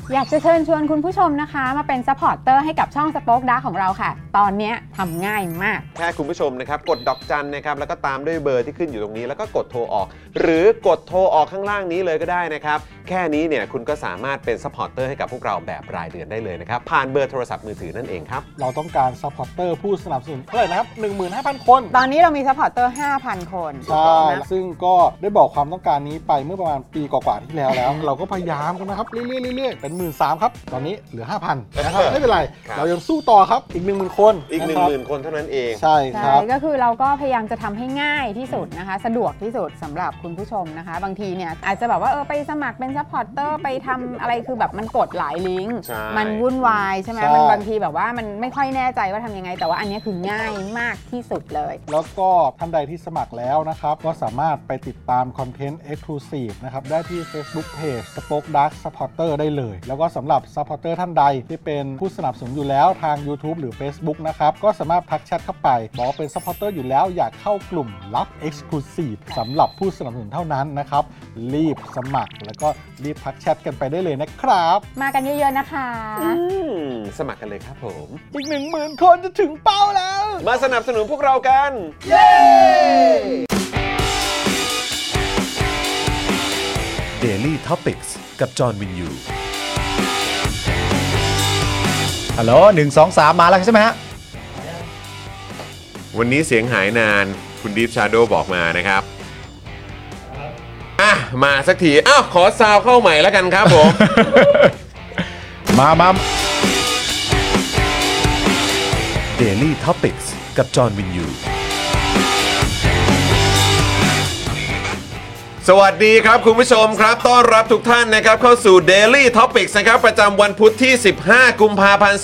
อยากจะเชิญชวนคุณผู้ชมนะคะมาเป็นซัพพอร์ตเตอร์ให้กับช่อง Spoke Dark ของเราค่ะตอนนี้ทำง่ายมากแค่คุณผู้ชมนะครับกดดอกจันนะครับแล้วก็ตามด้วยเบอร์ที่ขึ้นอยู่ตรงนี้แล้วก็กดโทรออกหรือกดโทรออกข้างล่างนี้เลยก็ได้นะครับแค่นี้เนี่ยคุณก็สามารถเป็นซัพพอร์ตเตอร์ให้กับพวกเราแบบรายเดือนได้เลยนะครับผ่านเบอร์โทรศัพท์มือถือนั่นเองครับเราต้องการซัพพอร์ตเตอร์ผู้สนับสนุนเท่าไหร่นะครับ 15,000 คนตอนนี้เรามีซัพพอร์ตเตอร์ 5,000 คนใช่ซึ่งก็ได้บอกความต้องการนี้ไปเมื่อประมาณปีกว่าๆที่แล้ว เราก็พยายามกันนะครับเรื่อยๆเป็น 13,000 ครับตอนนี้เหลือ 5,000 นะครับไม่เป็นไรเรายังสู้ต่อครับอีก 10,000 คนอีก 10,000 คนเท่านั้นเองใช่ครับก็คือเราก็พยายามจะทำให้ง่ายที่สุดนะคะสะดวกที่สุดสำหรับคุณผู้ชมนะคะบางทีเนี่ยอาจจะแบบว่าไปสมัครเป็นซัพพอร์ตเตอร์ไปทำอะไรคือแบบมันกดหลายลิงก์มันวุ่นวายใช่ไหมมันบางทีแบบว่ามันไม่ค่อยแน่ใจว่าทำยังไงแต่ว่าอันนี้คือง่ายมากที่สุดเลยแล้วก็ท่านใดที่สมัครแล้วนะครับก็สามารถไปติดตามคอนเทนต์ Exclusive นะครับได้ที่ Facebook Page Spoke Dark Supporter ได้เลยแล้วก็สำหรับ Supporter ท่านใดที่เป็นผู้สนับสนุนอยู่แล้วทาง YouTube หรือ Facebook นะครับก็สามารถทักแชทเข้าไปบอกว่าเป็น Supporter อยู่แล้วอยากเข้ากลุ่มลับ Exclusive สำหรับผู้สนับสนุนเท่านั้นนะครับรีบสมัครแล้วก็รีบทักแชทกันไปได้เลยนะครับมากันเยอะๆนะคะสมัครกันเลยครับผมอีก 10,000 คนจะถึงเป้าแล้วมาสนับสนุนพวกเรากันเย้ Daily Topics กับจอห์นวินยูฮัลโหล1 2 3มาแล้วใช่ไหมฮะวันนี้เสียงหายนานคุณดีฟชาโดบอกมานะครับมาสักทีขอซาวเข้าใหม่แล้วกันครับผมมาDaily Topics กับจอห์นวินยูสวัสดีครับคุณผู้ชมครับต้อนรับทุกท่านนะครับเข้าสู่ Daily Topics นะครับประจำวันพุธที่15กุมภาพันธ์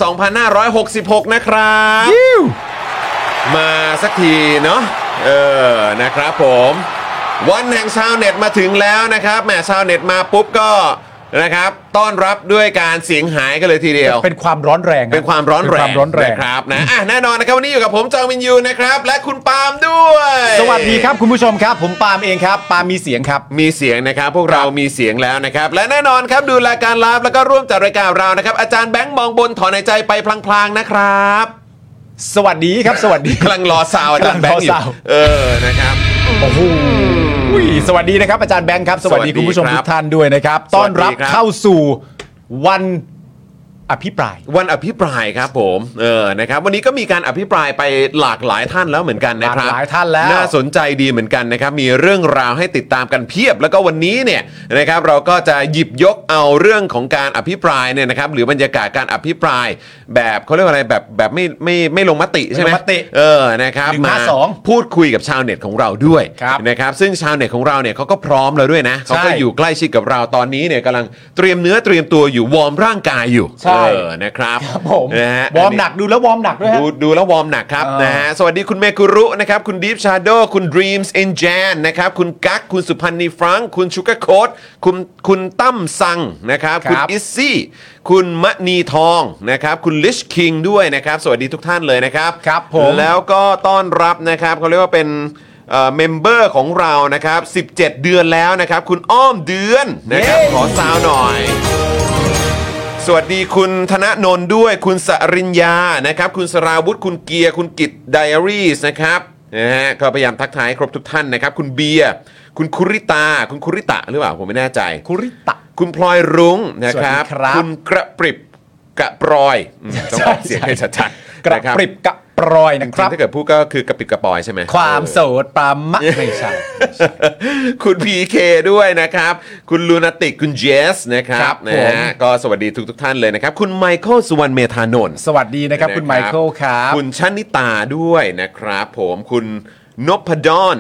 2566นะครับมาสักทีเนาะนะครับผมวันแห่งชาวเน็ตมาถึงแล้วนะครับแหมชาวเน็ตมาปุ๊บก็นะครับต้อนรับด้วยการเสียงหายกันเลยทีเดียวเป็นความร้อนแรงนะครับนะแน่นอนนะครับวันนี้อยู่กับผมจอห์นวินยูนะครับและคุณปาล์มด้วยสวัสดีครับคุณผู้ชมครับผมปาล์มเองครับปาล์มมีเสียงครับมีเสียงนะครับพวกเรามีเสียงแล้วนะครับและแน่นอนครับดูรายการไลฟ์แล้วก็ร่วมจัดรายการเรานะครับอาจารย์แบงค์มองบนถอนหายใจไปพลางๆนะครับสวัสดีครับสวัสดีกำลังรอซาวอาจารย์แบงค์อยู่นะครับโอ้โหสวัสดีนะครับอาจารย์แบงค์ครับสวัสดีคุณผู้ชมทุกท่านด้วยนะครับต้อนรับเข้าสู่วันอภิปรายครับผมนะครับวันนี้ก็มีการอภิปรายไปหลากหลายท่านแล้วเหมือนกันนะครับหลากหลายท่านแล้วน่าสนใจดีเหมือนกันนะครับมีเรื่องราวให้ติดตามกันเพียบแล้วก็วันนี้เนี่ยนะครับเราก็จะหยิบยกเอาเรื่องของการอภิปรายเนี่ยนะครับหรือบรรยากาศการอภิปรายแบบเขาเรียกว่าอะไรแบบไม่ลงมติใช่ไหมนะครับมาพูดคุยกับชาวเน็ตของเราด้วยนะครับซึ่งชาวเน็ตของเราเนี่ยเขาก็พร้อมแล้วด้วยนะเขาก็อยู่ใกล้ชิดกับเราตอนนี้เนี่ยกำลังเตรียมเนื้อเตรียมตัวอยู่วอร์มร่างกายอยู่นะครับนะฮะวอร์มหนักดูแล้ววอร์มหนักด้วยฮะดูแล้ววอร์มหนักครับนะฮะสวัสดีคุณเมกุรุนะครับคุณดีฟชาโดคุณ Dreams in Jan นะครับคุณกั๊กคุณสุพันธ์นีฟรังคุณชูการ์โค้ดคุณตั้มซังนะครับคุณอิซซี่คุณมะนีทองนะครับคุณลิชคิงด้วยนะครับสวัสดีทุกท่านเลยนะครับครับผมแล้วก็ต้อนรับนะครับเขาเรียกว่าเป็นเมมเบอร์ของเรานะครับ17เดือนแล้วนะครับคุณอ้อมเดือนนะครับขอซาวหน่อยสวัสดีคุณธนนนท์ด้วยคุณสริญญานะครับคุณสราวุธคุณเกียร์คุณกิตไดอารี่นะครับนะฮะก็พยายามทักทายครบทุกท่านนะครับคุณเบียร์คุณคุริตาคุณคุริตะหรือเปล่าผมไม่แน่ใจคุริตะคุณพลอยรุ้งนะครับคุณกระปริบกระปรอยต้องออกเสียงให้ชัดๆกระปริบกระปรอยนะครับถ้าเกิดพูดก็คือกระปิดกระปอยใช่ไหมความโสดปามะไม่ใช่คุณ PK ด้วยนะครับคุณลูนาติกคุณเจสนะครับนะฮะก็สวัสดีทุกท่านเลยนะครับคุณไมเคิลสุวรรณเมธานนท์สวัสดีนะครับคุณไมเคิลครับคุณชนิตาด้วยนะครับผมคุณนพดล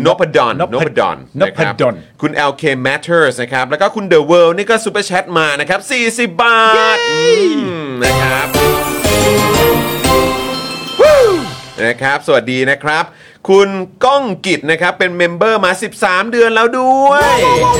นะครับคุณ LK Matters นะครับแล้วก็คุณ The World นี่ก็ซุปเปอร์แชทมานะครับ40 บาทนะครับนะครับสวัสดีนะครับคุณก้องกิจนะครับเป็นเมมเบอร์มา13เดือนแล้วด้วย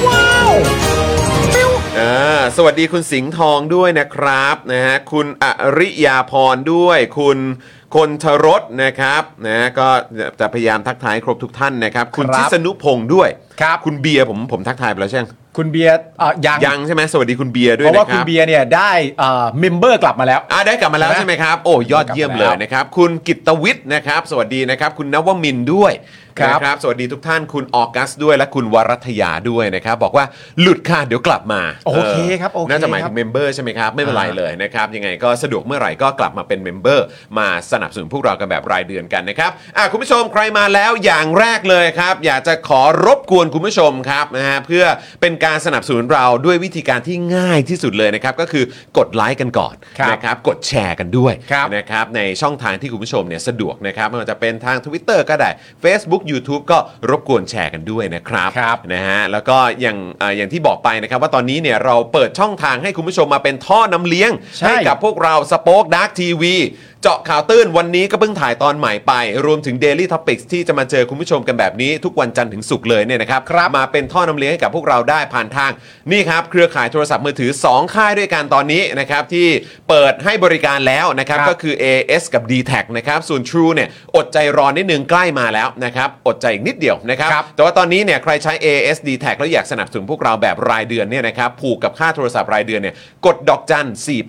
สวัสดีคุณสิงห์ทองด้วยนะครับนะฮะคุณอริยาพรด้วยคุณคนทรสนะครับนะก็จะพยายามทักทายครบทุกท่านนะครับคุณชิสนุพงศ์ด้วยคุณเบียร์ผมทักทายไปแล้วใช่ไหมคุณเบียร์ยังใช่ไหมสวัสดีคุณเบียร์ด้วยเพราะว่านะครับคุณเบียร์เนี่ยได้เมมเบอร์กลับมาแล้วได้กลับมาแล้วใช่ไหมครับโอ้ยอดเยี่ยมเลยนะครับคุณกิตวิทย์นะครับสวัสดีนะครับคุณนวมินทร์ด้วยนะครับสวัสดีทุกท่านคุณออกัสด้วยและคุณวรัตยาด้วยนะครับบอกว่าหลุดค่ะเดี๋ยวกลับมาโอเคครับโอเคน่าจะหมายถึงเมมเบอร์ใช่ไหมครับไม่เป็นไรเลยนะครับยังไงก็สะดวกเมื่อไหร่ก็กลับมาเป็นเมมเบอร์มาสนับสนุนพวกเรากันแบบรายเดือนกันนะครับคุณผู้ชมใครมาแล้วอย่างแรกเลยครับอยากจะขอรบกวนคุณผู้ชมครับนะฮะเพื่อเป็นการสนับสนุนเราด้วยวิธีการที่ง่ายที่สุดเลยนะครับก็คือกดไลค์กันก่อนนะครับกดแชร์กันด้วยนะครับในช่องทางที่คุณผู้ชมเนี่ยสะดวกนะครับไม่ว่าจะเป็นทาง Twitter ก็ได้ Facebook YouTube ก็รบกวนแชร์กันด้วยนะครับนะฮะแล้วก็อย่างที่บอกไปนะครับว่าตอนนี้เนี่ยเราเปิดช่องทางให้คุณผู้ชมมาเป็นท่อน้ำเลี้ยงให้กับพวกเรา Spoke Dark TV เจาะข่าวตื้นวันนี้ก็เพิ่งถ่ายตอนใหม่ไปรวมถึง Daily Topics ที่จะมาเจอคุณผู้ชมกันแบบนี้ทุกวันจันทร์ถึงศุกร์เลยเนี่ยนะครับมาเป็นท่อน้ำเลี้ยงให้กับพวกเราได้ผ่านทางนี่ครับเครือข่ายโทรศัพท์มือถือ2ค่ายด้วยกันตอนนี้นะครับที่เปิดให้บริการแล้วนะครับก็คือ AS กับ D-Tag นะครับส่วน True เนี่ยอดใจรอนิดนึงใกล้มาแล้วนะครับอดใจอีกนิดเดียวนะครับแต่ว่าตอนนี้เนี่ยใครใช้ AS D-Tag แล้วอยากสนับสนุนพวกเราแบบรายเดือนเนี่ยนะครับผูกกับค่าโทรศัพท์รายเดือนเนี่ยกดดอกจัน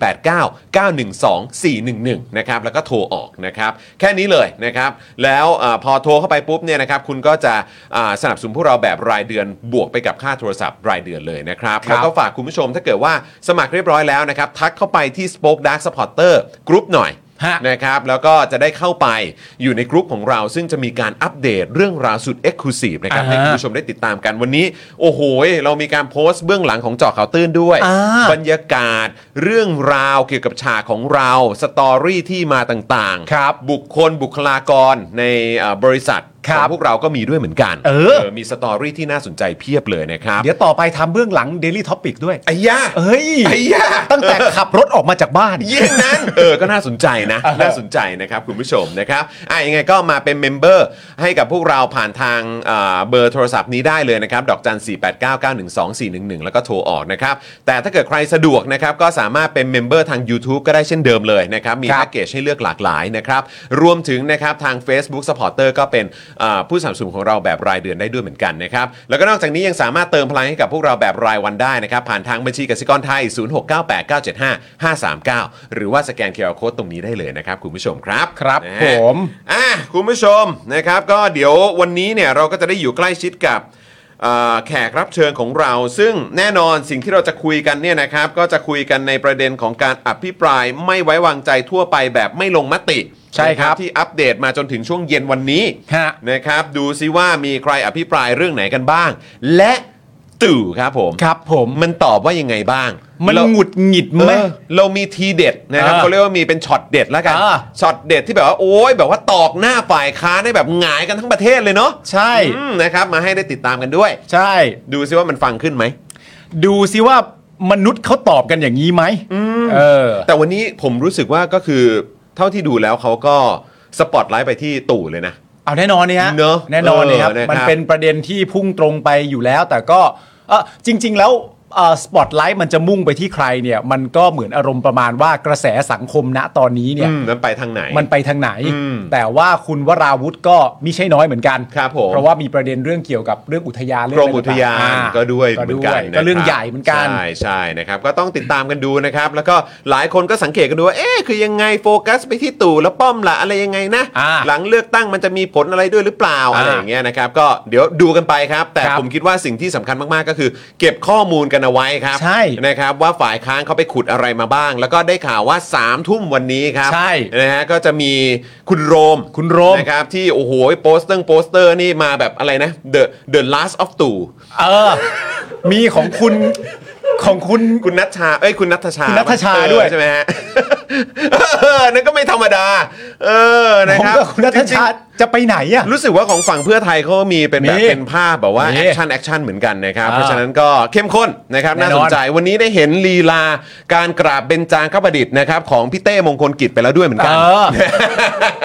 489-912-411นะครับแล้วก็โทรออกนะครับแค่นี้เลยนะครับแล้วพอโทรเข้าไปปุ๊บเนี่ยนะครับคุณก็จะสนับสนุนพวกเราแบบรายเดือนบวกไปกับค่าโทรศัพท์รายเดือนเลยนะครับแล้วก็ฝากคุณผู้ชมถ้าเกิดว่าสมัครเรียบร้อยแล้วนะครับทักเข้าไปที่ Spoke Dark Supporter Group หน่อยนะครับแล้วก็จะได้เข้าไปอยู่ในกลุ่มของเราซึ่งจะมีการอัปเดตเรื่องราวสุด Exclusive นะครับให้คุณผู้ชมได้ติดตามกันวันนี้โอ้โหเรามีการโพสต์เบื้องหลังของเจาะข่าวตื้นด้วยบรรยากาศเรื่องราวเกี่ยวกับฉากของเราสตอรี่ที่มาต่างๆบุคคลบุคลากรในบริษัทของพวกเราก็มีด้วยเหมือนกันมีสตอรี่ที่น่าสนใจเพียบเลยนะครับเดี๋ยวต่อไปทำเบื้องหลัง Daily Topic ด้วยไอ้ย่าตั้งแต่ขับรถออกมาจากบ้านยิ่งนั้นก็น่าสนใจนะน่าสนใจนะครับคุณผู้ชมนะครับยังไงก็มาเป็นเมมเบอร์ให้กับพวกเราผ่านทางเบอร์โทรศัพท์นี้ได้เลยนะครับดอกจัน 489-912-411แล้วก็โทรออกนะครับแต่ถ้าเกิดใครสะดวกนะครับก็สามารถเป็นเมมเบอร์ทาง YouTube ก็ได้เช่นเดิมเลยนะครับมีแพ็กเกจให้เลือกหลากหลายนะครับรวมถึงนะครับทาง Facebook Supporter ก็เป็นผู้สนับสนุนของเราแบบรายเดือนได้ด้วยเหมือนกันนะครับแล้วก็นอกจากนี้ยังสามารถเติมพลังให้กับพวกเราแบบรายวันได้นะครับผ่านทางบัญชีกสิกรไทย0698975539หรือว่าสแกน QR Code ตรงนี้ได้เลยนะครับคุณผู้ชมครับผมคุณผู้ชมนะครับก็เดี๋ยววันนี้เนี่ยเราก็จะได้อยู่ใกล้ชิดกับแขกรับเชิญของเราซึ่งแน่นอนสิ่งที่เราจะคุยกันเนี่ยนะครับก็จะคุยกันในประเด็นของการอภิปรายไม่ไว้วางใจทั่วไปแบบไม่ลงมติใช่ครับที่อัปเดตมาจนถึงช่วงเย็นวันนี้นะครับดูซิว่ามีใครอภิปรายเรื่องไหนกันบ้างและตู่ครับผมมันตอบว่ายังไงบ้างมันหงุดหงิดไหมเรามีทีเด็ดนะครับเขาเรียกว่ามีเป็นช็อตเด็ดแล้วกันช็อตเด็ดที่แบบว่าโอ๊ยแบบว่าตอกหน้าฝ่ายค้านให้แบบหงายกันทั้งประเทศเลยเนาะใช่นะครับมาให้ได้ติดตามกันด้วยใช่ดูซิว่ามันฟังขึ้นไหมดูซิว่ามนุษย์เขาตอบกันอย่างนี้ไหมแต่วันนี้ผมรู้สึกว่าก็คือเท่าที่ดูแล้วเขาก็สปอตไลท์ไปที่ตู่เลยนะเอาแน่นอนเนี่ยแน่นอนเลยครับมันเป็นประเด็นที่พุ่งตรงไปอยู่แล้วแต่ก็จริงๆแล้วสปอตไลท์มันจะมุ่งไปที่ใครเนี่ยมันก็เหมือนอารมณ์ประมาณว่ากระแสสังคมณตอนนี้เนี่ยมันไปทางไหนแต่ว่าคุณวราวุธก็ไม่ใช่น้อยเหมือนกันครับผมเพราะว่ามีประเด็นเรื่องเกี่ยวกับเรื่องอุทยานกรมอุทยานก็ด้วยเหมือนกันก็เรื่องใหญ่เหมือนกันใช่นะครับก็ต้องติดตามกันดูนะครับแล้วก็หลายคนก็สังเกตกันดูว่าคือยังไงโฟกัสไปที่ตู่แล้วป้อมละอะไรยังไงนะหลังเลือกตั้งมันจะมีผลอะไรด้วยหรือเปล่าอะไรอย่างเงี้ยนะครับก็เดี๋ยวดูกันไปครับแต่ผมคิดว่าสิ่งที่สำคัญมากๆก็คือเก็บข้อมูลกันเอาไว้ครับใช่นะครับว่าฝ่ายค้านเขาไปขุดอะไรมาบ้างแล้วก็ได้ข่าวว่า 3 ทุ่มวันนี้ครับใช่นะฮะก็จะมีคุณโรมนะครับที่โอ้โหโปสเตอร์นี่มาแบบอะไรนะ The Last of ตู่มีของคุณนัทชาคุณนัทชาด้วยใช่ไหมฮะนั่นก็ไม่ธรรมดานะครับคุณนัทชาจะไปไหนอ่ะรู้สึกว่าของฝั่งเพื่อไทยเขามีเป็นแบบเป็นภาพแบบว่าแอคชั่นเหมือนกันนะครับเพราะฉะนั้นก็เข้มข้นนะครับน่าสนใจวันนี้ได้เห็นลีลาการกราบเบญจางคประดิษฐ์นะครับของพี่เต้มงคลกิจไปแล้วด้วยเหมือนกันโอ้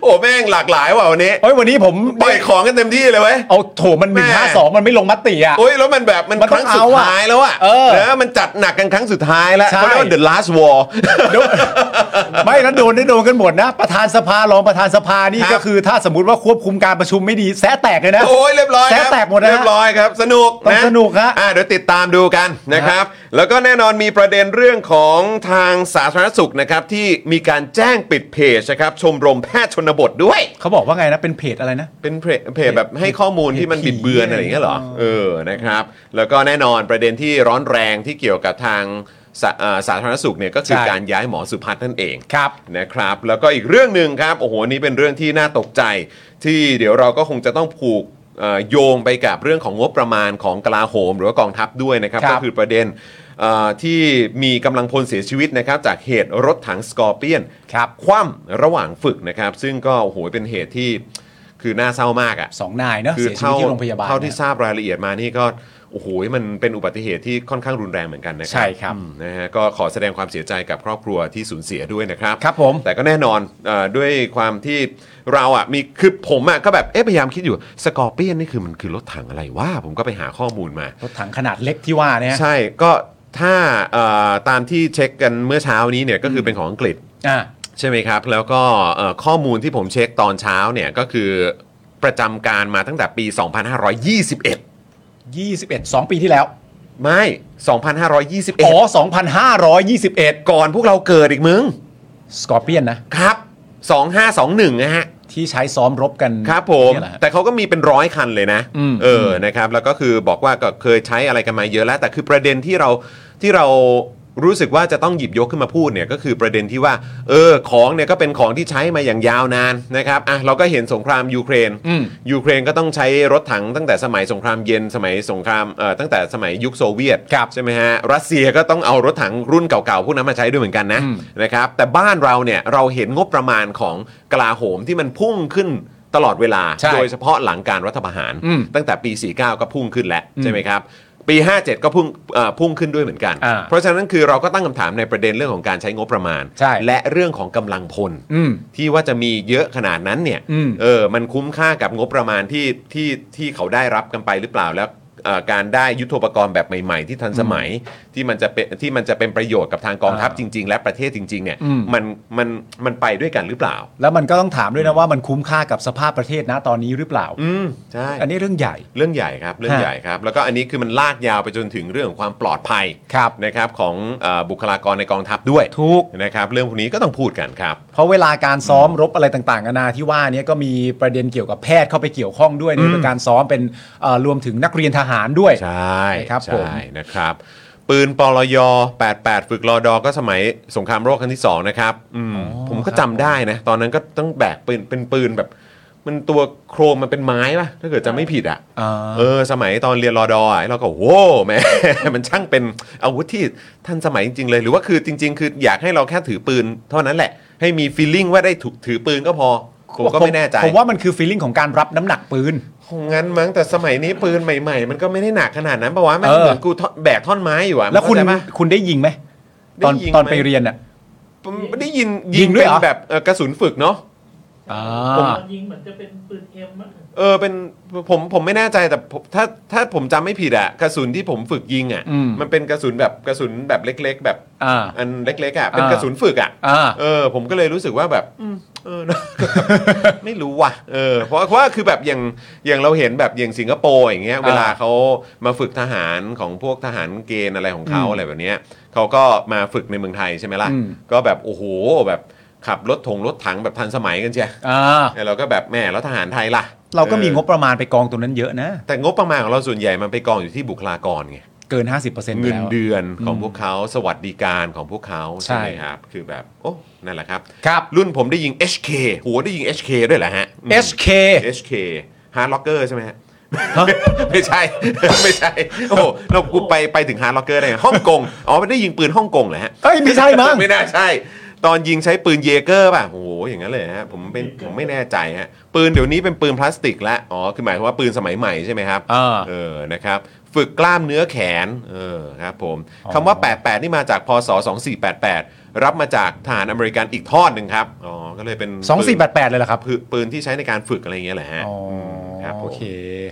อ้แม่งหลากหลายว่ะวันนี้เฮ้ยวันนี้ผมปล่อยของกันเต็มที่เลยเว้ยเอาโถมัน152มันไม่ลงมติอ่ะโอ้ยแล้วมันแบบมันครั้งสุดท้ายแล้วอ่ะนะมันจัดหนักกันครั้งสุดท้ายแล้วเขาเรียกว่า the last war ไม่แล้วโดนกันหมดนะประธานสภารองประธานสภานี่ก็คือถ้าสมมติว่าควบคุมการประชุมไม่ดีแซะแตกเลยนะโอ้ยเรียบร้อยแซะแตกหมดนะเรียบร้อยครับสนุกต้องสนุกฮะเดี๋ยวติดตามดูกันนะครับแล้วก็แน่นอนมีประเด็นเรื่องของทางสาธารณสุขนะครับที่มีการแจ้งปิดเพจนะครับชมรมแพทย์ชนบทด้วยเขาบอกว่าไงนะเป็นเพจอะไรนะเป็นเพจแบบให้ข้อมูลที่มันบิดเบือนอะไรอย่างเงี้ยเหรอนะครับแล้วก็แน่นอนประเด็นที่ร้อนแรงที่เกี่ยวกับทางสาธารณสุขเนี่ยก็คือการย้ายหมอสุพัฒน์นั่นเองนะครับแล้วก็อีกเรื่องหนึ่งครับโอ้โหนี่เป็นเรื่องที่น่าตกใจที่เดี๋ยวเราก็คงจะต้องผูกโยงไปกับเรื่องของงบประมาณของกลาโหมหรือว่ากองทัพด้วยนะครับก็คือประเด็นที่มีกำลังพลเสียชีวิตนะครับจากเหตุรถถังสกอร์เปียนคว่ำระหว่างฝึกนะครับซึ่งก็โอ้โหเป็นเหตุที่คือน่าเศร้ามากอ่ะ 2 นายเนอะเสียชีวิตที่โรงพยาบาลเท่าที่ทราบรายละเอียดมานี่ก็โอ้โหมันเป็นอุบัติเหตุที่ค่อนข้างรุนแรงเหมือนกันนะครับใช่ครับนะฮะก็ขอแสดงความเสียใจกับครอบครัวที่สูญเสียด้วยนะครับครับผมแต่ก็แน่นอนด้วยความที่เราอ่ะมีคือผมอ่ะก็แบบพยายามคิดอยู่สกอร์เปียนนี่คือมันคือรถถังอะไรวะผมก็ไปหาข้อมูลมารถถังขนาดเล็กที่ว่าเนี่ยใช่ก็ถ้าตามที่เช็คกันเมื่อเช้านี้เนี่ยก็คือเป็นของอังกฤษใช่ไหมครับแล้วก็ข้อมูลที่ผมเช็คตอนเช้าเนี่ยก็คือประจำการมาตั้งแต่ปี 2 ปีที่แล้วไม่2521 อ๋อ2521 ก่อนพวกเราเกิดอีกมึงสกอร์เปียนนะครับ2521นะฮะที่ใช้ซ้อมรบกันครับผมแต่เขาก็มีเป็น100 คันเลยนะนะครับแล้วก็คือบอกว่าก็เคยใช้อะไรกันมาเยอะแล้วแต่คือประเด็นที่เรารู้สึกว่าจะต้องหยิบยกขึ้นมาพูดเนี่ยก็คือประเด็นที่ว่าของเนี่ยก็เป็นของที่ใช้มาอย่างยาวนานนะครับเราก็เห็นสงครามยูเครนก็ต้องใช้รถถังตั้งแต่สมัยสงครามเย็นสมัยสงครามตั้งแต่สมัยยุคโซเวียตใช่ไหมฮะรัสเซียก็ต้องเอารถถังรุ่นเก่าๆพวกนั้นมาใช้ด้วยเหมือนกันนะครับแต่บ้านเราเนี่ยเราเห็นงบประมาณของกลาโหมที่มันพุ่งขึ้นตลอดเวลาโดยเฉพาะหลังการรัฐประหารตั้งแต่ปี49ก็พุ่งขึ้นแล้วใช่ไหมครับปี57ก็พุ่งขึ้นด้วยเหมือนกันเพราะฉะนั้นคือเราก็ตั้งคำถามในประเด็นเรื่องของการใช้งบประมาณและเรื่องของกำลังพลที่ว่าจะมีเยอะขนาดนั้นเนี่ยมันคุ้มค่ากับงบประมาณที่เขาได้รับกันไปหรือเปล่าแล้วการได้ยุทโธปกรณ์แบบใหม่ๆที่ทันสมัยที่มันจะเป็นประโยชน์กับทางกองทัพจริงๆและประเทศจริงๆเนี่ยมันไปด้วยกันหรือเปล่าแล้วมันก็ต้องถามด้วยนะว่ามันคุ้มค่ากับสภาพประเทศนะตอนนี้หรือเปล่าใช่อันนี้เรื่องใหญ่ครับเรื่องใหญ่ครับแล้วก็อันนี้คือมันลากยาวไปจนถึงเรื่องของความปลอดภัยนะครับของบุคลากรในกองทัพด้วยทุกนะครับเรื่องพวกนี้ก็ต้องพูดกันครับเพราะเวลาการซ้อมรบอะไรต่างๆนานาที่ว่านี้ก็มีประเด็นเกี่ยวกับแพทย์เข้าไปเกี่ยวข้องด้วยในการซ้อมเป็นรวมถึงนักเรียนทหารด้วยใช่ครับใช่นะครับปืนปลย88ฝึกรอดอก็สมัยสงครามโลกครั้งที่2นะครับผมก็จำได้นะตอนนั้นก็ต้องแบกปืนเป็นปืนแบบมันตัวโครงมันเป็นไม้ป่ะถ้าเกิดจำไม่ผิดสมัยตอนเรียนรอดอเราก็โว้แม่ มันช่างเป็นอาวุธที่ทันสมัยจริงๆเลยหรือว่าคือจริงๆคืออยากให้เราแค่ถือปืนเท่านั้นแหละให้มีฟีลลิ่งว่าได้ถือปืนก็พอผมก็ไม่แน่ใจผมว่ามันคือฟีลลิ่งของการรับน้ำหนักปืนคงงั้นมั้งแต่สมัยนี้ปืนใหม่ๆมันก็ไม่ได้หนักขนาดนั้นป่าววะมันเหมือนกูแบกท่อนไม้อยู่อะแล้วคุณได้ยิงไหมตอนไปเรียนอะได้ยิงด้วยแบบกระสุนฝึกเนาะผมยิงเหมือนจะเป็นปืนเอ็มมั้งเป็นผมไม่แน่ใจแต่ถ้าผมจำไม่ผิดอะกระสุนที่ผมฝึกยิงอะมันเป็นกระสุนแบบเล็กๆแบบอันเล็กๆอะเป็นกระสุนฝึกอะผมก็เลยรู้สึกว่าแบบไม่รู้ว่ะเพราะว่าคือแบบอย่างเราเห็นแบบอย่างสิงคโปร์อย่างเงี้ยเวลาเขามาฝึกทหารของพวกทหารเกณฑ์อะไรของเขาอะไรแบบเนี้ยเขาก็มาฝึกในเมืองไทยใช่ไหมล่ะก็แบบโอ้โหแบบขับรถถังแบบทันสมัยกันเชียเราก็แบบแม่แล้วทหารไทยล่ะเราก็มีงบประมาณไปกองตรงนั้นเยอะนะแต่งบประมาณของเราส่วนใหญ่มันไปกองอยู่ที่บุคลากรไงเกิน 50% เงินเดือนของพวกเขาสวัสดิการของพวกเขาใช่ไหมครับคือแบบโอ้นั่นแหละครับรุ่นผมได้ยิง HK หัวได้ยิง HK ด้วยเหรอฮะ HK Hard Locker ใช่ไหมฮะไม่ใช่โอ้โหเรากูไปถึง Hard Locker ได้ฮ่องกงไม่ได้ยิงปืนฮ่องกงเหรอฮะไม่ใช่มั้งไม่น่าใช่ตอนยิงใช้ปืนเยเกอร์ป่ะโอ้โหอย่างนั้นเลยฮะผมไม่แน่ใจฮะปืนเดี๋ยวนี้เป็นปืนพลาสติกแล้วคือหมายถึงว่าปืนสมัยใหม่ใช่ไหมครับนะครับฝึฝึกกล้ามเนื้อแขนครับผมคำว่า88นี่มาจากพศ2488รับมาจากทหารอเมริกันอีกทอดหนึ่งครับก็เลยเป็น 2488เลยเหรอครับปืนที่ใช้ในการฝึกอะไรอย่างเงี้ยแหละฮะครับโอเค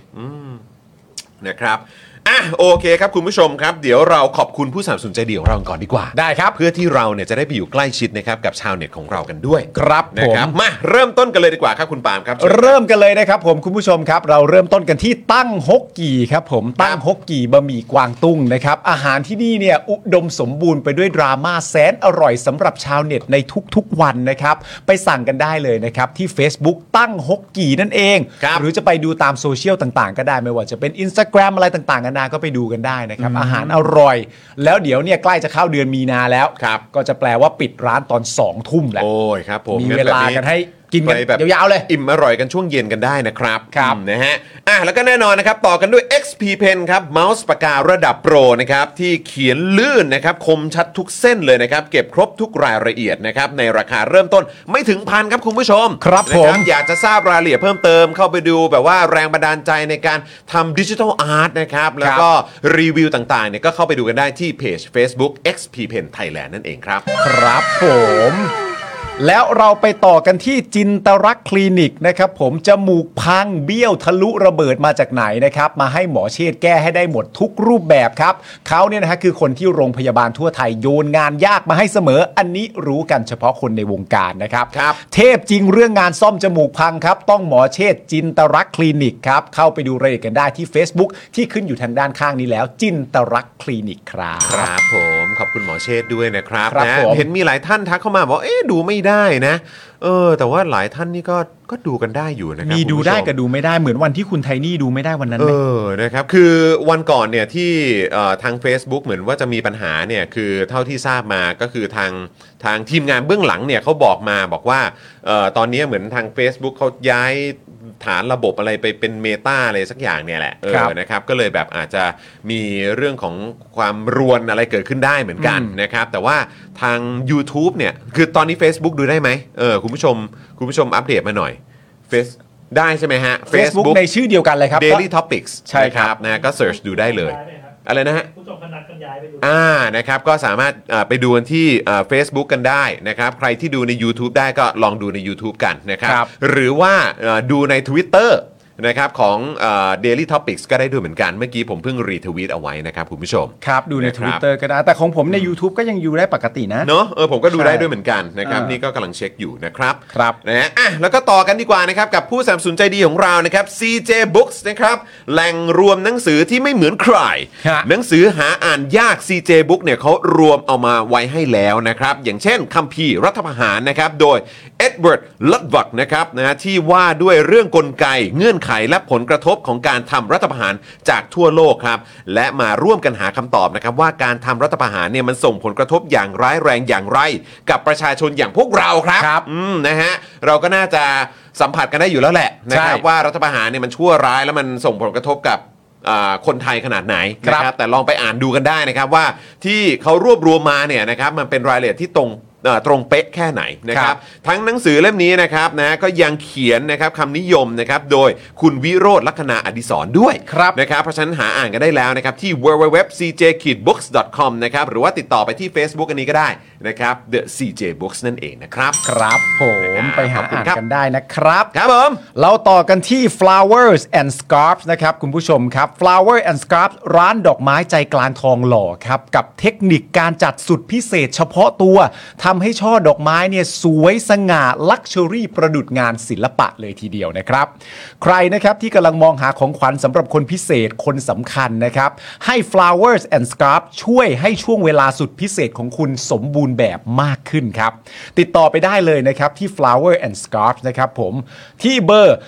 นะครับโอเคครับคุณผู้ชมครับเดี๋ยวเราขอบคุณผู้สนับสนุนใจดีของเราก่อนดีกว่าได้ครับเพื่อที่เราเนี่ยจะได้ไปอยู่ใกล้ชิดนะครับกับชาวเน็ตของเรากันด้วยครับนะครับมาเริ่มต้นกันเลยดีกว่าครับคุณปาล์มครับเริ่มกันเลยนะครับผมคุณผู้ชมครับเราเริ่มต้นกันที่ตั้งฮกกี่ครับผมตั้งฮกกี่บะหมี่กวางตุ้งนะครับอาหารที่นี่เนี่ยอุดมสมบูรณ์ไปด้วยดราม่าแสนอร่อยสำหรับชาวเน็ตในทุกๆวันนะครับไปสั่งกันได้เลยนะครับที่ Facebook ตั้งฮกกี่นั่นเองหรือจะไปดูตามโซเชียลต่างๆก็ได้ไม่ว่าจะเป็น Instagram อะไรต่างๆกันานาก็ไปดูกันได้นะครับอาหารอร่อยแล้วเดี๋ยวเนี่ยใกล้จะเข้าเดือนมีนาแล้วก็จะแปลว่าปิดร้านตอน 2 ทุ่มแล้วโอ้ยครับผมมีเวลากันให้กินกันแบบยาวๆเลยอิ่มอร่อยกันช่วงเย็นกันได้นะครับนะฮะแล้วก็แน่นอนนะครับต่อกันด้วย XP Pen ครับเมาส์ปากการะดับโปรนะครับที่เขียนลื่นนะครับคมชัดทุกเส้นเลยนะครับเก็บครบทุกรายละเอียดนะครับในราคาเริ่มต้นไม่ถึงพันครับคุณผู้ชมครับผมอยากจะทราบรายละเอียดเพิ่มเติมเข้าไปดูแบบว่าแรงบันดาลใจในการทำดิจิทัลอาร์ตนะครับแล้วก็รีวิวต่างๆเนี่ยก็เข้าไปดูกันได้ที่เพจ Facebook XP Pen Thailand นั่นเองครับครับผมแล้วเราไปต่อกันที่จินตรักษณ์คลินิกนะครับผมจมูกพังเบี้ยวทะลุระเบิดมาจากไหนนะครับมาให้หมอเชษฐ์แก้ให้ได้หมดทุกรูปแบบครับเขาเนี่ยนะฮะคือคนที่โรงพยาบาลทั่วไทยโยนงานยากมาให้เสมออันนี้รู้กันเฉพาะคนในวงการนะครับเทพจริงเรื่องงานซ่อมจมูกพังครับต้องหมอเชษฐ์จินตรักษณ์คลินิกครับเข้าไปดูรายละเอียดกันได้ที่ Facebook ที่ขึ้นอยู่ทางด้านข้างนี้แล้วจินตรักษณ์คลินิกครับครับผมขอบคุณหมอเชษฐ์ด้วยนะครับนะเห็นมีหลายท่านทักเข้ามาบอกดูไม่ได้นะแต่ว่าหลายท่านนี่ก็ดูกันได้อยู่นะครับมีดูได้กับดูไม่ได้เหมือนวันที่คุณไทนี่ดูไม่ได้วันนั้นไหมนะครับคือวันก่อนเนี่ยที่ทาง Facebook เหมือนว่าจะมีปัญหาเนี่ยคือเท่าที่ทราบมาก็คือทางทีมงานเบื้องหลังเนี่ยเขาบอกว่าตอนนี้เหมือนทาง Facebook เขาย้ายฐานระบบอะไรไปเป็นเมตาอะไรสักอย่างเนี่ยแหละนะครับก็เลยแบบอาจจะมีเรื่องของความรวนอะไรเกิดขึ้นได้เหมือนกันนะครับแต่ว่าทาง YouTube เนี่ยคือตอนนี้ Facebook ดูได้ไหมคุณผู้ชมอัปเดตมาหน่อยได้ใช่ไหมฮะ Facebook ในชื่อเดียวกันเลยครับ Daily Topics ใช่ครับนะก็เสิร์ชดูได้เลยอะไรนะฮะผู้ชมพนักกันย้ายไปดูนะครับก็สามารถไปดูกันที่Facebook กันได้นะครับใครที่ดูใน YouTube ได้ก็ลองดูใน YouTube กันนะครับหรือว่าดูใน Twitter นะครับของDaily Topics ก็ได้ด้วยเหมือนกันเมื่อกี้ผมเพิ่งรีทวีตเอาไว้นะครับคุณผู้ชมครับดูใน Twitter ก็ได้แต่ของผมใน YouTube ก็ยังอยู่ได้ปกตินะเนาะผมก็ดูได้ด้วยเหมือนกันนะครับนี่ก็กำลังเช็คอยู่นะครับครับนะฮะแล้วก็ต่อกันดีกว่านะครับกับผู้สนับสนุนใจดีของเรานะครับ CJ Books นะครับแหล่งรวมหนังสือที่ไม่เหมือนใครหนังสือหาอ่านยาก CJ Book เนี่ยเขารวมเอามาไว้ให้แล้วนะครับอย่างเช่นคัมภีร์รัฐประหารนะครับโดยเอ็ดเวิร์ด ลัดวักนะครับนะที่ว่าด้วยเรื่องกลไกเงื่อนไขและผลกระทบของการทำรัฐประหารจากทั่วโลกครับและมาร่วมกันหาคำตอบนะครับว่าการทำรัฐประหารเนี่ยมันส่งผลกระทบอย่างร้ายแรงอย่างไรกับประชาชนอย่างพวกเราครับนะฮะเราก็น่าจะสัมผัสกันได้อยู่แล้วแหละนะครับว่ารัฐประหารเนี่ยมันชั่วร้ายแล้วมันส่งผลกระทบกับคนไทยขนาดไหนนะครับแต่ลองไปอ่านดูกันได้นะครับว่าที่เขารวบรวมมาเนี่ยนะครับมันเป็นรายละเอียดที่ตรงเป๊ะแค่ไหนนะครับทั้งหนังสือเล่มนี้นะครับนะก็ยังเขียนนะครับคำนิยมนะครับโดยคุณวิโรจน์ลัคนาอดิศรด้วยนะครับเพราะฉะนั้นหาอ่านกันได้แล้วนะครับที่ www.cj-books.com นะครับหรือว่าติดต่อไปที่ Facebook อันนี้ก็ได้นะครับ The CJ Books นั่นเองนะครับครับผมไปหาอ่านกันได้นะครับครับผมเราต่อกันที่ Flowers and Scarves นะครับคุณผู้ชมครับ Flower and Scarves ร้านดอกไม้ใจกลางทองหล่อครับกับเทคนิคการจัดสุดพิเศษเฉพาะตัวทำให้ช่อดอกไม้เนี่ยสวยสง่าลักชัวรี่ประดุจงานศิลปะเลยทีเดียวนะครับใครนะครับที่กำลังมองหาของขวัญสำหรับคนพิเศษคนสำคัญนะครับให้ Flowers and Scarves ช่วยให้ช่วงเวลาสุดพิเศษของคุณสมบูรณ์แบบมากขึ้นครับติดต่อไปได้เลยนะครับที่ Flower and Scarves นะครับผมที่เบอร์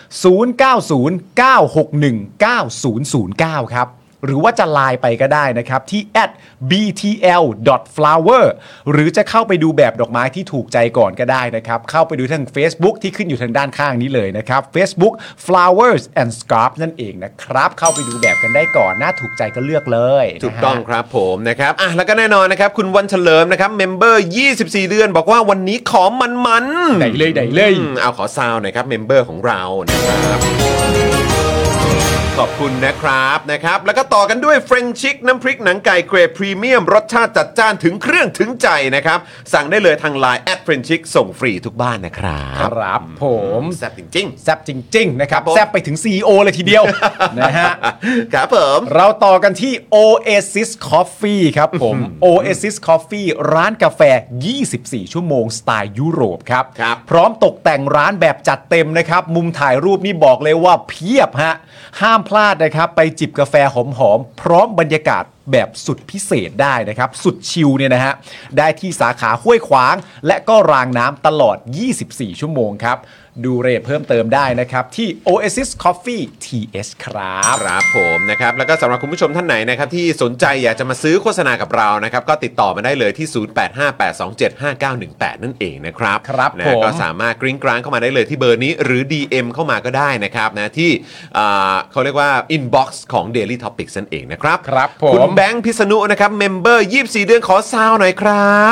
0909619009 ครับหรือว่าจะไลน์ไปก็ได้นะครับที่ @btl.flower หรือจะเข้าไปดูแบบดอกไม้ที่ถูกใจก่อนก็ได้นะครับเข้าไปดูทาง Facebook ที่ขึ้นอยู่ทางด้านข้างนี้เลยนะครับ Facebook Flowers and Scarves นั่นเองนะครับเข้าไปดูแบบกันได้ก่อนน่าถูกใจก็เลือกเลยถูกต้องครับผมนะครับแล้วก็แน่นอนนะครับคุณวันเฉลิมนะครับเมมเบอร์24เดือนบอกว่าวันนี้ขอมันๆได้เลยเอาขอซาวหน่อยครับเมมเบอร์ของเรานะครับขอบคุณนะครับแล้วก็ต่อกันด้วยเฟรนชิกน้ำพริกหนังไก่เกรดพรีเมียมรสชาติจัดจ้านถึงเครื่องถึงใจนะครับสั่งได้เลยทาง LINE แอดเฟรนชิกส่งฟรีทุกบ้านนะครับครับผมแซ่บจริงแซ่บจริงๆนะครับครับผมแซ่บไปถึง CEO เลยทีเดียว นะฮะๆครับผมเราต่อกันที่ Oasis Coffee ครับผม Oasis Coffee ร้านกาแฟ 24 ชั่วโมงสไตล์ยุโรปครับครับพร้อมตกแต่งร้านแบบจัดเต็มนะครับ มุมถ่ายรูปนี่บอกเลยว่าเพียบฮะ ห้ามพลาดนะครับ ไปจิบกาแฟหอมๆ พร้อมบรรยากาศแบบสุดพิเศษได้นะครับ สุดชิลเนี่ยนะฮะ ได้ที่สาขาห้วยขวาง และก็รางน้ำตลอด 24 ชั่วโมงครับ ดูเรทเพิ่มเติมได้นะครับ ที่ Oasis Coffee TS ครับครับผมนะครับแล้วก็สำหรับคุณผู้ชมท่านไหนนะครับที่สนใจอยากจะมาซื้อโฆษณากับเรานะครับก็ติดต่อมาได้เลยที่ 0858275918 นั่นเองนะครับครับนะผมก็สามารถกริ้งกร้างเข้ามาได้เลยที่เบอร์นี้หรือ DM เข้ามาก็ได้นะครับนะที่เขาเรียกว่า inbox ของ Daily Topics นั่นเองนะครับครับผมคุณแบงค์พิษณุนะครับเมมเบอร์24 เดือนขอซาวหน่อยครับ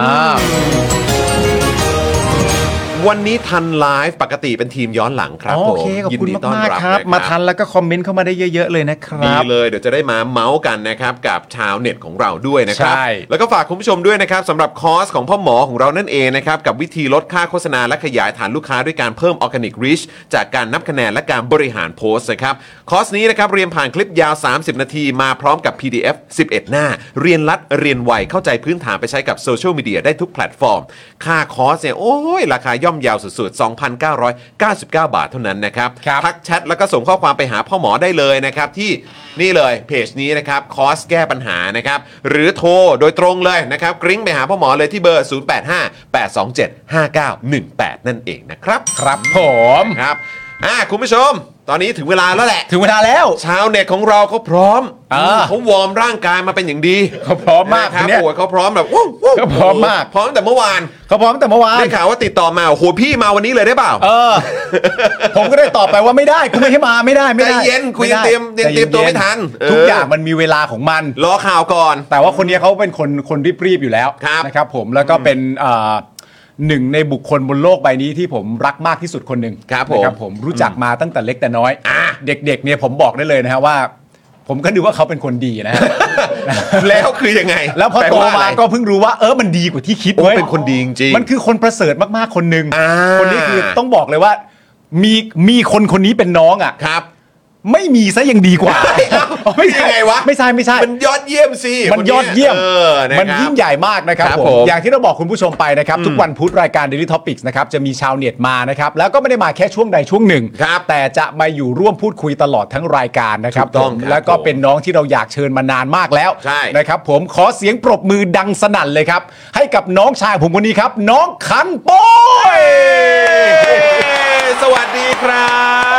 วันนี้ทันไลฟ์ปกติเป็นทีมย้อนหลังครับโอเคผมขอบยินคุณดีต้อนมากรับๆครับนะมาทันแล้วก็คอมเมนต์เข้ามาได้เยอะๆเลยนะคดีรับเลยเดี๋ยวจะได้มาเมาส์กันนะครับกับชาวเน็ตของเราด้วยนะครับใช่แล้วก็ฝากคุณผู้ชมด้วยนะครับสำหรับคอร์สของพ่อหมอของเรานั่นเองนะครับกับวิธีลดค่าโฆษณาและขยายฐานลูกค้าด้วยการเพิ่ม Organic Reach จากการนับคะแนนและการบริหารโพสต์นะครับคอร์สนี้นะครับเรียนผ่านคลิปยาว30 นาทีมาพร้อมกับ PDF 11 หน้าเรียนรัดเรียนไวเข้าใจพื้นฐานไปใช้กับโซเชียลมีเดียได้ทุกแพลตฟอร์มค่าคอร์สเนี่ยโอ้ยราคาย่อมเยาวสุดๆ 2,999 บาทเท่านั้นนะครับครับทักแชทแล้วก็ส่งข้อความไปหาพ่อหมอได้เลยนะครับที่นี่เลยเพจนี้นะครับคอร์สแก้ปัญหานะครับหรือโทรโดยตรงเลยนะครับกริ้งไปหาพ่อหมอเลยที่เบอร์ 0858275918 นั่นเองนะครับครับผมครับคุณผู้ชมตอนนี้ถึงเวลาแล้วแหละถึงเวลาแล้วชาวเน็ตของเราเขาพร้อมเขาวอร์มร่างกายมาเป็นอย่างดีเขาพร้อมมากนะครับคนเนี้ยโอ้ยเขาพร้อมแบบวู้วู้เขาพร้อมมากพร้อมแต่เมื่อวานเขาพร้อมแต่เมื่อวานได้ข่าวว่าติดต่อมาโอ้โหพี่มาวันนี้เลยได้เปล่าผมก็ได้ตอบไปว่าไม่ได้กูไม่ให้มาไม่ได้ใจเย็นกูยังเตรียมตัวไม่ทันทุกอย่างมันมีเวลาของมันรอข่าวก่อนแต่ว่าคนนี้เขาเป็นคนรีบๆอยู่แล้วครับนะครับผมแล้วก็เป็นหนึ่งในบุคคลบนโลกใบนี้ที่ผมรักมากที่สุดคนหนึ่งครับผมนะครับผมรู้จักมาตั้งแต่เล็กแต่น้อยเด็กๆเนี่ยผมบอกได้เลยนะฮะว่า ผมก็ดูว่าเขาเป็นคนดีนะฮะแล้วคือยังไงแล้วพอโตแปลว่มาอะไรก็เพิ่งรู้ว่ามันดีกว่าที่คิดโอ้เว้ยเป็นคนดีจริงๆมันคือคนประเสริฐมากๆคนหนึ่งอ่าคนนี้คือต้องบอกเลยว่ามีคนนี้เป็นน้องอ่ะครับไม่มีซะยังดีกว่าไม่ใช่ไงวะไม่ใช่มันยอดเยี่ยมสิมันยอดเยี่ยมนะครับมันยิ่งใหญ่มากนะครับครับผผม มอย่างที่เราบอกคุณผู้ชมไปนะครับทุกวันพุธรายการ Daily Topics นะครับจะมีชาวเน็ตมานะครับแล้วก็ไม่ได้มาแค่ช่วงใดช่วงหนึ่งครับแต่จะมาอยู่ร่วมพูดคุยตลอดทั้งรายการนะครับถูกต้องผมครับแล้วก็เป็นน้องที่เราอยากเชิญมานานมากแล้วใช่นะครับผมขอเสียงปรบมือดังสนั่นเลยครับให้กับน้องชายผมคนนี้ครับน้องคันโป้ยสวัสดีครับ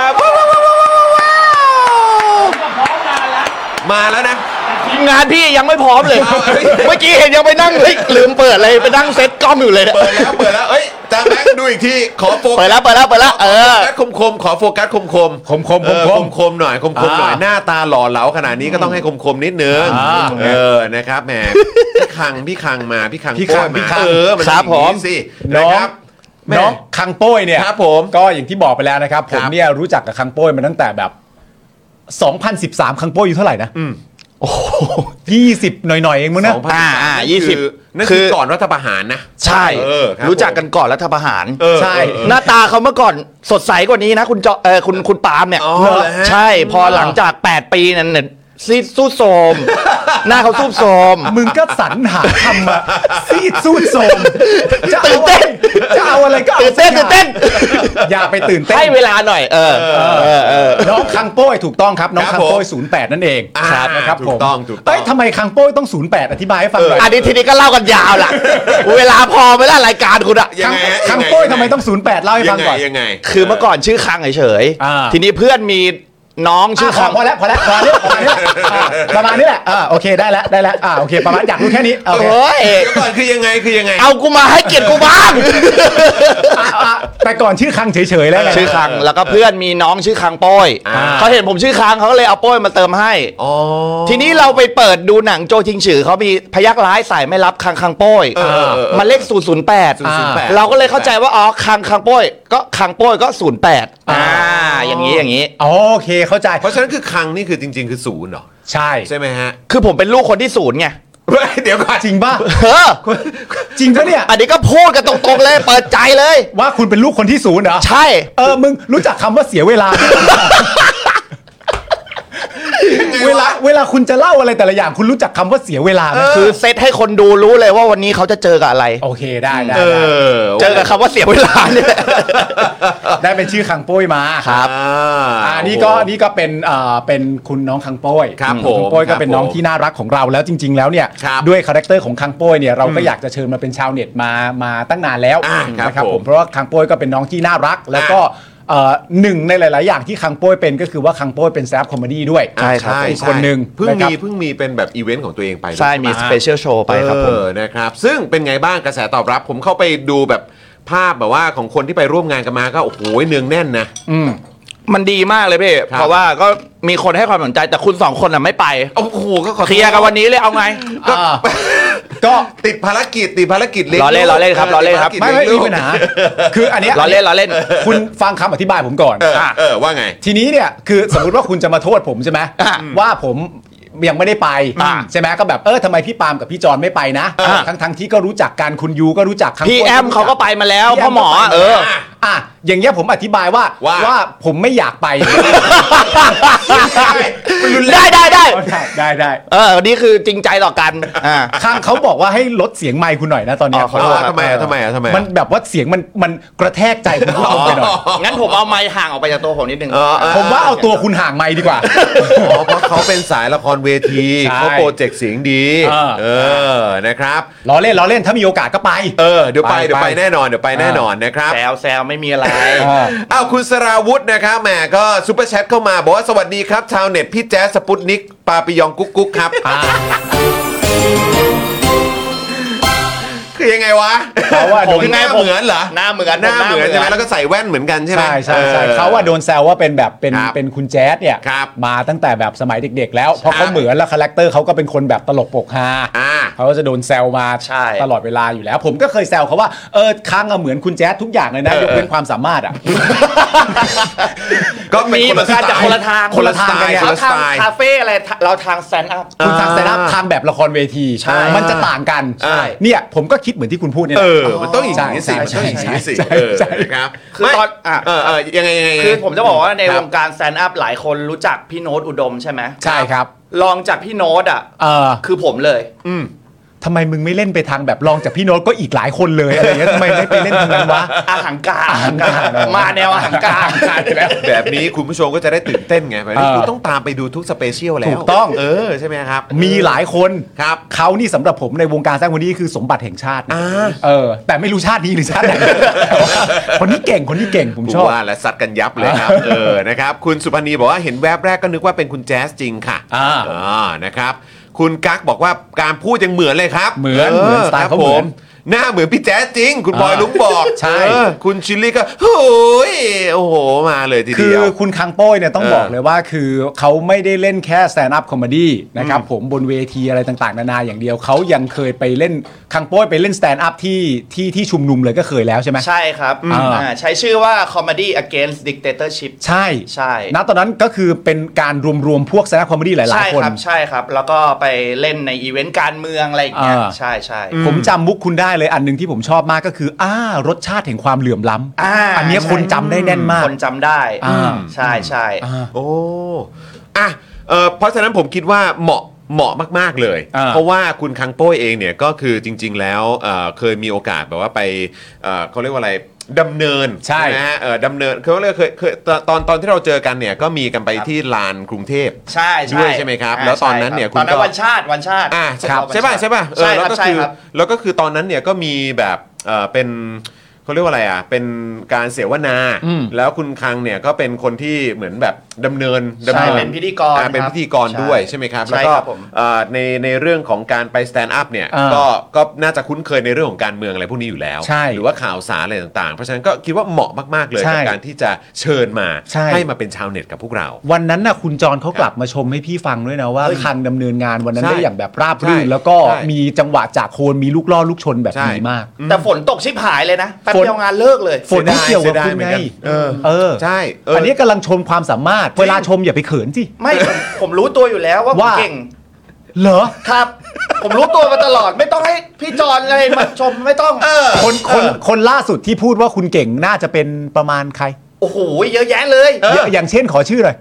มาแล้วนะทีมงานพี่ยังไม่พร้อมเลย เมื่อกี้เห็นยังไปนั่งลืมเปิดเลยไปนั่งเซ็ตกล้องอยู่เลยเนี่ยเปิดแล้วเอ้ยจางแม็กดูอีกทีขอโฟกัสเปิดแล้วขอโฟกัสคมคมหน่อยหน่อยหน้าตาหล่อเหลาขนาดนี้ก็ต้องให้คมนิดนึงนะครับแหมพี่คังมาพี่คังมันครับอย่างผมนี้สิน้องนะครับแม่น้องคังโป้ยเนี่ยครับผมก็อย่างที่บอกไปแล้วนะครับผมเนี่ยรู้จักกับคังโป้ยมาตั้งแต่แบบ 2013 คังโป้ยอยู่เท่าไหร่นะโอ้20หน่อยๆเองมั้งนะนั่นคือก่อนรัฐประหารนะใช่ครับรู้จักกันก่อนรัฐประหารใช่หน้าตาเขาเมื่อก่อนสดใสกว่านี้นะคุณปาล์มเนี่ยอ๋อเหรอฮะใช่พอหลังจาก8 ปีนั้นเนี่ยซีดสู้โสม หน้าเขาสู้โสมมึงก็สรรหาทำมาซีดซูดโสมจะตื่เอานเต้นจะเอาอะไรก็เอาตื่นเต้นสักอย่างอย่าไปตื่นเต้นให้เวลาหน่อยน้องคังโป้ยถูกต้องครับน้องครับคังโป้ย08นั่นเองครับนะครับถูผกมต้องเอ้ยทำไมคังโป้ยต้อง08อธิบายให้ฟังหน่อยอันนี้ทีนี้ก็เล่ากันยาวล่ะ เวลาพอไม่ได้รายการคุณอะยังไงฮะคังโป้ยทำไมต้อง08เล่าให้ฟังก่อนยังไงคือเมื่อก่อนชื่อคังเฉยอ่าๆทีนี้เพื่อนมีน้องชื่อคังพอแล้วประมาณนี้แหละโอเคได้แล้วโอเคประมาณอยากรู้แค่นี้โอเคโอ้ยเดี๋ยวก่อนคือยังไงเอากูมาให้เกียรติกูบ้างแต่ก่อนชื่อคังเฉยๆแล้วไงชื่อคังแล้วก็เพื่อนมีน้องชื่อคังโป้ยอ่าเขาเห็นผมชื่อคังเขาก็เลยเอาโป้ยมาเติมให้อ๋อทีนี้เราไปเปิดดูหนังโจทิงฉือเขามีพยักร้ายสายไม่รับคังโป้ย มันเลข008 008 เราก็เลยเข้าใจว่าอ๋อคังโป้ยก็คังโป้ยก็08 อย่างนี้โอเคเข้าใจเพราะฉะนั้นคือคังนี่คือจริงๆคือศูนย์เหรอใช่ไหมฮะคือผมเป็นลูกคนที่ศูนย์ไงเดี๋ยวก่อนจริงป่ะจริงปะเนี่ยอันนี้ก็พูดกันตรงๆเลยเปิดใจเลยว่าคุณเป็นลูกคนที่ศูนย์เหรอใช่มึงรู้จักคำว่าเสียเวลาเวลาคุณจะเล่าอะไรแต่ละอย่างคุณรู้จักคำว่าเสียเวลาไหมคือเซตให้คนดูรู้เลยว่าวันนี้เขาจะเจอกับอะไรโอเคได้เจอกับคำว่าเสียเวลาเนี่ยได้เป็นชื่อคังโป้ยมาครับนี่ก็เป็นคุณน้องคังโป้ยครับคังโป้ยก็เป็นน้องที่น่ารักของเราแล้วจริงๆแล้วเนี่ยด้วยคาแรคเตอร์ของคังโป้ยเนี่ยเราก็อยากจะเชิญมาเป็นชาวเน็ตมาตั้งนานแล้วนะครับผมเพราะว่าคังโป้ยก็เป็นน้องที่น่ารักแล้วก็หนึ่งในหลายๆอย่างที่คังโป้ยเป็นก็คือว่าคังโป้ยเป็นแซฟคอมเมดี้ด้วยใช่ครับอีกคนนึงเพิ่งมีเป็นแบบอีเวนต์ของตัวเองไปใช่มีสเปเชียลโชว์ไปครับผมนะครับซึ่งเป็นไงบ้างกระแสตอบรับผมเข้าไปดูแบบภาพแบบว่าของคนที่ไปร่วมงานกันมาก็โอ้โหเนืองแน่นนะมันดีมากเลยพี่เพราะว่าก็มีคนให้ความสนใจแต่คุณ2คนไม่ไปโอ้โหก็เคลียร์กันวันนี้เลยเอาไงก็ติดภารกิจเล่นล้อเล่นครับไม่มีปัญหาคืออันนี้ล้อเล่นคุณฟังคำอธิบายผมก่อนว่าไงทีนี้เนี่ยคือสมมติว่าคุณจะมาโทษผมใช่ไหมว่าผมยังไม่ได้ไปใช่ไหมก็แบบทำไมพี่ปาล์มกับพี่จอนไม่ไปนะทั้งที่ก็รู้จักกันคุณยูก็รู้จักพี่แอมเขาก็ไปมาแล้วพ่อหมออย่างเงี้ยผมอธิบายว่าผมไม่อยากไปได้นี่คือจริงใจต่อกันข้างเขาบอกว่าให้ลดเสียงไมค์คุณหน่อยนะตอนนี้ทำไมมันแบบว่าเสียงมันกระแทกใจคุณผู้ชมไปหน่อยงั้นผมเอาไมค์ห่างออกไปจากตัวผมนิดนึงผมว่าเอาตัวคุณห่างไมค์ดีกว่าเพราะเขาเป็นสายละครเวทีเขาโปรเจกต์เสียงดีนะครับล้อเล่นถ้ามีโอกาสก็ไปเดี๋ยวไปแน่นอนนะครับแซวไม่มีอะไรคุณสราวุธนะครับแหมก็ซุปเปอร์แชทเข้ามาบอกว่าสวัสดีครับชาวเน็ตพี่แจ๊สสปุตนิกปาปิยองกุ๊กครับคือยังไงวะผมหน้าเหมือนเหรอหน้าเหมือนใช่ไหมแล้วก็ใส่แว่นเหมือนกันใช่ไหมใช่เขาว่าโดนแซวว่าเป็นแบบเป็นคุณแจ๊สเนี่ยมาตั้งแต่แบบสมัยเด็กๆแล้วเพราะเขาเหมือนแล้วคาแรคเตอร์เขาก็เป็นคนแบบตลกปกฮาเขาก็จะโดนแซวมาตลอดเวลาอยู่แล้วผมก็เคยแซวเขาว่าค้างเหมือนคุณแจ๊สทุกอย่างเลยนะยกเว้นความสามารถก็มีเหมือนกันแต่คนละทางกันเขาทางคาเฟ่อะไรเราทางแซนด์อัพคุณทางแซนด์อัพทางแบบละครเวทีมันจะต่างกันเนี่ยผมก็คิดเหมือนที่คุณพูดเนี่ยมันต้องอย่างนี้สิครับคือตอนยังไงคือผมจะบอกว่าในวงการแซนด์อัพหลายคนรู้จักพี่โน้ตอุดมใช่ไหมใช่ครับลองจากพี่โน้ตคือผมเลยทำไมมึงไม่เล่นไปทางแบบลองจากพี่โน้ตก็อีกหลายคนเลยอะไรเงี้ยทำไมไม่ไปเล่นทางนั้นวะหังกามาแนวหังกาแบบนี้คุณผู้ชมก็จะได้ตื่นเต้นไงแบบนี้คุณต้องตามไปดูทุกสเปเชียลแล้วถูกต้องใช่ไหมครับมีหลายคนครับเขานี่สำหรับผมในวงการสร้างคนนี้คือสมบัติแห่งชาติแต่ไม่รู้ชาตินี้หรือชาติไหนคนนี้เก่งผมชอบว่าและซัดกันยับเลยครับนะครับคุณสุพรรณีบอกว่าเห็นแวบแรกก็นึกว่าเป็นคุณแจ๊สจริงค่ะนะครับคุณกั๊กบอกว่าการพูดยังเหมือนเลยครับเหมือนสไตล์เขาเหมือนหน้าเหมือนพี่แจ๊สจริงคุณบอยลุงบอกใช่คุณชิลลี่ก็โอ้โหมาเลยทีเดียวคือคุณคังโป้ยเนี่ยต้องบอกเลยว่าคือเขาไม่ได้เล่นแค่สแตนด์อัพคอมเมดี้นะครับผมบนเวทีอะไรต่างๆนานาอย่างเดียวเขายังเคยไปเล่นคังโป้ยไปเล่นสแตนด์อัพที่ชุมนุมเลยก็เคยแล้วใช่ไหมใช่ครับใช้ชื่อว่า Comedy Against Dictatorship ใช่ณตอนนั้นก็คือเป็นการรวมพวกสแตนด์อัพคอมเมดี้หลายๆคนใช่ครับแล้วก็ไปเล่นในอีเวนต์การเมืองอะไรอย่างเงี้ยใช่ผมจำมุกคุณได้เลยอันนึงที่ผมชอบมากก็คือรสชาติแห่งความเหลื่อมล้ำอันนี้คนจำได้แน่นมากคนจำได้ใช่โอ้เพราะฉะนั้นผมคิดว่าเหมาะมากๆเลยเพราะว่าคุณคังโป้ยเองเนี่ยก็คือจริงๆแล้วเคยมีโอกาสแบบว่าไปเขาเรียกว่าอะไรดำเนินใช่นะฮะดำเนินเขาเรียกเคยตอนที่เราเจอกันเนี่ยก็มีกันไปที่ลานกรุงเทพด้วยใช่ไหมครับแล้วตอนนั้นเนี่ยคุณก็วันชาติใช่ป่ะแล้วก็คือตอนนั้นเนี่ยก็มีแบบเป็นเขาเรียกว่าอะไรเป็นการเสวนาแล้วคุณคังเนี่ยก็เป็นคนที่เหมือนแบบดำเนินเป็นพิธีกรด้วยใช่ไหมครับแล้วก็ในเรื่องของการไปสแตนด์อัพเนี่ยก็น่าจะคุ้นเคยในเรื่องของการเมืองอะไรพวกนี้อยู่แล้วหรือว่าข่าวสารอะไรต่างๆเพราะฉะนั้นก็คิดว่าเหมาะมากๆเลยกับการที่จะเชิญมาให้มาเป็นชาวเน็ตกับพวกเราวันนั้นน่ะคุณจรเขากลับมาชมให้พี่ฟังด้วยนะว่าคังดำเนินงานวันนั้นได้อย่างแบบราบรื่นแล้วก็มีจังหวะจากโคนมีลูกล่อลูกชนแบบดีมากแต่ฝนตกชิบหายเลยนะแป๊เดียวงานเลิกเลยฝนไม่เกี่ยวกับคุณไงใช่อันนี้กำลังชมความสามารถเวลาชมอย่าไปเขินสิไม่ผมรู้ตัวอยู่แล้วว่าผมเก่งเหรอครับผมรู้ตัวมาตลอดไม่ต้องให้พี่จอนอะไรมาชมไม่ต้องคนล่าสุดที่พูดว่าคุณเก่งน่าจะเป็นประมาณใครโอ้โหเยอะแยะเลยอย่างเช่นขอชื่อหน่อย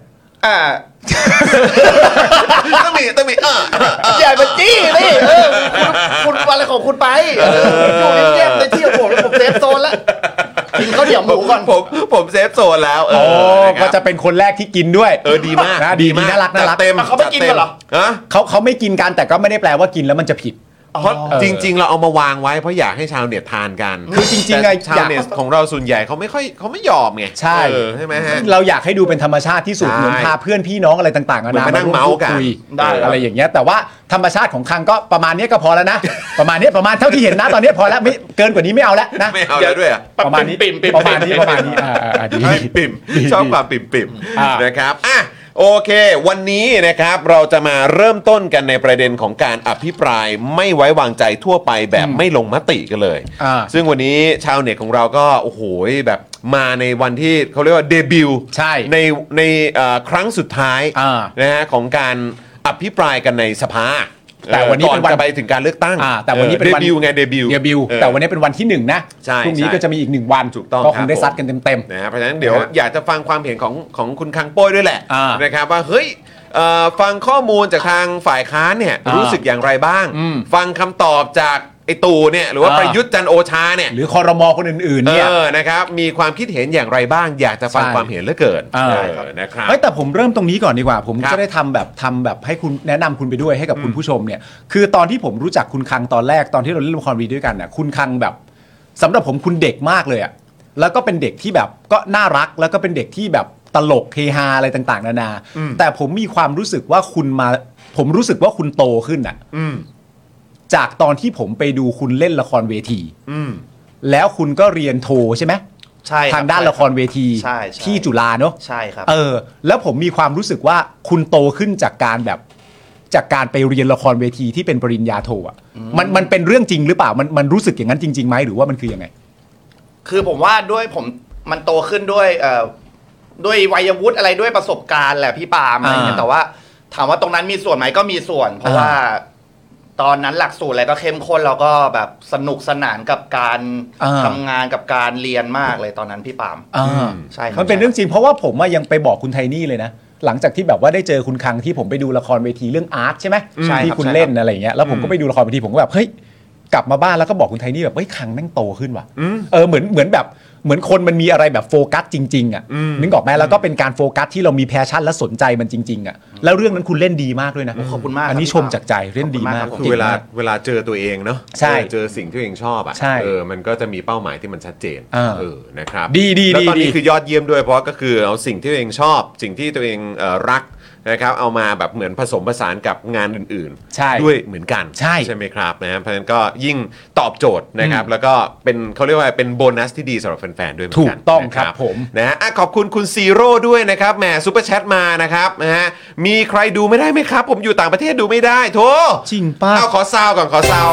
ต้องมีอย่ามาจี้นี่คุณอะไรของคุณไปอยู่เงียบๆในที่ของผมแล้วผมเซฟโซนแล้วกินข้าวเหนียวหมูก่อนผมเซฟโซนแล้วก็จะเป็นคนแรกที่กินด้วยดีมากนะดีน่ารักเต็มเขาไม่กินกันเหรอเขาไม่กินกันแต่ก็ไม่ได้แปลว่ากินแล้วมันจะผิดเพราะจริงๆเราเอามาวางไว้เพราะอยากให้ชาวเน็ตทานกันคือจริงๆไงชาวเน็ตของเราส่วนใหญ่เขาไม่ยอมไงใช่ใช่ไหมฮะเราอยากให้ดูเป็นธรรมชาติที่สุดเหมือนพาเพื่อนพี่น้องอะไรต่างๆกันมานั่งเมาส์กันอะไรอย่างเงี้ยแต่ว่าธรรมชาติของคังก็ประมาณนี้ก็พอแล้วนะประมาณเท่าที่เห็นนะตอนนี้พอแล้วไม่เกินกว่านี้ไม่เอาแล้วนะไม่เอาแล้วด้วยประมาณนี้ประมาณนี้ปิ่มชอบความปิ่มนะครับโอเควันนี้นะครับเราจะมาเริ่มต้นกันในประเด็นของการอภิปรายไม่ไว้วางใจทั่วไปแบบไม่ลงมติกันเลยซึ่งวันนี้ชาวเน็ตของเราก็โอ้โหแบบมาในวันที่เขาเรียกว่าเดบิวต์ในครั้งสุดท้ายนะฮะของการอภิปรายกันในสภาแต่วันนี้เป็นวันไปถึงการเลือกตั้งแต่วันนี้เป็นวันเดบิวต์ไงเดบิวต์แต่วันนี้เป็นวันที่1นะพรุ่งนี้ก็จะมีอีก1วันก็คงได้ซัดกันเต็มๆนะเพราะฉะนั้นเดี๋ยวอยากจะฟังความเห็นของคุณคังโป้ยด้วยแหละนะครับว่าเฮ้ยฟังข้อมูลจากทางฝ่ายค้านเนี่ยรู้สึกอย่างไรบ้างฟังคำตอบจากไอตู่เนี่ยหรือว่าประยุทธ์จันทร์โอชาเนี่ยหรือครม.คนอื่นๆเนี่ยนะครับมีความคิดเห็นอย่างไรบ้างอยากจะฟังความเห็นเหลือเกินนะครับแต่ผมเริ่มตรงนี้ก่อนดีกว่าผมจะได้ทำแบบให้คุณแนะนำคุณไปด้วยให้กับคุณผู้ชมเนี่ยคือตอนที่ผมรู้จักคุณคังตอนแรกตอนที่เราเล่นละครวีด้วยกันน่ะคุณคังแบบสำหรับผมคุณเด็กมากเลยอ่ะแล้วก็เป็นเด็กที่แบบก็น่ารักแล้วก็เป็นเด็กที่แบบตลกเฮฮาอะไรต่างๆนานาแต่ผมมีความรู้สึกว่าผมรู้สึกว่าคุณโตขึ้นอ่ะจากตอนที่ผมไปดูคุณเล่นละครเวทีแล้วคุณก็เรียนโทใช่ไหมใช่ทางด้านละครเวทีที่จุฬาเนอะใช่ครับแล้วผมมีความรู้สึกว่าคุณโตขึ้นจากการไปเรียนละครเวทีที่เป็นปริญญาโทอ่ะมันเป็นเรื่องจริงหรือเปล่ามันรู้สึกอย่างนั้นจริงๆไหมหรือว่ามันคือยังไงคือผมว่าด้วยมันโตขึ้นด้วยวัยวุฒิอะไรด้วยประสบการณ์แหละพี่ปาล์มอะไรเงี้ยแต่ว่าถามว่าตรงนั้นมีส่วนไหมก็มีส่วนเพราะว่าตอนนั้นหลักสูตรอะไรก็เข้มข้นเราก็แบบสนุกสนานกับการทำงานกับการเรียนมากเลยตอนนั้นพี่ปาล์มใช่มันเป็นเรื่องจริงเพราะว่าผมยังไปบอกคุณไทนี่เลยนะหลังจากที่แบบว่าได้เจอคุณคังที่ผมไปดูละครเวทีเรื่องอาร์ตใช่ไหมที่คุณเล่นอะไรเงี้ยแล้วผมก็ไปดูละครเวทีผมก็แบบเฮ้ยกลับมาบ้านแล้วก็บอกคุณไทนี่แบบเฮ้ยคังแม่งโตขึ้นว่ะเหมือนแบบเหมือนคนมันมีอะไรแบบโฟกัสจริงๆอ่ะนึกออกไหมแล้วก็เป็นการโฟกัสที่เรามีแพชชั่นและสนใจมันจริงๆอ่ะแล้วเรื่องนั้นคุณเล่นดีมากด้วยนะขอบคุณมากอันนี้ชมจากใจเล่นดีมากคือเวลาเจอตัวเองเนาะเจอสิ่งที่ตัวเองชอบอ่ะมันก็จะมีเป้าหมายที่มันชัดเจนนะครับดีแล้วตอนนี้คือยอดเยี่ยมด้วยเพราะก็คือเอาสิ่งที่ตัวเองชอบสิ่งที่ตัวเองรักนะครับเอามาแบบเหมือนผสมผสานกับงานอื่นๆด้วยเหมือนกันใช่ไหมครับนะเพราะฉะนั้นก็ยิ่งตอบโจทย์นะครับแล้วก็เป็นเขาเรียกว่าเป็นโบนัสที่ดีสำหรับแฟนๆด้วยเหมือนกันถูกต้องครับผมนะขอบคุณคุณซีโร่ด้วยนะครับแหมซุปเปอร์แชทมานะครับนะฮะมีใครดูไม่ได้ไหมครับผมอยู่ต่างประเทศดูไม่ได้โธ่จริงป่ะเอาขอซาวก่อน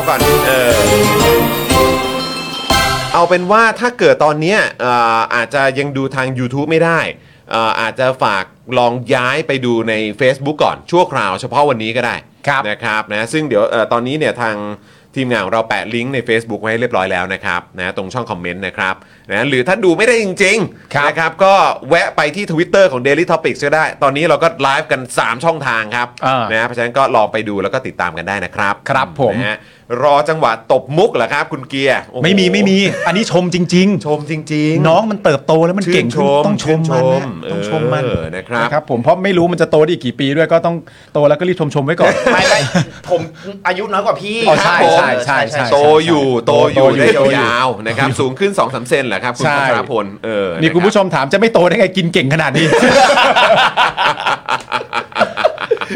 เอาเป็นว่าถ้าเกิดตอนนี้อาจจะยังดูทาง YouTube ไม่ได้อาจจะฝากลองย้ายไปดูใน Facebook ก่อนชั่วคราวเฉพาะวันนี้ก็ได้นะครับนะซึ่งเดี๋ยวตอนนี้เนี่ยทางทีมงานของเราแปะลิงก์ใน Facebook ไว้ให้เรียบร้อยแล้วนะครับนะตรงช่องคอมเมนต์นะครับนะหรือถ้าดูไม่ได้จริงๆนะครับก็แวะไปที่ Twitter ของ Daily Topics ก็ได้ตอนนี้เราก็ไลฟ์กัน3ช่องทางครับนะเพราะฉะนั้นก็ลองไปดูแล้วก็ติดตามกันได้นะครับครับผมนะรอจังหวะตบมุกเหรอครับคุณเกียร์ไม่มีอันนี้ชมจริงๆน้องมันเติบโตแล้วมันเก่งขึ้นต้องชมมันนะครับผมเพราะไม่รู้มันจะโตได้อีกกี่ปีด้วยก็ต้องโตแล้วก็รีบชมไว้ก่อนไม่ผมอายุน้อยกว่าพี่ใช่โตอยู่ได้ยาวๆนะครับสูงขึ้น 2-3 เซนแหละครับคุณพัชรพลนี่คุณผู้ชมถามจะไม่โตได้ไงกินเก่งขนาดนี้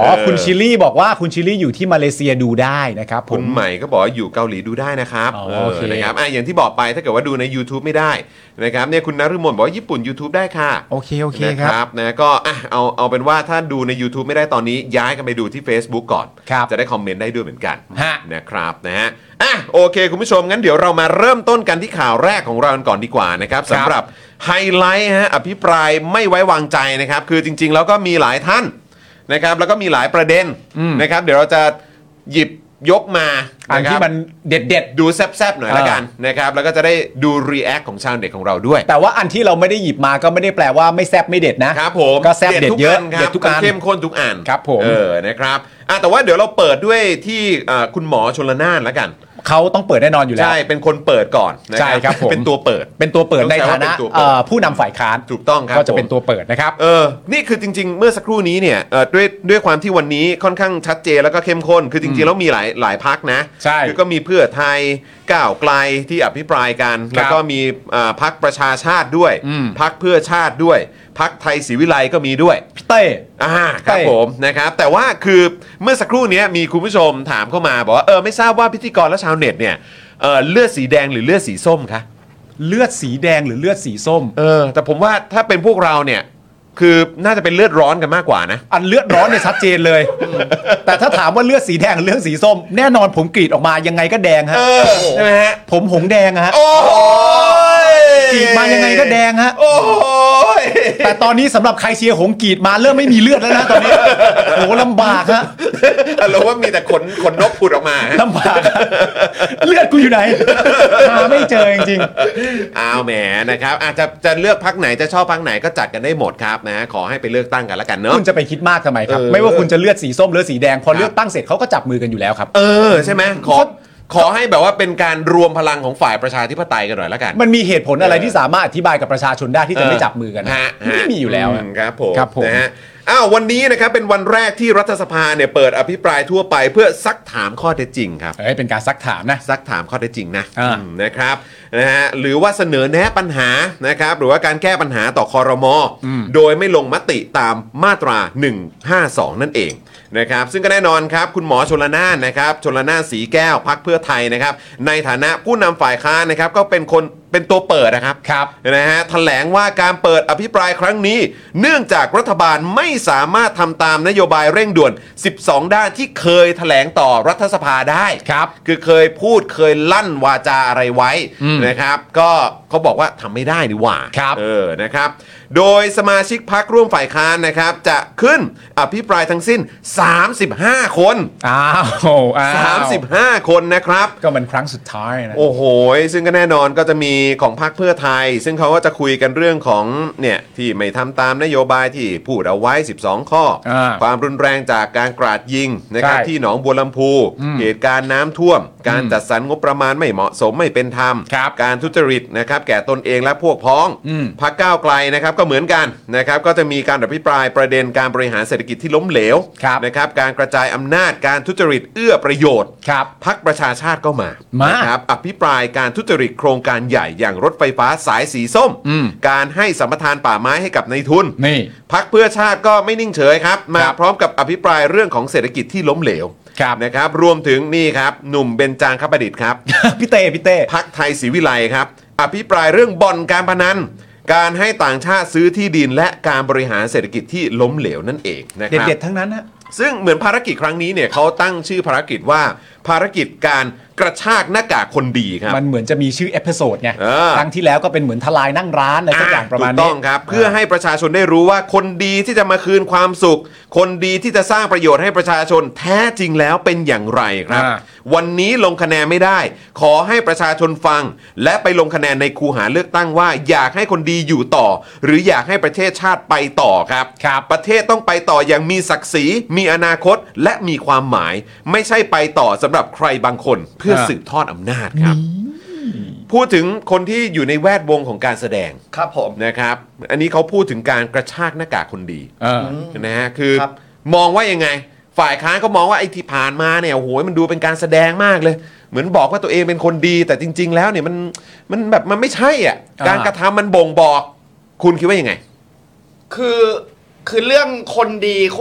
คุณชิลลี่บอกว่าคุณชิลลี่อยู่ที่มาเลเซียดูได้นะครับผคุณมใหม่ก็บอกว่าอยู่เกาหลีดูได้นะครับอ๋อโอเคนะครับอย่างที่บอกไปถ้าเกิดว่าดูใน YouTube ไม่ได้นะครับเนี่ยคุณนฤมลบอกว่าญี่ปุ่น YouTube ได้ค่ะโอเคนะครับนะก็เอาเป็นว่าถ้าดูใน YouTube ไม่ได้ตอนนี้ย้ายกันไปดูที่ Facebook ก่อนครับจะได้คอมเมนต์ได้ด้วยเหมือนกันฮะนะครับนะฮะโอเคคุณผู้ชมงั้นเดี๋ยวเรามาเริ่มต้นกันที่ข่าวแรกของเรากันก่อนดีกว่านะครับสำหรับไฮไลท์อภิปรายไม่ไว้วางใจนะครับคือจริงๆแล้วก็มีหลายท่านนะครับแล้วก็มีหลายประเด็นนะครับเดี๋ยวเราจะหยิบยกมาอันที่มันเด็ดดูแซบๆหน่อยละกันนะครับแล้วก็จะได้ดูรีแอคของชาวเน็ตของเราด้วยๆแต่ว่าอันที่เราไม่ได้หยิบมาก็ไม่ได้แปลว่าไม่แซบไม่เด็ดนะครับผมก็แซบเด็ดเยอะคเด็รัดทุกอันเข้มข้นทุกอันครับผมนะครับแต่ว่าเดี๋ยวเราเปิดด้วยที่คุณหมอชลน่านละกันเขาต้องเปิดแน่นอนอยู่แล้วใช่เป็นคนเปิดก่อนนะใช่ครับผมเป็นตัวเปิดเป็นตัวเปิดในฐานะต้องใช้ว่าเป็นตัวเปิดผู้นำฝ่ายค้านถูกต้องครับก็จะเป็นผมตัวเปิดนะครับนี่คือจริงๆ เมื่อสักครู่นี้เนี่ยด้วยความที่วันนี้ค่อนข้างชัดเจนแล้วก็เข้มข้นคือจริงๆแล้วมีหลายพักนะใช่คือก็มีเพื่อไทยก้าวไกลที่อภิปรายกันแล้วก็มีพักประชาชาติด้วยพักเพื่อชาติด้วยพักไทยศรีวิไลก็มีด้วยพี่เต้ครับผมนะครับแต่ว่าคือเมื่อสักครู่นี้มีคุณผู้ชมถามเข้ามาบอกว่าไม่ทราบว่าพิธีกรและชาวเน็ตเนี่ยเลือดสีแดงหรือเลือดสีส้มคะเลือดสีแดงหรือเลือดสีส้มแต่ผมว่าถ้าเป็นพวกเราเนี่ยคือน่าจะเป็นเลือดร้อนกันมากกว่านะอันเลือดร้อนเนี่ยชัดเจนเลย แต่ถ้าถามว่าเลือดสีแดงหรือเลือดสีส้ม แน่นอนผมกรีดออกมายังไงก็แดงฮะใช่ไหมฮะผมหงแดงอะฮะโอ้ยกรีดมายังไงก็แดงฮะโอ้ยแต่ตอนนี้สำหรับใครเชียร์หงกรีดมาเริ่มไม่มีเลือดแล้วนะตอนนี้โอ้ลำบากฮะเราว่ามีแต่ขนนกผุดออกมาลำบากฮะเลือดกูอยู่ไหนหาไม่เจอจริงอ้าวแหมนะครับอาจจะเลือกพักไหนจะชอบพักไหนก็จัดกันได้หมดครับนะขอให้ไปเลือกตั้งกันแล้วกันเนอะคุณจะไปคิดมากทำไมครับ ไม่ว่าคุณจะเลือดสีส้มหรือสีแดงพอเลือกตั้งเสร็จเขาก็จับมือกันอยู่แล้วครับใช่ไหมขอให้แบบว่าเป็นการรวมพลังของฝ่ายประชาธิปไตยกันหน่อยแล้วกันมันมีเหตุผลอะไรที่สามารถอธิบายกับประชาชนได้ที่จะไม่จับมือกันนะฮะไม่มีอยู่แล้วอะครับผมครับผมนะฮะวันนี้นะครับเป็นวันแรกที่รัฐสภาเนี่ยเปิดอภิปรายทั่วไปเพื่อซักถามข้อเท็จจริงครับเป็นการซักถามนะซักถามข้อเท็จจริงนะนะครับนะฮะหรือว่าเสนอแนะปัญหานะครับหรือว่าการแก้ปัญหาต่อคอรมอโดยไม่ลงมติตามมาตรา 152 นั่นเองนะครับซึ่งก็แน่นอนครับคุณหมอชลน่านนะครับชลน่านสีแก้วพรรคเพื่อไทยนะครับในฐานะผู้นำฝ่ายค้านนะครับก็เป็นตัวเปิดนะครับครับนะฮะแถลงว่าการเปิดอภิปรายครั้งนี้ เนื่องจากรัฐบาลไม่สามารถทำตามนโยบายเร่งด่วน 12 ด้านที่เคยแถลงต่อรัฐสภาได้ครับคือเคยพูดเคยลั่นวาจาอะไรไว้นะครับก็เขาบอกว่าทำไม่ได้นี่หว่าครับนะครับโดยสมาชิกพรรคร่วมฝ่ายค้านนะครับจะขึ้นอภิปรายทั้งสิ้น 35 คน 35 คนนะครับก็มันครั้งสุดท้ายนะโอ้โหซึ่งก็แน่นอนก็จะมีของพรรคเพื่อไทย ซึ่งเขาก็จะคุยกันเรื่องของเนี่ยที่ไม่ทำตามนโยบายที่พูดเอาไว้ 12 ข้อ ความรุนแรงจากการกราดยิงนะครับใช่ที่หนองบัวลำพูเหตุการณ์น้ำท่วม การจัดสรรงบประมาณไม่เหมาะสมไม่เป็นธรรมครับการทุจริตนะครับแก่ตนเองและพวกพ้องพรรคก้าวไกลนะครับก็เหมือนกันนะครับก็จะมีการอภิปรายประเด็นการบริหารเศรษฐกิจที่ล้มเหลวครับนะครับการกระจายอำนาจการทุจริตเอื้อประโยชน์ครับพรรคประชาชาติก็มามานะครับอภิปรายการทุจริตโครงการใหญ่อย่างรถไฟฟ้าสายสีส้ม การให้สัมปทานป่าไม้ให้กับนายทุนนี่พรรคเพื่อชาติก็ไม่นิ่งเฉยครับมาพร้อมกับอภิปรายเรื่องของเศรษฐกิจที่ล้มเหลวครับนะครับรวมถึงนี่ครับหนุ่มเบญจางคประดิษฐ์ครับพี่เต้พรรคไทยศรีวิไลครับอภิปรายเรื่องบ่อนการพนันการให้ต่างชาติซื้อที่ดินและการบริหารเศรษฐกิจที่ล้มเหลวนั่นเองนะครับเด็ดๆทั้งนั้นนะซึ่งเหมือนภารกิจครั้งนี้เนี่ยเขาตั้งชื่อภารกิจว่าภารกิจการกระชากหน้ากากคนดีครับมันเหมือนจะมีชื่อเอพิโซดไงเออครั้งที่แล้วก็เป็นเหมือนทลายนั่งร้านอะไรสักอย่างประมาณถูกนี้ต้องครับเพื่อให้ประชาชนได้รู้ว่าคนดีที่จะมาคืนความสุข คนดีที่จะสร้างประโยชน์ให้ประชาชนแท้จริงแล้วเป็นอย่างไรครับ วันนี้ลงคะแนนไม่ได้ ขอให้ประชาชนฟัง และไปลงคะแนนในคูหาเลือกตั้งว่าอยากให้คนดีอยู่ต่อ หรืออยากให้ประเทศชาติไปต่อครับ ประเทศต้องไปต่ออย่างมีศักดิ์ศรีมีอนาคตและมีความหมาย ไม่ใช่ไปต่อสำหรับใครบางคนเพื่อสืบทอดอำนาจครับ พูดถึงคนที่อยู่ในแวดวงของการแสดงครับผมนะครับ อันนี้เขาพูดถึงการกระชากหน้ากากคนดี นะฮะคือครับมองว่ายังไง ฝ่ายค้านก็มองว่าไอ้ที่ผ่านมาเนี่ยโอ้โหมันดูเป็นการแสดงมากเลย เหมือนบอกว่าตัวเองเป็นคนดี แต่จริง ๆ แล้วเนี่ยมันแบบมันไม่ใช่อ่ะการกระทำมันบ่งบอก คุณคิดว่ายังไงคือเรื่องคนดี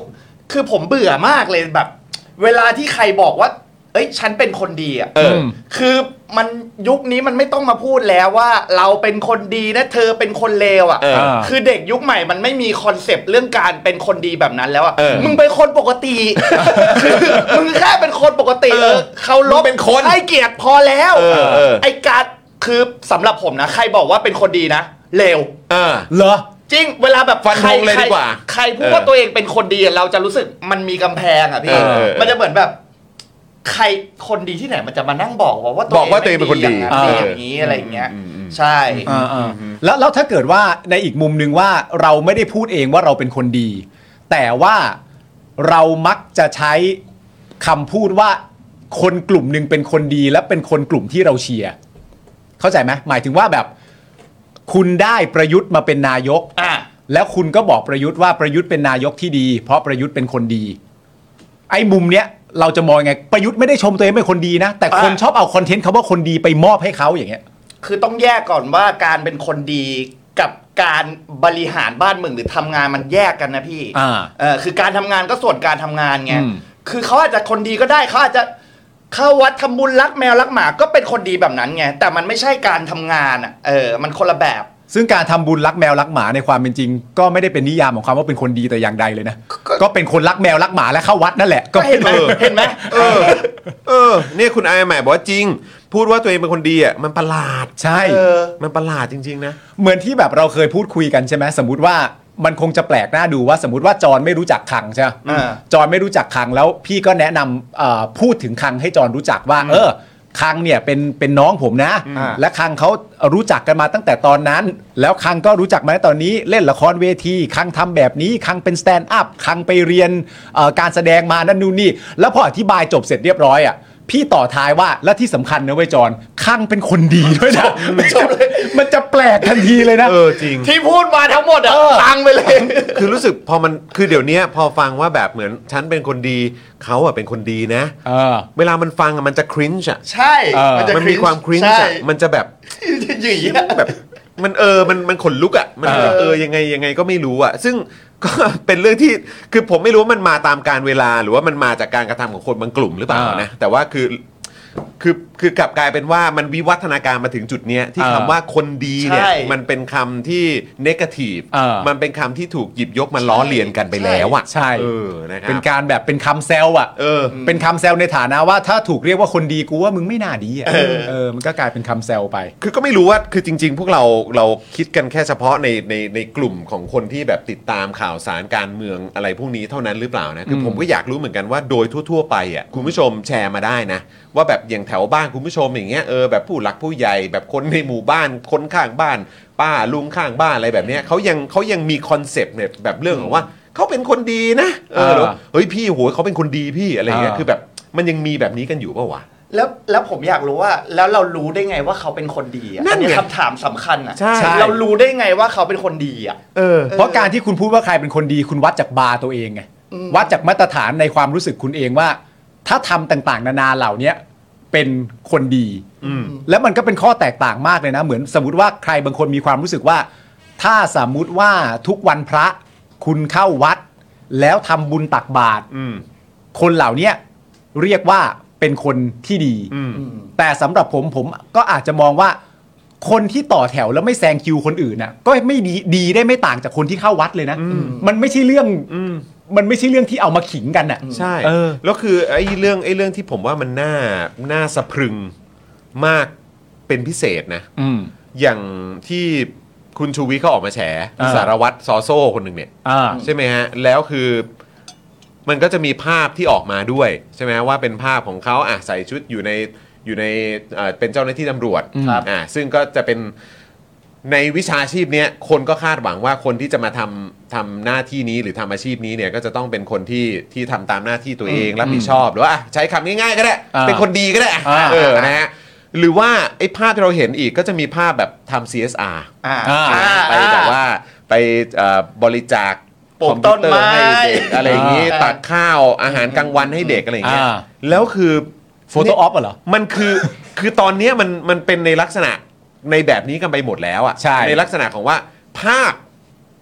คือผมเบื่อมากเลยแบบ เวลาที่ใครบอกว่าเอ้ยฉันเป็นคนดีอ่ะคือมันยุคนี้มันไม่ต้องมาพูดแล้วว่าเราเป็นคนดีนะเธอเป็นคนเลวอ่ะคือเด็กยุคใหม่มันไม่มีคอนเซปต์เรื่องการเป็นคนดีแบบนั้นแล้วอ่ะมึงเป็นคนปกติคือมึงแค่เป็นคนปกติเขาลบเป็นคนให้เกียรติพอแล้วไอ้การคือสำหรับผมนะใครบอกว่าเป็นคนดีนะเลวเหรอจริงเวลาแบบฟันธงเลยดีกว่าใครพูดว่าตัวเองเป็นคนดีเราจะรู้สึกมันมีกำแพงอ่ะพี่มันจะเหมือนแบบใครคนดีที่ไหนมันจะมานั่งบอกว่าตัวเองเป็นคนดีอย่างนี้อะไรอย่างเงี้ยใช่แล้วถ้าเกิดว่าในอีกมุมนึงว่าเราไม่ได้พูดเองว่าเราเป็นคนดีแต่ว่าเรามักจะใช้คำพูดว่าคนกลุ่มนึงเป็นคนดีและเป็นคนกลุ่มที่เราเชียร์เข้าใจไหมหมายถึงว่าแบบคุณได้ประยุทธ์มาเป็นนายกแล้วคุณก็บอกประยุทธ์ว่าประยุทธ์เป็นนายกที่ดีเพราะประยุทธ์เป็นคนดีไอ้มุมเนี้ยเราจะมองไงประยุทธ์ไม่ได้ชมตัวเองเป็นคนดีนะแต่คนชอบเอาคอนเทนต์เขาว่าคนดีไปมอบให้เขาอย่างเงี้ยคือต้องแยกก่อนว่าการเป็นคนดีกับการบริหารบ้านเมืองหรือทำงานมันแยกกันนะพี่คือการทำงานก็ส่วนการทำงานไงคือเขาอาจจะคนดีก็ได้เขาอาจจะเข้าวัดทำบุญรักแมวรักหมาก็เป็นคนดีแบบนั้นไงแต่มันไม่ใช่การทำงานมันคนละแบบซึ่งการทำบุญรักแมวรักหมาในความเป็นจริงก็ไม่ได้เป็นนิยามของคำว่าเป็นคนดีแต่อย่างใดเลยนะก็เป็นคนรักแมวรักหมาและเข้าวัดนั่นแหละก็เห็นไหมเนี่ยคุณไอ้ใหม่บอกว่าจริงพูดว่าตัวเองเป็นคนดีอ่ะมันประหลาดใช่มันประหลาดจริงๆนะเหมือนที่แบบเราเคยพูดคุยกันใช่ไหมสมมุติว่ามันคงจะแปลกหน้าดูว่าสมมติว่าจอนไม่รู้จักคังใช่ไหมจอนไม่รู้จักคังแล้วพี่ก็แนะนำพูดถึงคังให้จอนรู้จักว่าคังเนี่ยเป็นน้องผมนะและคังเขารู้จักกันมาตั้งแต่ตอนนั้นแล้วคังก็รู้จักมาตอนนี้เล่นละครเวทีคังทำแบบนี้คังเป็นสแตนด์อัพคังไปเรียนการแสดงมานั่นนู่นนี่แล้วพออธิบายจบเสร็จเรียบร้อยอ่ะพี่ต่อท้ายว่าและที่สำคัญนะเว้ยจอนคังเป็นคนดีด้วยนะมันจะแปลกทันทีเลยนะจริงที่พูดมาทั้งหมดอ่ะตังไปเลยคือรู้สึกพอมันคือเดี๋ยวนี้พอฟังว่าแบบเหมือนฉันเป็นคนดีเขาอ่ะเป็นคนดีนะเวลามันฟังมันจะคริ้นช์อ่ะใช่มันมีความคริ้นช์มันจะแบบอย่างเงี้ยแบบมันมันขนลุกอ่ะมันยังไงก็ไม่รู้อ่ะซึ่งก็เป็นเรื่องที่คือผมไม่รู้ว่ามันมาตามการเวลาหรือว่ามันมาจากการกระทำของคนบางกลุ่มหรือเปล่านะแต่ว่าคือกลับกลายเป็นว่ามันวิวัฒนาการมาถึงจุดเนี้ยที่คำว่าคนดีเนี่ยมันเป็นคำที่เนกาทีฟมันเป็นคำที่ถูกหยิบยกมาล้อเลียนกันไปแล้วอ่ะใช่นะครับเป็นการแบบเป็นคำแซวอ่ะเป็นคำแซวในฐานะว่าถ้าถูกเรียกว่าคนดีกูว่ามึงไม่น่าดีอ่ะมันก็กลายเป็นคำแซวไปคือก็ไม่รู้ว่าคือจริงๆพวกเราคิดกันแค่เฉพาะในกลุ่มของคนที่แบบติดตามข่าวสารการเมืองอะไรพวกนี้เท่านั้นหรือเปล่านะคือผมก็อยากรู้เหมือนกันว่าโดยทั่วๆไปอ่ะคุณผู้ชมแชร์มาได้นะว่าแบบอย่างแถวบ้านคุณผู้ชมอย่างเงี้ยแบบผู้หลักผู้ใหญ่แบบคนในหมู่บ้านคนข้างบ้านป้าลุงข้างบ้านอะไรแบบเนี้ยเขายังมีคอนเซปต์เนี่ยแบบเรื่องของว่าเขาเป็นคนดีนะหรือเฮ้ยพี่โหเขาเป็นคนดีพี่อะไรเงี้ยคือแบบมันยังมีแบบนี้กันอยู่ป่าวะแล้วผมอยากรู้ว่าแล้วเรารู้ได้ไงว่าเขาเป็นคนดีอ่ะอันนี้คำถามสำคัญอ่ะเรารู้ได้ไงว่าเขาเป็นคนดีอ่ะเพราะการที่คุณพูดว่าใครเป็นคนดีคุณวัดจากบาร์ตัวเองไงวัดจากมาตรฐานในความรู้สึกคุณเองว่าถ้าทำต่างๆนานาเหล่านี้เป็นคนดีแล้วมันก็เป็นข้อแตกต่างมากเลยนะเหมือนสมมติว่าใครบางคนมีความรู้สึกว่าถ้าสมมุติว่าทุกวันพระคุณเข้าวัดแล้วทำบุญตักบาตรคนเหล่านี้เรียกว่าเป็นคนที่ดีแต่สำหรับผมก็อาจจะมองว่าคนที่ต่อแถวแล้วไม่แซงคิวคนอื่นน่ะก็ไม่ดีได้ไม่ต่างจากคนที่เข้าวัดเลยนะมันไม่ใช่เรื่องที่เอามาขิงกันอ่ะใช่แล้วคือไอ้เรื่องที่ผมว่ามันน่าสะพรึงมากเป็นพิเศษนะอย่างที่คุณชูวิทย์เขาออกมาแฉสารวัตรซอโซ่คนหนึ่งเนี่ยใช่ไหมฮะแล้วคือมันก็จะมีภาพที่ออกมาด้วยใช่ไหมว่าเป็นภาพของเขาใส่ชุดอยู่ในเป็นเจ้าหน้าที่ตำรวจซึ่งก็จะเป็นในวิชาชีพนี้คนก็คาดหวังว่าคนที่จะมาทำหน้าที่นี้หรือทำอาชีพนี้เนี่ยก็จะต้องเป็นคนที่ทำตามหน้าที่ตัวเองรับผิดชอบหรือว่าใช้คำง่ายๆก็ได้เป็นคนดีก็ได้นะฮะหรือว่าไอ้ภาพที่เราเห็นอีกก็จะมีภาพแบบทำ CSR ไปแบบว่าไปบริจาคปลูกต้นไม้ให้เด็กอะไรอย่างนี้ตักข้าวอาหารกลางวันให้เด็กอะไรอย่างเงี้ยแล้วคือโฟโต้ออฟเหรอมันคือตอนนี้มันเป็นในลักษณะในแบบนี้กันไปหมดแล้วอ่ะในลักษณะของว่าภาพ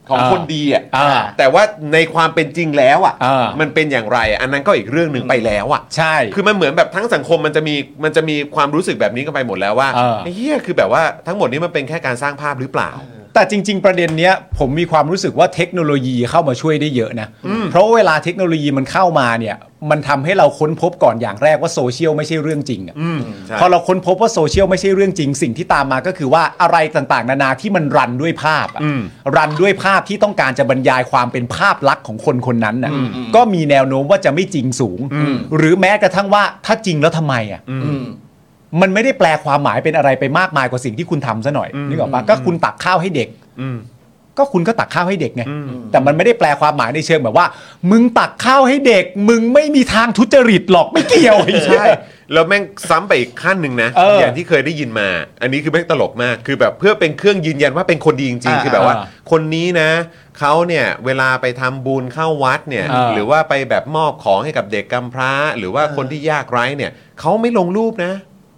ของคนดีอ่ะอ่าแต่ว่าในความเป็นจริงแล้วอ่ะอ่ามันเป็นอย่างไรอันนั้นก็อีกเรื่องหนึ่งไปแล้วอ่ะใช่คือมันเหมือนแบบทั้งสังคมมันจะมีความรู้สึกแบบนี้กันไปหมดแล้วว่าเออไอ้เหี้ยคือแบบว่าทั้งหมดนี้มันเป็นแค่การสร้างภาพหรือเปล่าแต่จริง ๆ ประเด็นเนี้ยผมมีความรู้สึกว่าเทคโนโลยีเข้ามาช่วยได้เยอะนะ เพราะว่าเวลาเทคโนโลยีมันเข้ามาเนี่ยมันทำให้เราค้นพบก่อนอย่างแรกว่าโซเชียลไม่ใช่เรื่องจริงอะใช่พอเราค้นพบว่าโซเชียลไม่ใช่เรื่องจริงสิ่งที่ตามมาก็คือว่าอะไรต่างๆนานาที่มันรันด้วยภาพอะรันด้วยภาพที่ต้องการจะบรรยายความเป็นภาพลักษณ์ของคนคนนั้นน่ะก็มีแนวโน้มว่าจะไม่จริงสูง หรือแม้กระทั่งว่าถ้าจริงแล้วทำไมอ่ะมันไม่ได้แปลความหมายเป็นอะไรไปมากมายกว่าสิ่งที่คุณทำซะหน่อยนึกออกปะก็คุณตักข้าวให้เด็กก็คุณก็ตักข้าวให้เด็กไงแต่มันไม่ได้แปลความหมายในเชิงแบบว่า มึงตักข้าวให้เด็ก มึงไม่มีทางทุจริตหรอกไม่เกี่ยวใช่แล้วแม่งซ้ำไปอีกขั้นหนึ่งนะ อย่างที่เคยได้ยินมา อันนี้คือแม่งตลกมากคือแบบเพื่อเป็นเครื่องยืนยันว่าเป็นคนดีจริงๆคือแบบว่าคนนี้นะเขาเนี่ยเวลาไปทำบุญเข้าวัดเนี่ยหรือว่าไปแบบมอบของให้กับเด็กกำพร้า หรือว่าคนที่ยากไร้เนี่ยเขาไม่ลงรูปนะ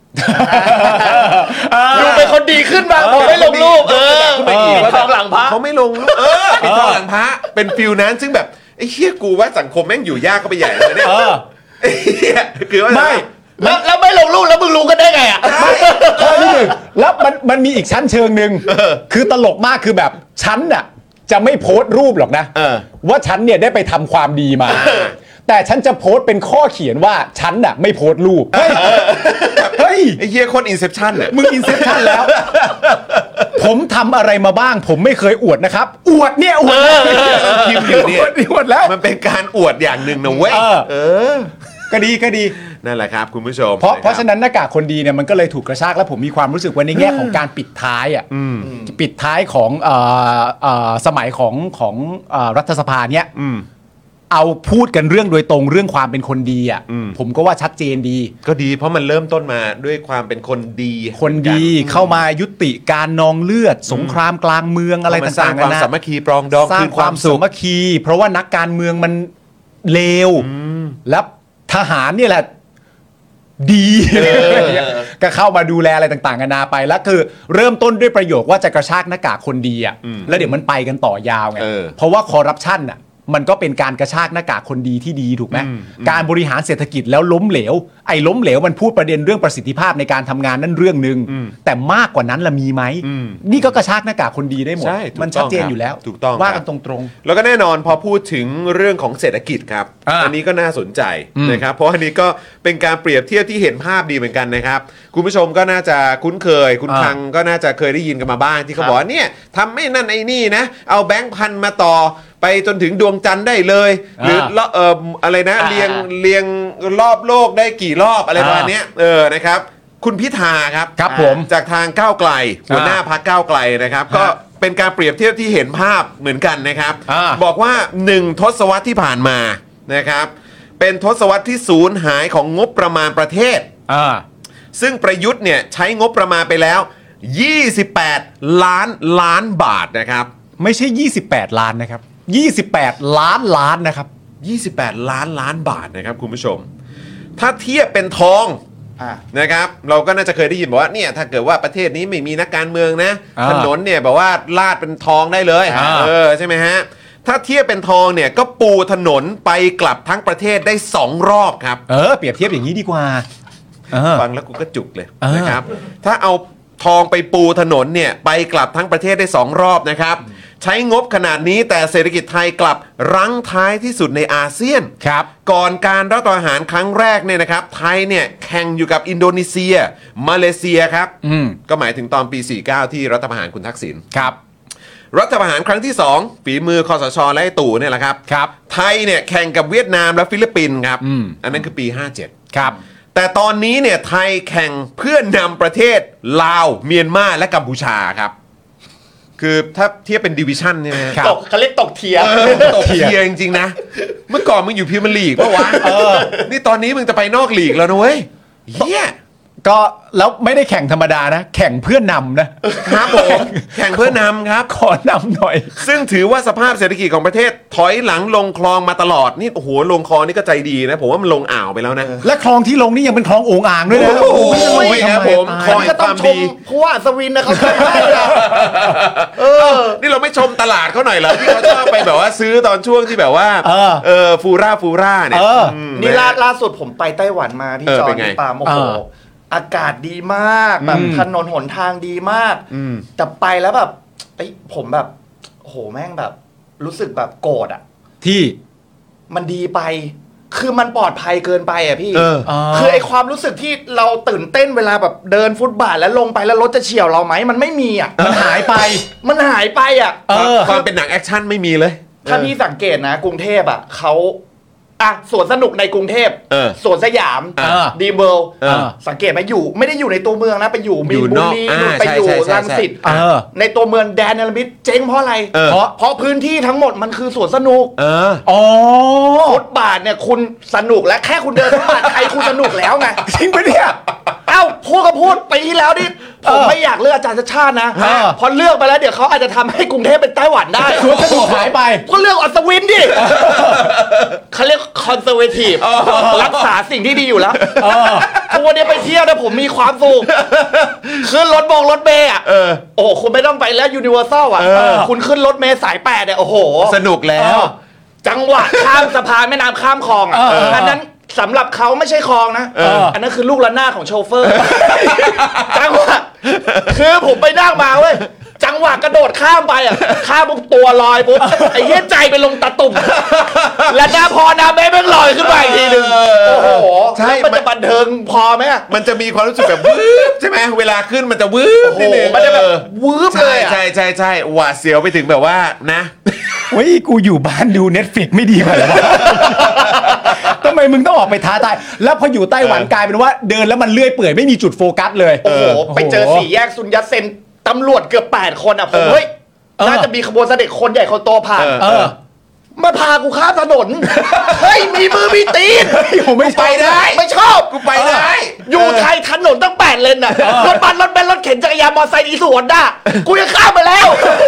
ดูเป็นคนดีขึ้นบ้างผมไม่ลงรูปปิดทองหลังพระเขาไม่ลงรูปปิดทองหลังพระเป็นฟิลนั้นซึ่งแบบไอ้เหี้ยกูว่าสังคมแม่งอยู่ยากก็ไปใหญ่เลยเนี่ยไอ้เหี้ยคือว่าไม่แล้วไม่ลงรูปแล้วมึงรู้กันได้ไงอ่ะข้อที่หนึ่งแล้วมันมีอีกชั้นเชิงหนึ่งคือตลกมากคือแบบฉันน่ะจะไม่โพสต์รูปหรอกนะว่าฉันเนี่ยได้ไปทำความดีมาแต่ฉันจะโพสต์เป็นข้อเขียนว่าฉันน่ะไม่โพสต์รูปเฮ้ยไอ้เหี้ยโคนอินเซปชั่นอ่ะมึงอินเซปชั่นแล้ว ผมทำอะไรมาบ้าง ผมไม่เคยอวดนะครับ อวดเนี่ยอวดพิมพ์อยู่เนี่ยอวดแล้วมันเป็นการอวดอย่างหนึ่งนะเว้ยก็ดีก็ดีนั่นแหละครับคุณผู้ชมเพราะฉะนั้นหน้ากากคนดีเนี่ยมันก็เลยถูกกระชากแล้วผมมีความรู้สึกว่าในแง่ของการปิดท้ายอ่ะปิดท้ายของสมัยของรัฐสภาเนี่ยเอาพูดกันเรื่องโดยตรงเรื่องความเป็นคนดีอ่ะผมก็ว่าชัดเจนดีก็ดีเพราะมันเริ่มต้นมาด้วยความเป็นคนดีคนดีเข้ามายุติการนองเลือดสงครามกลางเมืองอะไรต่างๆความสามัคคีปรองดองสร้างความสามัคคีเพราะว่านักการเมืองมันเลวแล้วทหารเนี่ยแหละดีก็เข้ามาดูแลอะไรต่างๆกันานาไปแล้วคือเริ่มต้นด้วยประโยคว่าจะกระชากหน้ากากคนดีอ่ะแล้วเดี๋ยวมันไปกันต่อยาวไงเพราะว่าคอร์รัปชันอ่ะมันก็เป็นการกระชากหน้ากากคนดีที่ดีถูกไหมการบริหารเศรษฐกิจแล้วล้มเหลวไอ้ล้มเหลวมันพูดประเด็นเรื่องประสิทธิภาพในการทำงานนั่นเรื่องนึงแต่มากกว่านั้นละมีไหมนี่ก็กระชากหน้ากากคนดีได้หมดมันชัดเจนอยู่แล้วถูกต้องว่ากันตรงๆแล้วก็แน่นอนพอพูดถึงเรื่องของเศรษฐกิจครับอันนี้ก็น่าสนใจนะครับเพราะอันนี้ก็เป็นการเปรียบเทียบที่เห็นภาพดีเหมือนกันนะครับคุณผู้ชมก็น่าจะคุ้นเคยคุณคังก็น่าจะเคยได้ยินกันมาบ้างที่เขาบอกว่าเนี่ยทำไม่นั่นไอ้นี่นะเอาแบงค์พันมาต่อไปจนถึงดวงจันทร์ได้เลยหรืออะไรนะเรียงรอบโลกได้กี่รอบอะไรประมาณนี้นะครับคุณพิธาครับผมจากทางก้าวไกลหัวหน้าพรรคก้าวไกลนะครับก็เป็นการเปรียบเทียบที่เห็นภาพเหมือนกันนะครับบอกว่า1ทศวรรษที่ผ่านมานะครับเป็นทศวรรษที่สูญหายของงบประมาณประเทศซึ่งประยุทธ์เนี่ยใช้งบประมาณไปแล้ว28 ล้านบาทนะครับไม่ใช่28ล้านนะครับ28ล้านนะครับ 28ล้านบาทนะครับคุณผู้ชมถ้าเทียบเป็นทองนะครับเราก็น่าจะเคยได้ยินบอกว่าเนี่ยถ้าเกิดว่าประเทศนี้ไม่มีนักการเมืองนะถนนเนี่ยแบบว่าลาดเป็นทองได้เลยใช่ไหมฮะถ้าเทียบเป็นทองเนี่ยก็ปูถนนไปกลับทั้งประเทศได้2รอบครับเปรียบเทียบอย่างนี้ดีกว่าฟังแล้วกูก็จุกเลยนะครับถ้าเอาทองไปปูถนนเนี่ยไปกลับทั้งประเทศได้2รอบนะครับใช้งบขนาดนี้แต่เศรษฐกิจไทยกลับรั้งท้ายที่สุดในอาเซียนครับก่อนการรัฐประหารครั้งแรกเนี่ยนะครับไทยเนี่ยแข่งอยู่กับอินโดนีเซียมาเลเซียครับก็หมายถึงตอนปี49ที่รัฐประหารคุณทักษิณครับรัฐประหารครั้งที่2ฝีมือคสชและไอ้ตู่เนี่ยแหละครับไทยเนี่ยแข่งกับเวียดนามและฟิลิปปินส์ครับอันนั้นคือปี57 ครับแต่ตอนนี้เนี่ยไทยแข่งเพื่อนำประเทศลาวเมียนมาและกัมพูชาครับคือถ้าเทียบเป็นดิวิชั่นใช่ไหมตกเขาเรียกตกเทียร์ตกเทียร์จริงๆนะเมื่อก่อนมึงอยู่พรีเมียร์ลีกป่ะวะนี่ตอนนี้มึงจะไปนอกลีกแล้วนะเว้ยเฮียก็แล้วไม่ได้แข่งธรรมดานะแข่งเพื่อนำนะครับผมแข่งเพื่อนำครับขอนำหน่อยซึ่งถือว่าสภาพเศรษฐกิจของประเทศถอยหลังลงคลองมาตลอดนี่โอ้โหลงคลองนี่ก็ใจดีนะผมว่ามันลงอ่าวไปแล้วนะและคลองที่ลงนี่ยังเป็นคลองโอ่งอ่างด้วยนะโอ้โหครับผมคอยก็คต้องวามชดีมผู้ว่าอัศวินนะครับนี่เราไม่ชมตลาดเขาหน่อยเหรอที่เขาชอบไปแบบว่าซื้อตอนช่วงที่แบบว่าฟูร่าเนี่ยนี่ล่าสุดผมไปไต้หวันมาพี่จอห์นพี่ปาล์มโอ้โหอากาศดีมากแบบถนนหนทางดีมากแต่ไปแล้วแบบผมแบบโหแม่งแบบรู้สึกแบบโกรธอ่ะที่มันดีไปคือมันปลอดภัยเกินไปอ่ะพี่คือไอความรู้สึกที่เราตื่นเต้นเวลาแบบเดินฟุตบาทแล้วลงไปแล้วรถจะเฉี่ยวเราไหมมันไม่มีอ่ะมันหายไปอ่ะความเป็นหนังแอคชั่นไม่มีเลยถ้าพี่สังเกตนะกรุงเทพอ่ะเขาสวนสนุกในกรุงเทพสวนสยามดีเวิลด์สังเกตไหมอยู่ไม่ได้อยู่ในตัวเมืองนะไปอยู่มีนบุรีไปอยู่รังสิตในตัวเมืองแดนเนลมิดเจ๊งเพราะอะไรเพราะพื้นที่ทั้งหมดมันคือสวนสนุกฟุตบาทเนี่ยคุณสนุกและแค่คุณเดินฟุตบาทใครคุณสนุกแล้วไงจริงปะเนี่ยพูดก็พูดปีที่แล้วนี่ผมไม่อยากเลือกอาจารย์ชาตินะพอเลือกไปแล้วเดี๋ยวเขาอาจจะทำให้กรุงเทพเป็นไต้หวันได้สวนสนุกหายไปก็เลือกอัศวินดิเขาเรียกคอนเซอร์เวทีฟรักษาสิ่งที่ดีอยู่แล้วทุกวันนี้ไปเที่ยวนะผมมีความสุขขึ้นรถเมล์อ่ะโอ้คุณไม่ต้องไปแล้วยูนิเวอร์แซลอ่ะคุณขึ้นรถเมล์สาย8เนี่ยโอ้โหสนุกแล้วจังหวะข้ามสะพานแม่น้ำข้ามคลองอ่ะอันนั้นสำหรับเขาไม่ใช่คลองนะอันนั้นคือลูกระนาดของโชเฟอร์จังหวะคือผมไปนั่งมาเว้ยจังหวะกระโดดข้ามไปอ่ะข้ามปุ๊บตัวลอยปุ๊บไอ้เหี้ยใจไปลงตะตุ่มและหน้าพอน้ำแม่งลอยขึ้นมาอีกทีนึงโอ้โหใช่มันจะบันเทิงพอไหมมันจะมีความรู้สึกแบบวืบใช่ไหมเวลาขึ้นมันจะวืบนิดนึงมันจะแบบวืบเลยใช่หวาดเสียวไปถึงแบบว่านะเฮ้ยกูอยู่บ้านดู Netflix ไม่ดีกว่าเหรอวะทำไมมึงต้องออกไปท้าทายแล้วพออยู่ไต้หวันกลายเป็นว่าเดินแล้วมันเลื่อยเปื่อยไม่มีจุดโฟกัสเลยโอ้โหไปเจอ4 แยกซุนยัตเซนตำรวจเกือบ8 คนอ่ะผมเฮ้ยน่าจะมีขบวนเสด็จคนใหญ่คนโตผ่านมาพากูข้ามถนนเฮ้ยมีมือมีตีนผมไม่ไปได้ไม่ชอบกูไปได้อยู่ไทยถนนตั้ง8 เลนอ่ะรถบัสรถเบนซ์รถเข็นจักรยานมอเตอร์ไซค์อีสวนด้ากูยังข้ามไปแล้ว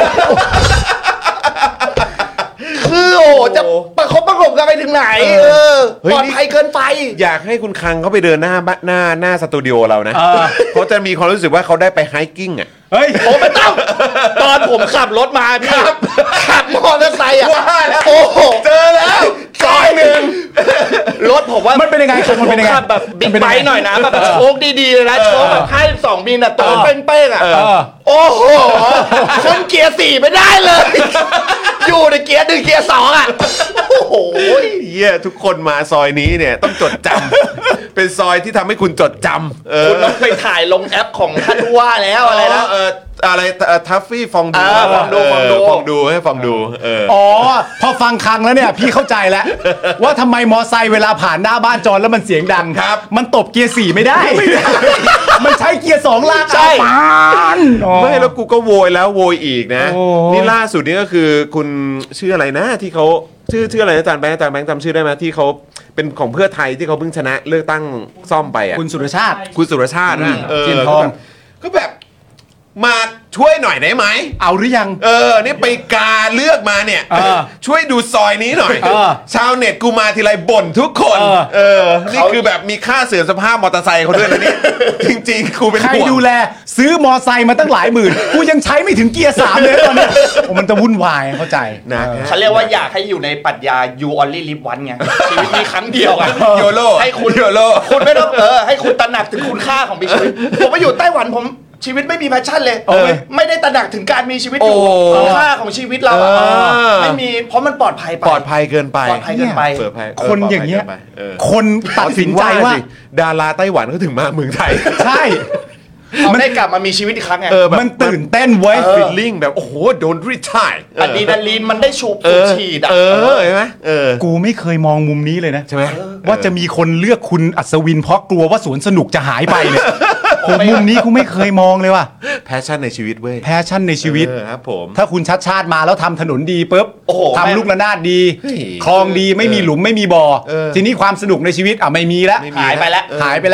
คือโอ้จะประคบประหงมกันไปถึงไหนปลอดภัยเกินไปอยากให้คุณคังเขาไปเดินหน้าสตูดิโอเรานะเขาจะมีความรู้สึกว่าเขาได้ไปไฮกิ้งอ่ะเฮ้ยผมไม่ต้องตอนผมขับรถมาพี่ขับมอเตอร์ไซค์อ่ะโอ้โหเจอแล้วซอยหนึ่งรถผมว่ามันเป็นยังไงมันเป็นยังไงแบบบิ๊กไบค์หน่อยนะแบบโชคดีๆเลยนะโชคแบบ52 มิลอ่ะตัวเป้งๆอ่ะโอ้โหขึ้นเกียร์4ไม่ได้เลยอยู่ในเกียร์1เกียร์2อ่ะโอ้โหเหี้ยทุกคนมาซอยนี้เนี่ยต้องจดจำเป็นซอยที่ทำให้คุณจดจำคุณต้องไปถ่ายลงแอปของท่านว่าแล้วอะไรนะอะไรทัฟฟี่ฟองดูให้ฟองดูอ๋อพอฟังคังแล้วเนี่ยพี่เข้าใจแล้วว่าทำไมมอไซค์เวลาผ่านหน้าบ้านจอนแล้วมันเสียงดังครับมันตบเกียร์4ไม่ได้มันใช้เกียร์2ลากใช่ไม่แล้วกูก็โวยแล้วโวยอีกนะนี่ล่าสุดนี่ก็คือคุณชื่ออะไรนะที่เขาชื่ออะไรอาจารย์แบงค์จำชื่อได้ไหมที่เขาเป็นของเพื่อไทยที่เขาเพิ่งชนะเลือกตั้งซ่อมไปอ่ะคุณสุรชาตินะเทียนทองก็แบบมาช่วยหน่อยได้ไหมเอาหรือยังนี่ไปกาเลือกมาเนี่ยช่วยดูซอยนี้หน่อยชาวเน็ตกูมาทีไรบ่นทุกคนนี่คือแบบมีค่าเสื่อมสภาพมอเตอร์ไซค์เขาด้วยนะนี่จริงๆกูเป็นใครดูแลซื้อมอไซค์มาตั้งหลายหมื่นกูยังใช้ไม่ถึงเกียร์3เลยตอนนี้มันจะวุ่นวายเข้าใจนะเขาเรียกว่าอยากให้อยู่ในปรัชญา you only live once ไงชีวิตมีครั้งเดียวอะโยโลให้คุณโยโลคุณไม่ต้องให้คุณตระหนักถึงคุณค่าของชีวิตผมไปอยู่ไต้หวันผมชีวิตไม่มีแพชชั่นเลยไม่ได้ตระหนักถึงการมีชีวิตอยู่คุณค่าของชีวิตเราไม่มีเพราะมันปลอดภัยเกินไปคนอย่างเงี้ยคนตัดสินใจว่าดาราไต้หวันเขาถึงมาเมืองไทยใช่มันได้กลับมามีชีวิตอีกครั้งไงมันตื่นเต้นเว้ยฟีลลิ่งแบบโอ้โหโดนรีทายอะดรีนาลีนมันได้ชูบฉีดใช่ไหมกูไม่เคยมองมุมนี้เลยนะใช่ไหมว่าจะมีคนเลือกคุณอัศวินเพราะกลัวว่าสวนสนุกจะหายไปเนี่ยผมมุมนี้กูไม่เคยมองเลยว่ะแพชชั่นในชีวิตเว้ยแพชชั่นในชีวิตครับผมถ้าคุณชัดชาติมาแล้วทำถนนดีปุ๊บทำลูกระนาดดีคลองดีไม่มีหลุมไม่มีบ่อทีนี้ความสนุกในชีวิตไม่มีแล้วหายไปแล้ว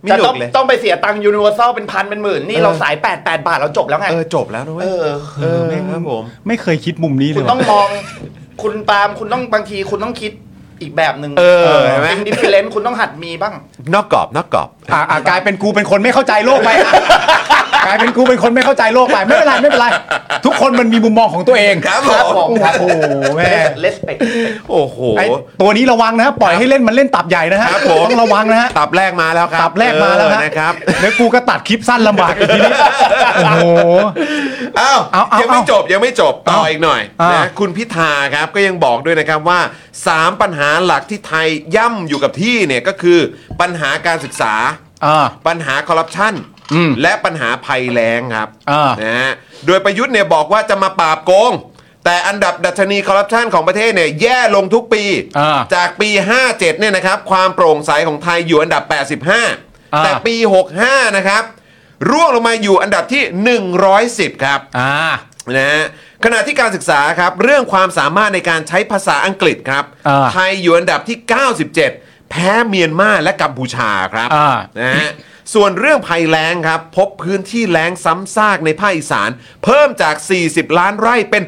จะต้องไปเสียตังค์ยูนิเวอร์แซลเป็นพันเป็นหมื่นนี่เราสาย8 บาทเราจบแล้วไงจบแล้วนะเว้ยครับผมไม่เคยคิดมุมนี้เลยคุณต้องมองคุณปาล์มคุณต้องบางทีคุณต้องคิดอีกแบบหนึ่งเป็นดิฟเฟอเรนซ์คุณต้องหัดมีบ้างนอกกรอบกลายเป็นกูเป็นคนไม่เข้าใจโลกไปกลายเป็นกูเป็นคนไม่เข้าใจโลกไปไม่เป็นไรทุกคนมันมีมุมมองของตัวเองครับผมโอ้แม่เลสเปคโอ้โหตัวนี้ระวังนะปล่อยให้เล่นมันเล่นตับใหญ่นะฮะต้องระวังนะฮะตับแรกมาแล้วครับตับแรกมาแล้วนะครับแล้วกูก็ตัดคลิปสั้นลำบากอีกทีนี้โอ้โหยังไม่จบต่ออีกหน่อยนะคุณพิธาครับก็ยังบอกด้วยนะครับว่า3ปัญหาหลักที่ไทยย่ำอยู่กับที่เนี่ยก็คือปัญหาการศึกษาปัญหาคอร์รัปชันและปัญหาภัยแล้งครับนะฮะโดยประยุทธ์เนี่ยบอกว่าจะมาปราบโกงแต่อันดับดัชนีคอร์รัปชันของประเทศเนี่ยแย่ลงทุกปีจากปี57เนี่ยนะครับความโปร่งใสของไทยอยู่อันดับ85แต่ปี65นะครับร่วงลงมาอยู่อันดับที่110ครับนะฮะขณะที่การศึกษาครับเรื่องความสามารถในการใช้ภาษาอังกฤษครับไทยอยู่อันดับที่97แพ้เมียนมาและกัมพูชาครับนะฮะส่วนเรื่องภัยแล้งครับพบพื้นที่แล้งซ้ำซากในภาคอีสานเพิ่มจาก40ล้านไร่เป็น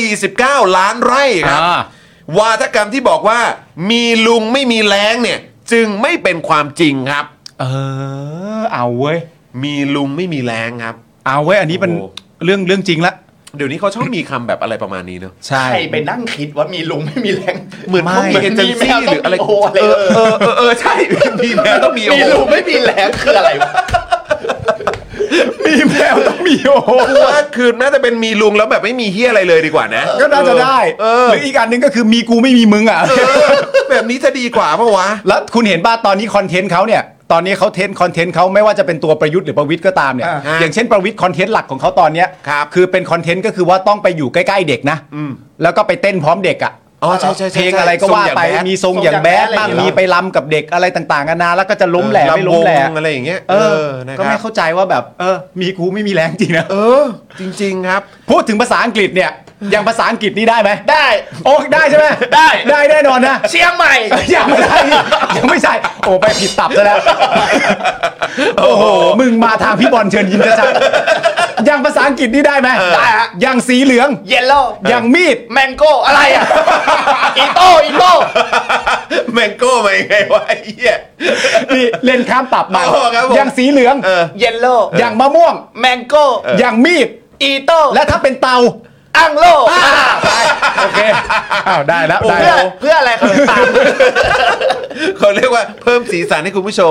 49ล้านไร่ครับวาทกรรมที่บอกว่ามีลุงไม่มีแล้งเนี่ยจึงไม่เป็นความจริงครับเอาเว้ยมีลุงไม่มีแล้งครับเอาเว้ยอันนี้เป็นเรื่องจริงละเดี๋ยวนี้เขาชอบมีคำแบบอะไรประมาณนี้เนอะใช่ไปนั่งคิดว่ามีลุงไม่มีแรงเหมือนเขามีเอเจนซี่หรืออะไรใช่มีแมวต้องมีลุงไม่มีแรงคืออะไรวะมีแมวต้องมีโอ้ว่าคือน่าจะเป็นมีลุงแล้วแบบไม่มีเฮียอะไรเลยดีกว่านะก็น่าจะได้หรืออีกอันนึงก็คือมีกูไม่มีมึงอ่ะแบบนี้จะดีกว่าปะวะแล้วคุณเห็นป่ะตอนนี้คอนเทนต์เขาเนี่ยตอนนี้เขาคอนเทนต์เขาไม่ว่าจะเป็นตัวประยุทธ์หรือประวิตรก็ตามเนี่ยอย่างเช่นประวิตรคอนเทนต์หลักของเขาตอนเนี้ยคือเป็นคอนเทนต์ก็คือว่าต้องไปอยู่ใกล้ๆเด็กนะแล้วก็ไปเต้นพร้อมเด็กอ่ะใช่เพลงอะไรก็ว่าไปมีทรงอย่างแบดบ้างมีไปรำกับเด็กอะไรต่างๆกันานาแล้วก็จะล้มแหลกไม่ล้มแหลกอะไรอย่างเงี้ยก็ไม่เข้าใจว่าแบบมีกูไม่มีแรงจริงนะจริงๆครับพูดถึงภาษาอังกฤษเนี่ยอย่างภาษาอังกฤษนี่ได้ไหมได้โอ้ได้ใช่ไหมได้แน่นอนนะเชียงใหม่ยังไม่ได้ยังไม่ใช่โอ้ไปผิดตับซะแล้วโอ้โหมึงมาทางพี่บอลเชิญยิ้มชัดๆอย่างภาษาอังกฤษนี่ได้ไหมได้ฮะอย่างสีเหลืองเยลโล่อย่างมีดแมงโก้อะไรอ่ะอีโต้แมงโก้มายังไงวะไอ้เหี้ยนี่เล่นข้ามตับมาอย่างสีเหลืองเยลโล่อย่างมะม่วงแมงโก้อย่างมีดอีโต้และถ้าเป็นเตาอังโลโอเคได้แล้วได้เพื่ออะไรครับเขาเรียกว่าเพิ่มสีสันให้คุณผู้ชม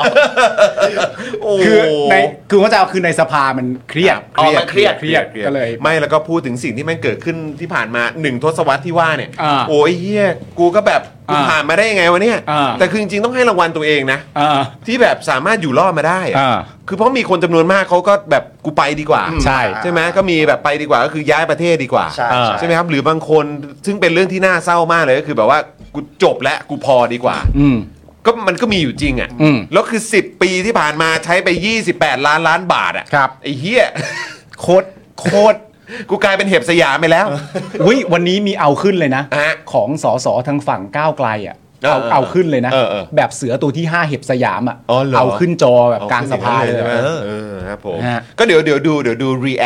คือว่าจะเอาคือในสภามันเครียดก็เลยไม่แล้วก็พูดถึงสิ่งที่มันเกิดขึ้นที่ผ่านมา1ทศวรรษที่ว่าเนี่ยโอ้ยเฮียกูก็แบบกูผ่านมาได้ยังไงวะเนี่ยแต่คือจริงๆต้องให้รางวัลตัวเองนะที่แบบสามารถอยู่รอดมาได้คือเพราะมีคนจำนวนมากเขาก็แบบกูไปดีกว่าใช่ไหมก็มีแบบไปดีกว่าก็คือย้ายประเทศดีกว่าใช่ไหมครับหรือบางคนซึ่งเป็นเรื่องที่น่าเศร้ามากเลยก็คือแบบว่ากูจบแล้วกูพอดีกว่าก็มันก็มีอยู่จริงอ่ะแล้วคือ10 ปีที่ผ่านมาใช้ไป28ล้านบาทอ่ะไอ้เหี้ยโคตรกูกลายเป็นเห็บสยามไปแล้ววันนี้มีเอาขึ้นเลยนะของสสทางฝั่งก้าวไกลอ่ะเอาขึ้นเลยนะแบบเสือตัวที่5เห็บสยามอ่ะเอาขึ้นจอแบบกลางสภาเลยครับผมก็เดี๋ยวดู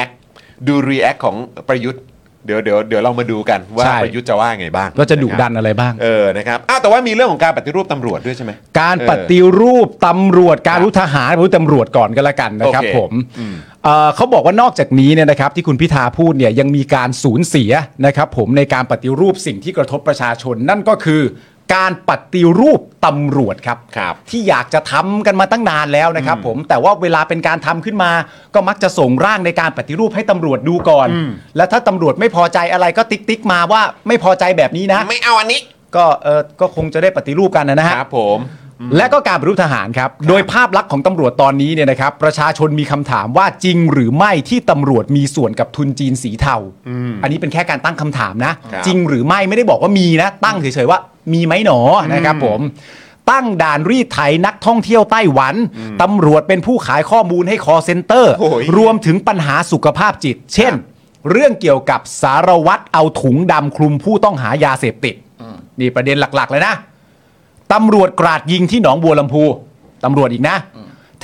react ของประยุทธ์เดี๋ยวเรามาดูกันว่าประยุทธ์จะว่าไงบ้างก็จะดุดันอะไรบ้างนะครับแต่ว่ามีเรื่องของการปฏิรูปตำรวจด้วยใช่ไหมการปฏิรูปตำรวจการรู้ทหารรู้ตำรวจก่อนก็แล้วกันนะครับผมเขาบอกว่านอกจากนี้เนี่ยนะครับที่คุณพิธาพูดเนี่ยยังมีการสูญเสียนะครับผมในการปฏิรูปสิ่งที่กระทบประชาชนนั่นก็คือการปฏิรูปตำรวจครับที่อยากจะทำกันมาตั้งนานแล้วนะครับผมแต่ว่าเวลาเป็นการทำขึ้นมาก็มักจะส่งร่างในการปฏิรูปให้ตำรวจดูก่อนแล้วถ้าตำรวจไม่พอใจอะไรก็ติ๊กมาว่าไม่พอใจแบบนี้นะไม่เอาอันนี้ก็คงจะได้ปฏิรูปกันนะฮะครับผมและก็การปฏิรูปทหารครับโดยภาพลักษณ์ของตำรวจตอนนี้เนี่ยนะครับประชาชนมีคำถามว่าจริงหรือไม่ที่ตำรวจมีส่วนกับทุนจีนสีเทาอันนี้เป็นแค่การตั้งคำถามนะจริงหรือไม่ได้บอกว่ามีนะตั้งเฉยๆว่ามีไหมหนอนะครับผมตั้งด่านรีดไถนักท่องเที่ยวไต้หวันตำรวจเป็นผู้ขายข้อมูลให้คอลเซ็นเตอร์รวมถึงปัญหาสุขภาพจิตเช่นเรื่องเกี่ยวกับสารวัตรเอาถุงดำคลุมผู้ต้องหายาเสพติดนี่ประเด็นหลักๆเลยนะตำรวจกราดยิงที่หนองบัวลำพูตำรวจอีกนะ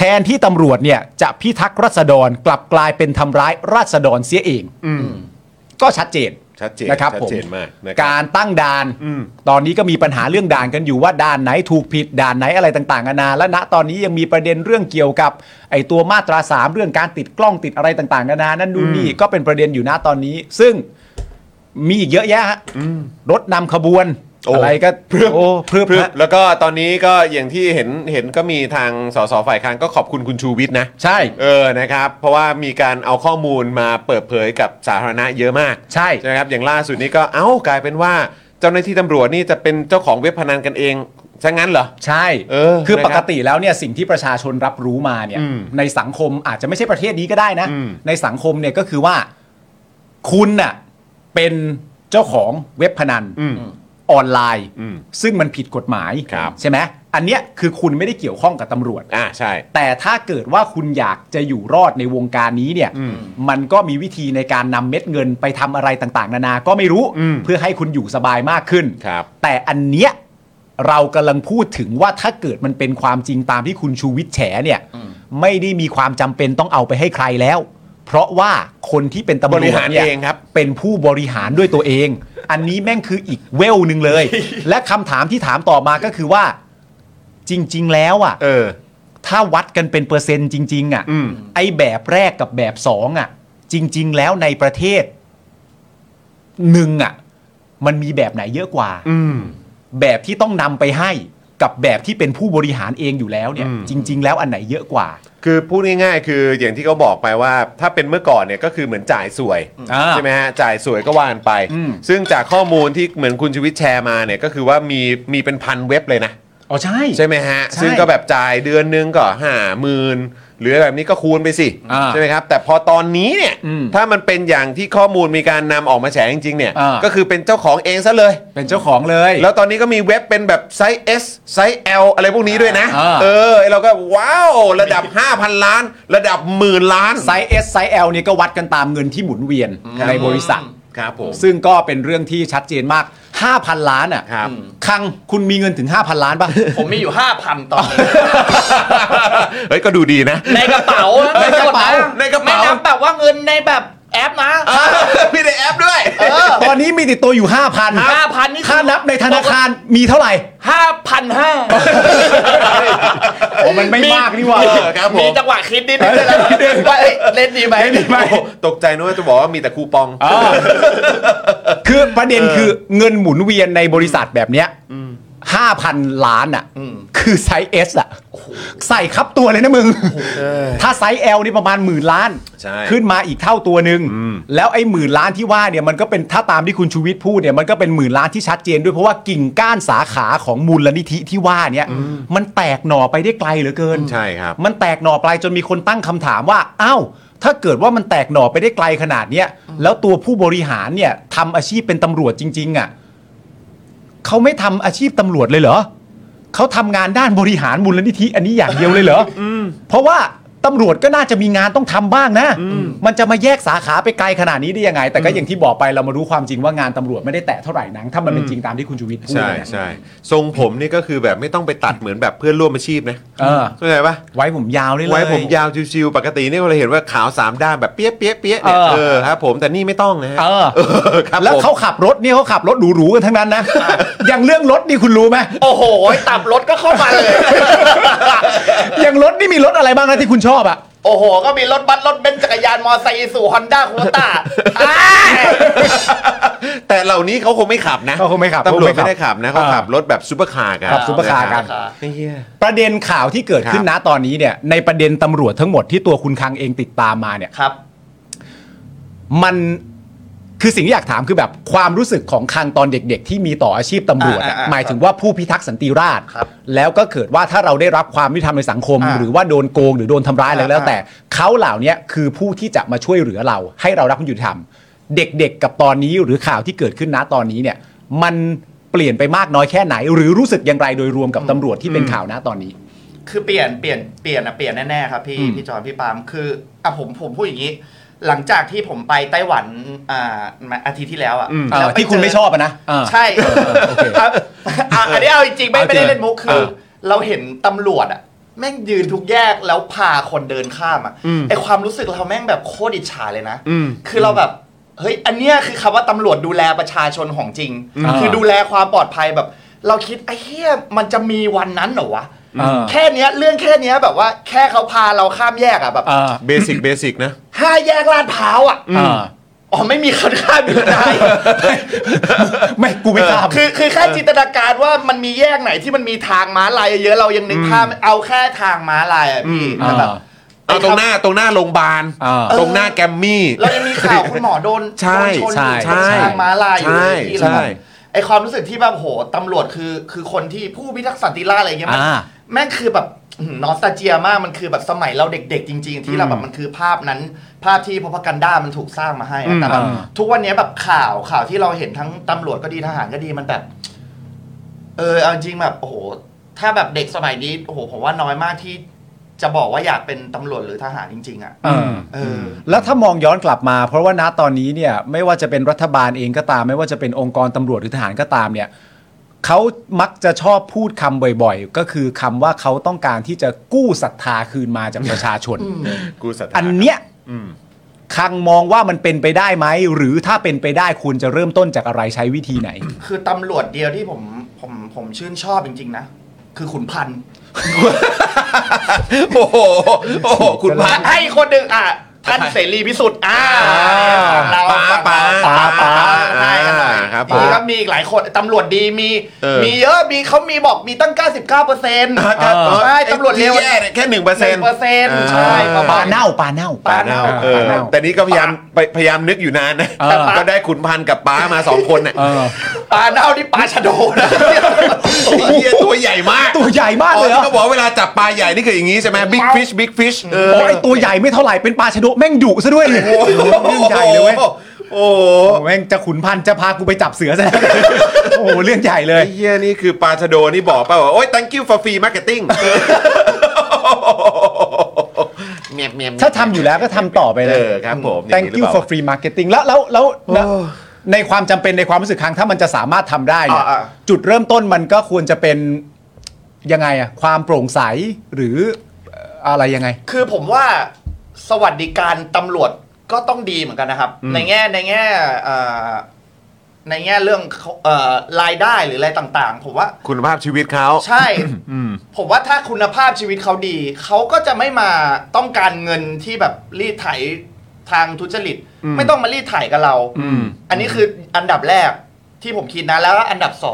แทนที่ตำรวจเนี่ยจะพิทักษ์ราษฎรกลับกลายเป็นทำร้ายราษฎรเสียเองก็ชัดเจนนะครับชัดเจนมากนะครับการตั้งด่านตอนนี้ก็มีปัญหาเรื่องด่านกันอยู่ว่าด่านไหนถูกผิดด่านไหนอะไรต่างๆนานาและณตอนนี้ยังมีประเด็นเรื่องเกี่ยวกับไอ้ตัวมาตรา3เรื่องการติดกล้องติดอะไรต่างๆนานานั่นดูนี่ก็เป็นประเด็นอยู่ณตอนนี้ซึ่งมีอีกเยอะแยะฮะรถนำขบวนอะไรก็เพื่อแล้วก็ตอนนี้ก็อย่างที่เห็นก็มีทางสสฝ่ายค้านก็ขอบคุณคุณชูวิทย์นะใช่นะครับเพราะว่ามีการเอาข้อมูลมาเปิดเผยกับสาธารณะเยอะมากใช่นะครับอย่างล่าสุดนี้ก็กลายเป็นว่าเจ้าหน้าที่ตำรวจนี่จะเป็นเจ้าของเว็บพนันกันเองซะงั้นเหรอใช่คือปกติแล้วเนี่ยสิ่งที่ประชาชนรับรู้มาเนี่ยในสังคมอาจจะไม่ใช่ประเทศนี้ก็ได้นะในสังคมเนี่ยก็คือว่าคุณน่ะเป็นเจ้าของเว็บพนันออนไลน์ซึ่งมันผิดกฎหมายใช่ไหมอันเนี้ยคือคุณไม่ได้เกี่ยวข้องกับตำรวจใช่แต่ถ้าเกิดว่าคุณอยากจะอยู่รอดในวงการนี้เนี่ยมันก็มีวิธีในการนำเม็ดเงินไปทำอะไรต่างๆนานาก็ไม่รู้เพื่อให้คุณอยู่สบายมากขึ้นแต่อันเนี้ยเรากำลังพูดถึงว่าถ้าเกิดมันเป็นความจริงตามที่คุณชูวิทย์แฉเนี่ยไม่ได้มีความจำเป็นต้องเอาไปให้ใครแล้วเพราะว่าคนที่เป็นตำรวจเนี่ยเป็นผู้บริหารด้วยตัวเองอันนี้แม่งคืออีกเวลนึงเลย และคำถามที่ถามต่อมาก็คือว่าจริงๆแล้วอ่ะถ้าวัดกันเป็นเปอร์เซ็นต์จริงๆอ่ะไอ้แบบแรกกับแบบ2อ่ะจริงๆแล้วในประเทศหนึ่งอ่ะมันมีแบบไหนเยอะกว่าแบบที่ต้องนำไปให้กับแบบที่เป็นผู้บริหารเองอยู่แล้วเนี่ยจริงๆแล้วอันไหนเยอะกว่าคือพูดง่ายๆคืออย่างที่เขาบอกไปว่าถ้าเป็นเมื่อก่อนเนี่ยก็คือเหมือนจ่ายสวยใช่ไหมฮะจ่ายสวยก็ว่ากันไปซึ่งจากข้อมูลที่เหมือนคุณชีวิตแชร์มาเนี่ยก็คือว่ามีเป็นพันเว็บเลยนะใช่ไหมฮะซึ่งก็แบบจ่ายเดือนนึงก็50,000หรือแบบนี้ก็คูณไปสิใช่ไหมครับแต่พอตอนนี้เนี่ยถ้ามันเป็นอย่างที่ข้อมูลมีการนำออกมาแฉจริงๆเนี่ยก็คือเป็นเจ้าของเองซะเลยเป็นเจ้าของเลยแล้วตอนนี้ก็มีเว็บเป็นแบบไซส์ S ไซส์ L อะไรพวกนี้ด้วยนะเราก็ว้าวระดับ 5,000 ล้านระดับ10,000 ล้านไซส์ S ไซส์ L นี่ก็วัดกันตามเงินที่หมุนเวียนในบริษัทครับผมซึ่งก็เป็นเรื่องที่ชัดเจนมาก 5,000 ล้านอ่ะคังคุณมีเงินถึง 5,000 ล้านป่ะผมมีอยู่ 5,000 ตอนนี้เฮ้ยก็ดูดีนะในกระเป๋าไม่นับแบบว่าเงินในแบบแอปนะมีในแอปด้วยตอนนี้มีติดตัวอยู่ 5,000 นี่ค่านับในธนาคารมีเท่าไหร่ 5,500 โอ้มันไม่มากนี่หว่ามีจังหวะคิดนิดนึงว่าเล่นดีไหมตกใจนึกว่าจะบอกว่ามีแต่คูปองคือประเด็นคือเงินหมุนเวียนในบริษัทแบบเนี้ย5,000 ล้านอ่ะคือไซส์ S อ่ะใส่ครับตัวเลยนะมึงถ้าไซส์ L นี่ประมาณ10,000 ล้านขึ้นมาอีกเท่าตัวนึงแล้วไอ้10,000 ล้านที่ว่าเนี่ยมันก็เป็นถ้าตามที่คุณชูวิทย์พูดเนี่ยมันก็เป็น10,000 ล้านที่ชัดเจนด้วยเพราะว่ากิ่งก้านสาขาของมูลนิธิที่ว่าเนี่ยมันแตกหน่อไปได้ไกลเหลือเกินใช่ครับมันแตกหน่อไปจนมีคนตั้งคำถามว่าอ้าวถ้าเกิดว่ามันแตกหน่อไปได้ไกลขนาดเนี้ยแล้วตัวผู้บริหารเนี่ยทำอาชีพเป็นตำรวจจริงๆอ่ะเขาไม่ทำอาชีพตำรวจเลยเหรอเขาทำงานด้านบริหารมูลนิธิอันนี้อย่างเดียวเลยเหรอเพราะว่าตำรวจก็น่าจะมีงานต้องทำบ้างนะมันจะมาแยกสาขาไปไกลขนาดนี้ได้ยังไงแต่ก็อย่างที่บอกไปเรามารู้ความจริงว่างานตำรวจไม่ได้แตะเท่าไหร่นักถ้ามันเป็นจริงตามที่คุณชูวิทย์พูดใช่ทรงผมนี่ก็คือแบบไม่ต้องไปตัดเหมือนแบบเพื่อนร่วมอาชีพนะเข้าใจปะไว้ผมยาวเลยไว้ผมยาวชิวๆปกตินี่เราเห็นว่าขาว3ด้านแบบเปี้ยเนี่ยครับผมแต่นี่ไม่ต้องนะแล้วเขาขับรถนี่เขาขับรถหรูๆกันทั้งนั้นนะอย่างเรื่องรถนี่คุณรู้ไหมโอ้โหตับรถก็เข้ามาเลยอย่างรถนี่มีรถอะไรบ้างนะที่คุณชอบอะโอ้โหก็มีรถบัสรถเบนซ์จักรยานมอไซค์สู่ฮอนด้าโคต้าแต่เหล่านี้เขาคงไม่ขับนะเขาคงไม่ขับตำรวจไม่ได้ขับนะเขาขับรถแบบซุปเปอร์คาร์กันซุปเปอร์คาร์กันประเด็นข่าวที่เกิดขึ้นนะตอนนี้เนี่ยในประเด็นตำรวจทั้งหมดที่ตัวคุณคังเองติดตามมาเนี่ยครับมันคือสิ่งที่อยากถามคือแบบความรู้สึกของคังตอนเด็กๆที่มีต่ออาชีพตำรวจหมายถึงว่าผู้พิทักษ์สันติราษฎร์แล้วก็เกิดว่าถ้าเราได้รับความยุติธรรมในสังคมหรือว่าโดนโกงหรือโดนทำร้ายอะไรแล้วแต่เขาเหล่านี้คือผู้ที่จะมาช่วยเหลือเราให้เรารับความยุติธรรมเด็กๆกับตอนนี้หรือข่าวที่เกิดขึ้นณตอนนี้เนี่ยมันเปลี่ยนไปมากน้อยแค่ไหนหรือรู้สึกอย่างไรโดยรวมกับตำรวจที่เป็นข่าวณตอนนี้คือเปลี่ยนแน่ๆครับพี่จอนพี่ปาล์มคือผมพูดอย่างนี้หลังจากที่ผมไปไต้หวันอาทิตย์ที่แล้วอ่ะที่คุณไม่ชอบอ่ะนะใช่อันนี้เอาจริงๆไม่ได้เล่นมุกคือเราเห็นตำรวจอ่ะแม่งยืนทุกแยกแล้วพาคนเดินข้ามอ่ะไอความรู้สึกเราแม่งแบบโคตรอิจฉาเลยนะคือเราแบบเฮ้ยอันเนี้ยคือคำว่าตำรวจดูแลประชาชนของจริงคือดูแลความปลอดภัยแบบเราคิดไอ้เหี้ยมันจะมีวันนั้นเหรอวะแค่เนี้ยเรื่องแค่เนี้ยแบบว่าแค่เขาพาเราข้ามแยกอ่ะแบบเบสิกนะ 5 แยกลาดพร้าวอ่ะอ๋อไม่มีคนข้ามอยู่ได้ไม่กูไม่ข้ามคือแค่จินตนาการว่ามันมีแยกไหนที่มันมีทางม้าลายเยอะเรายังนึกภาพเอาแค่ทางม้าลายอ่ะพี่แบบเอาตรงหน้าโรงพยาบาลตรงหน้าแกมมี่เรายังมีข่าวคุณหมอโดนชนทางม้าลายอยู่ที่ไอความรู้สึกที่แบบโหตำรวจคือคนที่ผู้พิทักษ์สันติราษฎร์อะไรเงี้ยแม่งคือแบบนอสตาเจียมากมันคือแบบสมัยเราเด็กๆจริงๆที่เราแบบมันคือภาพนั้นภาพที่พอพกันด้ามันถูกสร้างมาให้แต่แบบทุกวันนี้แบบข่าวที่เราเห็นทั้งตำรวจก็ดีทหารก็ดีมันแบบเอาจริงแบบโอ้โหถ้าแบบเด็กสมัยนี้โอ้โหผมว่าน้อยมากที่จะบอกว่าอยากเป็นตำรวจหรือทหารจริงๆอ่ะแล้วถ้ามองย้อนกลับมาเพราะว่าณตอนนี้เนี่ยไม่ว่าจะเป็นรัฐบาลเองก็ตามไม่ว่าจะเป็นองค์กรตำรวจหรือทหารก็ตามเนี่ยเขามักจะชอบพูดคำบ่อยๆก็คือคำว่าเขาต้องการที่จะกู้ศรัทธาคืนมาจากประชาชนกู้ศรัทธาอันเนี้ยคังมองว่ามันเป็นไปได้ไหมหรือถ้าเป็นไปได้คุณจะเริ่มต้นจากอะไรใช้วิธีไหนคือตำรวจเดียวที่ผมชื่นชอบจริงๆนะคือขุนพันธ์โอ้โหขุนพันธ์ให้คนหนึ่งท่านเสรีพิสุทธิ์เราป้าให้กันหน่อยครับมีก็มีอีกหลายคนตำรวจดีมีเยอะมีเขามีบอกมีตั้ง 99% ใช่ตำรวจเลวแค่ 1% ใช่ปลาเน่าแต่นี้ก็พยายามนึกอยู่นานนะก็ได้ขุนพันธ์กับป้ามา2คนน่ะปลาเน่านี่ปลาชะโดนะตัวใหญ่มากเลยเขาบอกเวลาจับปลาใหญ่นี่คืออย่างงี้ใช่ไหม big fish ไอตัวใหญ่ไม่เท่าไหร่เป็นปลาชะโดแม่งดุซะด้วยเรื่องใหญ่เลยเว้ยโอ้แม่งจะขุนพันธ์จะพากูไปจับเสือซะโอ้เรื่องใหญ่เลยเฮียนี่คือปลาชะโดนี่บอกป่ะว่าโอ้ย thank you for free marketing ถ้าทำอยู่แล้วก็ทำต่อไปเลยครับผม thank you for free marketing แล้วในความจำเป็นในความรู้สึกครั้งถ้ามันจะสามารถทำได้เนี่ยจุดเริ่มต้นมันก็ควรจะเป็นยังไงอะความโปร่งใสหรืออะไรยังไงคือผมว่าสวัสดิการตำรวจก็ต้องดีเหมือนกันนะครับในแง่เรื่องรายได้หรืออะไรต่างๆผมว่าคุณภาพชีวิตเขาใช่ผมว่าถ้าคุณภาพชีวิตเขาดีเขาก็จะไม่มาต้องการเงินที่แบบรีดไถทางทุจริตไม่ต้องมารีดไถกับเราอันนี้คืออันดับแรกที่ผมคิดนะแล้วอันดับ2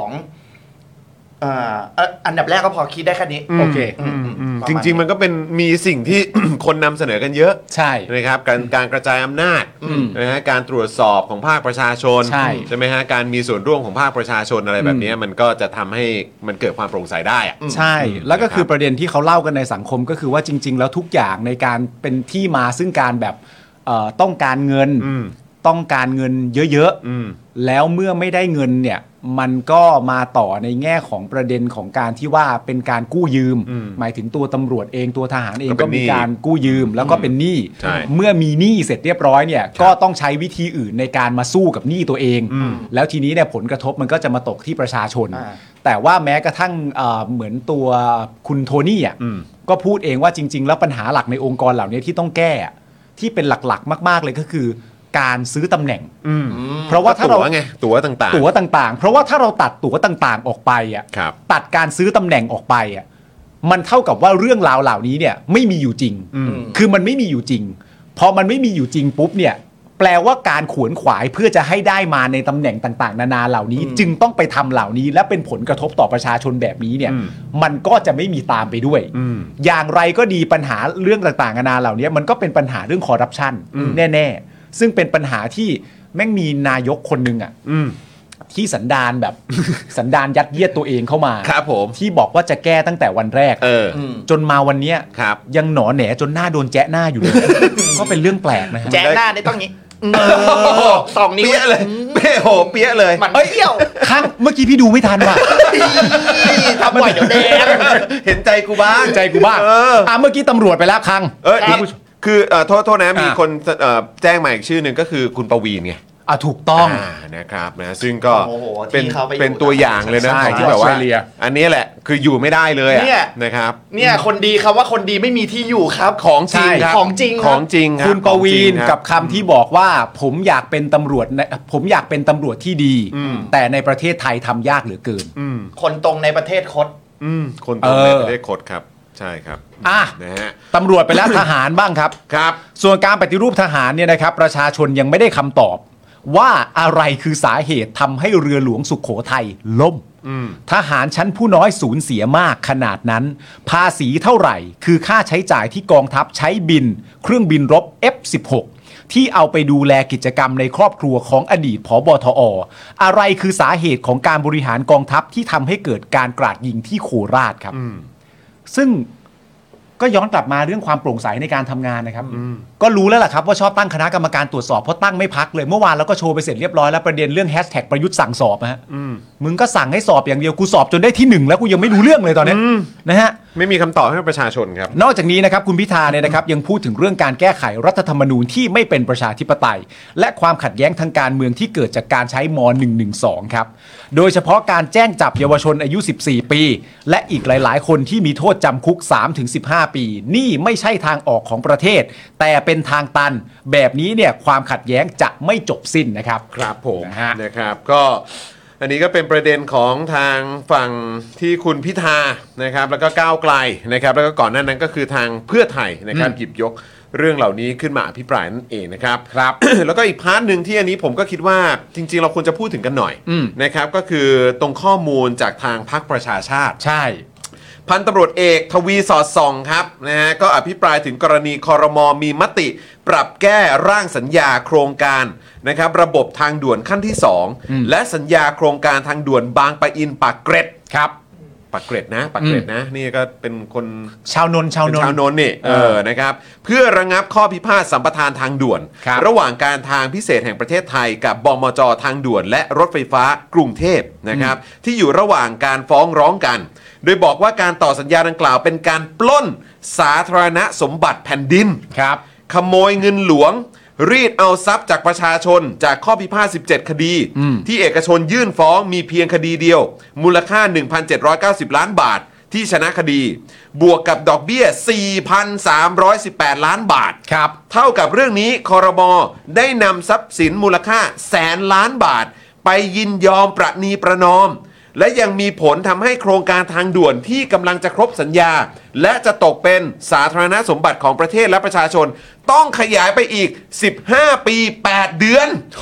อันดับแรกก็พอคิดได้แค่นี้โอเคจริงๆมันก็เป็นมีสิ่งที่ คนนำเสนอกันเยอะใช่นะครับการกระจายอำนาจนะฮะการตรวจสอบของภาคประชาชนใช่ไหมฮะการมีส่วนร่วมของภาคประชาชนอะไรแบบนี้มันก็จะทำให้มันเกิดความโปร่งใสได้อะใช่แล้วก็คือประเด็นที่เขาเล่ากันในสังคมก็คือว่าจริงๆแล้วทุกอย่างในการเป็นที่มาซึ่งการแบบต้องการเงินเยอะๆแล้วเมื่อไม่ได้เงินเนี่ยมันก็มาต่อในแง่ของประเด็นของการที่ว่าเป็นการกู้ยืมหมายถึงตัวตำรวจเองตัวทหารเองก็มีการกู้ยืมแล้วก็เป็นหนี้เมื่อมีหนี้เสร็จเรียบร้อยเนี่ยก็ต้องใช้วิธีอื่นในการมาสู้กับหนี้ตัวเองแล้วทีนี้เนี่ยผลกระทบมันก็จะมาตกที่ประชาชนแต่ว่าแม้กระทั่งเหมือนตัวคุณโทนี่ก็พูดเองว่าจริงๆแล้วปัญหาหลักในองค์กรเหล่านี้ที่ต้องแก้ที่เป็นหลักๆมากๆเลยก็คือการซื้อตำแหน่งเพราะว่าถ้าเราตั๋วต่างๆเพราะว่าถ้าเราตัดตั๋วต่างๆออกไปตัดการซื้อตำแหน่งออกไปมันเท่ากับว่าเรื่องราวเหล่านี้เนี่ยไม่มีอยู่จริงคือมันไม่มีอยู่จริงพอมันไม่มีอยู่จริงปุ๊บเนี่ยแปลว่าการขวนขวายเพื่อจะให้ได้มาในตำแหน่งต่างๆนานาเหล่านี้จึงต้องไปทำเหล่านี้และเป็นผลกระทบต่อประชาชนแบบนี้เนี่ยมันก็จะไม่มีตามไปด้วยอย่างไรก็ดีปัญหาเรื่องต่างๆนานาเหล่านี้มันก็เป็นปัญหาเรื่องคอร์รัปชันแน่ๆซึ่งเป็นปัญหาที่แม่งมีนายกคนนึงที่สันดานแบบ สันดานยัดเยียดตัวเองเข้ามาครับผมที่บอกว่าจะแก้ตั้งแต่วันแรกจนมาวันนี้ยังหนอแหนจนหน้าโดนแจ๊ะหน้าอยู่เลย ก็เป็นเรื่องแปลกนะแจ๊ะหน้าได้ต้องงี้สองนิ้วเปี้ยเลยเปี้ยโหเปี้ยเลยมันเปี้ยวครั้งเมื่อกี้พี่ดูไม่ทันว่ะทำบ่อยเดี๋ยวแดงเห็นใจกูบ้างเมื่อกี้ตำรวจไปแล้วครั้งคือโทษนะมีคนแจ้งมาอีกชื่อหนึ่งก็คือคุณปวีณไงถูกต้องนะครับนะซึ่งก็โอ้โหเป็นที่เขาไปอยู่เป็นตัวอย่างเลยนะใช่ของที่แบบว่าออสเตรเลียอันนี้แหละคืออยู่ไม่ได้เลยอะเนี่ยนะครับเนี่ยคนดีครับว่าคนดีไม่มีที่อยู่ครับของจริงครับของจริงของจริงครับคุณปวีณของจริงครับกับคำที่บอกว่าผมอยากเป็นตำรวจที่ดี แต่ในประเทศไทยทำยากเหลือเกินคนตรงในประเทศคดคนตรงในประเทศคดครับใช่ครับอ่ะนะฮะตำรวจไปแล้ว ทหารบ้างครับครับส่วนการปฏิรูปทหารเนี่ยนะครับประชาชนยังไม่ได้คำตอบว่าอะไรคือสาเหตุทำให้เรือหลวงสุโขทัยล่มทหารชั้นผู้น้อยสูญเสียมากขนาดนั้น ภาษีเท่าไหร่คือค่าใช้จ่ายที่กองทัพใช้บินเครื่องบินรบ F16 ที่เอาไปดูแลกิจกรรมในครอบครัวของอดีตผบทออะไรคือสาเหตุของการบริหารกองทัพที่ทำให้เกิดการกราดยิงที่โคราชครับซึ่งก็ย้อนกลับมาเรื่องความโปร่งใสในการทำงานนะครับก็รู้แล้วล่ะครับว่าชอบตั้งคณะกรรมการตรวจสอบเพราะตั้งไม่พักเลยเมื่อวานเราก็โชว์ไปเสร็จเรียบร้อยแล้วประเด็นเรื่องแฮชแท็กประยุทธ์สั่งสอบนะฮะมึงก็สั่งให้สอบอย่างเดียวกูสอบจนได้ที่ 1แล้วกูยังไม่รู้เรื่องเลยตอนนี้นะฮะไม่มีคำตอบให้ประชาชนครับนอกจากนี้นะครับคุณพิธาเนี่ยนะครับยังพูดถึงเรื่องการแก้ไขรัฐธรรมนูญที่ไม่เป็นประชาธิปไตยและความขัดแย้งทางการเมืองที่เกิดจากการใช้ม.112 ครับโดยเฉพาะการแจ้งจับเยาวชนอายุ14ปีและอีกหลายๆคนที่มีโทษจำคุก 3-15 ปีนี่ไม่ใช่ทางออกของประเทศแต่เป็นทางตันแบบนี้เนี่ยความขัดแย้งจะไม่จบสิ้นนะครับครับผมนะฮะนะครับก็อันนี้ก็เป็นประเด็นของทางฝั่งที่คุณพิธานะครับแล้วก็ก้าวไกลนะครับแล้วก็ก่อนหน้านั้นก็คือทางเพื่อไทยนะครับหยิบยกเรื่องเหล่านี้ขึ้นมาอภิปรายนั่นเองนะครับครับ แล้วก็อีกพาร์ทหนึ่งที่อันนี้ผมก็คิดว่าจริงๆเราควรจะพูดถึงกันหน่อยนะครับก็คือตรงข้อมูลจากทางพรรคประชาชาติใช่พันตำรวจเอกทวีสอดส่องครับนะฮะก็อภิปรายถึงกรณีครม.มีมติปรับแก้ร่างสัญญาโครงการนะครับระบบทางด่วนขั้นที่ 2 และสัญญาโครงการทางด่วนบางปะอินปากเกร็ดครับปากเกร็ดนะปากเกร็ดนะนี่ก็เป็นคนชาวนนท์นี่นะครับเพื่อระงับข้อพิพาทสัมปทานทางด่วน ระหว่างการทางพิเศษแห่งประเทศไทยกับบมจทางด่วนและรถไฟฟ้ากรุงเทพนะครับที่อยู่ระหว่างการฟ้องร้องกันโดยบอกว่าการต่อสัญญาดังกล่าวเป็นการปล้นสาธารณสมบัติแผ่นดินครับขโมยเงินหลวงรีดเอาทรัพย์จากประชาชนจากข้อพิพาท17 คดีที่เอกชนยื่นฟ้องมีเพียงคดีเดียวมูลค่า 1,790 ล้านบาทที่ชนะคดีบวกกับดอกเบี้ย 4,318 ล้านบาทครับเท่ากับเรื่องนี้ครม.ได้นำทรัพย์สินมูลค่าแสนล้านบาทไปยินยอมประนีประนอมและยังมีผลทำให้โครงการทางด่วนที่กำลังจะครบสัญญาและจะตกเป็นสาธารณสมบัติของประเทศและประชาชนต้องขยายไปอีก15 ปี 8 เดือน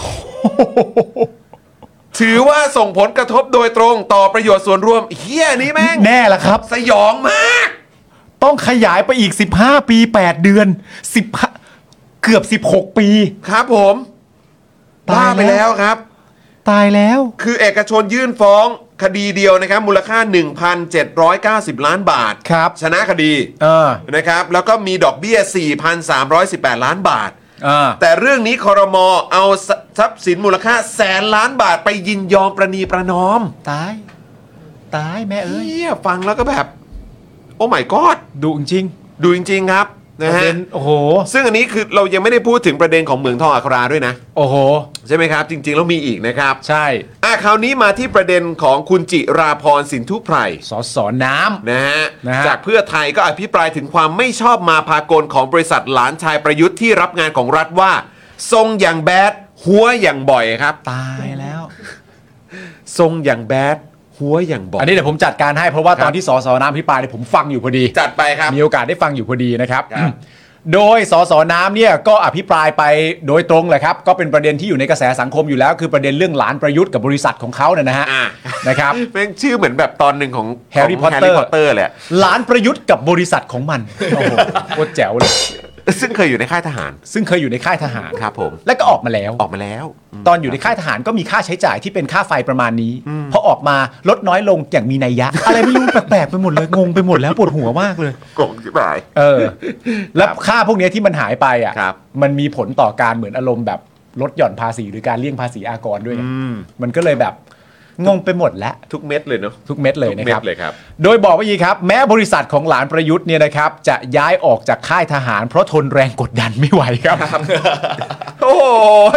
ถือว่าส่งผลกระทบโดยตรงต่อประโยชน์ส่วนรวมเฮียนี้แม่งแน่ละครับสยองมากต้องขยายไปอีก15 ปี 8 เดือน15เกือบ16 ปีครับผมบ้าไปแล้วครับตายแล้วคือเอกชนยื่นฟ้องคดีเดียวนะครับมูลค่า 1,790 ล้านบาทครับชนะคดีนะครับแล้วก็มีดอกเบี้ย 4,318 ล้านบาทแต่เรื่องนี้ครม.เอาทรัพย์สินมูลค่าแสนล้านบาทไปยินยอมประนีประนอมตายแม่เอ้ยฟังแล้วก็แบบโอ้ my god ดูจริงครับนะฮะโอ้โหซึ่งอันนี้คือเรายังไม่ได้พูดถึงประเด็นของเหมืองทองอัคราด้วยนะโอ้โหใช่ไหมครับจริงๆแล้วมีอีกนะครับใช่คราวนี้มาที่ประเด็นของคุณจิราพรสินธุไพรสสน้ำนะฮะจากเพื่อไทยก็อภิปรายถึงความไม่ชอบมาพากลของบริษัทหลานชายประยุทธ์ที่รับงานของรัฐว่าทรงอย่างแบดหัวอย่างบ่อยครับตายแล้วทรงอย่างแบดหัวอย่างบ่อยอันนี้เดี๋ยวผมจัดการให้เพราะว่าตอนที่สสน้ำอภิปรายผมฟังอยู่พอดีจัดไปครับมีโอกาสได้ฟังอยู่พอดีนะครับโดยสสน้ำเนี่ยก็อภิปรายไปโดยตรงเลยครับก็เป็นประเด็นที่อยู่ในกระแสสังคมอยู่แล้วคือประเด็นเรื่องหลานประยุทธ์กับบริษัทของเขาเนี่ยนะฮะนะครับเป็นชื่อเหมือนแบบตอนหนึ่งของแฮร์รี่พอตเตอร์เลยหลานประยุทธ์กับบริษัทของมันโอ้โหโคตรแจ๋วเลยซึ่งเคยอยู่ในค่ายทหารครับผมแล้วก็ออกมาแล้วตอนอยู่ในค่ายทหารก็มีค่าใช้จ่ายที่เป็นค่าไฟประมาณนี้พอออกมาลดน้อยลงอย่างมีนัยยะอะไรไม่รู้แปลกๆไปหมดเลยงงไปหมดแล้วปวดหัวมากเลยกงที่บ่ายแล้วค่าพวกนี้ที่มันหายไปอ่ะมันมีผลต่อการเหมือนอารมณ์แบบลดหย่อนภาษีหรือการเลี่ยงภาษีอากรด้วยมันก็เลยแบบงงไปหมดแล้วทุกเม็ดเลยเนาะทุกเม็ดเลยนะครับโดยบอกว่าอย่างนี้ครับแม้บริษัทของหลานประยุทธ์เนี่ยนะครับจะย้ายออกจากค่ายทหารเพราะทนแรงกดดันไม่ไหวครับโอ้ย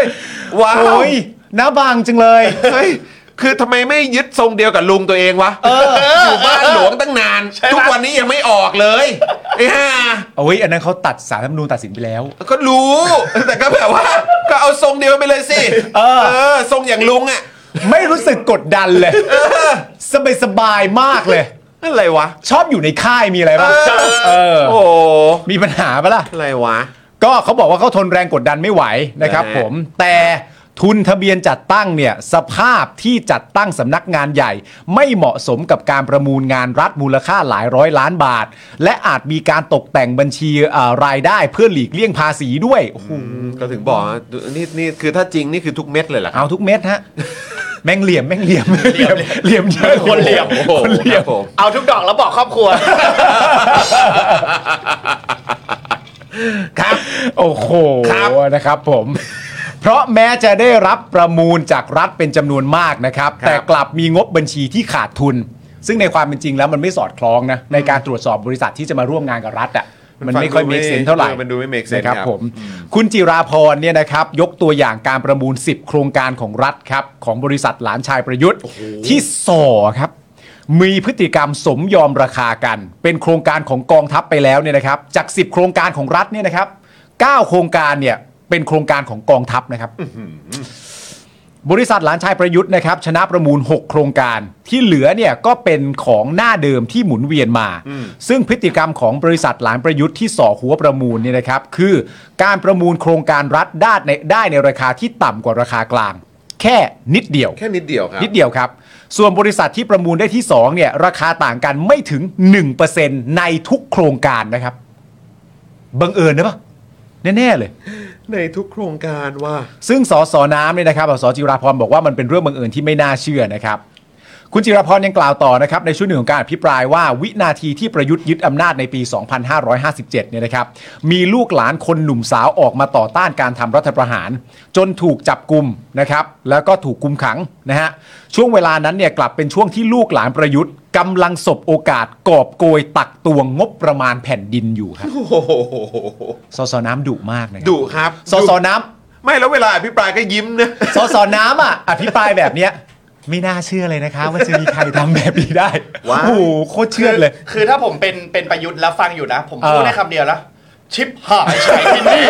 ว้าวโอ้ยหน้าบางจังเลยเฮ้ยคือทำไมไม่ยึดทรงเดียวกับลุงตัวเองวะอยู่บ้านหลวงตั้งนานทุกวันนี้ยังไม่ออกเลยไอ้ห่าโอ้ยอันนั้นเขาตัดสารรัฐธรรมนูญตัดสินไปแล้วก็รู้แต่ก็แบบว่าก็เอาทรงเดียวไปเลยสิทรงอย่างลุงอ่ะไม่รู้สึกกดดันเลยสบายมากเลยอะไรวะชอบอยู่ในค่ายมีอะไรบ้างโอ้มีปัญหาปะล่ะอะไรวะก็เขาบอกว่าเขาทนแรงกดดันไม่ไหวนะครับผมแต่ทุนทะเบียนจัดตั้งเนี่ยสภาพที่จัดตั้งสำนักงานใหญ่ไม่เหมาะสมกับการประมูลงานรัฐมูลค่าหลายร้อยล้านบาทและอาจมีการตกแต่งบัญชีรายได้เพื่อหลีกเลี่ยงภาษีด้วยโอ้โหก็ถึงบอกนี่คือถ้าจริงนี่คือทุกเม็ดเลยเหรอครับเอาทุกเม็ดฮะแม่งเหลี่ยมเหลี่ยมเยอะคนเหลี่ยมคนเหลี่ยมเอาทุกดอกแล้วบอกครอบครัวครับโอ้โหครับนะครับผมเพราะแม้จะได้รับประมูลจากรัฐเป็นจำนวนมากนะครับแต่กลับมีงบบัญชีที่ขาดทุนซึ่งในความเป็นจริงแล้วมันไม่สอดคล้องนะในการตรวจสอบบริษัทที่จะมาร่วมงานกับรัฐอ่ะมันไม่ค่อย make sense เท่าไหร่มันดูไม่ make sense นะครับผมคุณจิราพรเนี่ยนะครับยกตัวอย่างการประมูล10โครงการของรัฐครับของบริษัทหลานชายประยุทธ์ที่ส่อครับมีพฤติกรรมสมยอมราคากันเป็นโครงการของกองทัพไปแล้วเนี่ยนะครับจาก10โครงการของรัฐเนี่ยนะครับ9โครงการเนี่ยเป็นโครงการของกองทัพนะครับบริษัทหลานชายประยุทธ์นะครับชนะประมูล6โครงการที่เหลือเนี่ยก็เป็นของหน้าเดิมที่หมุนเวียนมาซึ่งพฤติกรรมของบริษัทหลานประยุทธ์ที่ส่อหัวประมูลเนี่ยนะครับคือการประมูลโครงการรัฐได้ในราคาที่ต่ำกว่าราคากลางแค่นิดเดียวครับส่วนบริษัทที่ประมูลได้ที่2เนี่ยราคาต่างกันไม่ถึง 1% ในทุกโครงการนะครับบังเอิญนะปะแน่ๆเลยในทุกโครงการว่าซึ่งสสน้ำเนี่ยนะครับสจิราพรบอกว่ามันเป็นเรื่องบังเอิญที่ไม่น่าเชื่อนะครับคุณจิราพรยังกล่าวต่อนะครับในช่วงหนึ่งของการอภิปรายว่าวินาทีที่ประยุทธ์ยึดอำนาจในปี 2557 เนี่ยนะครับมีลูกหลานคนหนุ่มสาวออกมาต่อต้านการทำรัฐประหารจนถูกจับกุมนะครับแล้วก็ถูกคุมขังนะฮะช่วงเวลานั้นเนี่ยกลับเป็นช่วงที่ลูกหลานประยุทธ์กำลังสบโอกาสกอบโกยตักตวงงบประมาณแผ่นดินอยู่ครับสสน้ำดุมากนะครับดุครับสสน้ำไม่แล้วเวลาอภิปรายก็ยิ้มนะสสน้ำอ่ะอภิปรายแบบเนี้ยไม่น่าเชื่อเลยนะคะว่าจะมีใครทำแบบนี้ได้โอ้โหโคตรเชื่อเลยคือถ้าผมเป็นประยุทธ์แล้วฟังอยู่นะผมพูดได้คำเดียวแล้วชิปหายใช่ที่นี่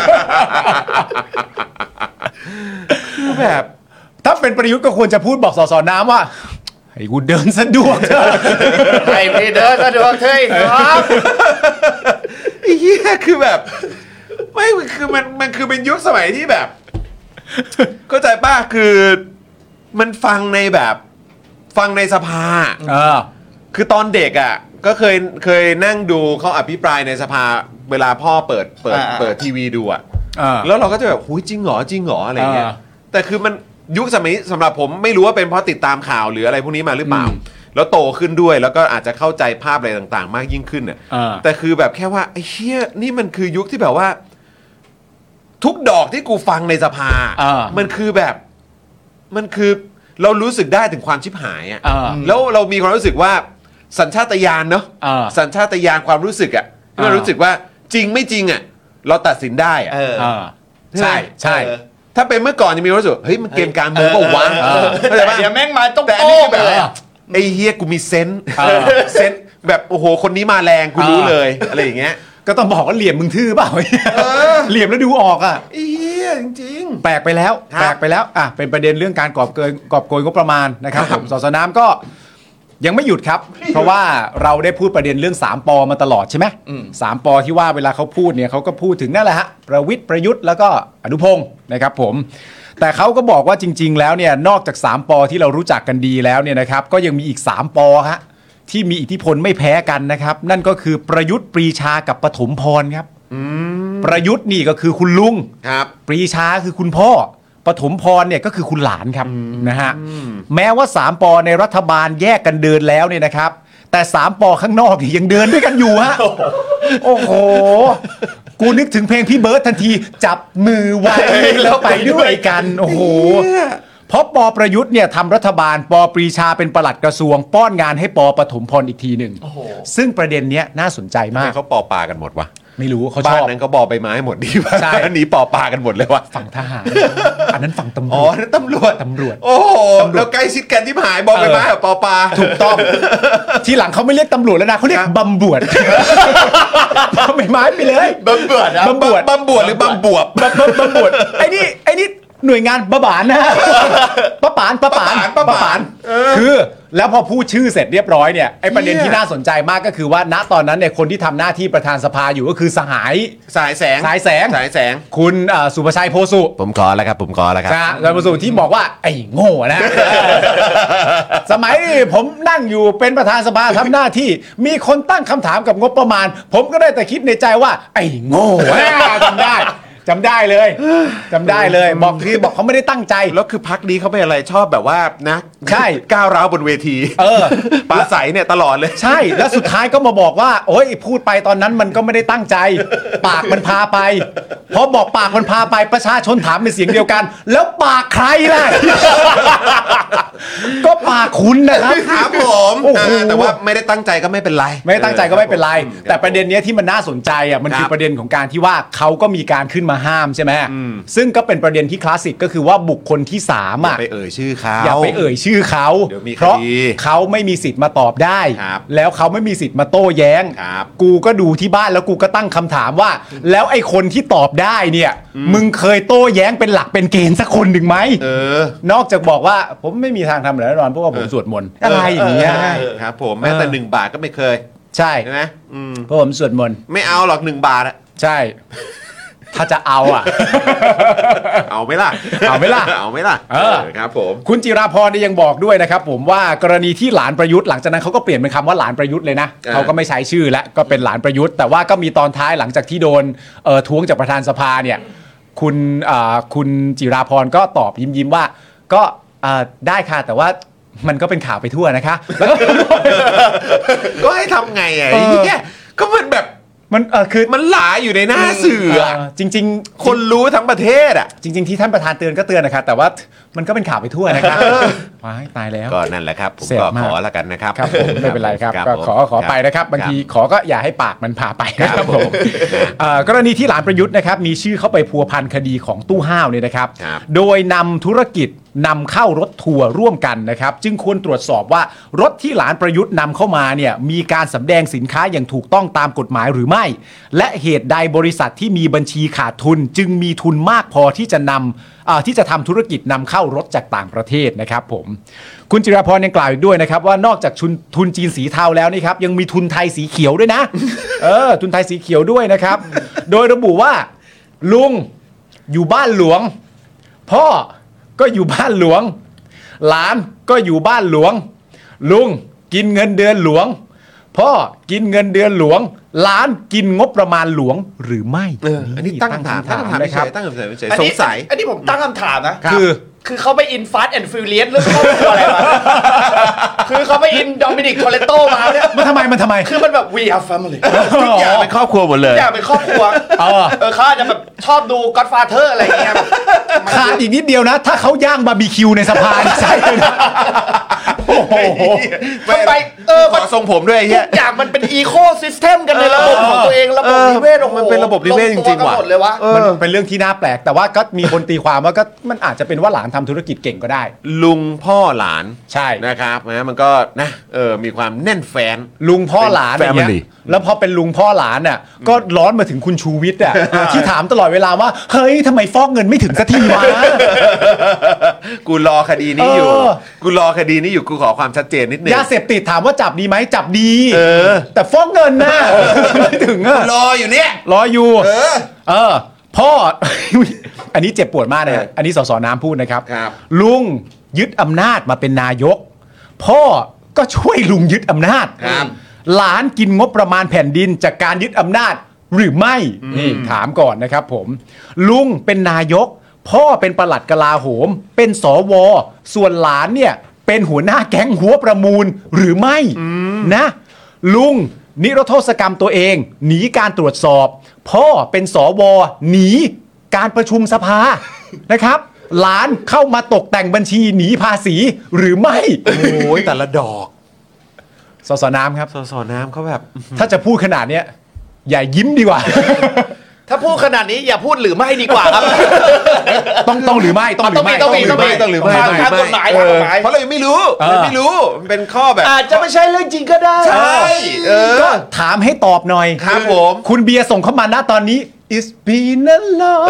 แบบถ้าเป็นประยุทธ์ก็ควรจะพูดบอกสสน้ำว่าให้กูเดินสะดวกเถอะให้พี่เดินสะดวกเถอะครับไอ้เหี้ยคือแบบไม่คือมันคือเป็นยุคสมัยที่แบบเข้าใจป่ะคือมันฟังในแบบฟังในสภาคือตอนเด็กอ่ะก็เคยนั่งดูเขาอภิปรายในสภาเวลาพ่อเปิดทีวีดูอ่ะแล้วเราก็จะแบบหุยจริงเหรออะไรเงี้ยแต่คือมันยุคสมัยสำหรับผมไม่รู้ว่าเป็นเพราะติดตามข่าวหรืออะไรพวกนี้มาหรือเปล่าแล้วโตขึ้นด้วยแล้วก็อาจจะเข้าใจภาพอะไรต่างๆมากยิ่งขึ้นเนี่ยแต่คือแบบแค่ว่าไอ้เหี้ยนี่มันคือยุคที่แบบว่าทุกดอกที่กูฟังในสภามันคือแบบมันคือเรารู้สึกได้ถึงความชิบหายอ่ะแล้วเรามีความรู้สึกว่าสัญชาตญาณเนาะสัญชาตญาณความรู้สึกอ่ะที่เรารู้สึกว่าจริงไม่จริงอ่ะเราตัดสินได้อ่ะใช่ถ้าเป็นเมื่อก่อนจะมีความรู้สึกเฮ้ยมันเกมการเมืองก็วางแต่เดี๋ยวแม่งมาต้องโต้แบบไอ้เฮียกูมีเซนส์แบบโอ้โหคนนี้มาแรงกูรู้เลยอะไรอย่างเงี้ยก็ต้องบอกว่าเหลี่ยมมึงทื่อเปล่าเหลี่ยมแล้วดูออกอ่ะเฮียจริงๆแปลกไปแล้วอ่ะเป็นประเด็นเรื่องการกอบโกยงบประมาณนะครับผมสสน้ำก็ยังไม่หยุดครับเพราะว่าเราได้พูดประเด็นเรื่อง3ปอมาตลอดใช่ไหม3ปอที่ว่าเวลาเขาพูดเนี่ยเขาก็พูดถึงนั่นแหละฮะประวิตรประยุทธ์แล้วก็อนุพงศ์นะครับผมแต่เขาก็บอกว่าจริงๆแล้วเนี่ยนอกจาก3ปอที่เรารู้จักกันดีแล้วเนี่ยนะครับก็ยังมีอีก3ปอฮะที่มีอิทธิพลไม่แพ้กันนะครับนั่นก็คือประยุทธ์ปรีชากับปฐมพรครับประยุทธ์นี่ก็คือคุณลุงปรีชาคือคุณพ่อปฐมพรเนี่ยก็คือคุณหลานครับนะฮะแม้ว่า3ปอในรัฐบาลแยกกันเดินแล้วเนี่ยนะครับแต่3ปอข้างนอกเนี่ยยังเดินด้วยกันอยู่ฮะโอ้โหกูนึกถึงเพลงพี่เบิร์ดทันทีจับมือไว้แล้วไปด้วยกันโอ้โหเพราะปอประยุทธ์เนี่ยทำรัฐบาลปอปรีชาเป็นปลัดกระทรวงป้อนงานให้ปอปฐมพรอีกทีหนึ่งซึ่งประเด็นเนี้ยน่าสนใจมากเขาปอปากันหมดวะไม่รู้เขาชบ้านอบนั้นก็บอใบไม้หมดดีว่าใช่หนีปอปลากันหมดเลยว่ะฝั่งทหารอันนั้นฝั่งตำรอ๋อวจนั่นตำรวจตำรวจโอ้โหแล้วใกล้ชิดกันที่หายบอใบไม้กับปอปลาถูกต้อง ทีหลังเขาไม่เรียกตำรวจแล้วนะเขาเรียกบำบวดไม่ไม้ไปเลยบำบวดนะบำบวดบำบวดหรือบำบวบบำบวดไอ้นี่หน่วยงานบะบานนะปะปานคือแล้วพอพูดชื่อเสร็จเรียบร้อยเนี่ยไอ้ประเด็นที่น่าสนใจมากก็คือว่าณตอนนั้นเนี่ยคนที่ทำหน้าที่ประธานสภาอยู่ก็คือสหายสายแสงคุณสุภชัยโพสุผมขอแล้วครับใช่โพสุที่บอกว่าไอ้โง่นะ สมัยผมนั่งอยู่เป็นประธานสภาทำหน้าที่มีคนตั้งคำถามกับงบประมาณผมก็ได้แต่คิดในใจว่าไอ้โง่จำได้เลยบอกเขาไม่ได้ตั้งใจแล้วคือพักนี้เขาเป็นอะไรชอบแบบว่านะใช่ก้าวร้าวบนเวทีปาใสเนี่ยตลอดเลยใช่แล้วสุดท้ายก็มาบอกว่าโอ้ยพูดไปตอนนั้นมันก็ไม่ได้ตั้งใจ ปากมันพาไปพอบอกปากมันพาไปประชาชนถามเป็นเสียงเดียวกัน แล้วปากใครล่ะ ก็ปากคุณนะครับครับผมโอ้โหแต่ว่าไม่ได้ตั้งใจก็ไม่เป็นไรไม่ได้ตั้งใจก็ไม่เป็นไร แต่ประเด็นเนี้ยที่มันน่าสนใจอ่ะมันคือประเด็นของการที่ว่าเขาก็มีการขึ้นมาห้ามใช่ไหมซึ่งก็เป็นประเด็นที่คลาสสิกก็คือว่าบุคคลที่3อ่ะไปเอ่ยชื่อเขาอย่าไปเอ่ยชื่อเขาเดี๋ยวมีคดีเพราะเขาไม่มีสิทธิ์มาตอบได้ครับแล้วเขาไม่มีสิทธิ์มาโต้แย้งครับกูก็ดูที่บ้านแล้วกูก็ตั้งคำถามว่า แล้วไอ้คนที่ตอบได้เนี่ยมึงเคยโต้แย้งเป็นหลักเป็นเกณฑ์สักคนหนึ่งไหมนอกจากบอกว่าผมไม่มีทางทำแน่นอนเพราะว่าผมสวดมนต์อะไรอย่างเงี้ยครับผมแม้แต่1 บาทก็ไม่เคยใช่ใช่ไหมเพราะผมสวดมนต์ไม่เอาหรอก1 บาทอะใช่ ถ้าจะเอาอ่ะเอาไหมล่ะเอาไหมล่ะเอาไหมล่ะ ครับผมคุณจิราพรเนี่ยยังบอกด้วยนะครับผมว่ากรณีที่หลานประยุทธ์หลังจากนั้นเขาก็เปลี่ยนเป็นคำว่าหลานประยุทธ์เลยนะเขาก็ไม่ใช้ชื่อแล้วก็เป็นหลานประยุทธ์แต่ว่าก็มีตอนท้ายหลังจากที่โดนท้วงจากประธานสภาเนี่ยคุณจิราพรก็ตอบยิ้มว่าก็ได้ค่ะแต่ว่ามันก็เป็นข่าวไปทั่วนะคะก็ให้ทำไงอ่ะเนี่ยก็มันแบบมันคือมันหลาอยู่ในหน้าสื่อจริงๆคนรู้ทั้งประเทศอ่ะจริงๆที่ท่านประธานเตือนก็เตือนนะครับแต่ว่ามันก็เป็นข่าวไปทั่วนะครับว้ายตายแล้วก็นั่นแหละครับผมก็ขอละกันนะครับครับผมไม่เป็นไรครับก็ขอไปนะครับบางทีขอก็อย่าให้ปากมันพาไปนะครับผมกรณีที่หลานประยุทธ์นะครับมีชื่อเข้าไปพัวพันคดีของตู้ห้าวเนี่ยนะครับโดยนำธุรกิจนำเข้ารถทัวร์ร่วมกันนะครับจึงควรตรวจสอบว่ารถที่หลานประยุทธ์นำเข้ามาเนี่ยมีการสำแดงสินค้าอย่างถูกต้องตามกฎหมายหรือไม่และเหตุใดบริษัทที่มีบัญชีขาดทุนจึงมีทุนมากพอที่จะทำธุรกิจนำเข้ารถจากต่างประเทศนะครับผมคุณจิราพรยังกล่าวอีกด้วยนะครับว่านอกจากทุนจีนสีเทาแล้วนี่ครับยังมีทุนไทยสีเขียวด้วยนะ ทุนไทยสีเขียวด้วยนะครับ โดยระบุว่าลุงอยู่บ้านหลวงพ่อก็อยู่บ้านหลวงหลานก็อยู่บ้านหลวงลุงกินเงินเดือนหลวงพ่อกินเงินเดือนหลวงหลานกินงบประมาณหลวงหรือไม่อันนี้ตั้งคำถามนะครับตั้งคำถามสงสัยอันนี้ผมตั้งคำถามนะคือเขาไปอินฟาสต์แอนด์ฟิวเลียสเรื่องครอบครัวอะไรมาคือเขาไปอินโดมินิกโทเลโตมาเนี่ยมันทำไมคือมันแบบ we are family ทุกอย่างเป็นครอบครัวหมดเลยทุกอย่างเป็นครอบครัวเขาอาจจะแบบชอบดู Godfather อะไรอย่างเงี้ยขาดอีกนิดเดียวนะถ้าเขาย่างบาร์บีคิวในสภาใช่เลยนะโอ้โหไปขอทรงผมด้วยทุกอย่างมันเป็นอีโคซิสเต็มกันในระบบของตัวเองระบบนิเวศมันเป็นระบบนิเวศจริงๆว่ะมันเป็นเรื่องที่น่าแปลกแต่ว่าก็มีคนตีความว่าก็มันอาจจะเป็นว่าหลานทำธุรกิจเก่งก็ได้ลุงพ่อหลานใช่นะครับนะมันก็นะมีความแน่นแฟนลุงพ่อหลานอย่างเงี้ยแล้วพอเป็นลุงพ่อหลานน่ะก็ร้อนมาถึงคุณชูวิทย์อ่ะที่ถามตลอดเวลาว่าเฮ้ยทำไมฟอกเงินไม่ถึงสักทีวะกูรอคดีนี้อยู่กูขอความชัดเจนนิดนึงยาเสพติดถามว่าจับดีไหมจับดีแต่ฟอกเงินนะไม่ถึงอ่ะรออยู่เนี่ยรออยู่พ่ออันนี้เจ็บปวดมากเลยอันนี้สสน้ำพูดนะครับลุงยึดอำนาจมาเป็นนายกพ่อก็ช่วยลุงยึดอำนาจหลานกินงบประมาณแผ่นดินจากการยึดอำนาจหรือไม่นี่ถามก่อนนะครับผมลุงเป็นนายกพ่อเป็นปลัดกลาโหมเป็นสวส่วนหลานเนี่ยเป็นหัวหน้าแก๊งหัวประมูลหรือไม่นะลุงนิรโทษกรรมตัวเองหนีการตรวจสอบพ่อเป็นสวหนีการประชุมสภานะครับหลานเข้ามาตกแต่งบัญชีหนีภาษีหรือไม่โอ้ยแต่ละดอกสสน้ำครับสสน้ำเขาแบบถ้าจะพูดขนาดเนี้ยอย่ายิ้มดีกว่าถ้าพูดขนาดนี้อย่าพูดหรือไม่ดีกว่าครับต้องหรือไม่ต้องหรือไม่ต้องหรือไม่ทางกฎหมายทางกฎหมายเพราะเรายังไม่รู้มันเป็นข้อแบบอาจจะไม่ใช่เรื่องจริงก็ได้ใช่ก็ถามให้ตอบหน่อยครับผมคุณเบียร์ส่งเข้ามาณตอนนี้ It's been a long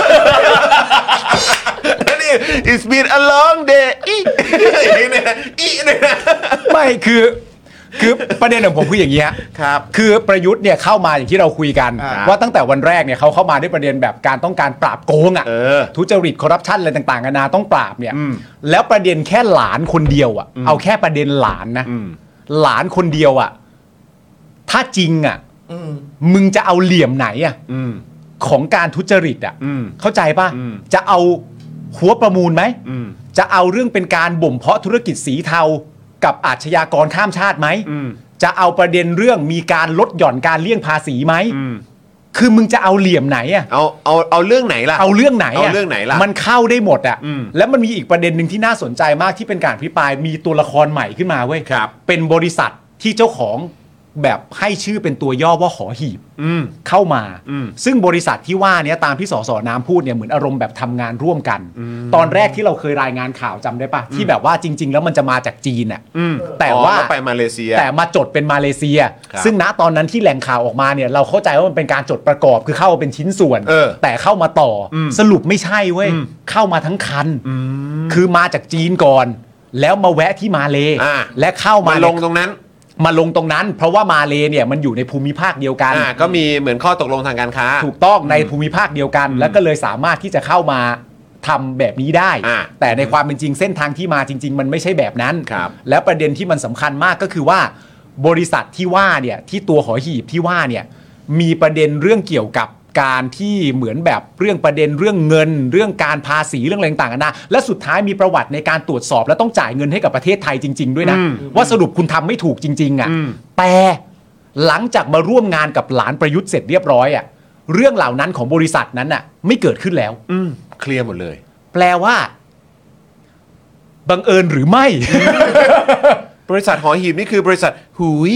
นี่ It's been a long day อีเนี่ยไม่คือประเด็นของผมคืออย่างนี้ฮะครับคือประยุทธ์เนี่ยเข้ามาอย่างที่เราคุยกัน ว่าตั้งแต่วันแรกเนี่ยเขาเข้ามาด้วยประเด็นแบบการต้องการปราบโกงทุจริตคอร์รัปชันอะไรต่างๆนานาต้องปราบเนี่ยแล้วประเด็นแค่หลานคนเดียวเอาแค่ประเด็นหลานนะหลานคนเดียวถ้าจริงมึงจะเอาเหลี่ยมไหนของการทุจริตเข้าใจป่ะจะเอาหัวประมูลไหมจะเอาเรื่องเป็นการบ่มเพาะธุรกิจสีเทากับอาชญากรข้ามชาติไหมจะเอาประเด็นเรื่องมีการลดหย่อนการเลี่ยงภาษีไหมคือมึงจะเอาเหลี่ยมไหนเอาเรื่องไหนล่ะเอาเรื่องไหนล่ะมันเข้าได้หมดแล้วมันมีอีกประเด็นหนึ่งที่น่าสนใจมากที่เป็นการอภิปรายมีตัวละครใหม่ขึ้นมาเว้ยเป็นบริษัทที่เจ้าของแบบให้ชื่อเป็นตัวย่อว่าหอหีบเข้ามาซึ่งบริษัทที่ว่านี้ตามที่สสน้ำพูดเนี่ยเหมือนอารมณ์แบบทำงานร่วมกันตอนแรกที่เราเคยรายงานข่าวจำได้ปะที่แบบว่าจริงๆแล้วมันจะมาจากจีนแต่ว่าไปมาเลเซียแต่มาจดเป็นมาเลเซียซึ่งณตอนนั้นที่แหล่งข่าวออกมาเนี่ยเราเข้าใจว่ามันเป็นการจดประกอบคือเข้ามาเป็นชิ้นส่วนแต่เข้ามาต่อสรุปไม่ใช่เว้ยเข้ามาทั้งคันคือมาจากจีนก่อนแล้วมาแวะที่มาเลและเข้ามาลงตรงนั้นเพราะว่ามาเลเนี่ยมันอยู่ในภูมิภาคเดียวกันก็มีเหมือนข้อตกลงทางการค้าถูกต้องในภูมิภาคเดียวกันแล้วก็เลยสามารถที่จะเข้ามาทำแบบนี้ได้แต่ในความเป็นจริงเส้นทางที่มาจริงๆมันไม่ใช่แบบนั้นแล้วประเด็นที่มันสำคัญมากก็คือว่าบริษัทที่ว่าเนี่ยที่ตัวหอหีบที่ว่าเนี่ยมีประเด็นเรื่องเกี่ยวกับการที่เหมือนแบบเรื่องประเด็นเรื่องเงินเรื่องการภาษีเรื่องอะไรต่างๆนะและสุดท้ายมีประวัติในการตรวจสอบและต้องจ่ายเงินให้กับประเทศไทยจริงๆด้วยนะว่าสรุปคุณทำไม่ถูกจริงๆแต่หลังจากมาร่วมงานกับหลานประยุทธ์เสร็จเรียบร้อยเรื่องเหล่านั้นของบริษัทนั้นไม่เกิดขึ้นแล้วเคลียร์หมดเลยแปลว่าบังเอิญหรือไม่บริษัทหอหีบนี่คือบริษัทหุย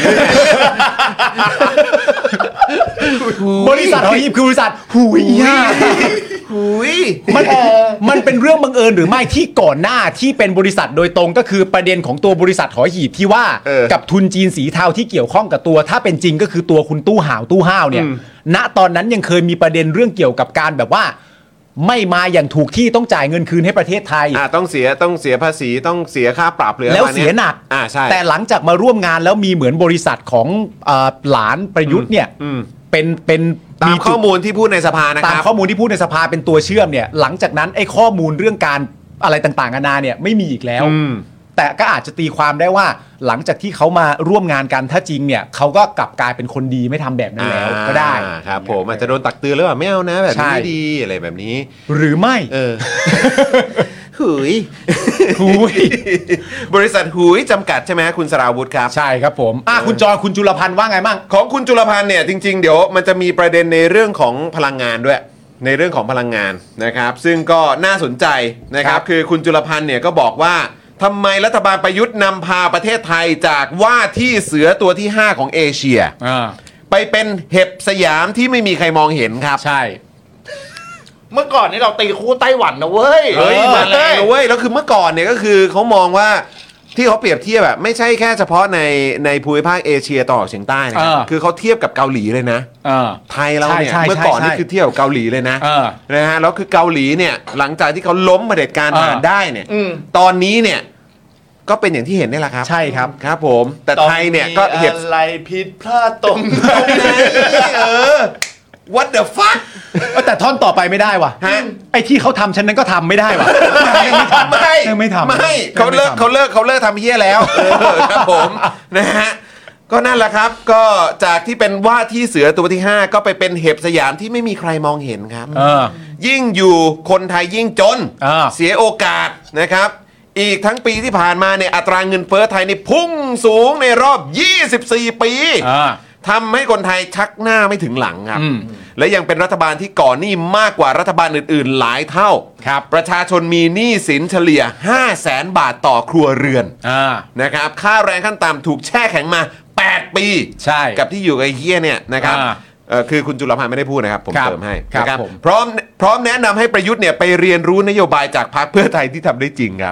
บริษัทหอหีบคือบริษัทหุยมันเป็นเรื่องบังเอิญหรือไม่ที่ก่อนหน้าที่เป็นบริษัทโดยตรงก็คือประเด็นของตัวบริษัทหอหีบที่ว่ากับทุนจีนสีเทาที่เกี่ยวข้องกับตัวถ้าเป็นจริงก็คือตัวคุณตู้ห่าวเนี่ยณตอนนั้นยังเคยมีประเด็นเรื่องเกี่ยวกับการแบบว่าไม่มาอย่างถูกที่ต้องจ่ายเงินคืนให้ประเทศไทยต้องเสียภาษีต้องเสียค่าปรับหรือแล้วเสียหนักใช่แต่หลังจากมาร่วมงานแล้วมีเหมือนบริษัทของหลานประยุทธ์เนี่ยเป็นตามข้อมูลที่พูดในสภานะครับตามข้อมูลที่พูดในสภาเป็นตัวเชื่อมเนี่ยหลังจากนั้นไอ้ข้อมูลเรื่องการอะไรต่างๆนานาเนี่ยไม่มีอีกแล้วแต่ก็อาจจะตีความได้ว่าหลังจากที่เขามาร่วมงานกันถ้าจริงเนี่ยเขาก็กลับกลายเป็นคนดีไม่ทำแบบนั้นแล้วก็ได้ครับผมอาจจะโดนตักเตือนแล้วว่าไม่เอานะแบบนี้ไม่ดีอะไรแบบนี้หรือไม่หุยบริษัทหุยจำกัดใช่ไหมคุณสราวุธครับใช่ครับผมคุณจรคุณจุลพันธ์ว่าไงบ้างของคุณจุลพันธ์เนี่ยจริงๆเดี๋ยวมันจะมีประเด็นในเรื่องของพลังงานด้วยในเรื่องของพลังงานนะครับซึ่งก็น่าสนใจนะครับคือคุณจุลพันธ์เนี่ยก็บอกว่าทำไมรัฐบาลประยุทธ์นำพาประเทศไทยจากว่าที่เสือตัวที่5ของเอเชียไปเป็นเห็บสยามที่ไม่มีใครมองเห็นครับใช่เมื่อก่อนนี่เราตีคู่ไต้หวันนะเว้ยมาแรงนะเว้ยแล้วคือเมื่อก่อนเนี่ยก็คือเขามองว่าที่เขาเปรียบเทียบแบบไม่ใช่แค่เฉพาะในภูมิภาคเอเชียตะวันออกเฉียงใต้นะคือเขาเทียบกับเกาหลีเลยนะไทยเราเนี่ยเมื่อก่อนนี่คือเทียบกับเกาหลีเลยนะฮะแล้วคือเกาหลีเนี่ยหลังจากที่เขาล้มเผด็จการทหารได้เนี่ยตอนนี้เนี่ยก็เป็นอย่างที่เห็นนี่แหละครับใช่ครับครับผมแต่ไทยเนี่ยก็เห็นอะไรผิดพลาดตรงไหน What the fuck แต่ท่อนต่อไปไม่ได้ว่ะไอ้ที่เขาทำฉันนั้นก็ทำไม่ได้ว่ะไม่ทำเขาเลิกทำเหี้ยแล้วครับผมนะฮะก็นั่นแหละครับก็จากที่เป็นว่าที่เสือตัวที่5ก็ไปเป็นเห็บสยามที่ไม่มีใครมองเห็นครับยิ่งอยู่คนไทยยิ่งจนเสียโอกาสนะครับอีกทั้งปีที่ผ่านมาเนี่ยอัตราเงินเฟ้อไทยนี่พุ่งสูงในรอบ24ปีทำให้คนไทยชักหน้าไม่ถึงหลังครับและยังเป็นรัฐบาลที่ก่อหนี้มากกว่ารัฐบาลอื่นๆหลายเท่าประชาชนมีหนี้สินเฉลี่ย 500,000 บาทต่อครัวเรือนนะครับค่าแรงขั้นต่ำถูกแช่แข็งมา 8 ปีใช่กับที่อยู่กับไอ้เหี้ยเนี่ยนะครับคือคุณจุลพันธ์ไม่ได้พูดนะครับผมครับเติมให้ครับนะครับผมพร้อมแนะนำให้ประยุทธ์เนี่ยไปเรียนรู้นโยบายจากพรรคเพื่อไทยที่ทำได้จริงครับ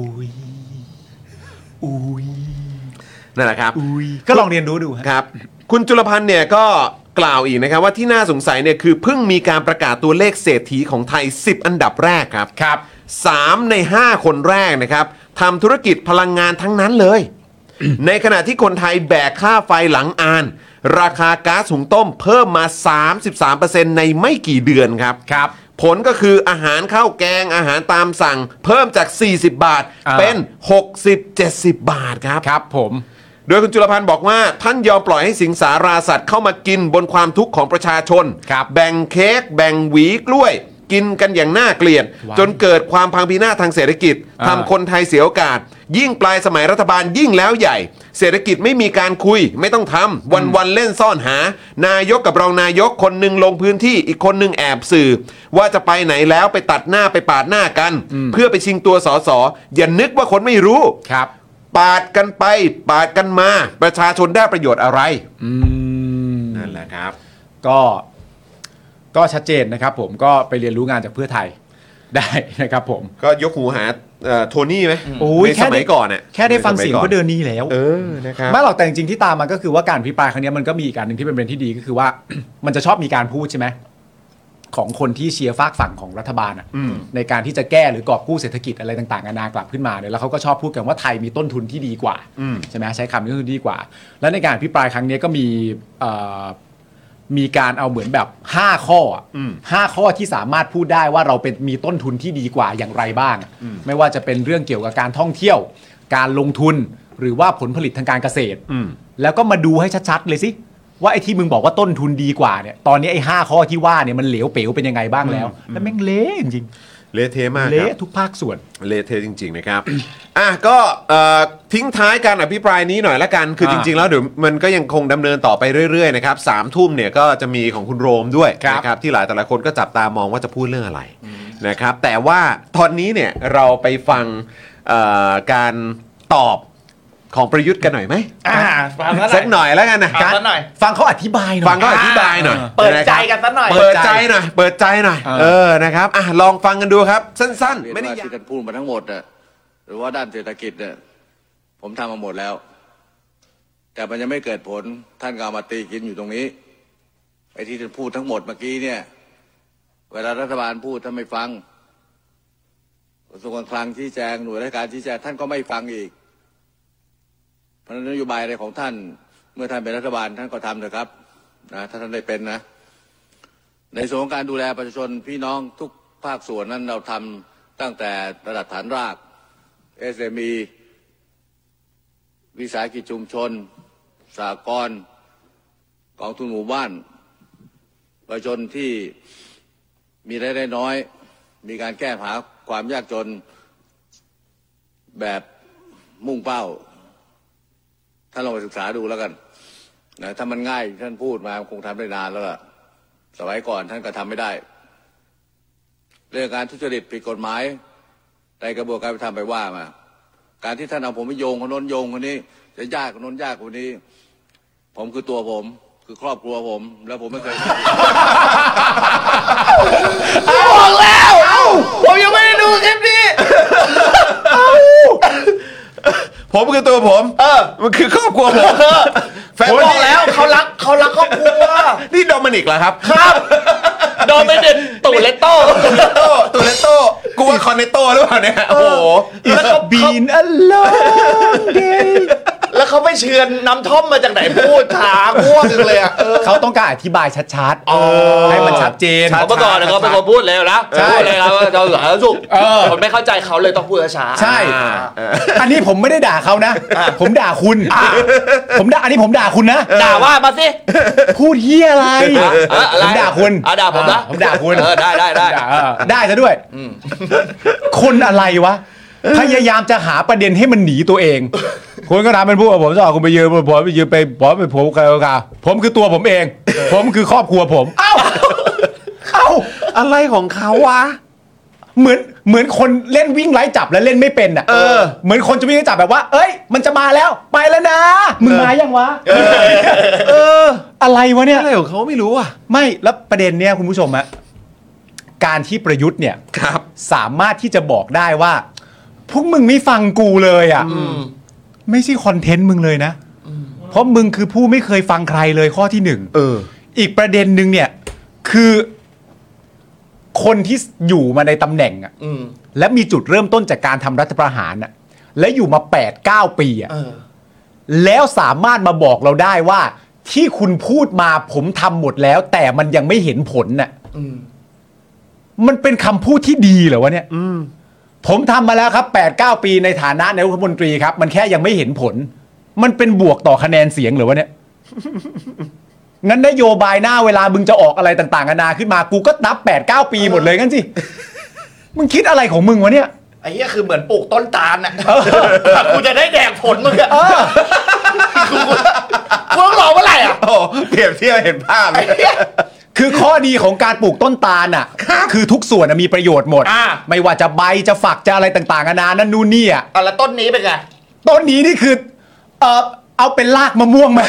นั่นแหละครับก็ลองเรียนรู้ดูครับคุณจุลพันธ์เนี่ยก็กล่าวอีกนะครับว่าที่น่าสงสัยเนี่ยคือเพิ่งมีการประกาศตัวเลขเศรษฐีของไทย10อันดับแรกครับครับ 3 ใน 5 คนแรกนะครับทำธุรกิจพลังงานทั้งนั้นเลย ในขณะที่คนไทยแบกค่าไฟหลังอ่านราคาก๊าซหุงต้มเพิ่มมา 33% ในไม่กี่เดือนครับครับผลก็คืออาหารข้าวแกงอาหารตามสั่งเพิ่มจาก40 บาทเป็น 60-70 บาทครับครับผมโดยคุณจุลพันธ์บอกว่าท่านยอมปล่อยให้สิงสาราสัตว์เข้ามากินบนความทุกข์ของประชาชนครับแบ่งเค้กแบ่งหวีกล้วย กินกันอย่างน่าเกลียดว้าวจนเกิดความพังพินาศทางเศรษฐกิจทำคนไทยเสียโอกาส ยิ่งปลายสมัยรัฐบาลยิ่งแล้วใหญ่ เศรษฐกิจไม่มีการคุยไม่ต้องทำวันๆเล่นซ่อนหา นายกกับรองนายกคนหนึ่งลงพื้นที่อีกคนหนึ่งแอบสื่อ ว่าจะไปไหนแล้วไปตัดหน้าไปปาดหน้ากัน เพื่อไปชิงตัวสสอย่านึกว่าคนไม่รู้ครับปาดกันไปปาดกันมาประชาชนได้ประโยชน์อะไรนั่นแหละครับก็ชัดเจนนะครับผมก็ไปเรียนรู้งานจากเพื่อไทยได้นะครับผมก็ยกหูหาโทนี่ไหมโอ้ยในสมัยก่อนน่ะแค่ได้ฟังเสียงในสมัก็ยเดินหนี้แล้วนะครับไม่หรอกแต่จริงๆที่ตามมาก็คือว่าการอภิปรายครั้งนี้มันก็มีอีกการหนึ่งที่เป็นประเด็นที่ดีก็คือว่า มันจะชอบมีการพูดใช่ไหมของคนที่เชียร์ฝากฝั่งของรัฐบาลอ่ะในการที่จะแก้หรือกอบกู้เศรษฐกิจอะไรต่างๆนานากลับขึ้นมาเนี่ยแล้วเขาก็ชอบพูดกันว่าไทยมีต้นทุนที่ดีกว่าใช่ไหมใช้คำนี้ต้นทุนดีกว่า แล้วในการอภิปรายครั้งนี้ก็มีการเอาเหมือนแบบ5ข้อ5ข้อที่สามารถพูดได้ว่าเราเป็นมีต้นทุนที่ดีกว่าอย่างไรบ้างไม่ว่าจะเป็นเรื่องเกี่ยวกับการท่องเที่ยว การลงทุนหรือว่าผลผลิตทางการเกษตรแล้วก็มาดูให้ชัดๆเลยสิว่าไอ้ที่มึงบอกว่าต้นทุนดีกว่าเนี่ยตอนนี้ไอ้5ข้อที่ว่าเนี่ยมันเหลวเป๋วเป็นยังไงบ้างแล้วแล้วแม่งเละจริงเละเทะมากคเละรับทุกภาคส่วนเละเทะจริงๆนะครับก็ทิ้งท้ายการอภิปรายนี้หน่อยละกันคือจริงๆแล้วเดี๋ยวมันก็ยังคงดำเนินต่อไปเรื่อยๆนะครับ3 ทุ่มเนี่ยก็จะมีของคุณโรมด้วยครับนะครับที่หลายแต่ละคนก็จับตามองว่าจะพูดเรื่องอะไรนะครับแต่ว่าตอนนี้เนี่ยเราไปฟังการตอบของประยุทธ์กันหน่อยไหมฟังสักหน่อยแล้วกันนะฟังหน่อยฟังเขาอธิบายหน่อยฟังเขาอธิบายหน่อยเปิดใจกันสักหน่อยเปิดใจหน่อยเปิดใจหน่อยนะครับลองฟังกันดูครับสั้นๆไม่ได้ยากที่ท่านพูดมาทั้งหมดน่ะหรือว่าด้านเศรษฐกิจเนี่ยผมทำมาหมดแล้ว แต่มันยังไม่เกิดผลท่านก็เอามาตีกินอยู่ตรงนี้ไอ้ที่ท่านพูดทั้งหมดเมื่อกี้เนี่ย เวลารัฐบาลพูดท่านไม่ฟังกระทรวงการคลังชี้แจงหน่วยราชการชี้แจงท่านก็ไม่ฟังอีกเพราะฉะนั้นนโยบายอะไรของท่านเมื่อท่านเป็นรัฐบาลท่านก็ทำเถอะครับนะถ้าท่านได้เป็นนะในส่วนของการดูแลประชาชนพี่น้องทุกภาคส่วนนั้นเราทำตั้งแต่ระดับฐานราก SME วิสาหกิจชุมชนสหกรณ์กองทุนหมู่บ้านประชาชนที่มีรายได้น้อยมีการแก้ปัญหาความยากจนแบบมุ่งเป้าท่านลองไปศึกษาดูแล้วกันนะถ้ามันง่ายท่านพูดมาคงทำได้นานแล้วล่ะสมัยก่อนท่านก็ทำไม่ได้เรื่องการทุจริตผิดกฎหมายในกระบวนการไปทำไปว่ามาการที่ท่านเอาผมไปโยงคนโน้นโยงคนนี้จะยากคนโน้นยากคนนี้ผมคือตัวผมคือครอบครัวผมแล้วผมไม่เคยบอกแล้วผมยังไม่ได้ดูคลิปนี้ผมคือตัวผมมันคือครอบครัวผมแฟนผมบอกแล้วเขารักครอบครัวนี่โดมินิกเหรอครับครับโดนไปเด็ดตูเลตโต้ตูเลโต้กูว่าคอนเนโต้หรือเปล่าเนี่ยโอ้โหแล้วเขา Been a long day แล้วเขาไม่เชือนน้ำท่อมมาจากไหนพูดช้าง่วงเลยอ่ะเขาต้องการอธิบายชัดๆให้มันชัดเจนเขาเมื่อก่อนเขาเป็นคนพูดเร็วนะใช่พูดเลยครับว่าเราหลายสุขคนไม่เข้าใจเขาเลยต้องพูดช้าใช่ อันนี้ผมไม่ได้ด่าเขานะ ผมด่าคุณอันนี้ผมด่าคุณนะด่าว่ามาสิพูดเฮียอะไรอะไรผมด่าคุณด่าผมนะผมด่าคุณได้ได้ซะด้วยคนอะไรวะพยายามจะหาประเด็นให้มันหนีตัวเองคุณก็ทำเป็นผู้ผมจะเอาคุณไปยืมผมไปยืมไปผมใครผมคือตัวผมเอง ผมคือครอบครัวผมเอ้าอะไรของเขาวะเหมือนคนเล่นวิ่งไล่จับแล้วเล่นไม่เป็นอ่ะเหมือนคนจะวิ่งไล่จับแบบว่าเอ้ยมันจะมาแล้วไปแล้วนะมึงมายังวะอะไรวะเนี่ยอะไรของเขาไม่รู้อ่ะไม่แล้วประเด็นเนี้ยคุณผู้ชมอะการที่ประยุทธ์เนี่ยครับสามารถที่จะบอกได้ว่าพวกมึงไม่ฟังกูเลยอ่ะไม่ใช่คอนเทนต์มึงเลยนะเพราะมึงคือผู้ไม่เคยฟังใครเลยข้อที่หนึ่งอีกประเด็นหนึ่งเนี่ยคือคนที่อยู่มาในตำแหน่งอ่ะและมีจุดเริ่มต้นจากการทำรัฐประหารอ่ะและอยู่มา 8-9 ปีอ่ะแล้วสามารถมาบอกเราได้ว่าที่คุณพูดมาผมทำหมดแล้วแต่มันยังไม่เห็นผลน่ะมันเป็นคำพูดที่ดีเหรอวะเนี่ยผมทำมาแล้วครับ 8-9 ปีในฐานะนายกรัฐมนตรีครับมันแค่ยังไม่เห็นผลมันเป็นบวกต่อคะแนนเสียงเหรอวะเนี่ยงั้นนโยบายหน้าเวลามึงจะออกอะไรต่างๆนานาขึ้นมากูก็นับ 8-9 ปีหมดเลยงั้นสิมึงคิดอะไรของมึงวะเนี่ยไอ้เหี้ยคือเหมือนปลูกต้นตาลน่ะกูจะได้แดกผลมึงอะกูต้องรอเมื่อไหร่อ่ะโอ้เปรียบเทียบเห็นภาพเลยคือข้อดีของการปลูกต้นตาลน่ะคือทุกส่วนมีประโยชน์หมดไม่ว่าจะใบจะฝักจะอะไรต่างๆนานานั่นนู่นนี่อ่ะแล้วต้นนี้เป็นไงต้นนี้นี่คือเอาเป็นรากมะม่วงมา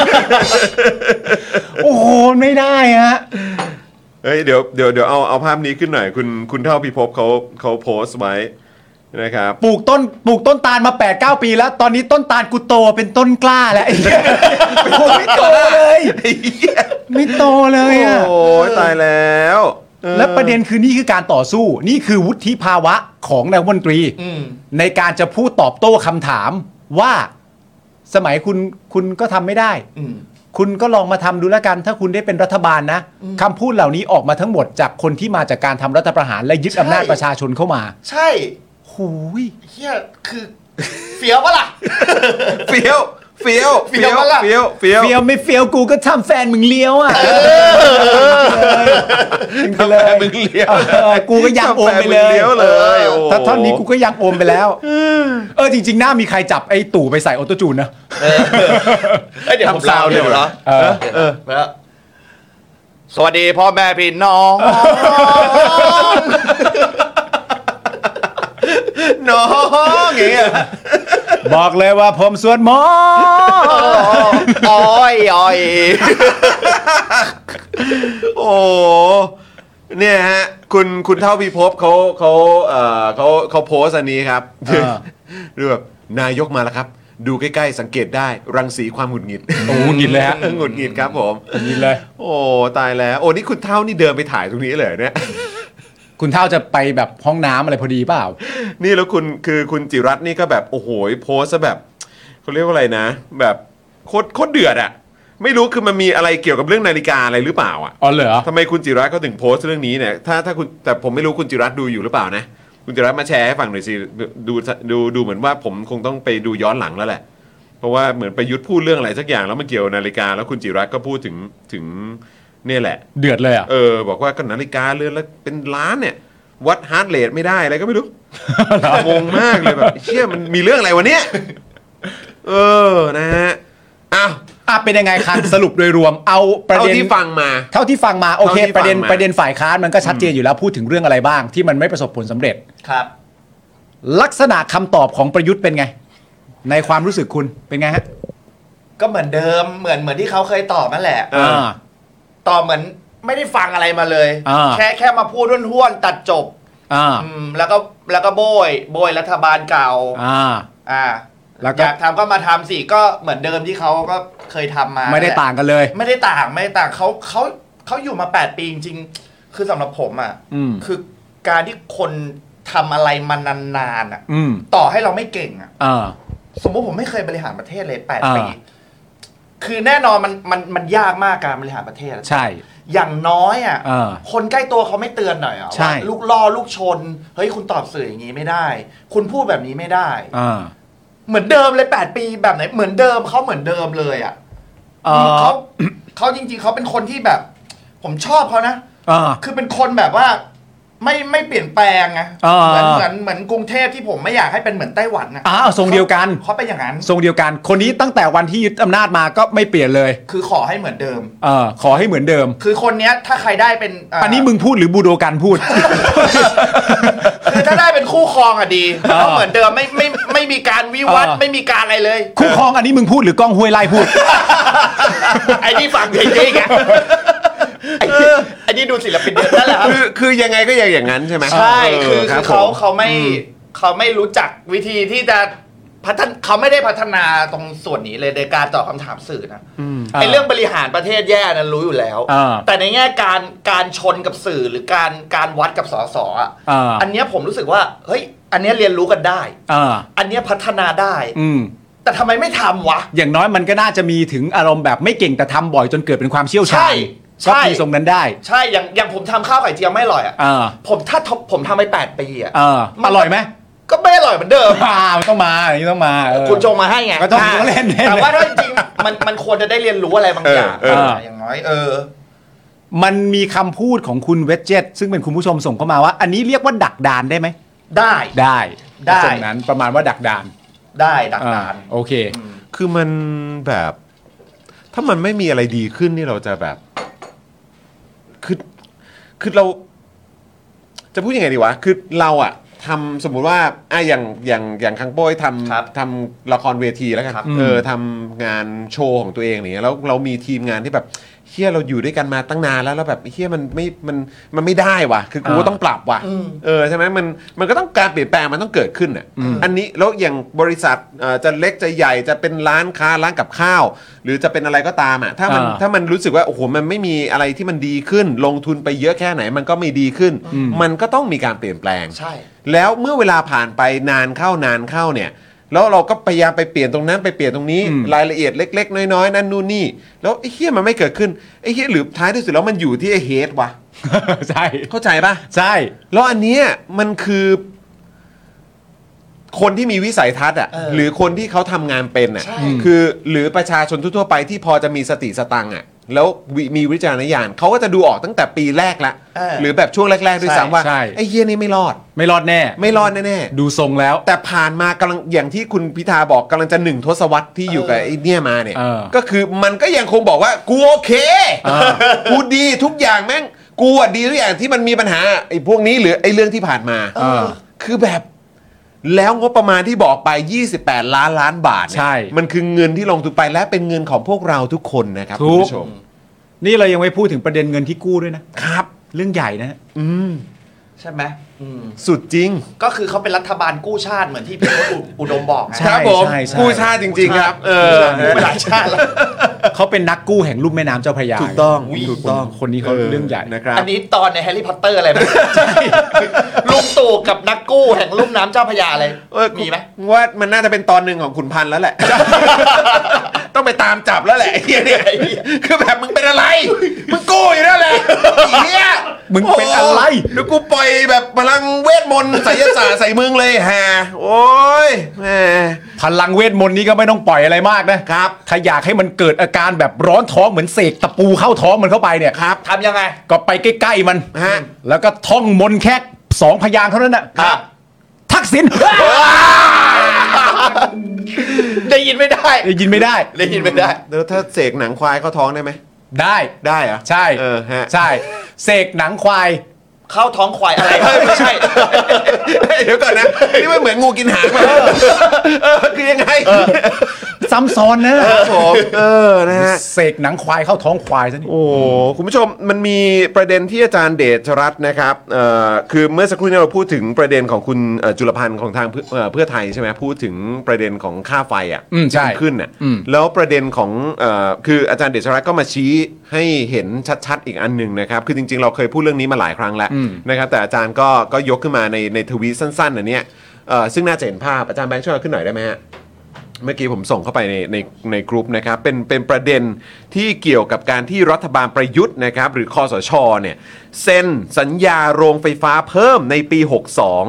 โอ้โหไม่ได้ฮะเฮ้ยเดี๋ยวเอาภาพนี้ขึ้นหน่อยคุณเท่าพิภพเขาโพสต์ไว้นะครับปลูกต้นตาลมา 8-9 ปีแล้วตอนนี้ต้นตาลกูโตเป็นต้นกล้าแล้วไม่โตเลยไม่โตเลยอ่ะโอ้ยตายแล้วและประเด็นคือนี่คือการต่อสู้นี่คือวุฒิภาวะของนายกรัฐมนตรีในการจะพูดตอบโต้คำถามว่าสมัยคุณก็ทำไม่ได้คุณก็ลองมาทำดูแล้วกันถ้าคุณได้เป็นรัฐบาลนะคำพูดเหล่านี้ออกมาทั้งหมดจากคนที่มาจากการทำรัฐประหารและยึดอำนาจประชาชนเข้ามาใช่หูยเฮียคือเฟี้ยวปะล่ะเฟี้ยวไม่เฟี้ยวกูก็ทำแฟนมึงเลี้ยวอ่ะมึงเลี้ยวกูก็ยังโอมไปเลยถ้าท่อนนี้กูก็ยังโอมไปแล้วจริงๆหน้ามีใครจับไอ้ตู่ไปใส่ออโต้จูนนะเดี๋ยวผมเล่าเดี๋ยวเหรอสวัสดีพ่อแม่พี่น้องน้องอย่างเงี้ยบอกเลยว่าผมสวดมนต์อ้อยโอ้เนี่ยฮะคุณเท่าพิภพเขาโพสต์อันนี้ครับดูแบบนายกมาแล้วครับดูใกล้ๆสังเกตได้รังสีความหงุดหงิดโอ้หงุดหงิดเลยฮะหงุดหงิดครับผมหงุดหงิดเลยโอ้ตายแล้วโอ้นี่คุณเท่านี่เดินไปถ่ายตรงนี้เลยเนี่ยคุณเท่าจะไปแบบห้องน้ำอะไรพอดีเปล่านี่แล้วคุณจิรัตน์นี่ก็แบบโอ้โหโพสซะแบบเขาเรียกว่าอะไรนะแบบโคตรเดือดอ่ะไม่รู้คือมันมีอะไรเกี่ยวกับเรื่องนาฬิกาอะไรหรือเปล่าอ่ะอ๋อเหรอทำไมคุณจิรัตน์เขาถึงโพสเรื่องนี้เนี่ยถ้าคุณแต่ผมไม่รู้คุณจิรัตน์ดูอยู่หรือเปล่านะคุณจิรัตน์มาแชร์ให้ฟังหน่อยสิดูเหมือนว่าผมคงต้องไปดูย้อนหลังแล้วแหละเพราะว่าเหมือนประยุทธ์พูดเรื่องอะไรสักอย่างแล้วมันเกี่ยวนาฬิกาแล้วคุณจิรัตน์ก็พูดถึงเนี่ยแหละเดือดเลยอ่ะบอกว่าก็นาฬิกาเรือนละเป็นล้านเนี่ยวัดฮาร์ทเรทไม่ได้อะไรก็ไม่รู้งงมากเลยแบบเชี่ยมันมีเรื่องอะไรวะเนี่ยนะฮะอ้าวเป็นยังไงครับสรุปโดยรวมเอาประเด็นเท่าที่ฟังมาโอเคประเด็นฝ่ายค้านมันก็ชัดเจนอยู่แล้วพูดถึงเรื่องอะไรบ้างที่มันไม่ประสบผลสำเร็จครับลักษณะคำตอบของประยุทธ์เป็นไงในความรู้สึกคุณเป็นไงฮะก็เหมือนเดิมเหมือนที่เขาเคยตอบนั่นแหละตอบเหมือนไม่ได้ฟังอะไรมาเลยแค่มาพูดห้วนๆตัดจบแล้วก็โบยรัฐบาลเก่าอยากทำก็มาทำสิก็เหมือนเดิมที่เขาก็เคยทำมาไม่ได้ต่างกันเลยไม่ได้ต่างเขาอยู่มา8 ปีจริงๆคือสำหรับผมอ่ะคือการที่คนทำอะไรมานานๆอ่ะต่อให้เราไม่เก่งอ่ะสมมติผมไม่เคยบริหารประเทศเลย8 ปีคือแน่นอนมันยากมากการบริหารประเทศใช่อย่างน้อยอ่ะคนใกล้ตัวเขาไม่เตือนหน่อยอ่ะว่าลูกล่อลูกชนเฮ้ยคุณตอบสื่ออย่างนี้ไม่ได้คุณพูดแบบนี้ไม่ได้เหมือนเดิมเลย8 ปีแบบไหนเหมือนเดิมเขาเหมือนเดิมเลยอ่ะเขาจริงๆเขาเป็นคนที่แบบผมชอบเขานะคือเป็นคนแบบว่าไม่เปลี่ยนแปลงไงเหมือนกรุงเทพที่ผมไม่อยากให้เป็นเหมือนไต้หวันนะทรงเดียวกันเขาเป็นอย่างนั้นทรงเดียวกันคนนี้ตั้งแต่วันที่ยึดอำนาจมาก็ไม่เปลี่ยนเลยคือขอให้เหมือนเดิมขอให้เหมือนเดิมคือคนเนี้ยถ้าใครได้เป็นอันนี้มึงพูดหรือบูโดกันพูดคือถ้าได้เป็นคู่ครองอะดีก็เหมือนเดิมไม่มีการวิวัฒน์ไม่มีการอะไรเลยคู่ครองอันนี้มึงพูดหรือก้องห้วยไล่พูดไอ้นี่ฟังเพลงจริงอะไอ้นี่ดูศิลปินเยอะนั่นแหละครับคือยังไงก็อย่างนั้นใช่ไหมใช่คือเขาไม่รู้จักวิธีที่จะเขาไม่ได้พัฒนาตรงส่วนนี้เลยในการตอบคำถามสื่อนะไอ้เรื่องบริหารประเทศแย่นั้นรู้อยู่แล้วแต่ในแง่การชนกับสื่อหรือการวัดกับสสอันนี้ผมรู้สึกว่าเฮ้ยอันนี้เรียนรู้กันได้อันนี้พัฒนาได้แต่ทำไมไม่ทำวะอย่างน้อยมันก็น่าจะมีถึงอารมณ์แบบไม่เก่งแต่ทำบ่อยจนเกิดเป็นความเชี่ยวชาญก็มีทรงนั้นได้ใช่อย่างผมทำข้าวไข่เจียวไม่อร่อยผมทำไป8 ปีอร่อยไหมก็ไม่อร่อยเหมือนเดิมมันต้องมาอย่างนี้ต้องมาคุณจงมาให้ไงก็ต้องเล่นแต่ว่าถ้าจริงมันควรจะได้เรียนรู้อะไรบางอย่างอย่างน้อยมันมีคำพูดของคุณเวจเจตซึ่งเป็นคุณผู้ชมส่งเข้ามาว่าอันนี้เรียกว่าดักดานได้ไหมได้ตรงนั้นประมาณว่าดักดานได้ดักดานโอเคคือมันแบบถ้ามันไม่มีอะไรดีขึ้นนี่เราจะแบบคือเราจะพูดยังไงดีวะคือเราทำสมมุติว่าอย่างคังโป้ยทำละครเวทีแล้วกันทำงานโชว์ของตัวเองอย่างเงี้ยแล้วเรามีทีมงานที่แบบเฮียเราอยู่ด้วยกันมาตั้งนานแล้วแบบเฮียมันไม่ได้ว่ะคือกูก็ต้องปรับว่ะใช่ไหมมันก็ต้องการเปลี่ยนแปลงมันต้องเกิดขึ้นอันนี้แล้วอย่างบริษัทจะเล็กจะใหญ่จะเป็นร้านค้าร้านกับข้าวหรือจะเป็นอะไรก็ตามถ้ามันรู้สึกว่าโอ้โหมันไม่มีอะไรที่มันดีขึ้นลงทุนไปเยอะแค่ไหนมันก็ไม่ดีขึ้นมันก็ต้องมีการเปลี่ยนแปลงใช่แล้วเมื่อเวลาผ่านไปนานเข้าเนี่ยแล้วเราก็พยายามไปเปลี่ยนตรงนั้นไปเปลี่ยนตรงนี้รายละเอียดเล็กๆน้อยๆนั่นนู่นนี่แล้วไอ้เหี้ยมันไม่เกิดขึ้นไอ้เหี้ยหรือท้ายที่สุดแล้วมันอยู่ที่ไอ้เฮดวะใช่เข้าใจป่ะใช่แล้วอันเนี้ยมันคือคนที่มีวิสัยทัศน์หรือคนที่เขาทำงานเป็นคือหรือประชาชนทั่วๆไปที่พอจะมีสติสตังค์แล้วมีวิจารณญาณเขาก็จะดูออกตั้งแต่ปีแรกละหรือแบบช่วงแรกๆด้วยซ้ำว่าไอ้เฮียนี่ไม่รอดแน่ไม่รอดแน่ดูทรงแล้วแต่ผ่านมากำลังอย่างที่คุณพิธาบอกกำลังจะ1 ทศวรรษที่อยู่กับไอ้เนี่ยมาเนี่ยก็คือมันก็ยังคงบอกว่ากูโอเคกูดีทุกอย่างแม่งกูดีทุกอย่างที่มันมีปัญหาไอ้พวกนี้หรือไอ้เรื่องที่ผ่านมาคือแบบแล้วงบประมาณที่บอกไป28 ล้านบาทใช่มันคือเงินที่ลงทุนไปและเป็นเงินของพวกเราทุกคนนะครับคุณผู้ชมนี่เรายังไม่พูดถึงประเด็นเงินที่กู้ด้วยนะครับเรื่องใหญ่นะใช่ไหมสุดจริงก็คือเขาเป็นรัฐบาลกู้ชาติเหมือนที่พี่อุดมบอกครับผมกู้ชาติจริงๆครับกู้หลายชาติเขาเป็นนักกู้แห่งลุ่มแม่น้ำเจ้าพระยาถูกต้องคนนี้เขาเรื่องใหญ่นะครับอันนี้ตอนในแฮร์รี่พอตเตอร์อะไรไหมลุงตู่กับนักกู้แห่งลุ่มน้ำเจ้าพระยาอะไรมีไหมว่ามันน่าจะเป็นตอนหนึ่งของขุนพันธ์แล้วแหละต้องไปตามจับแล้วแหละคือแบบมึงเป็นอะไรมึงกู้อยู่นั่นแหละเฮียมึงเป็นอะไรเดี๋ยวกูปล่อยแบบพลังเวทมนต์ไสยศาสตร์ใส่มึงเลยฮะโอ้ยแหมพลังเวทมนต์นี้ก็ไม่ต้องปล่อยอะไรมากนะครับถ้าอยากให้มันเกิดอาการแบบร้อนท้องเหมือนเสกตะปูเข้าท้องมันเข้าไปเนี่ยครับทำยังไงก็ไปใกล้ๆมันแล้วก็ท่องมนต์แค่2 พยางค์เท่านั้นนะครับทักษิณได้ยินไม่ได้ได้ยินไม่ได้แล้วถ้าเสกหนังควายเข้าท้องได้ไหมได้เหรอใช่ใช่เสกหนังควายเข้าท้องควายอะไรไม่ใช่เดี๋ยวก่อนนะนี่มันเหมือนงูกินหางมาคือยังไงซ้ำซ้อนนะครับผมนะฮะเสกหนังควายเข้าท้องควายซะนี่โอ้คุณผู้ชมมันมีประเด็นที่อาจารย์เดชรัตน์นะครับคือเมื่อสักครู่นี้เราพูดถึงประเด็นของคุณจุลพันธ์ของทางเพื่อไทยใช่ไหมพูดถึงประเด็นของค่าไฟใช่ขึ้นแล้วประเด็นของคืออาจารย์เดชรัตน์ก็มาชี้ให้เห็นชัดๆอีกอันหนึ่งนะครับคือจริงๆเราเคยพูดเรื่องนี้มาหลายครั้งแล้วนะครับแต่อาจารย์ก็ยกขึ้นมาในทวีตสั้นๆอันเนี้ยซึ่งน่าจะเห็นภาพอาจารย์แบงค์ช่วยขึ้นหน่อยได้ไหมฮะเมื่อกี้ผมส่งเข้าไปในกรุ๊ปนะครับเป็นประเด็นที่เกี่ยวกับการที่รัฐบาลประยุทธ์นะครับหรือคสชเนี่ยเซ็นสัญญาโรงไฟฟ้าเพิ่มในปี62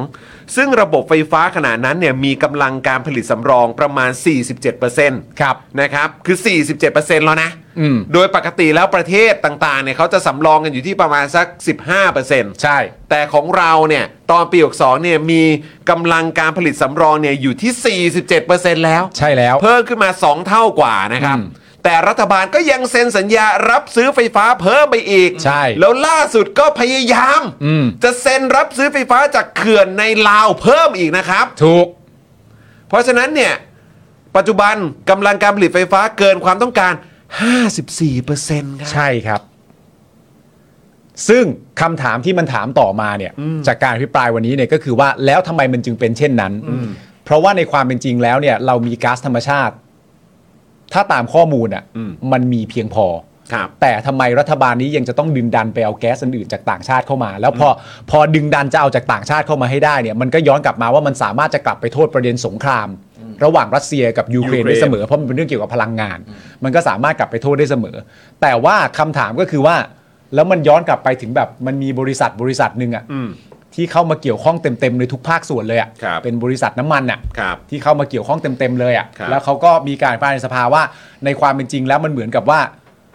ซึ่งระบบไฟฟ้าขณะนั้นเนี่ยมีกำลังการผลิตสำรองประมาณ 47% ครับนะครับคือ 47% แล้วนะโดยปกติแล้วประเทศต่างๆเนี่ยเขาจะสำรองกันอยู่ที่ประมาณสัก 15% ใช่แต่ของเราเนี่ยตอนปี62เนี่ยมีกำลังการผลิตสำรองเนี่ยอยู่ที่ 47% แล้วใช่แล้วเพิ่มขึ้นมา2เท่ากว่านะครับแต่รัฐบาลก็ยังเซ็นสัญญารับซื้อไฟฟ้าเพิ่มไปอีกใช่แล้วล่าสุดก็พยายามจะเซ็นรับซื้อไฟฟ้าจากเขื่อนในลาวเพิ่มอีกนะครับถูกเพราะฉะนั้นเนี่ยปัจจุบันกำลังการผลิตไฟฟ้าเกินความต้องการ 54% ครับใช่ครับซึ่งคำถามที่มันถามต่อมาเนี่ยจากการอภิปรายวันนี้เนี่ยก็คือว่าแล้วทำไมมันจึงเป็นเช่นนั้นเพราะว่าในความเป็นจริงแล้วเนี่ยเรามีก๊าซธรรมชาติถ้าตามข้อมูลอ่ะมันมีเพียงพอแต่ทำไมรัฐบาลนี้ยังจะต้องดึงดันไปเอาแก๊สอื่นๆจากต่างชาติเข้ามาแล้วพอดึงดันจะเอาจากต่างชาติเข้ามาให้ได้เนี่ยมันก็ย้อนกลับมาว่ามันสามารถจะกลับไปโทษประเด็นสงครามระหว่างรัสเซียกับยูเครนได้เสมอเพราะมันเป็นเรื่องเกี่ยวกับพลังงานมันก็สามารถกลับไปโทษได้เสมอแต่ว่าคำถามก็คือว่าแล้วมันย้อนกลับไปถึงแบบมันมีบริษัทหนึ่งอ่ะที่เข้ามาเกี่ยวข้องเต็มๆในทุกภาคส่วนเลยอ่ะเป็นบริษัทน้ำมันอ่ะที่เข้ามาเกี่ยวข้องเต็มๆเลยอ่ะแล้วเขาก็มีการฟ้าในสภาว่าในความเป็นจริงแล้วมันเหมือนกับว่า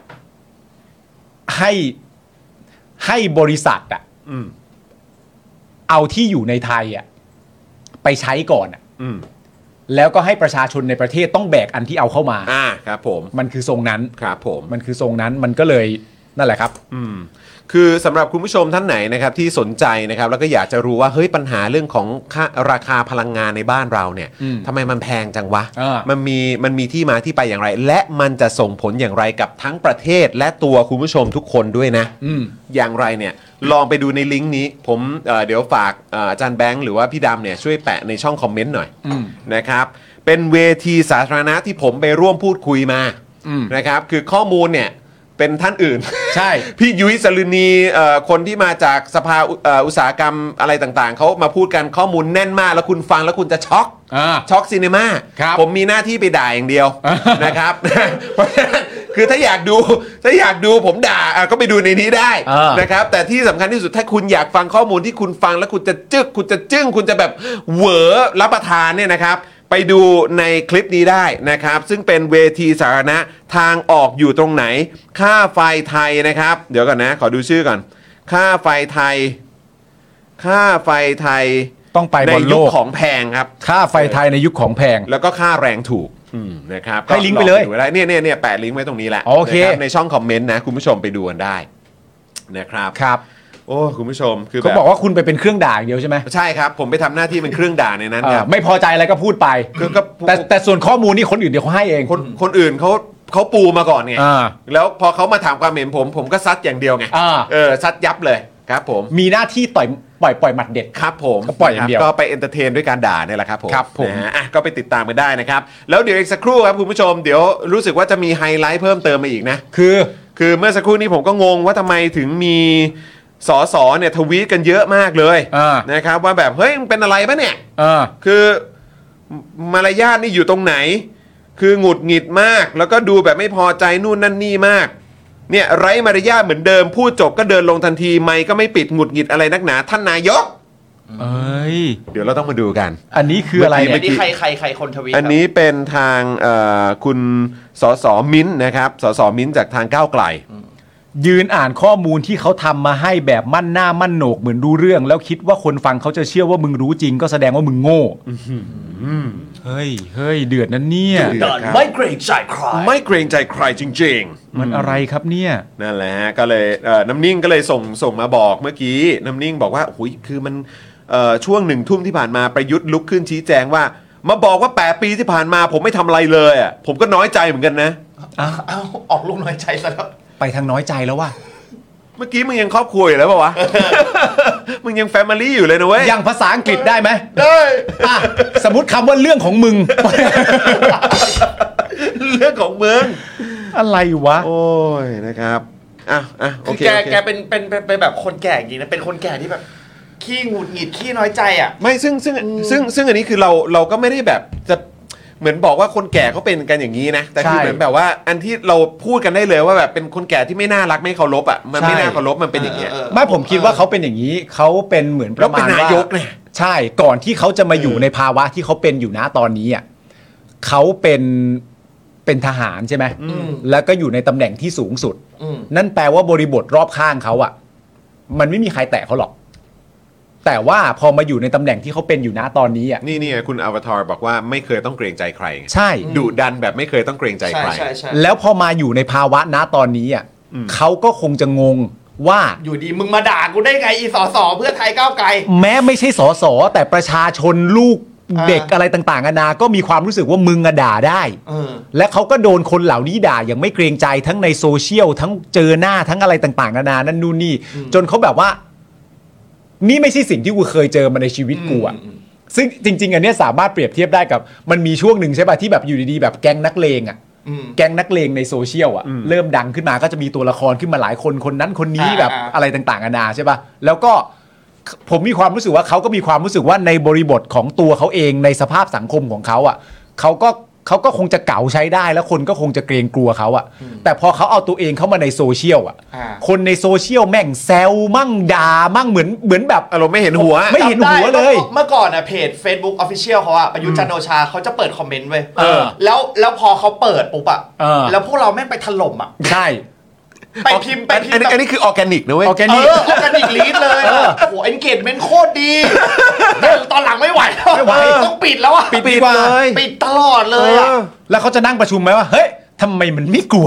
ให้บริษัทอ่ะเอาที่อยู่ในไทยอ่ะไปใช้ก่อนอ่ะแล้วก็ให้ประชาชนในประเทศต้องแบกอันที่เอาเข้ามาครับผมมันคือทรงนั้นครับผมมันคือทรงนั้นมันก็เลยนั่นแหละครับคือสำหรับคุณผู้ชมท่านไหนนะครับที่สนใจนะครับแล้วก็อยากจะรู้ว่าเฮ้ยปัญหาเรื่องของราคาพลังงานในบ้านเราเนี่ยทำไมมันแพงจังวะมันมีที่มาที่ไปอย่างไรและมันจะส่งผลอย่างไรกับทั้งประเทศและตัวคุณผู้ชมทุกคนด้วยนะอย่างไรเนี่ยลองไปดูในลิงก์นี้ผมเดี๋ยวฝากอาจารย์แบงค์หรือว่าพี่ดำเนี่ยช่วยแปะในช่องคอมเมนต์หน่อยนะครับเป็นเวทีสาธารณะที่ผมไปร่วมพูดคุยมานะครับคือข้อมูลเนี่ยเป็นท่านอื่นใช่พี่ยุ้ยสลุนีคนที่มาจากสภาอุตสาหกรรมอะไรต่างๆเขามาพูดกันข้อมูลแน่นมากแล้วคุณฟังแล้วคุณจะช็อกซีเนม่าผมมีหน้าที่ไปด่าอย่างเดียวนะครับคือถ้าอยากดูผมด่าก็ไปดูในนี้ได้นะครับแต่ที่สำคัญที่สุดถ้าคุณอยากฟังข้อมูลที่คุณฟังแล้วคุณจะจึ้งคุณจะแบบเหวอรับประทานเนี่ยนะครับไปดูในคลิปนี้ได้นะครับซึ่งเป็นเวทีสาธารณะทางออกอยู่ตรงไหนค่าไฟไทยนะครับเดี๋ยวก่อนนะขอดูชื่อก่อนค่าไฟไทยต้องไปในยุคของแพงครับค่าไฟไทยในยุคของแพงแล้วก็ค่าแรงถูกนะครับให้ลิงก์ไปเลยเนี่ยแปะลิงก์ไว้ตรงนี้แหละในช่องคอมเมนต์นะคุณผู้ชมไปดูกันได้นะครับครับโอ้คุณผู้ชมคือเขาบอกว่าคุณไปเป็นเครื่องด่าอย่างเดียวใช่ไหมใช่ครับผมไปทำหน้าที่เป็นเครื่องด่าในนั้นครับไม่พอใจอะไรก็พูดไปแต่ส่วนข้อมูลนี่คนอื่นเดี๋ยวเขาให้เองคนอื่นเขาปูมาก่อนไงแล้วพอเขามาถามความเห็นผมก็ซัดอย่างเดียวไงซัดยับเลยครับผมมีหน้าที่ปล่อยหมัดเด็ดครับผมก็ปล่อยอย่างเดียวก็ไปเอนเตอร์เทนด้วยการด่าเนี่ยแหละครับผมครับผมก็ไปติดตามกันได้นะครับแล้วเดี๋ยวอีกสักครู่ครับคุณผู้ชมเดี๋ยวรู้สึกว่าจะมีไฮไลท์เพิ่มเติมมาอีกนะคือเมื่อสักครู่นี้ผมก็งงว่าทำไมถึงมีสสเนี่ยทวีตกันเยอะมากเลยนะครับว่าแบบเฮ้ยมันเป็นอะไรปะเนี่ยคือมารยาทนี่อยู่ตรงไหนคือหงุดหงิดมากแล้วก็ดูแบบไม่พอใจนู่นนั่นนี่มากเนี่ยไร้มารยาทเหมือนเดิมพูดจบก็เดินลงทันทีไมค์ก็ไม่ปิดหงุดหงิดอะไรนักหนาท่านนายกเดี๋ยวเราต้องมาดูกันอันนี้คืออะไรอันนี้ใครคนทวีตอันนี้เป็นทางคุณสสมิ้นนะครับสสมิ้นจากทางก้าวไกลยืนอ่านข้อมูลที่เขาทำมาให้แบบมั่นหน้ามั่นโหนกเหมือนรู้เรื่องแล้วคิดว่าคนฟังเขาจะเชื่อว่ามึงรู้จริงก็แสดงว่ามึงโง่เฮ้ยเดือดนั่นเนี่ยไม่เกรงใจใครจริงๆมันอะไรครับเนี่ยนั่นแหละก็เลยน้ำนิ่งก็เลยส่งมาบอกเมื่อกี้น้ำนิ่งบอกว่าหุยคือมันช่วง1 ทุ่มที่ผ่านมาประยุทธ์ลุกขึ้นชี้แจงว่ามาบอกว่า8 ปีที่ผ่านมาผมไม่ทำอะไรเลยอ่ะผมก็น้อยใจเหมือนกันนะออกลูกน้อยใจซะแล้วไปทางน้อยใจแล้วว่ะเมื่อกี้มึงยังครอบครัวอยู่แล้วป่าวะ มึงยังแฟมิลี่อยู่เลยนะเว้ยยังภาษาอังกฤษได้ไหมได้สมมติคำว่าเรื่องของมึงเรื่องของมึงอะไรวะโอ้ยนะครับโอเคแกเป็นแบบคนแก่จริงนะเป็นคนแก่ที่แบบขี้หงุดหงิดขี้น้อยใจอ่ะไม่ซึ่งอันนี้คือเราก็ไม่ได้แบบจะเหมือนบอกว่าคนแก่เขาเป็นกันอย่างนี้นะแต่คือเหมือนแบบว่าอันที่เราพูดกันได้เลยว่าแบบเป็นคนแก่ที่ไม่น่ารักไม่เคารพอ่ะมันไม่น่าเคารพมันเป็นอย่างเงี้ยไม่ผมคิดว่าเขาเป็นอย่างนี้เขาเป็นเหมือนประมาณว่าใช่ก่อนที่เขาจะมาอยู่ในภาวะที่เขาเป็นอยู่นะตอนนี้อ่ะเขาเป็นทหารใช่ไหมแล้วก็อยู่ในตำแหน่งที่สูงสุดนั่นแปลว่าบริบทรอบข้างเขาอ่ะมันไม่มีใครแตะเขาหรอกแต่ว่าพอมาอยู่ในตำแหน่งที่เขาเป็นอยู่นะตอนนี้อ่ะนี่คุณอวตารบอกว่าไม่เคยต้องเกรงใจใครใช่ดุดันแบบไม่เคยต้องเกรงใจใครแล้วพอมาอยู่ในภาวะณตอนนี้อ่ะเขาก็คงจะงงว่าอยู่ดีมึงมาด่ากูได้ไงอีสสเพื่อไทยก้าวไกลแม้ไม่ใช่สสแต่ประชาชนลูกเด็กอะไรต่างๆนานาก็มีความรู้สึกว่ามึงด่าได้และเขาก็โดนคนเหล่านี้ด่าอย่างไม่เกรงใจทั้งในโซเชียลทั้งเจอหน้าทั้งอะไรต่างๆนานานั่นนู่นนี่จนเขาแบบว่านี่ไม่ใช่สิ่งที่กูเคยเจอมาในชีวิตกูอ่ะซึ่งจริงๆอันนี้สามารถเปรียบเทียบได้กับมันมีช่วงหนึ่งใช่ป่ะที่แบบอยู่ดีๆแบบแก๊งนักเลงอ่ะแก๊งนักเลงในโซเชียลอ่ะเริ่มดังขึ้นมาก็จะมีตัวละครขึ้นมาหลายคนคนนั้นคนนี้แบบอะไรต่างๆนานาใช่ป่ะแล้วก็ผมมีความรู้สึกว่าเขาก็มีความรู้สึกว่าในบริบทของตัวเขาเองในสภาพสังคมของเขาอ่ะเขาก็คงจะเก๋าใช้ได้แล้วคนก็คงจะเกรงกลัวเขาอ่ะแต่พอเขาเอาตัวเองเข้ามาในโซเชียลอ่ะคนในโซเชียลแม่งแซวมั่งด่ามั่งเหมือนแบบอารมณ์ไม่เห็นหัวเลยเมื่อก่อนอ่ะเพจ Facebook Official เขาอ่ะประยุทธ์จันทร์โอชาเขาจะเปิดคอมเมนต์ไว้แล้วพอเขาเปิดปุ๊บอ่ะแล้วพวกเราแม่งไปถล่มอ่ะใช่ไปพิมพ์อันนี้คือออร์แกนิกนะเว้ยออร์แกนิกลีดเลยโอ้โหเอนเกจเมนต์โคตรดีตอนหลังไม่ไหวต้องปิดแล้วอ่ะปิดเลยปิดตลอดเลยอ่ะแล้วเขาจะนั่งประชุมไหมว่าเฮ้ยทำไมมันไม่กลัว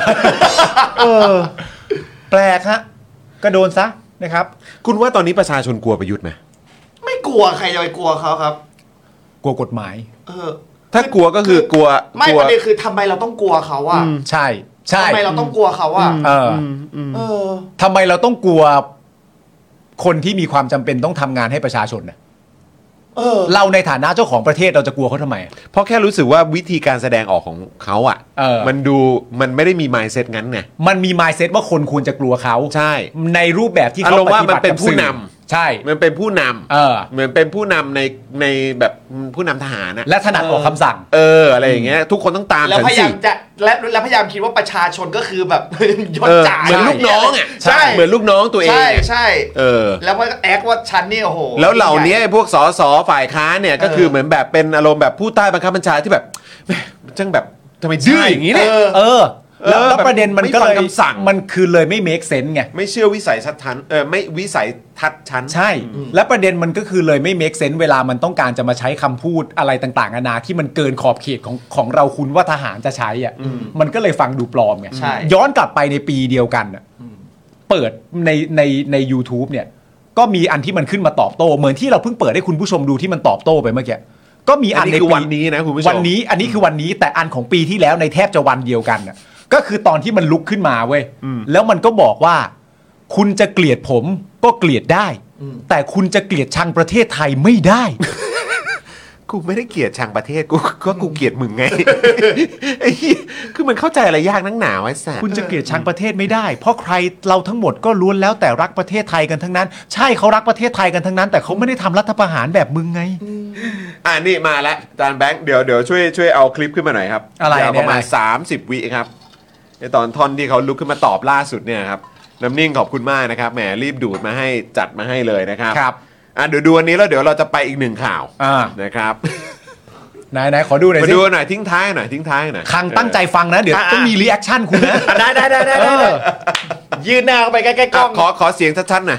แปลกฮะก็โดนซะนะครับคุณว่าตอนนี้ประชาชนกลัวประยุทธ์ไหมไม่กลัวใครจะไปกลัวเขาครับกลัวกฎหมายถ้ากลัวก็คือกลัวไม่ประเด็นคือทำไมเราต้องกลัวเขาอ่ะใช่ทำไมเราต้องกลัวเขาอ่ะทำไมเราต้องกลัวคนที่มีความจำเป็นต้องทำงานให้ประชาชนเนี่ยเราในฐานะเจ้าของประเทศเราจะกลัวเขาทำไมเพราะแค่รู้สึกว่าวิธีการแสดงออกของเขาอ่ะมันไม่ได้มี mindset งั้นไงมันมี mindset ว่าคนควรจะกลัวเขาใช่ในรูปแบบที่เขาปฏิบัติกับผู้นำใช่มันเป็นผู้นำเหมือนเป็นผู้นำในแบบผู้นำทหารนะและถนัดออกคำสั่งอะไรอย่างเงี้ยทุกคนต้องตามแล้วพยายามจะและพยายามคิดว่าประชาชนก็คือแบบยศจ่าเหมือนลูกน้องอ่ะใช่เหมือนลูกน้องตัวเองใช่แล้วก็แอคว่าฉันนี่โอ้โหแล้วเหล่านี้พวกสสฝ่ายค้านเนี่ยก็คือเหมือนแบบเป็นอารมณ์แบบผู้ใต้บังคับบัญชาที่แบบจังแบบทำไมดื้ออย่างนี้เนี่ยแล้วประเด็นมันก็เลยมันคือเลยไม่ make sense ไงไม่เชื่อวิสัยทัศน์ชั้นไม่วิสัยทัศน์ชั้นใช่และประเด็นมันก็คือเลยไม่ make sense เวลามันต้องการจะมาใช้คำพูดอะไรต่างๆนานาที่มันเกินขอบเขตของเราคุณว่าทหารจะใช้อ่ะมันก็เลยฟังดูปลอมไงย้อนกลับไปในปีเดียวกันเปิดใน YouTube เนี่ยก็มีอันที่มันขึ้นมาตอบโต้เหมือนที่เราเพิ่งเปิดให้คุณผู้ชมดูที่มันตอบโต้ไปเมื่อกี้ก็มีอันในปีวันนี้นะคุณผู้ชมวันนี้อันนี้คือวันนี้แต่อันของปีที่แล้วในแทบจะวันเดียวกันน่ะก็คือตอนที่มันลุกขึ้นมาเว้ยแล้วมันก็บอกว่าคุณจะเกลียดผมก็เกลียดได้แต่คุณจะเกลียดชังประเทศไทยไม่ได้กูไม่ได้เกลียดชังประเทศกูเกลียดมึงไงคือมันเข้าใจอะไรยากนักหนาไว้สัคุณจะเกลียดชังประเทศไม่ได้เพราะใครเราทั้งหมดก็ล้วนแล้วแต่รักประเทศไทยกันทั้งนั้นใช่เขารักประเทศไทยกันทั้งนั้นแต่เขาไม่ได้ทำรัฐประหารแบบมึงไงนี่มาแล้วอาจารย์แบงค์เดี๋ยวช่วยเอาคลิปขึ้นมาหน่อยครับอะไรประมาณ30 วิครับในตอนท่อนที่เขาลุกขึ้นมาตอบล่าสุดเนี่ยครับน้ำนิ่งขอบคุณมากนะครับแหมรีบดูดมาให้จัดมาให้เลยนะครับเดี๋ยวดูอันนี้แล้วเดี๋ยวเราจะไปอีกหนึ่งข่าวนะครับไหนขอดูหน่อยสิมาดูหน่อยทิ้งท้ายหน่อยคังตั้งใจฟังนะเดี๋ยวต้องมีรีแอคชั่นคุณนะได้ยืนหน้าเข้าไปใกล้ๆกล้องขอเสียงชัดๆหน่อย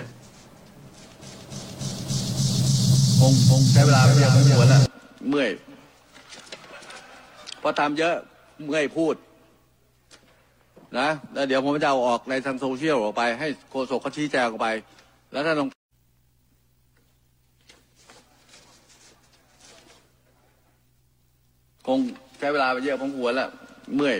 คงใช้เวลาไม่เยอะพอสมควรแล้วเมื่อยพอทำเยอะเมื่อยพูดนะแล้วเดี๋ยวผมจะเอาออกในทางโซเชียลออกไปให้โฆษกเขาชี้แจงออกไปแล้วถ้าลองคงใช้เวลาไปเยอะพอสมควรแล้วเมื่อย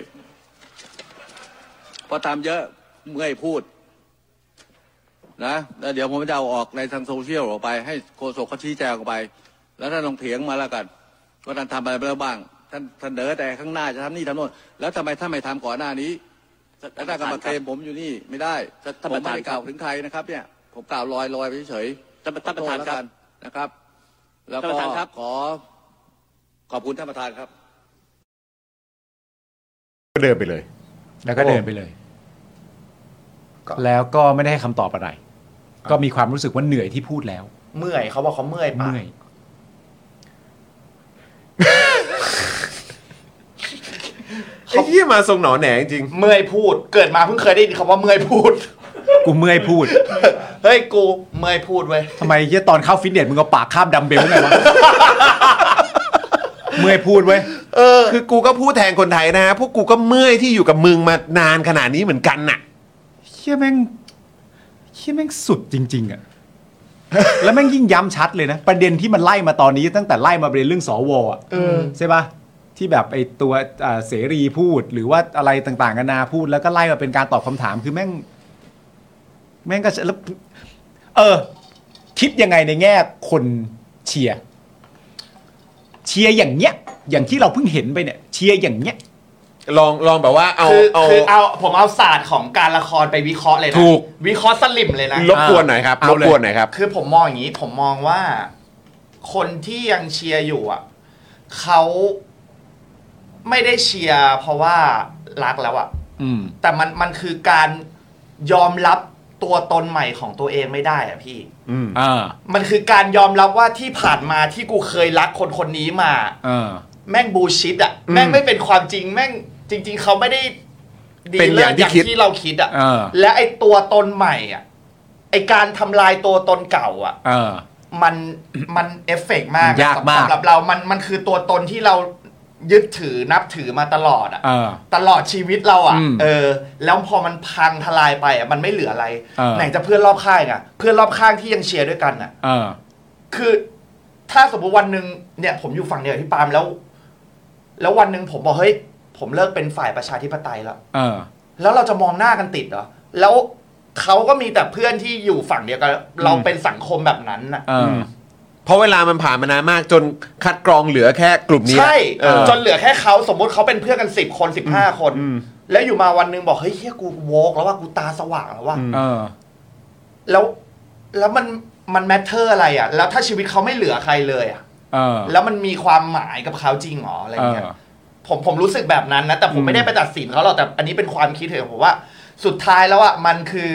พอทำเยอะเมื่อยพูดนะแล้วเดี๋ยวผมจะเอาออกในทางโซเชียลออกไปให้โฆษกเขาชี้แจงออกไปแล้วท่านลองเถียงมาแล้วกันว่าท่านทำอะไรไปแล้วบ้างท่านเสนอแต่ข้างหน้าจะทำนี่ทำโน่นแล้วทำไมท่านไม่ทำก่อนหน้านี้แล้วถ้ากรรมการผมอยู่นี่ไม่ได้ผมไม่ได้กล่าวถึงใครนะครับเนี่ยผมกล่าวลอยไปเฉยๆท่านประธานครับนะครับแล้วก็ขอบคุณท่านประธานครับก็เดินไปเลยแล้วก็เดินไปเลยแล้วก็ไม่ได้ให้คำตอบอะไรก็มีความรู้สึกว่าเหนื่อยที่พูดแล้วเมื่อยเขาบอกเขาเมื่อยปากไอ้ที่มาทรงหนอแหนจริงเมื่อยพูดเกิดมาเพิ่งเคยได้ยินคำว่าเมื่อยพูดกูเมื่อยพูดเฮ้ยกูเมื่อยพูดเว้ยทำไมเฮียตอนเข้าฟิตเนสมึงเอาปากคาบดัมเบลไงวะเมื่อยพูดเว้ยคือกูก็พูดแทนคนไทยนะพวกกูก็เมื่อยที่อยู่กับมึงมานานขนาดนี้เหมือนกันน่ะเฮียแม่งสุดจริงๆอ่ะแล้วแม่งยิ่งย้ำชัดเลยนะประเด็นที่มันไล่มาตอนนี้ตั้งแต่ไล่มาประเด็นเรื่องสวอ่ะใช่ป่ะที่แบบไอ้ตัวเสรีพูดหรือว่าอะไรต่างๆกันานาพูดแล้วก็ไล่มาเป็นการตอบคำถามคือแม่งก็แล้วคิดยังไงในแง่คนเชียร์อย่างเงี้ยอย่างที่เราเพิ่งเห็นไปเนี่ยเชียร์อย่างเงี้ยลองแบบว่าคือผมเอาศาสตร์ของการละครไปวิเคราะห์เลยนะวิเคราะห์สลิมเลยนะรบกวนหน่อยครับรบกวนหน่อยครับคือผมมองอย่างนี้ผมมองว่าคนที่ยังเชียร์อยู่อ่ะเขาไม่ได้เชียร์เพราะว่ารักแล้วอ่ะแต่มันคือการยอมรับตัวตนใหม่ของตัวเองไม่ได้อ่ะพี่มันคือการยอมรับว่าที่ผ่านมาที่กูเคยรักคนนี้มาแม่งบูชิตอ่ะแม่งไม่เป็นความจริงแม่งจริงๆเขาไม่ได้ดีเลิศอย่างที่เราคิดอ่ะและไอตัวตนใหม่อ่ะไอการทำลายตัวตนเก่าอ่ะมันเอฟเฟกต์มากสำหรับเรามันคือตัวตนที่เรายึดถือนับถือมาตลอดอ่ะตลอดชีวิตเราอ่ะแล้วพอมันพังทลายไปอ่ะมันไม่เหลืออะไรไหนจะเพื่อนรอบข้างอ่ะเพื่อนรอบข้างที่ยังเชียร์ด้วยกันอ่ะคือถ้าสมมติวันนึงเนี่ยผมอยู่ฝั่งเดียวที่ปาล์มแล้ววันนึงผมบอกเฮ้ยผมเลิกเป็นฝ่ายประชาธิปไตยแล้วเราจะมองหน้ากันติดเหรอแล้วเขาก็มีแต่เพื่อนที่อยู่ฝั่งเดียวกันเราเป็นสังคมแบบนั้นน่ะเพราะเวลามันผ่านมานานมากจนคัดกรองเหลือแค่กลุ่มนี้ใช่จนเหลือแค่เขาสมมติเขาเป็นเพื่อนกัน10 คน15 คนแล้วอยู่มาวันนึงบอกเฮ้ยเฮียกูโวกแล้วว่ากูตาสว่างแล้วว่าแล้วมันแมทเทอร์อะไรอ่ะแล้วถ้าชีวิตเขาไม่เหลือใครเลยอ่ะแล้วมันมีความหมายกับเขาจริงหรออะไรเงี้ยผมรู้สึกแบบนั้นนะแต่ผมไม่ได้ไปตัดสินเขาหรอกแต่อันนี้เป็นความคิดเห็นของผมว่าสุดท้ายแล้วอ่ะมันคื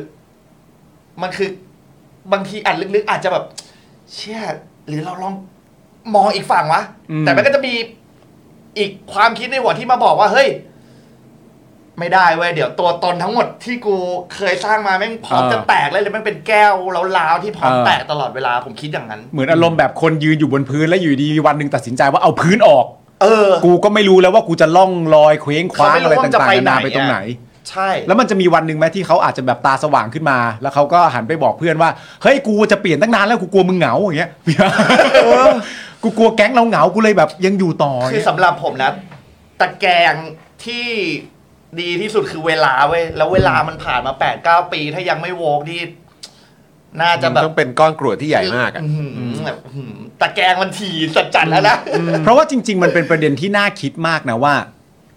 อบางทีอ่านลึกๆอาจจะแบบเชี่ยหรือเราลองมองอีกฝั่งวะแต่มันก็จะมีอีกความคิดในหัวที่มาบอกว่าเฮ้ยไม่ได้เว้ยเดี๋ยวตัวตนทั้งหมดที่กูเคยสร้างมาแม่งพร้อมจะแตกเลยแม่งเป็นแก้วล้าวๆที่พร้อมแตกตลอดเวลาผมคิดอย่างนั้นเหมือนอารมณ์แบบคนยืนอยู่บนพื้นแล้วอยู่ดีวันนึงตัดสินใจว่าเอาพื้นออกกูก็ไม่รู้แล้วว่ากูจะล่องลอยเคว้งคว้างอะไรต่างๆนานาไปตรงไหนใช่แล้วมันจะมีวันนึงไหมที่เขาอาจจะแบบตาสว่างขึ้นมาแล้วเขาก็หันไปบอกเพื่อนว่าเฮ้ยกูจะเปลี่ยนตั้งนานแล้วกูกลัวมึงเหงาอย่างเงี้ยกูกลัวแก๊งเราเหงากูเลยแบบยังอยู่ต่อคือสำหรับผมนะตะแกรงที่ดีที่สุดคือเวลาเว้ยแล้วเวลามันผ่านมา 8-9 ปีถ้ายังไม่โวกนี่น่าจะแบบต้องเป็นก้อนกรวดที่ใหญ่มากอ่ะแบบตะแกรงมันถี่จัดๆแล้วนะเพราะว่าจริงๆมันเป็นประเด็นที่น่าคิดมากนะว่า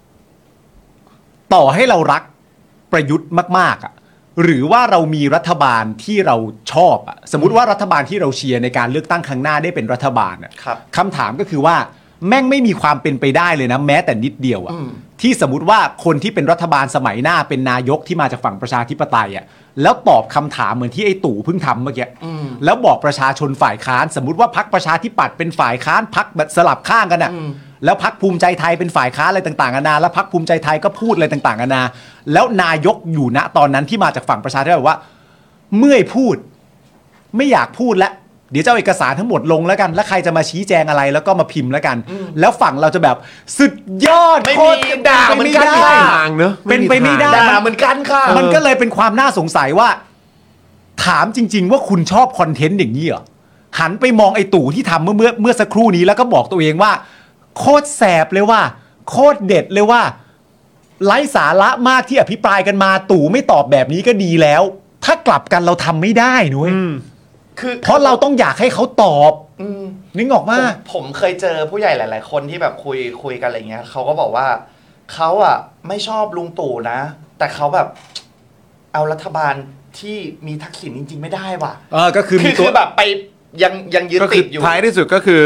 ต่อให้เรารักประยุทธ์มากๆอ่ะหรือว่าเรามีรัฐบาลที่เราชอบอ่ะสมมุติว่ารัฐบาลที่เราเชียร์ในการเลือกตั้งครั้งหน้าได้เป็นรัฐบาลอ่ะคำถามก็คือว่าแม่งไม่มีความเป็นไปได้เลยนะแม้แต่นิดเดียวอ่ะที่สมมุติว่าคนที่เป็นรัฐบาลสมัยหน้าเป็นนายกที่มาจากฝั่งประชาธิปไตยอ่ะแล้วตอบคำถามเหมือนที่ไอ้ตู่เพิ่งทำเมื่อกี้แล้วบอกประชาชนฝ่ายค้านสมมุติว่าพรรคประชาธิปัตย์เป็นฝ่ายค้านพรรคแบบสลับข้างกันอ่ะแล้วพรรคภูมิใจไทยเป็นฝ่ายค้านอะไรต่างๆนานาแล้วพรรคภูมิใจไทยก็พูดอะไรต่างๆนานาแล้วนายกอยู่ณตอนนั้นที่มาจากฝั่งประชาธิปไตยบอกว่าเมื่อยพูดไม่อยากพูดแล้วเดี๋ยวจะเอาเอกสารทั้งหมดลงแล้วกันแล้วใครจะมาชี้แจงอะไรแล้วก็มาพิมพ์แล้วกันแล้วฝั่งเราจะแบบสุดยอดโคตรด่าเหมือนกันเนอะเป็นไปไม่ได้ด่าเหมือนกันค่ะมันก็เลยเป็นความน่าสงสัยว่าถามจริงๆว่าคุณชอบคอนเทนต์อย่างนี้เหรอหันไปมองไอ้ตู่ที่ทำเมื่อสักครู่นี้แล้วก็บอกตัวเองว่าโคตรแสบเลยว่าโคตรเด็ดเลยว่าไร้สาระมากที่อภิปรายกันมาตู่ไม่ตอบแบบนี้ก็ดีแล้วถ้ากลับกันเราทำไม่ได้นุ้ยคือเพราะเราต้องอยากให้เขาตอบนึกออกมาผมเคยเจอผู้ใหญ่หลายๆคนที่แบบคุยกันอะไรเงี้ยเขาก็บอกว่าเขาอ่ะไม่ชอบลุงตู่นะแต่เขาแบบเอารัฐบาลที่มีทักษิณจริงๆไม่ได้ว่ะก็คือแบบไปยังยึดติดอยู่ท้ายที่สุดก็คือ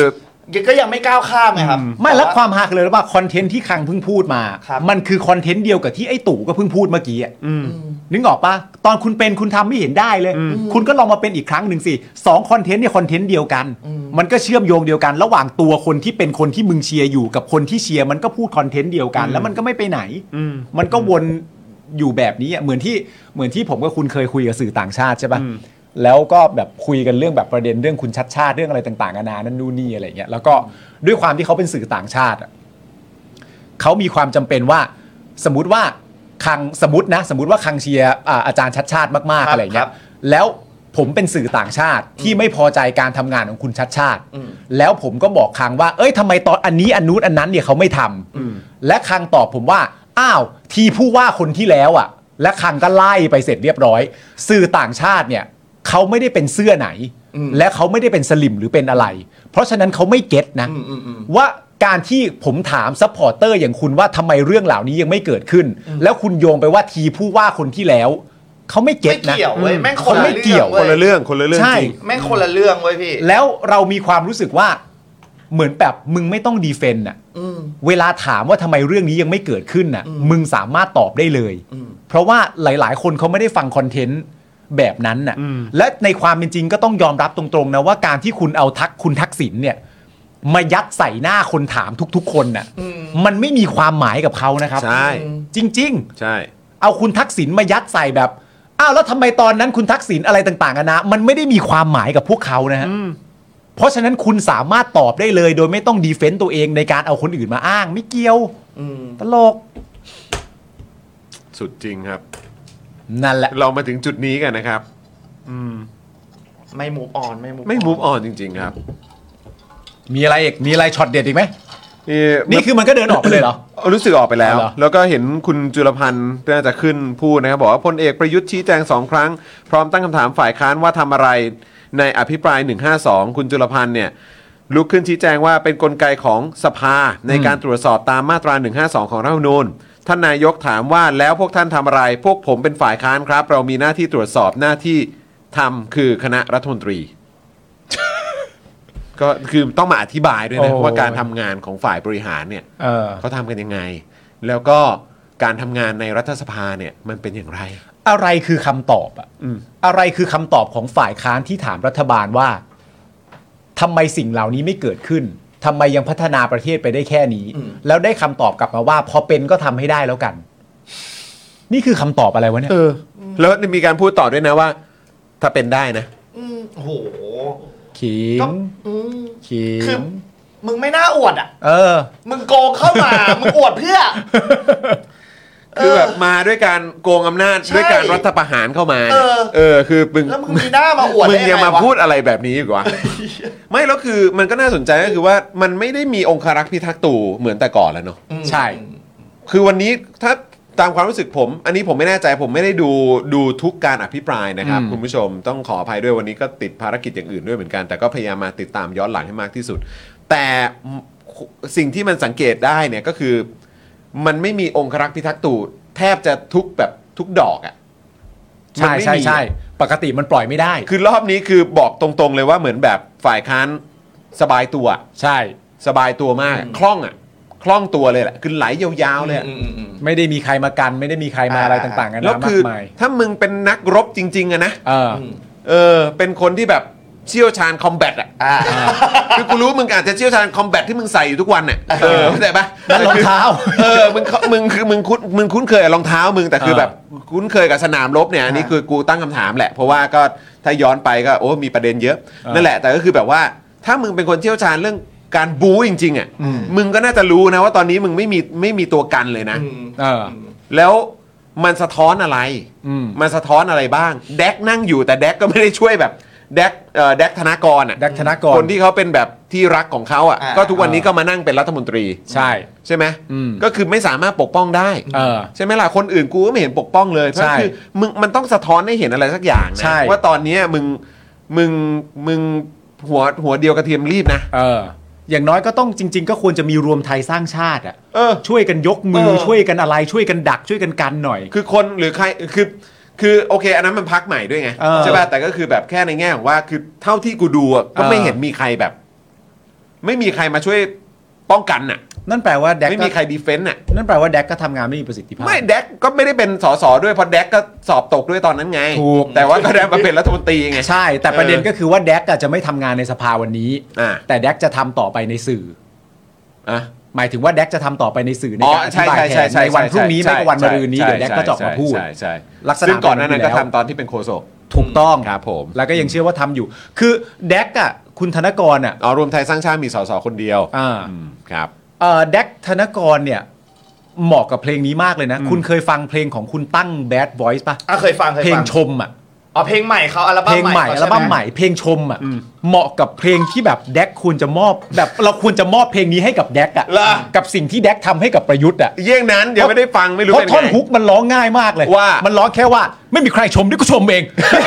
ก็ยังไม่ก้าวข้ามไงครับไม่แล้วความฮาเลยว่าคอนเทนต์ที่คังเพิ่งพูดมา มันคือคอนเทนต์เดียวกับที่ไอ้ตู่ก็เพิ่งพูดเมื่อกี้นึกออกปะตอนคุณเป็นคุณทำไม่เห็นได้เลยคุณก็ลองมาเป็นอีกครั้งหนึ่งสิ2คอนเทนต์เนี่ยคอนเทนต์เดียวกันมันก็เชื่อมโยงเดียวกันระหว่างตัวคนที่เป็นคนที่มึงเชียร์อยู่กับคนที่เชียร์มันก็พูดคอนเทนต์เดียวกันแล้วมันก็ไม่ไปไหนมันก็วนอยู่แบบนี้เหมือนที่ผมกับคุณเคยคุยกับสื่อต่างชาติใช่ปะแล้วก็แบบคุยกันเรื่องแบบประเด็นเรื่องคุณชัดชาติเรื่องอะไรต่างๆนานานั่นนู่นนี่อะไรเงี้ยแล้วก็ด้วยความที่เขาเป็นสื่อต่างชาติเขามีความจำเป็นว่าสมมติว่าสมมติว่าคังเชียร์อาจารย์ชัดชาติมากๆอะไรเงี้ยแล้วผมเป็นสื่อต่างชาติที่ไม่พอใจการทำงานของคุณชัดชาติแล้วผมก็บอกคังว่าเอ้ยทำไมตอนอันนี้อันนู้นอันนั้นเนี่ยเขาไม่ทำและคังตอบผมว่าอ้าวทีผู้ว่าคนที่แล้วอ่ะและคังก็ไล่ไปเสร็จเรียบร้อยสื่อต่างชาติเนี่ยเขาไม่ได้เป็นเสื้อไหนและเขาไม่ได้เป็นสลิมหรือเป็นอะไรเพราะฉะนั้นเขาไม่เก็ตนะว่าการที่ผมถามซัพพอร์เตอร์อย่างคุณว่าทำไมเรื่องเหล่านี้ยังไม่เกิดขึ้นแล้วคุณโยงไปว่าทีผู้ว่าคนที่แล้วเขาไม่เก็ตนะไม่เกี่ยวเว้ยแม่งคนละเรื่องคนละเรื่องใช่แม่งคนละเรื่องเว้ยพี่แล้วเรามีความรู้สึกว่าเหมือนแบบมึงไม่ต้องดีเฟนต์อ่ะเวลาถามว่าทำไมเรื่องนี้ยังไม่เกิดขึ้นน่ะมึงสามารถตอบได้เลยเพราะว่าหลายๆคนเขาไม่ได้ฟังคอนเทนต์แบบนั้นน่ะและในความเป็นจริงก็ต้องยอมรับตรงๆนะว่าการที่คุณเอาคุณทักษิณเนี่ยมายัดใส่หน้าคนถามทุกๆคนน่ะมันไม่มีความหมายกับเขานะครับใช่จริงๆใช่เอาคุณทักษิณมายัดใส่แบบอ้าวแล้วทำไมตอนนั้นคุณทักษิณอะไรต่างๆนะมันไม่ได้มีความหมายกับพวกเขานะฮะเพราะฉะนั้นคุณสามารถตอบได้เลยโดยไม่ต้องดีเฟนต์ตัวเองในการเอาคนอื่นมาอ้างไม่เกี่ยวตลกสุดจริงครับนั่นแหละเรามาถึงจุดนี้กันนะครับไม่มูฟออนไม่มูฟออนจริงๆครับมีอะไรอีกมีอะไรช็อตเด็ดอีกไหมนี่คือมันก็เดินออกไปเลยเหรอรู้สึกออกไปแล้วแล้วก็เห็นคุณจุลพันธ์น่าจะขึ้นพูดนะครับบอกว่าพลเอกประยุทธ์ชี้แจง2 ครั้งพร้อมตั้งคำถามฝ่ายค้านว่าทำอะไรในอภิปราย152คุณจุลพันธ์เนี่ยลุกขึ้นชี้แจงว่าเป็นกลไกของสภาในการตรวจสอบตามมาตรา152ของรัฐธรรมนูญท่านนายกถามว่าแล้วพวกท่านทำอะไรพวกผมเป็นฝ่ายค้านครับเรามีหน้าที่ตรวจสอบหน้าที่ทำคือคณะรัฐมนตรี ก็คือต้องมาอธิบายด้วยนะว่าการทำงานของฝ่ายบริหารเนี่ยเขาทำกันยังไงแล้วก็การทำงานในรัฐสภาเนี่ยมันเป็นอย่างไรอะไรคือคำตอบอะไรคือคำตอบของฝ่ายค้านที่ถามรัฐบาลว่าทำไมสิ่งเหล่านี้ไม่เกิดขึ้นทำไมยังพัฒนาประเทศไปได้แค่นี้แล้วได้คำตอบกลับมาว่าพอเป็นก็ทำให้ได้แล้วกันนี่คือคำตอบอะไรวะเนี่ยแล้วมีการพูดต่อด้วยนะว่าถ้าเป็นได้นะโอ้โหขิงคือมึงไม่น่าอวดอ่ะมึงโกงเข้ามามึงอวดเพื่อคือแบบมาด้วยการโกงอำนาจด้วยการรัฐประหารเข้ามาคือมึงแล้วมึงมีหน้ามาอวดมึงยังมาพูดอะไรแบบนี้อีกวะไม่แล้วคือมันก็น่าสนใจก็คือว่ามันไม่ได้มีองครักษ์พิทักษ์ตู่เหมือนแต่ก่อนแล้วเนาะใช่คือวันนี้ถ้าตามความรู้สึกผมอันนี้ผมไม่แน่ใจผมไม่ได้ดูทุกการอภิปรายนะครับคุณผู้ชมต้องขออภัยด้วยวันนี้ก็ติดภารกิจอย่างอื่นด้วยเหมือนกันแต่ก็พยายามมาติดตามย้อนหลังให้มากที่สุดแต่สิ่งที่มันสังเกตได้เนี่ยก็คือมันไม่มีองครักษ์พิทักษ์ตู่แทบจะทุกดอกอ่ะใช่ปกติมันปล่อยไม่ได้คือรอบนี้คือบอกตรงๆเลยว่าเหมือนแบบฝ่ายค้านสบายตัวใช่สบายตัวมากคล่องตัวเลยแหละคือไหลยาวๆเลยไม่ได้มีใครมากันไม่ได้มีใครมาอะไรต่างๆกันแล้วคือถ้ามึงเป็นนักรบจริงๆอะนะเป็นคนที่แบบเชี่ยวชาญคอมแบทอ่ะคือกูรู้มึงอาจจะเชี่ยวชาญคอมแบทที่มึงใส่อยู่ทุกวันเนี่ยเข้าใจปะนั่นรองเท้ามึงคุ้นเคยกับรองเท้ามึงแต่คือแบบคุ้นเคยกับสนามรบเนี่ยอันนี้คือกูตั้งคำถามแหละเพราะว่าก็ถ้าย้อนไปก็โอ้มีประเด็นเยอะนั่นแหละแต่ก็คือแบบว่าถ้ามึงเป็นคนเชี่ยวชาญเรื่องการบู๊จริงๆอ่ะมึงก็น่าจะรู้นะว่าตอนนี้มึงไม่มีตัวกันเลยนะแล้วมันสะท้อนอะไรมันสะท้อนอะไรบ้างแดกนั่งอยู่แต่แดกก็ไม่ได้ช่วยแบบแดกธนากรอ่ะคนที่เขาเป็นแบบที่รักของเขาอ่ะก็ทุกวันนี้ก็มานั่งเป็นรัฐมนตรีใช่ไหมก็คือไม่สามารถปกป้องได้ใช่ไหมล่ะคนอื่นกูก็ไม่เห็นปกป้องเลยเพราะคือมึงมันต้องสะท้อนให้เห็นอะไรสักอย่างนะว่าตอนนี้มึงหัวเดียวกระเทียมรีบนะอย่างน้อยก็ต้องจริงๆก็ควรจะมีรวมไทยสร้างชาติอ่ะช่วยกันยกมือช่วยกันอะไรช่วยกันดักช่วยกันกันหน่อยคือคนหรือใครคือโอเคอันนั้นมันพักใหม่ด้วยไงใช่ป่ะแต่ก็คือแบบแค่ในแง่ของว่าคือเท่าที่กูดูก็ไม่เห็นมีใครแบบไม่มีใครมาช่วยป้องกันน่ะนั่นแปลว่าแดกไม่มีใครดีเฟนต์น่ะนั่นแปลว่าแดกก็ทำงานไม่มีประสิทธิภาพไม่แดกก็ไม่ได้เป็นสสด้วยเพราะแดกก็สอบตกด้วยตอนนั้นไงถูกแต่ว่าก็ได้มาเป็นรัฐมนตรีไงใช่แต่ประเด็นก็คือว่าแดกจะไม่ทำงานในสภาวันนี้อ่าแต่แดกจะทำต่อไปในสื่ออ่ะหมายถึงว่าแดกจะทำต่อไปในสื่อในอ๋อการอธิบายแทนในวันพรุ่งนี้ไม่ก็วันมะรืนนี้เดี๋ยวแดกก็จะออกมาพูดใช่ลักษณะซึ่งก่อนหน้านั้นแบบก็นี้แล้วทำตอนที่เป็นโฆษกถูกต้องครับผมแล้วก็ยังเชื่อว่าทำอยู่ คือแดกคุณธนกรอ๋อรวมไทยสร้างชาติมีสสคนเดียวครับแดกธนกรเนี่ยเหมาะกับเพลงนี้มากเลยนะ คุณเคยฟังเพลงของคุณตั้ง Bad Voice ป่ะเคยฟังเพลงชมเพลงใหม่เขาอัลบั้มเพลงใหม่อัลบั้มใหม่เพลงชมเหมาะกับเพลงที่แบบแดกควรจะมอบแบบเราควรจะมอบเพลงนี้ให้กับแดกกับสิ่งที่แดกทำให้กับประยุทธ์เยี่ยงนั้นยังไม่ได้ฟังไม่รู้เพราะท่อนฮุกมันร้องง่ายมากเลยว่ามันร้องแค่ว่าไม่มีใครชมด้วยกูชมเอง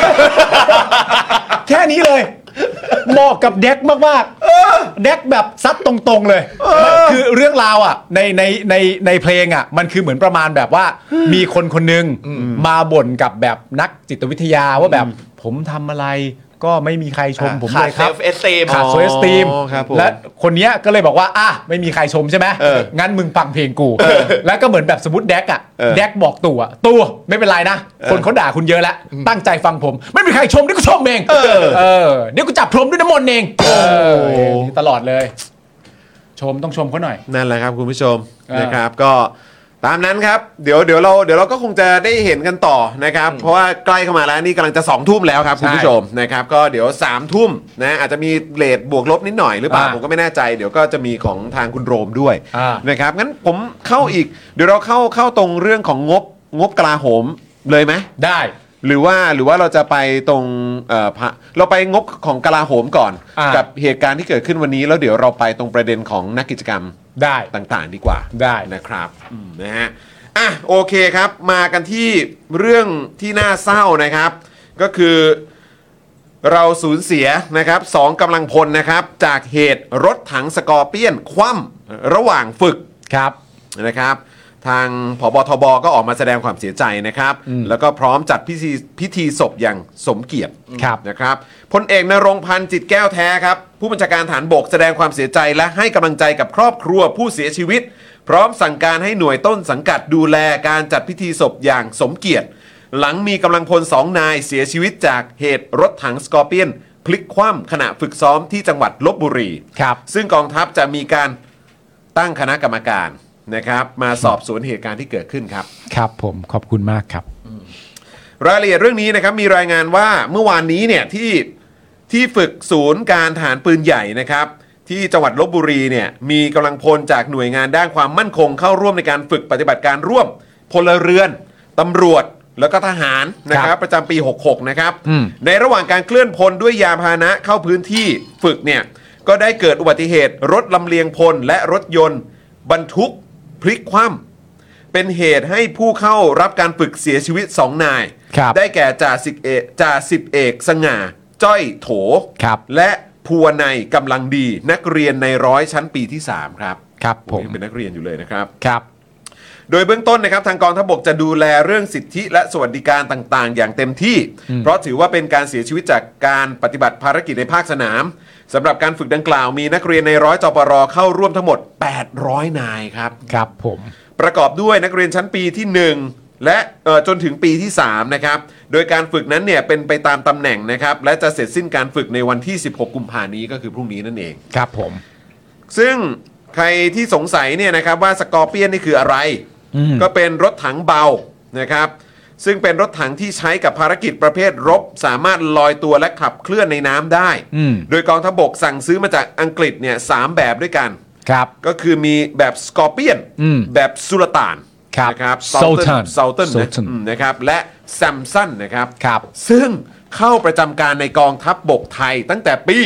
แค่นี้เลยเหมาะกับแดกมากๆแดกแบบซัดตรงๆเลยคือเรื่องราวในเพลงมันคือเหมือนประมาณแบบว่ามีคนคนนึงมาบ่นกับแบบนักจิตวิทยาว่าแบบผมทำอะไรก็ไม่มีใครชมผมเลยครับขาดเซลฟ์เอสตีมและคนนี้ก็เลยบอกว่าไม่มีใครชมใช่ไหมงั้นมึงฟังเพลงกูแล้วก็เหมือนแบบสมมติแดกแดกบอกตัวไม่เป็นไรนะคนเขาด่าคุณเยอะแล้วตั้งใจฟังผมไม่มีใครชมเดี๋ยวกูชมเองเดี๋ยวกูจับพรมด้วยน้ำมนต์เองตลอดเลยต้องชมเขาหน่อยนั่นแหละครับคุณผู้ชมนะครับก็ตามนั้นครับเดี๋ยวเราก็คงจะได้เห็นกันต่อนะครับเพราะว่าใกล้เข้ามาแล้วนี่กำลังจะ2 ทุ่มแล้วครับคุณผู้ชมนะครับก็เดี๋ยว3 ทุ่มนะอาจจะมีเรทบวกลบนิดหน่อยหรือเปล่าผมก็ไม่แน่ใจเดี๋ยวก็จะมีของทางคุณโรมด้วยนะครับงั้นผมเข้าอีกเดี๋ยวเราเข้าตรงเรื่องของงบกลาโหมเลยไหมได้หรือว่าเราจะไปตรงเราไปงบของกลาโหมก่อนกับเหตุการณ์ที่เกิดขึ้นวันนี้แล้วเดี๋ยวเราไปตรงประเด็นของนักกิจกรรมได้ต่างๆดีกว่าได้นะครับนะฮะโอเคครับมากันที่เรื่องที่น่าเศร้านะครับก็คือเราสูญเสียนะครับ2กำลังพลนะครับจากเหตุรถถังสกอร์เปียนคว่ำระหว่างฝึกครับนะครับทางผบทบก็ออกมาแสดงความเสียใจนะครับแล้วก็พร้อมจัดพิธีศพอย่างสมเกียรตินะครับพลเอกณรงค์พันธ์จิตแก้วแท้ครับผู้บัญชาการฐานบกแสดงความเสียใจและให้กำลังใจกับครอบครัวผู้เสียชีวิตพร้อมสั่งการให้หน่วยต้นสังกัดดูแลการจัดพิธีศพอย่างสมเกียรติหลังมีกำลังพล2 นายเสียชีวิตจากเหตุรถถังสกอร์เปียนพลิกคว่ำขณะฝึกซ้อมที่จังหวัดลพบุรีซึ่งกองทัพจะมีการตั้งคณะกรรมการนะครับมาสอบสวนเหตุการณ์ที่เกิดขึ้นครับครับผมขอบคุณมากครับรายละเอียดเรื่องนี้นะครับมีรายงานว่าเมื่อวานนี้เนี่ยที่ฝึกศูนย์การทหารปืนใหญ่นะครับที่จังหวัดลพบุรีเนี่ยมีกำลังพลจากหน่วยงานด้านความมั่นคงเข้าร่วมในการฝึกปฏิบัติการร่วมพลเรือนตำรวจแล้วก็ทหารนะครับประจำปี66นะครับในระหว่างการเคลื่อนพลด้วยยานพาหนะเข้าพื้นที่ฝึกเนี่ยก็ได้เกิดอุบัติเหตุรถลำเลียงพลและรถยนต์บรรทุกพลิกคว่ำเป็นเหตุให้ผู้เข้ารับการฝึกเสียชีวิต2 นายได้แก่จ่าสิบเอกสง่าจ้อยโถและภูวนัยกำลังดีนักเรียนในร้อยชั้นปีที่3ครับครับผมเป็นนักเรียนอยู่เลยนะครับครับโดยเบื้องต้นนะครับทางกองทัพบกจะดูแลเรื่องสิทธิและสวัสดิการต่างๆอย่างเต็มที่เพราะถือว่าเป็นการเสียชีวิตจากการปฏิบัติภารกิจในภาคสนามสำหรับการฝึกดังกล่าวมีนักเรียนในร้อยจปรเข้าร่วมทั้งหมด800 นายครับครับผมประกอบด้วยนักเรียนชั้นปีที่1และจนถึงปีที่3นะครับโดยการฝึกนั้นเนี่ยเป็นไปตามตำแหน่งนะครับและจะเสร็จสิ้นการฝึกในวันที่16 กุมภาพันธ์นี้ก็คือพรุ่งนี้นั่นเองครับผมซึ่งใครที่สงสัยเนี่ยนะครับว่าสกอร์เปียนนี่คืออะไรก็เป็นรถถังเบานะครับซึ่งเป็นรถถังที่ใช้กับภารกิจประเภทรบสามารถลอยตัวและขับเคลื่อนในน้ำได้โดยกองทัพบกสั่งซื้อมาจากอังกฤษเนี่ย3 แบบด้วยกันก็คือมีแบบสกอร์เปียนแบบสุลต่านนะครับเซาเทิร์นนะครับและแซมสันนะครับซึ่งเข้าประจำการในกองทัพบกไทยตั้งแต่ปี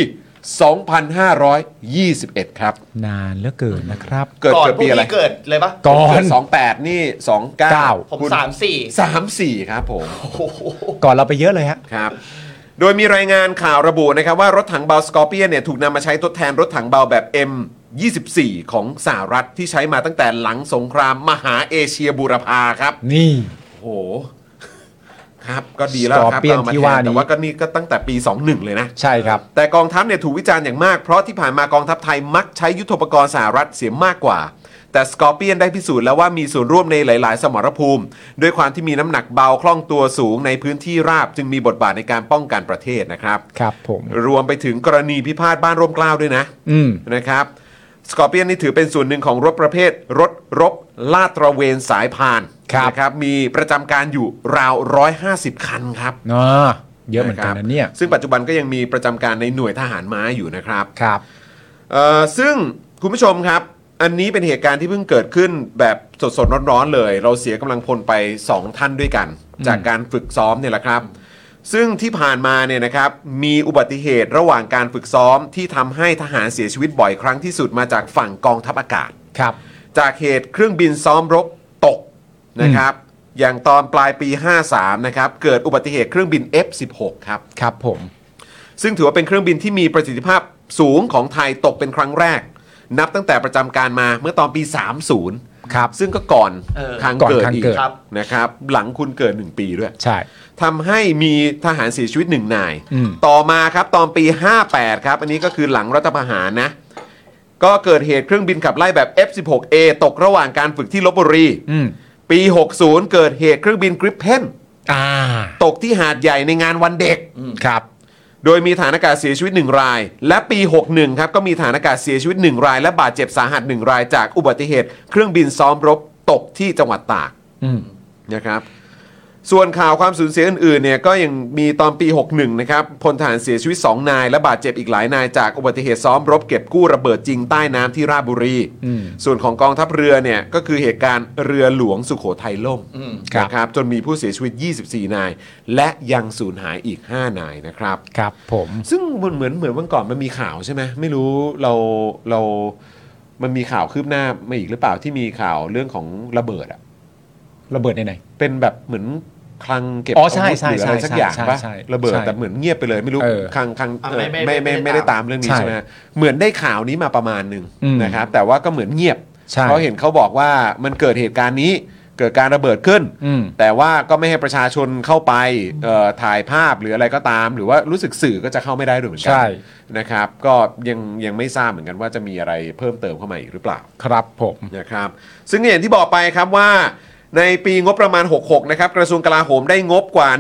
2521 ครับนานเหลือเกินนะครับเกิดปีอะไรเกิดเลยปะก่อน28นี่29 ผม34 ครับผมก่อนเราไปเยอะเลยฮะครับโดยมีรายงานข่าวระบุนะครับว่ารถถังเบาสกอร์เปียนเนี่ยถูกนำมาใช้ทดแทนรถถังเบาแบบ M24 ของสหรัฐที่ใช้มาตั้งแต่หลังสงครามมหาเอเชียบูรพาครับนี่โหครับก็ดีแล้วครับ Scorpion เอามาที่แทว่าน นี้แต่ว่าก็นี่ก็ตั้งแต่ปี 21 เลยนะใช่ครับแต่กองทัพเนี่ยถูกวิจารณ์อย่างมากเพราะที่ผ่านมากองทัพไทยมักใช้ยุทโธปกรณ์สหรัฐเสียมากกว่าแต่สกอร์เปียนได้พิสูจน์แล้วว่ามีส่วนร่วมในหลายๆสมรภูมิด้วยความที่มีน้ำหนักเบาคล่องตัวสูงในพื้นที่ราบจึงมีบทบาทในการป้องกันประเทศนะครับครับผมรวมไปถึงกรณีพิพาทบ้านร่มเกล้าด้วยนะนะครับสกอร์เปียนนี่ถือเป็นส่วนหนึ่งของรถประเภทรถรบลาดตระเวนสายพานนะครับมีประจำการอยู่ราว150 คันครับเยอะเหมือนกันนะเนี่ยซึ่งปัจจุบันก็ยังมีประจำการในหน่วยทหารม้าอยู่นะครับครับซึ่งคุณผู้ชมครับอันนี้เป็นเหตุการณ์ที่เพิ่งเกิดขึ้นแบบสดๆร้อนๆเลยเราเสียกำลังพลไป2ท่านด้วยกันจากการฝึกซ้อมเนี่ยแหละครับซึ่งที่ผ่านมาเนี่ยนะครับมีอุบัติเหตุระหว่างการฝึกซ้อมที่ทำให้ทหารเสียชีวิตบ่อยครั้งที่สุดมาจากฝั่งกองทัพอากาศครับจากเหตุเครื่องบินซ้อมรบตกนะครับอย่างตอนปลายปี53นะครับเกิดอุบัติเหตุเครื่องบิน F16 ครับครับผมซึ่งถือว่าเป็นเครื่องบินที่มีประสิทธิภาพสูงของไทยตกเป็นครั้งแรกนับตั้งแต่ประจำการมาเมื่อตอนปี30 ครับซึ่งก็ก่อนทางเกิดอีกครับนะครับหลังคุณเกิด1ปีด้วยใช่ทำให้มีทหารเสียชีวิต1นายต่อมาครับตอนปี58ครับอันนี้ก็คือหลังรัฐประหารนะก็เกิดเหตุเครื่องบินขับไล่แบบ F16A ตกระหว่างการฝึกที่ลพบุรีปี60เกิดเหตุเครื่องบินกริปเพนตกที่หาดใหญ่ในงานวันเด็กครับโดยมีฐานอากาศเสียชีวิต1รายและปี61ครับก็มีฐานอากาศเสียชีวิต1รายและบาดเจ็บสาหัส1รายจากอุบัติเหตุเครื่องบินซ้อมรบตกที่จังหวัดตากนะครับส่วนข่าวความสูญเสียอื่นๆเนี่ยก็ยังมีตอนปี61นะครับพลทหารเสียชีวิต2นายและบาดเจ็บอีกหลายนายจากอุบัติเหตุซ้อมรบเก็บกู้ระเบิดจริงใต้น้ำที่ราชบุรีส่วนของกองทัพเรือเนี่ยก็คือเหตุการณ์เรือหลวงสุโขทัยล่มนะครับจนมีผู้เสียชีวิต24นายและยังสูญหายอีก5นายนะครับครับผมซึ่งเหมือนวันก่อนมันมีข่าวใช่ไหมไม่รู้เรามันมีข่าวคืบหน้ามาอีกหรือเปล่าที่มีข่าวเรื่องของระเบิดอะระเบิดไหนเป็นแบบเหมือนคลังเก็บใช่หรืออะไรสักอย่างป่ะระเบิดแต่เหมือนเงียบไปเลยไม่รู้คลังไม่ได้ตามเรื่องนี้ใช่ไหมเหมือนได้ข่าวนี้มาประมาณนึงนะครับแต่ว่าก็เหมือนเงียบเพราะเห็นเขาบอกว่ามันเกิดเหตุการณ์นี้เกิดการระเบิดขึ้นแต่ว่าก็ไม่ให้ประชาชนเข้าไปถ่ายภาพหรืออะไรก็ตามหรือว่ารู้สึกสื่อก็จะเข้าไม่ได้ด้วยเหมือนกันะครับก็ยังไม่ทราบเหมือนกันว่าจะมีอะไรเพิ่มเติมเข้ามาอีกหรือเปล่าครับผมนะครับซึ่งอย่างที่บอกไปครับว่าในปีงบประมาณ66นะครับกระทรวงกลาโหมได้งบกว่า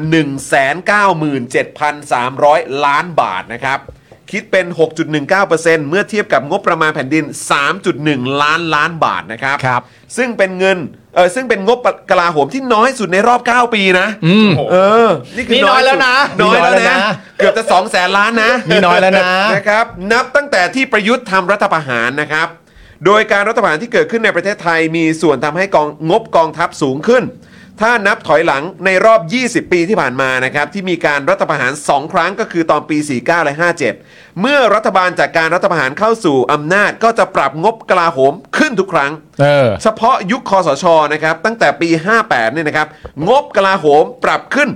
197,300 ล้านบาทนะครับคิดเป็น 6.19% เมื่อเทียบกับงบประมาณแผ่นดิน 3.1 ล้านบาทนะครับซึ่งเป็นเงินซึ่งเป็นงบกลาโหมที่น้อยสุดในรอบ9ปีนะนี่คือน้อยแล้วนะน้อยแล้วนะเกือบจะ 200,000 ล้านนะนี่น้อยแล้วนะครับนับตั้งแต่ที่ประยุทธ์ทำรัฐประหารนะครับโดยการรัฐประหารที่เกิดขึ้นในประเทศไทยมีส่วนทำให้งบกองทัพสูงขึ้นถ้านับถอยหลังในรอบ20ปีที่ผ่านมานะครับที่มีการรัฐประหาร2ครั้งก็คือตอนปี49และ57เมื่อรัฐบาลจากการรัฐประหารเข้าสู่อำนาจก็จะปรับงบกลาโหมขึ้นทุกครั้งเฉพาะยุคคสชนะครับตั้งแต่ปี58เนี่ยนะครับงบกลาโหมปรับขึ้น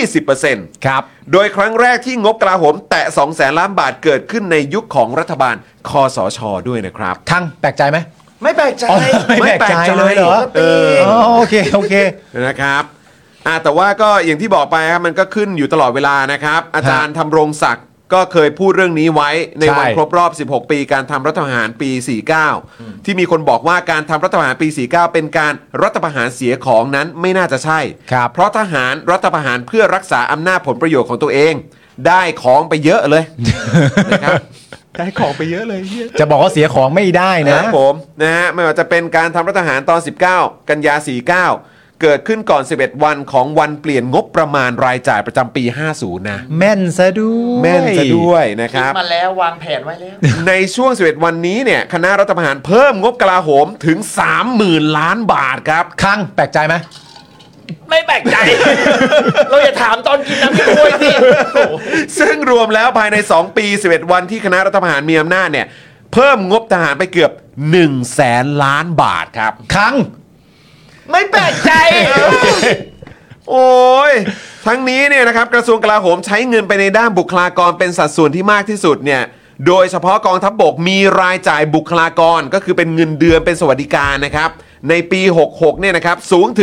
20% ครับโดยครั้งแรกที่งบกลาโหมแตะ 200,000 ล้านบาทเกิดขึ้นในยุคของรัฐบาลคสชด้วยนะครับทั้งแปลกใจไหมไม่แปลกใจไม่แปลกใจเลยเหรอโอเคนะครับแต่ว่าก็อย่างที่บอกไปครับมันก็ขึ้นอยู่ตลอดเวลานะครับอาจารย์ธำรงศักดิ์ก็เคยพูดเรื่องนี้ไว้ในวันครบรอบ16ปีการทำรัฐประหารปี49ที่มีคนบอกว่าการทำรัฐประหารปี49เป็นการรัฐประหารเสียของนั้นไม่น่าจะใช่เพราะทหารรัฐประหารเพื่อรักษาอำนาจผลประโยชน์ของตัวเองได้ของไปเยอะเลยนะครับได้ของไปเยอะเลยจะบอกว่าเสียของไม่ได้นะครับผมนะฮะไม่ว่าจะเป็นการทำรัฐประหารตอน19กันยา49เกิดขึ้นก่อน11วันของวันเปลี่ยนงบประมาณรายจ่ายประจำปี50นะแม่นซะด้วยนะครับคิดมาแล้ววางแผนไว้แล้วในช่วง11วันนี้เนี่ยคณะรัฐประหารเพิ่มงบกลาโหมถึง 30,000 ล้านบาทครับคังแปลกใจไหมไม่แปลกใจ เราอย่าถามตอนกินน้ำพี่กล้วยสิซึ่งรวมแล้วภายใน2ปี11วันที่คณะรัฐประหารมีอำนาจเนี่ยเพิ่มงบทหารไปเกือบ 100,000 ล้านบาทครับคังไม่แปลกใจโอ้ยทั้งนี้เนี่ยนะครับกระทรวงกลาโหมใช้เงินไปในด้านบุคลากรเป็นสัดส่วนที่มากที่สุดเนี่ยโดยเฉพาะกองทัพบกมีรายจ่ายบุคลากรก็คือเป็นเงินเดือนเป็นสวัสดิการนะครับในปี66เนี่ยนะครับสูงถึง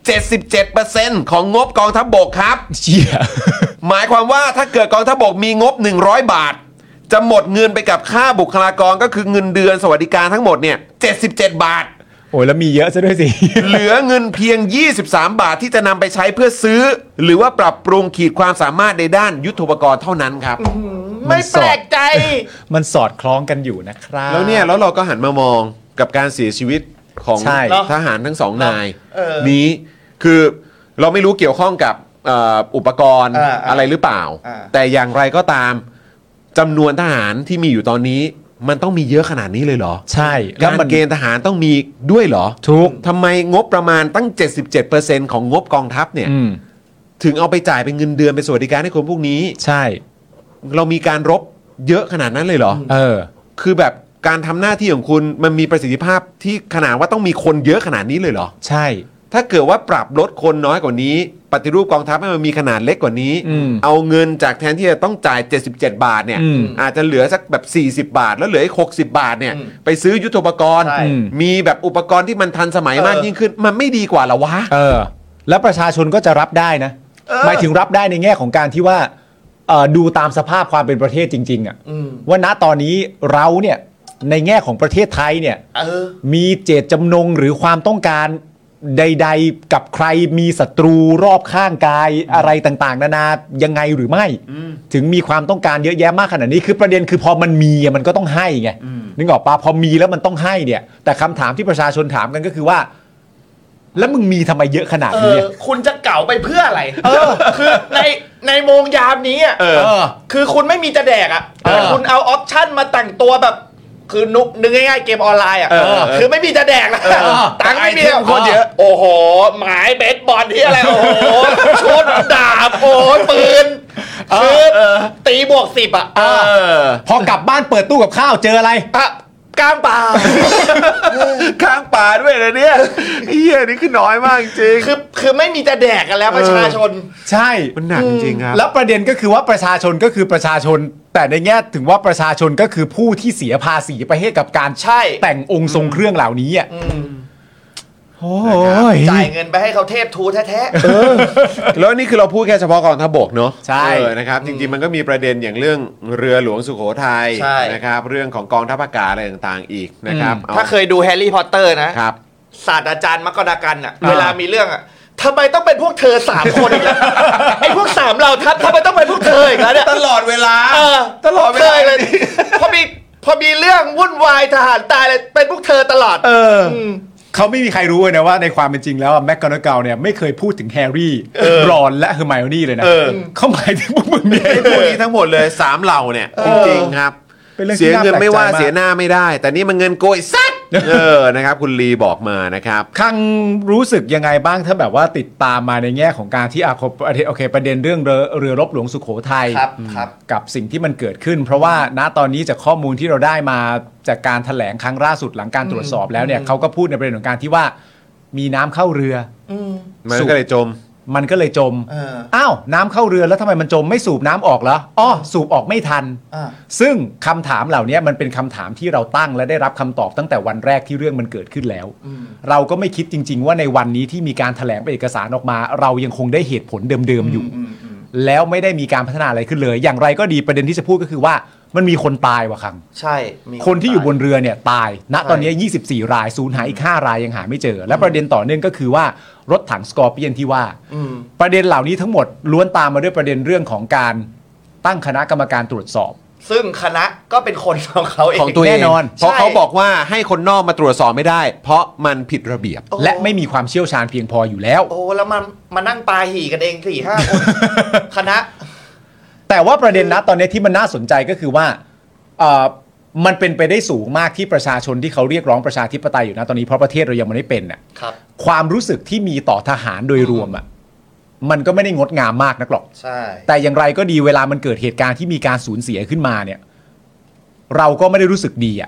77% ของงบกองทัพบกครับเชี่ยหมายความว่าถ้าเกิดกองทัพบกมีงบ100 บาท จะหมดเงินไปกับค่าบุคลากรก็คือเงินเดือนสวัสดิการทั้งหมดเนี่ย77 บาทโอ้ยแล้วมีเยอะซะด้วยสิเหลือเงินเพียง23 บาทที่จะนำไปใช้เพื่อซื้อ หรือว่าปรับปรุงขีดความสามารถในด้านยุทโธปกรณ์เท่านั้นครับไม่แปลกใจมันสอดคล้องกันอยู่นะครับแล้วเนี่ยแล้วเราก็หันมามองกับการเสียชีวิตของใช่ทหารทั้งสองนายเออนี้คือเราไม่รู้เกี่ยวข้องกับอุปกรณ์อ่าอะไรหรือเปล่าอ่าแต่อย่างไรก็ตามจำนวนทหารที่มีอยู่ตอนนี้มันต้องมีเยอะขนาดนี้เลยเหรอใช่การเกณฑ์ทหารต้องมีด้วยเหรอทุกทำไมงบประมาณตั้ง 77% ของงบกองทัพเนี่ย ถึงเอาไปจ่ายเป็นเงินเดือนเป็นสวัสดิการให้คนพวกนี้ใช่เรามีการรบเยอะขนาดนั้นเลยเหรอ คือแบบการทำหน้าที่ของคุณมันมีประสิทธิภาพที่ขนาดว่าต้องมีคนเยอะขนาดนี้เลยเหรอใช่ถ้าเกิดว่าปรับลดคนน้อยกว่านี้ ปฏิรูปกองทัพให้มันมีขนาดเล็กกว่านี้ เอาเงินจากแทนที่จะต้องจ่าย77 บาทเนี่ย อาจจะเหลือสักแบบ40 บาท แล้วเหลืออีก60 บาทเนี่ยไปซื้อยุทโธปกรณ์ใช่มีแบบอุปกรณ์ที่มันทันสมัยมากยิ่งขึ้น มันไม่ดีกว่าเหรอวะแล้วประชาชนก็จะรับได้นะ หมายถึงรับได้ในแง่ของการที่ว่าดูตามสภาพความเป็นประเทศจริงๆอ่ะว่าณตอนนี้เราเนี่ยในแง่ของประเทศไทยเนี่ยมีเจตจำนงหรือความต้องการใดๆกับใครมีศัตรูรอบข้างกายอะไรต่างๆนานายังไงหรือไม่ถึงมีความต้องการเยอะแยะมากขนาดนี้คือประเด็นคือพอมันมีมันก็ต้องให้ไงนึกออกปะพอมีแล้วมันต้องให้เนี่ยแต่คำถามที่ประชาชนถามกันก็คือว่าแล้วมึงมีทำไมเยอะขนาดนี้คุณจะเก่าไปเพื่ออะไรคือในโมงยามนี้คือคุณไม่มีจะแดกอ่ะแต่คุณเอาออปชั่นมาแต่งตัวแบบคือนึกง่ายๆเกมออนไลน์อ่ะคือไม่มีจะแดกแล้วตังค์ไม่มีคนเยอะโอ้โหหมายเบสบอลที่อะไรโอ้โหชุดดาบโอ้ปืนคือตีบวก10อ่ะพอกลับบ้านเปิดตู้กับข้าวเจออะไรกลางป่าข้างป่าด้วยนะเนี่ยเฮียนี่คือน้อยมากจริงคือไม่มีจะแดกกันแล้วประชาชนใช่มันหนักจริงครับแล้วประเด็นก็คือว่าประชาชนก็คือประชาชนแต่ในแง่ถึงว่าประชาชนก็คือผู้ที่เสียภาษีไปให้กับการแต่งองค์ทรงเครื่องเหล่านี้อ่ะโอ้ยจ่ายเงินไปให้เขาเทพทูแท้ๆแล้วนี่คือเราพูดแค่เฉพาะกองทัพบกเนาะใช่นะครับจริงๆมันก็มีประเด็นอย่างเรื่องเรือหลวงสุโขทัยนะครับเรื่องของกองทัพอากาศอะไรต่างๆอีกนะครับถ้าเคยดูแฮร์รี่พอตเตอร์นะครับศาสตราจารย์มกรกันอ่ะเวลามีเรื่องอ่ะทำไมต้องเป็นพวกเธอ3 คนอีกแล้วไอ้พวก3เราทัพทำไมต้องเป็นพวกเธออีกแล้วเนี่ยตลอดเวลาตลอดเวลาเลยพอมีเรื่องวุ่นวายทหารตายเลยเป็นพวกเธอตลอดเขาไม่มีใครรู้เลยนะว่าในความเป็นจริงแล้วแม็กกอนาเกลเนี่ยไม่เคยพูดถึงแฮร์รี่รอนและเฮอร์ไมโอนี่เลยนะเขาหมายถึงพวกมึงเนี่ยพวกนี้ทั้งหมดเลย3เหล่าเนี่ยจริงๆครับเสียเงินไม่ว่าเสียหน้าไม่ได้แต่นี่มันเงินโกยซัดนะครับคุณลีบอกมานะครับคังรู้สึกยังไงบ้างถ้าแบบว่าติดตามมาในแง่ของการที่โอเคประเด็นเรื่องเรือรบหลวงสุโขทัยกับสิ่งที่มันเกิดขึ้นเพราะว่าณตอนนี้จากข้อมูลที่เราได้มาจากการแถลงครั้งล่าสุดหลังการตรวจสอบแล้วเนี่ยเขาก็พูดในประเด็นของการที่ว่ามีน้ำเข้าเรือมันก็เลยจมอ้าวน้ำเข้าเรือแล้วทำไมมันจมไม่สูบน้ำออกเหรอสูบออกไม่ทันซึ่งคำถามเหล่านี้มันเป็นคำถามที่เราตั้งและได้รับคำตอบตั้งแต่วันแรกที่เรื่องมันเกิดขึ้นแล้วเราก็ไม่คิดจริงๆว่าในวันนี้ที่มีการแถลงเป็นเอกสารออกมาเรายังคงได้เหตุผลเดิมๆอยู่แล้วไม่ได้มีการพัฒนาอะไรขึ้นเลยอย่างไรก็ดีประเด็นที่จะพูดก็คือว่ามันมีคนตายว่ะครับใช่คนที่อยู่บนเรือเนี่ยตายณตอนนี้24 รายสูญหายอีก5 รายยังหาไม่เจอและประเด็นต่อเนื่องก็คือว่ารถถังสกอร์เปียนที่ว่าประเด็นเหล่านี้ทั้งหมดล้วนตามมาด้วยประเด็นเรื่องของการตั้งคณะกรรมการตรวจสอบซึ่งคณะก็เป็นคนของเขาเองของตัวเองแน่นอนเพราะเขาบอกว่าให้คนนอกมาตรวจสอบไม่ได้เพราะมันผิดระเบียบและไม่มีความเชี่ยวชาญเพียงพออยู่แล้วโอ้แล้วมานั่งปาหี่กันเอง 4-5 คนคณะแต่ว่าประเด็นนะตอนนี้ที่มันน่าสนใจก็คือว่ามันเป็นไปได้สูงมากที่ประชาชนที่เขาเรียกร้องประชาธิปไตยอยู่นะตอนนี้เพราะประเทศเรายังไม่ได้เป็นน่ะความรู้สึกที่มีต่อทหารโดยรวมอ่ะมันก็ไม่ได้งดงามมากนักหรอกใช่แต่อย่างไรก็ดีเวลามันเกิดเหตุการณ์ที่มีการสูญเสียขึ้นมาเนี่ยเราก็ไม่ได้รู้สึกดีอ่ะ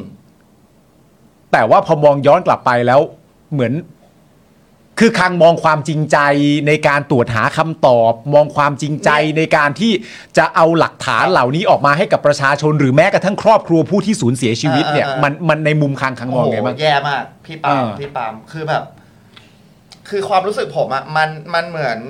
แต่ว่าพอมองย้อนกลับไปแล้วเหมือนคือคังมองความจริงใจในการตรวจหาคำตอบมองความจริงใจในการที่จะเอาหลักฐานเหล่านี้ออกมาให้กับประชาชนหรือแม้กระทั่งครอบครัวผู้ที่สูญเสียชีวิตเนี่ยมันในมุมคังมองไงบ้างแย่มากพี่ปามคือแบบคือความรู้สึกผมอะมันเหมือน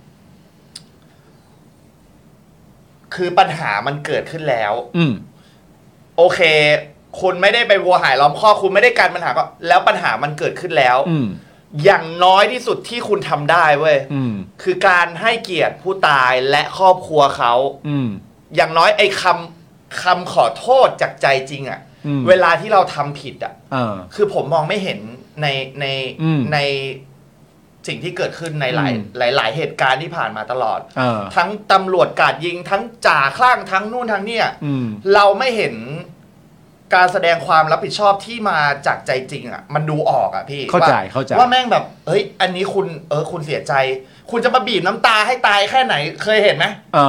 คือปัญหามันเกิดขึ้นแล้วโอเคคุณไม่ได้ไปวัวหายล้อมคอกคุณไม่ได้กันปัญหาก็แล้วปัญหามันเกิดขึ้นแล้วอย่างน้อยที่สุดที่คุณทำได้เว้ยคือการให้เกียรติผู้ตายและครอบครัวเขาอย่างน้อยไอ้คำขอโทษจากใจจริงอะเวลาที่เราทำผิดอะคือผมมองไม่เห็นในสิ่งที่เกิดขึ้นในหลายเหตุการณ์ที่ผ่านมาตลอดทั้งตำรวจกราดยิงทั้งจ่าคลั่งทั้งนู่นทั้งเนี่ยเราไม่เห็นการแสดงความรับผิดชอบที่มาจากใจจริงอ่ะมันดูออกอ่ะพี่เข้าใจว่าแม่งแบบเฮ้ยอันนี้คุณเสียใจคุณจะมาบีบน้ำตาให้ตายแค่ไหนเคยเห็นไหม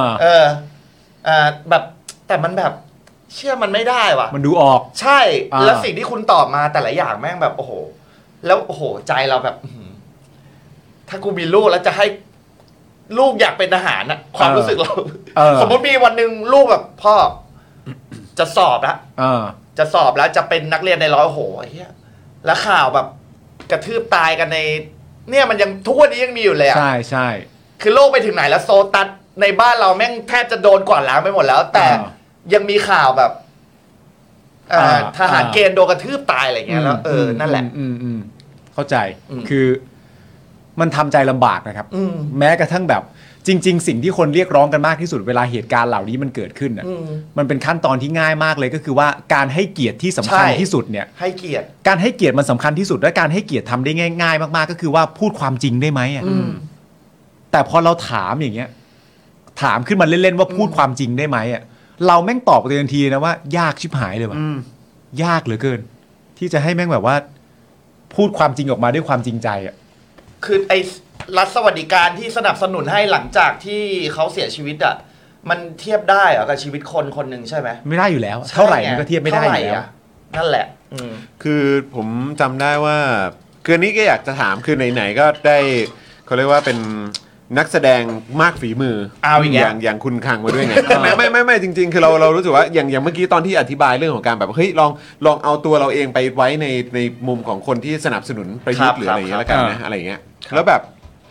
แบบแต่มันแบบเชื่อมันไม่ได้ว่ะมันดูออกใช่แล้วสิ่งที่คุณตอบมาแต่ละอย่างแม่งแบบโอ้โหแล้วโอ้โหใจเราแบบถ้ากูมีลูกแล้วจะให้ลูกอยากเป็นทหารนะความรู้สึกเราสมมติมีวันหนึ่งลูกแบบพ่อจะสอบแล้วจะสอบแล้วจะเป็นนักเรียนในร้อยโหเฮียแล้วข่าวแบบกระทืบตายกันในเนี่ยมันยังทุกวันนี้ยังมีอยู่เลยอ่ะใช่คือโลกไปถึงไหนแล้วโซตัสในบ้านเราแม่งแทบจะโดนกวาดล้างไปหมดแล้วแต่ยังมีข่าวแบบทหารเกณฑ์โดนกระทืบตายอะไรเงี้ยแล้วนั่นแหละเข้าใจคือมันทำใจลำบากนะครับแม้กระทั่งแบบจริงๆสิ่งที่คนเรียกร้องกันมากที่สุดเวลาเหตุการณ์เหล่านี้มันเกิดขึ้นน่ะมันเป็นขั้นตอนที่ง่ายมากเลยก็คือว่าการให้เกียรติที่สำคัญที่สุดเนี่ยให้เกียรติการให้เกียรติมันสำคัญที่สุดและการให้เกียรติทำได้ง่ายๆมากๆก็คือว่าพูดความจริงได้ไหมอ่ะแต่พอเราถามอย่างเงี้ยถามขึ้นมาเล่นๆว่าพูดความจริงได้ไหมอ่ะเราแม่งตอบกันทันทีนะว่ายากชิบหายเลยว่ะยากเหลือเกินที่จะให้แม่งแบบว่าพูดความจริงออกมาด้วยความจริงใจอ่ะคือไอ้รัฐสวัสดิการที่สนับสนุนให้หลังจากที่เขาเสียชีวิตอ่ะมันเทียบได้เหรอกับชีวิตคนหนึ่งใช่ไหมไม่ได้อยู่แล้วเท่าไหร่มันก็เทียบไม่ได้อยู่แล้วนั่นแหละคือผมจำได้ว่าคืออันนี้ก็อยากจะถามคือไหนๆก็ได้เขาเรียกว่าเป็นนักแสดงมากฝีมืออย่างคุณคังมาด้วยไงไม่จริงๆคือเรารู้สึกว่าอย่างเมื่อกี้ตอนที่อธิบายเรื่องของการแบบเฮ้ยลองเอาตัวเราเองไปไว้ในมุมของคนที่สนับสนุนประยุทธ์หรืออะไรอย่างเงี้ยแล้วกันนะอะไรอย่างเงี้ยแล้วแบบ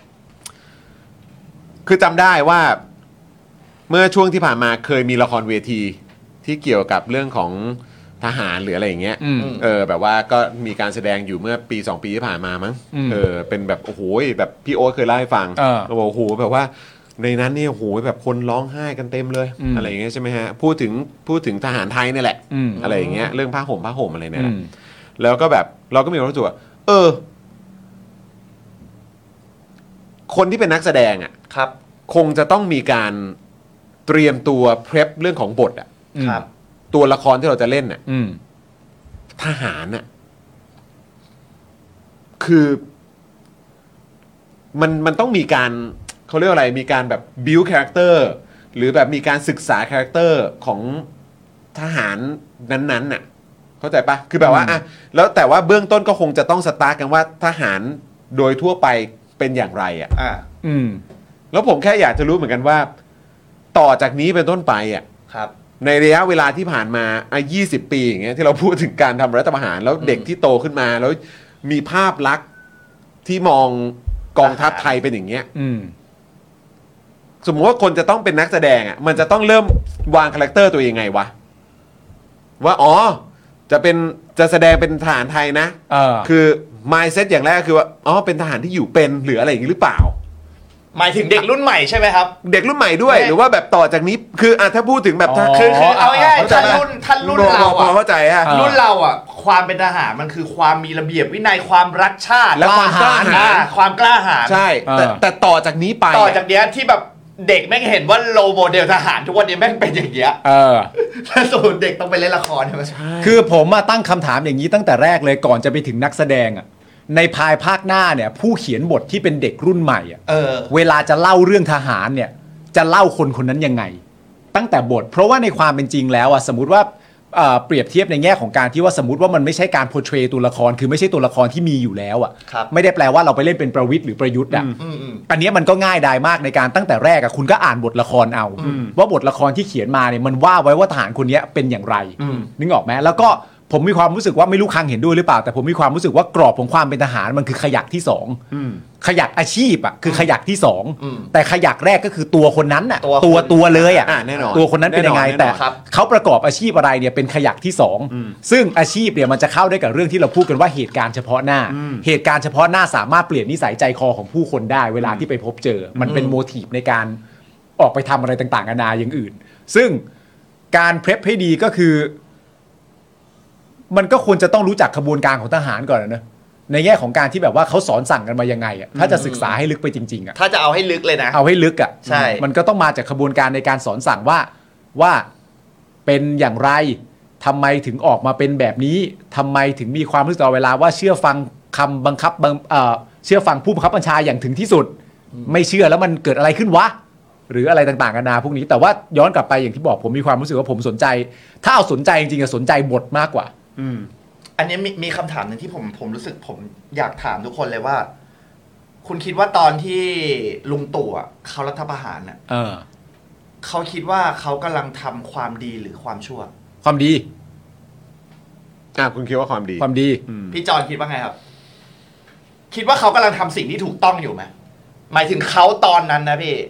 คือจำได้ว่าเมื่อช่วงที่ผ่านมาเคยมีละครเวทีที่เกี่ยวกับเรื่องของทหารหรืออะไรอย่างเงี้ยแบบว่าก็มีการแสดงอยู่เมื่อปี2ปีที่ผ่านมามั้งเป็นแบบโอ้โหแบบพี่โอ๊ตเคยเล่าให้ฟังแล้วบอกโอ้โหแบบว่าในนั้นเนี่ยโอ้โหแบบคนร้องไห้กันเต็มเลยอะไรอย่างเงี้ยใช่ไหมฮะพูดถึงทหารไทยนี่แหละอะไรอย่างเงี้ยเรื่องผ้าห่มอะไรเนี่ยแล้วก็แบบเราก็มีความรู้สึกว่าคนที่เป็นนักแสดงอ่ะครับคงจะต้องมีการเตรียมตัวเพรพเรื่องของบทอ่ะครับตัวละครที่เราจะเล่นน่ะทหารน่ะคือมันต้องมีการเขาเรียกอะไรมีการแบบบิวคาแรคเตอร์หรือแบบมีการศึกษาคาแรคเตอร์ของทหารนั้นๆน่ะเข้าใจปะคือแบบว่าอ่ะแล้วแต่ว่าเบื้องต้นก็คงจะต้องสตาร์ทกันว่าทหารโดยทั่วไปเป็นอย่างไรอ่ะแล้วผมแค่อยากจะรู้เหมือนกันว่าต่อจากนี้เป็นต้นไปอ่ะครับในระยะเวลาที่ผ่านมา20 ปีอย่างเงี้ยที่เราพูดถึงการทำรัฐประหารแล้วเด็กที่โตขึ้นมาแล้วมีภาพลักษณ์ที่มองกองทัพไทยเป็นอย่างเงี้ยสมมติว่าคนจะต้องเป็นนักแสดงอ่ะมันจะต้องเริ่มวางคาแรคเตอร์ตัวเองไงวะว่าจะแสดงเป็นทหารไทยนะคือ mindset อย่างแรกคือว่าเป็นทหารที่อยู่เป็นหรืออะไรอย่างงี้หรือเปล่าหมายถึงเด็กรุ่นใหม่ใช่ไหมครับเด็กรุ่นใหม่ด้วยหรือว่าแบบต่อจากนี้คือถ้าพูดถึงแบบคือเอาง่ายๆท่านรุ่นเราอ่ะเข้าใจฮะรุ่นเราอ่ะความเป็นทหารมันคือความมีระเบียบวินัยความรักชาติและความกล้าหาญความกล้าหาญใช่แต่ต่อจากนี้ไปต่อจากเนี้ยที่แบบเด็กแม่งเห็นว่าโลโมเดลทหารทุกวันนี้แม่งเป็นอย่างเงี้ยถ้าสมมติเด็กต้องไปเล่นละครใช่ไหมคือผมมาตั้งคำถามอย่างนี้ตั้งแต่แรกเลยก่อนจะไปถึงนักแสดงอ่ะในภายภาคหน้าเนี่ยผู้เขียนบทที่เป็นเด็กรุ่นใหม่อ่ะเวลาจะเล่าเรื่องทหารเนี่ยจะเล่าคนนั้นยังไงตั้งแต่บทเพราะว่าในความเป็นจริงแล้วอ่ะสมมุติว่าเปรียบเทียบในแง่ของการที่ว่าสมมติว่ามันไม่ใช่การโพร์เทรตตัวละครคือไม่ใช่ตัวละครที่มีอยู่แล้วอ่ะไม่ได้แปลว่าเราไปเล่นเป็นประวิตรหรือประยุทธ์อ่ะอันนี้มันก็ง่ายดายมากในการตั้งแต่แรกอ่ะคุณก็อ่านบทละครเอาว่าบทละครที่เขียนมาเนี่ยมันว่าไว้ว่าทหารคนนี้เป็นอย่างไรนึกออกไหมแล้วก็ผมมีความรู้สึกว่าไม่รู้คังเห็นด้วยหรือเปล่าแต่ผมมีความรู้สึกว่ากรอบของความเป็นทหารมันคือขยักที่สองขยักอาชีพอ่ะคือขยักที่สองแต่ขยักแรกก็คือตัวคนนั้นอ่ะตัวเลยอ่ะแน่นอนตัวคนนั้นเป็นยังไงแต่เขาประกอบอาชีพอะไรเนี่ยเป็นขยักที่สองซึ่งอาชีพเนี่ยมันจะเข้าได้กับเรื่องที่เราพูดกันว่าเหตุการณ์เฉพาะหน้าเหตุการณ์เฉพาะหน้าสามารถเปลี่ยนนิสัยใจคอของผู้คนได้เวลาที่ไปพบเจอมันเป็นโมทีฟในการออกไปทำอะไรต่างๆนานาอย่างอื่นซึ่งการเพลฟให้ดีก็คือมันก็ควรจะต้องรู้จักขบวนการของทหารก่อนนะในแง่ของการที่แบบว่าเขาสอนสั่งกันมายังไงอ่ะถ้าจะศึกษาให้ลึกไปจริงๆอ่ะถ้าจะเอาให้ลึกเลยนะเอาให้ลึกอ่ะใช่มันก็ต้องมาจากขบวนการในการสอนสั่งว่าเป็นอย่างไรทำไมถึงออกมาเป็นแบบนี้ทำไมถึงมีความรู้สึกตลอดเวลาว่าเชื่อฟังคำบังคับเชื่อฟังผู้บังคับบัญชาอย่างถึงที่สุดไม่เชื่อแล้วมันเกิดอะไรขึ้นวะหรืออะไรต่างๆกันานาพวกนี้แต่ว่าย้อนกลับไปอย่างที่บอกผมมีความรู้สึกว่าผมสนใจถ้าเอาสนใจจริงๆสนใจบทมากกว่าอันนี้มีคำถามหนึ่งที่ผมรู้สึกผมอยากถามทุกคนเลยว่าคุณคิดว่าตอนที่ลุงตู่เขารัฐประหารน่ะเขาคิดว่าเขากำลังทำความดีหรือความชั่วความดีคุณคิดว่าความดีพี่จอนคิดว่าไงครับคิดว่าเขากำลังทำสิ่งที่ถูกต้องอยู่ไหมหมายถึงเขาตอนนั้นนะพี่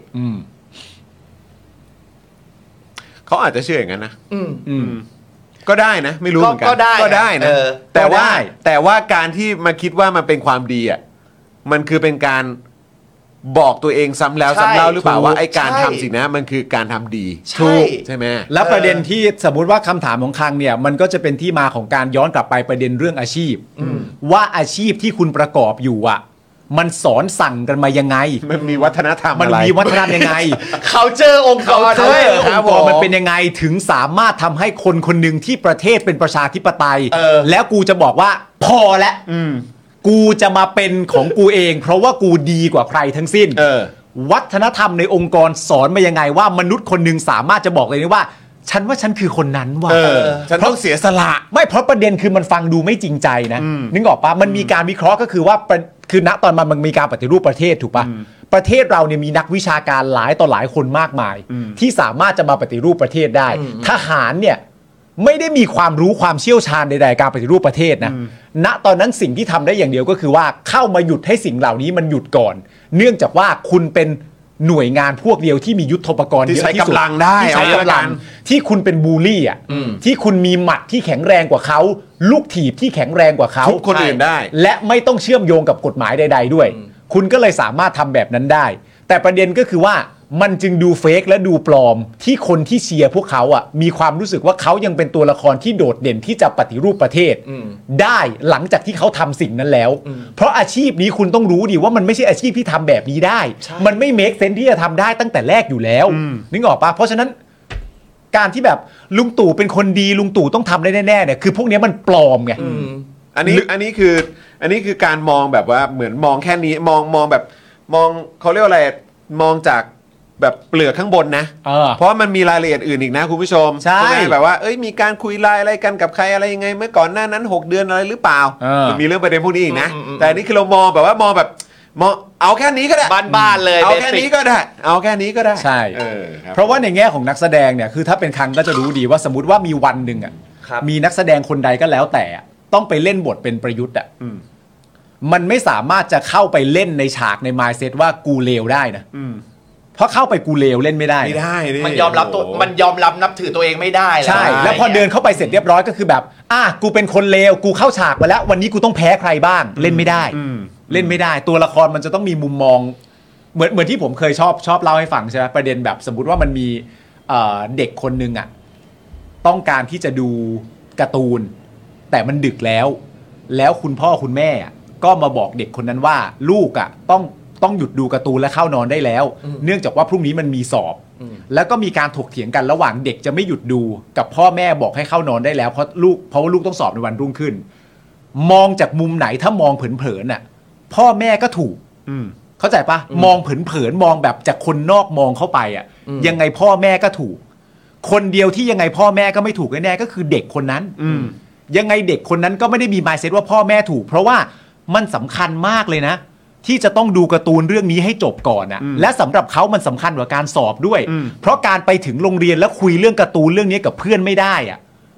เขาอาจจะเชื่ออย่างนั้นนะก็ได้นะไม่รู้เหมือนกันก็ได้นะแต่ว่าการที่มาคิดว่ามันเป็นความดีอ่ะมันคือเป็นการบอกตัวเองซ้ำแล้วซ้ำเล่าหรือเปล่าว่าไอ้การทำสิ่งนั้นมันคือการทำดีถูกใช่ไหมแล้วประเด็นที่สมมุติว่าคำถามของคังเนี่ยมันก็จะเป็นที่มาของการย้อนกลับไปประเด็นเรื่องอาชีพว่าอาชีพที่คุณประกอบอยู่อ่ะมันสอนสั่งกันมายังไงมันมีวัฒนธรรมมันมีวัฒนธรรมยังไงเขาเจอองค์กรมันเป็นยังไงถึงสามารถทำให้คนคนหนึ่งที่ประเทศเป็นประชาธิปไตยแล้วกูจะบอกว่าพอแล้วกูจะมาเป็นของกูเองเพราะว่ากูดีกว่าใครทั้งสิ้นวัฒนธรรมในองค์กรสอนมายังไงว่ามนุษย์คนหนึ่งสามารถจะบอกเลยว่าฉันว่าฉันคือคนนั้นว่ะฉันต้องเสียสละไม่เพราะประเด็นคือมันฟังดูไม่จริงใจนะนึกออกปะมันมีการวิเคราะห์ก็คือว่าคือณตอนมันมีการปฏิรูปประเทศถูกปะประเทศเราเนี่ยมีนักวิชาการหลายต่อหลายคนมากมายที่สามารถจะมาปฏิรูปประเทศได้ทหารเนี่ยไม่ได้มีความรู้ความเชี่ยวชาญใดๆการปฏิรูปประเทศนะณตอนนั้นสิ่งที่ทำได้อย่างเดียวก็คือว่าเข้ามาหยุดให้สิ่งเหล่านี้มันหยุดก่อนเนื่องจากว่าคุณเป็นหน่วยงานพวกเดียวที่มียุทโธปกรณ์เยอะที่สุดที่ใช้กำลังได้ที่ใช้กำลังที่คุณเป็นบูลลี่อ่ะที่คุณมีหมัดที่แข็งแรงกว่าเขาลูกถีบที่แข็งแรงกว่าเขาทุบคนอื่นได้และไม่ต้องเชื่อมโยงกับกฎหมายใดๆด้วยคุณก็เลยสามารถทำแบบนั้นได้แต่ประเด็นก็คือว่ามันจึงดูเฟกและดูปลอมที่คนที่เชียร์พวกเขาอ่ะมีความรู้สึกว่าเขายังเป็นตัวละครที่โดดเด่นที่จะปฏิรูปประเทศได้หลังจากที่เขาทำสิ่งนั้นแล้วเพราะอาชีพนี้คุณต้องรู้ดิว่ามันไม่ใช่อาชีพที่ทำแบบนี้ได้มันไม่เมคเซนส์ที่จะทำได้ตั้งแต่แรกอยู่แล้วนึกออกปะเพราะฉะนั้นการที่แบบลุงตู่เป็นคนดีลุงตู่ต้องทำได้แน่ๆเนี่ยคือพวกนี้มันปลอมไงอันนี้คือการมองแบบว่าเหมือนมองแค่นี้มองแบบมองเขาเรียกว่าอะไรมองจากแบบเปลือกข้างบนนะเพราะมันมีรายละเอียดอื่นอีกนะคุณผู้ชมใช่แบบว่ามีการคุยไลน์อะไรกันกับใครอะไรยังไงเมื่อก่อนหน้านั้น6เดือนอะไรหรือเปล่ามันมีเรื่องประเด็นพวกนี้อีกนะแต่นี่คือเรามองแบบว่ามองแบบเอาแค่นี้ก็ได้บ้านๆเลยเอาแค่นี้ก็ได้เอาแค่นี้ก็ได้ใช่เพราะว่าในแง่ของนักแสดงเนี่ยคือถ้าเป็นครั้งก็จะรู้ดีว่าสมมติว่ามีวันหนึ่งอ่ะมีนักแสดงคนใดก็แล้วแต่ต้องไปเล่นบทเป็นประยุทธ์อ่ะมันไม่สามารถจะเข้าไปเล่นในฉากใน mindset ว่ากูเลวได้นะเพราะเข้าไปกูเลวเล่นไม่ได้มันยอมรับตัวมันยอมรับนับถือตัวเองไม่ได้ใช่แล้วพอเดินเข้าไปเสร็จเรียบร้อยก็คือแบบกูเป็นคนเลวกูเข้าฉากมาแล้ววันนี้กูต้องแพ้ใครบ้างเล่นไม่ได้เล่นไม่ได้ตัวละครมันจะต้องมีมุมมองเหมือนที่ผมเคยชอบเล่าให้ฟังใช่ไหมประเด็นแบบสมมุติว่ามันมีเด็กคนนึงต้องการที่จะดูการ์ตูนแต่มันดึกแล้วคุณพ่อคุณแม่ก็มาบอกเด็กคนนั้นว่าลูกต้องหยุดดูการ์ตูนและเข้านอนได้แล้วเนื่องจากว่าพรุ่งนี้มันมีสอบแล้วก็มีการถกเถียงกันระหว่างเด็กจะไม่หยุดดูกับพ่อแม่บอกให้เข้านอนได้แล้วเพราะว่าลูกต้องสอบในวันรุ่งขึ้นมองจากมุมไหนถ้ามองเผินๆพ่อแม่ก็ถูกเข้าใจปะมองเผินๆมองแบบจากคนนอกมองเข้าไปยังไงพ่อแม่ก็ถูกคนเดียวที่ยังไงพ่อแม่ก็ไม่ถูกแน่ๆก็คือเด็กคนนั้นยังไงเด็กคนนั้นก็ไม่ได้มี mindset ว่าพ่อแม่ถูกเพราะว่ามันสำคัญมากเลยนะที่จะต้องดูการ์ตูนเรื่องนี้ให้จบก่อนและสำหรับเขามันสำคัญกว่าการสอบด้วยเพราะการไปถึงโรงเรียนแล้วคุยเรื่องการ์ตูนเรื่องนี้กับเพื่อนไม่ได้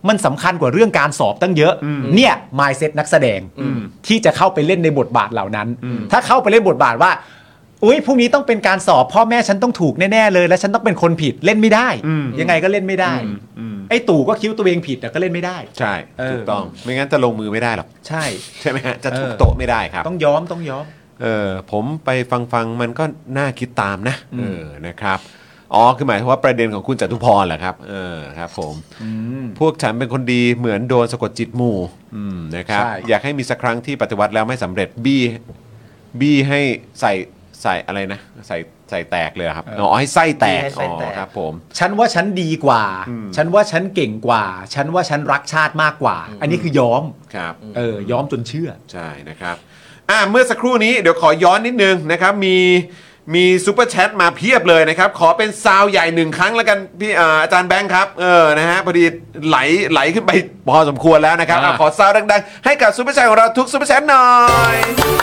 มันสำคัญกว่าเรื่องการสอบตั้งเยอะเนี่ย mindset นักแสดงที่จะเข้าไปเล่นในบทบาทเหล่านั้นถ้าเข้าไปเล่นบทบาทว่าอุ้ยพรุ่งนี้ต้องเป็นการสอบพ่อแม่ฉันต้องถูกแน่ๆเลยและฉันต้องเป็นคนผิดเล่นไม่ได้ยังไงก็เล่นไม่ได้ไอ้ตู่ก็คิดว่าตัวเองผิดแต่ก็เล่นไม่ได้ใช่ถูกต้องไม่งั้นจะลงมือไม่ได้หรอกใช่ไหมฮะจะทุบโต๊ะไม่ได้ครับต้องย้อมผมไปฟังมันก็น่าคิดตามนะนะครับอ๋อคือหมายถึงว่าประเด็นของคุณจตุพรเหรอครับครับผมพวกฉันเป็นคนดีเหมือนโดนสะกดจิตหมู่นะครับอยากให้มีสักครั้งที่ปฏิวัติแล้วไม่สำเร็จบี้ให้ใส่อะไรนะใส่แตกเลยครับให้ไส้แตกครับผมฉันว่าฉันดีกว่าฉันว่าฉันเก่งกว่าฉันว่าฉันรักชาติมากกว่าอันนี้คือย้อมครับย้อมจนเชื่อใช่นะครับเมื่อสักครู่นี้เดี๋ยวขอย้อนนิดนึงนะครับมีซุปเปอร์แชทมาเพียบเลยนะครับขอเป็นซาวใหญ่1ครั้งแล้วกันพี่อาจารย์แบงค์ครับนะฮะพอดีไหลขึ้นไปพอสมควรแล้วนะครับขอซาวดังๆให้กับซุปเปอร์แชทของเราทุกซุปเปอร์แชทหน่อย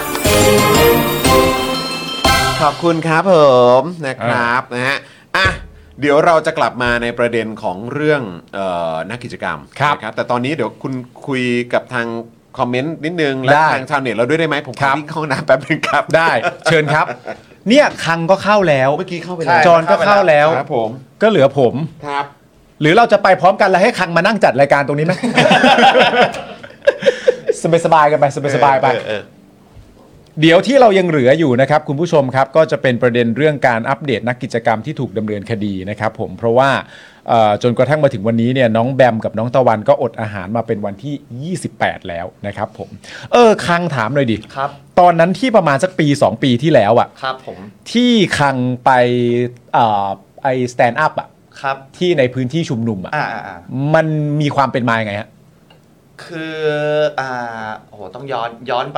ขอบคุณครับผมนะครับนะฮะเดี๋ยวเราจะกลับมาในประเด็นของเรื่องนักกิจกรรมนะครับแต่ตอนนี้เดี๋ยวคุณคุยกับทางคอมเมนต์นิดนึงและทางชาวเน็ตเราด้วยได้ไหมผมขอวิ่งเข้าน้ำแป๊บนึงครับได้เชิญครับเนี่ยคังก็เข้าแล้วเมื่อกี้เข้าไปแล้วจอนก็เข้าแล้วครับผมก็เหลือผมครับหรือเราจะไปพร้อมกันแล้วให้คังมานั่งจัดรายการตรงนี้ไหม สบายๆกันไปสบายๆไปเดี๋ยวที่เรายังเหลืออยู่นะครับคุณผู้ชมครับก็จะเป็นประเด็นเรื่องการอัปเดตนักกิจกรรมที่ถูกดำเนินคดีนะครับผมเพราะว่าจนกระทั่งมาถึงวันนี้เนี่ยน้องแบมกับน้องตะวันก็อดอาหารมาเป็นวันที่28แล้วนะครับผมคังถามเลยดิครับตอนนั้นที่ประมาณสักปี2ปีที่แล้วอ่ะครับผมที่คังไปไอสแตนด์อัพอ่ะครับที่ในพื้นที่ชุมนุมอ่ะมันมีความเป็นมาไงฮะคือโอ้โหต้องย้อนไป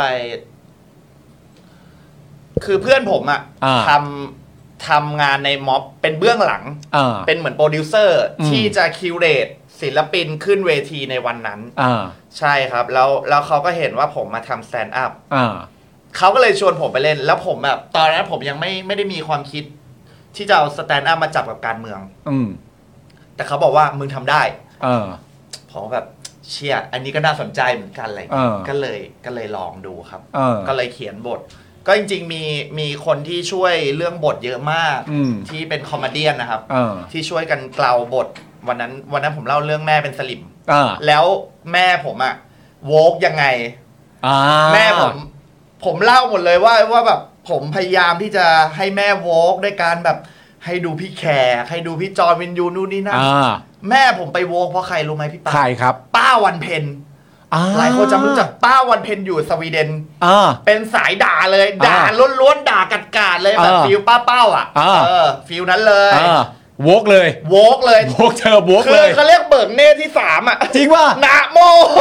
คือเพื่อนผมอ่ะทำงานในม็อบเป็นเบื้องหลังเป็นเหมือนโปรดิวเซอร์ที่จะคิวเรตศิลปินขึ้นเวทีในวันนั้นใช่ครับแล้วเขาก็เห็นว่าผมมาทำสแตนด์อัพเขาก็เลยชวนผมไปเล่นแล้วผมแบบตอนนั้นผมยังไม่ได้มีความคิดที่จะเอาสแตนด์อัพมาจับกับการเมืองแต่เขาบอกว่ามึงทำได้ผมแบบเชียอันนี้ก็น่าสนใจเหมือนกันอะไรก็เลยลองดูครับก็เลยเขียนบทก็จริงๆมีคนที่ช่วยเรื่องบทเยอะมากที่เป็นคอมเมเดี้นะครับที่ช่วยกันเกลาบทวันนั้นผมเล่าเรื่องแม่เป็นสลิมแล้วแม่ผมอะโวกยังไงแม่ผมเล่าหมดเลยว่าแบบผมพยายามที่จะให้แม่โวกด้วยการแบบให้ดูพี่แขกให้ดูพี่จอห์นวินยูนู่นนี่นั่นแม่ผมไปโวกเพราะใครรู้ไหมพี่ป้าใครครับป้าวันเพ็ญหลายคนจำรู้จักป้าวันเพ็ญอยู่สวีเดนเป็นสายด่าเลยด่าล้วนๆด่ากัดๆเลยแบบฟิลป้าเป้าฟิลนั้นเลยโวกเลยโวกเธอโวกเลยเขาเรียกเบิกเนตรที่3อ่ะจริงป่ะนะโม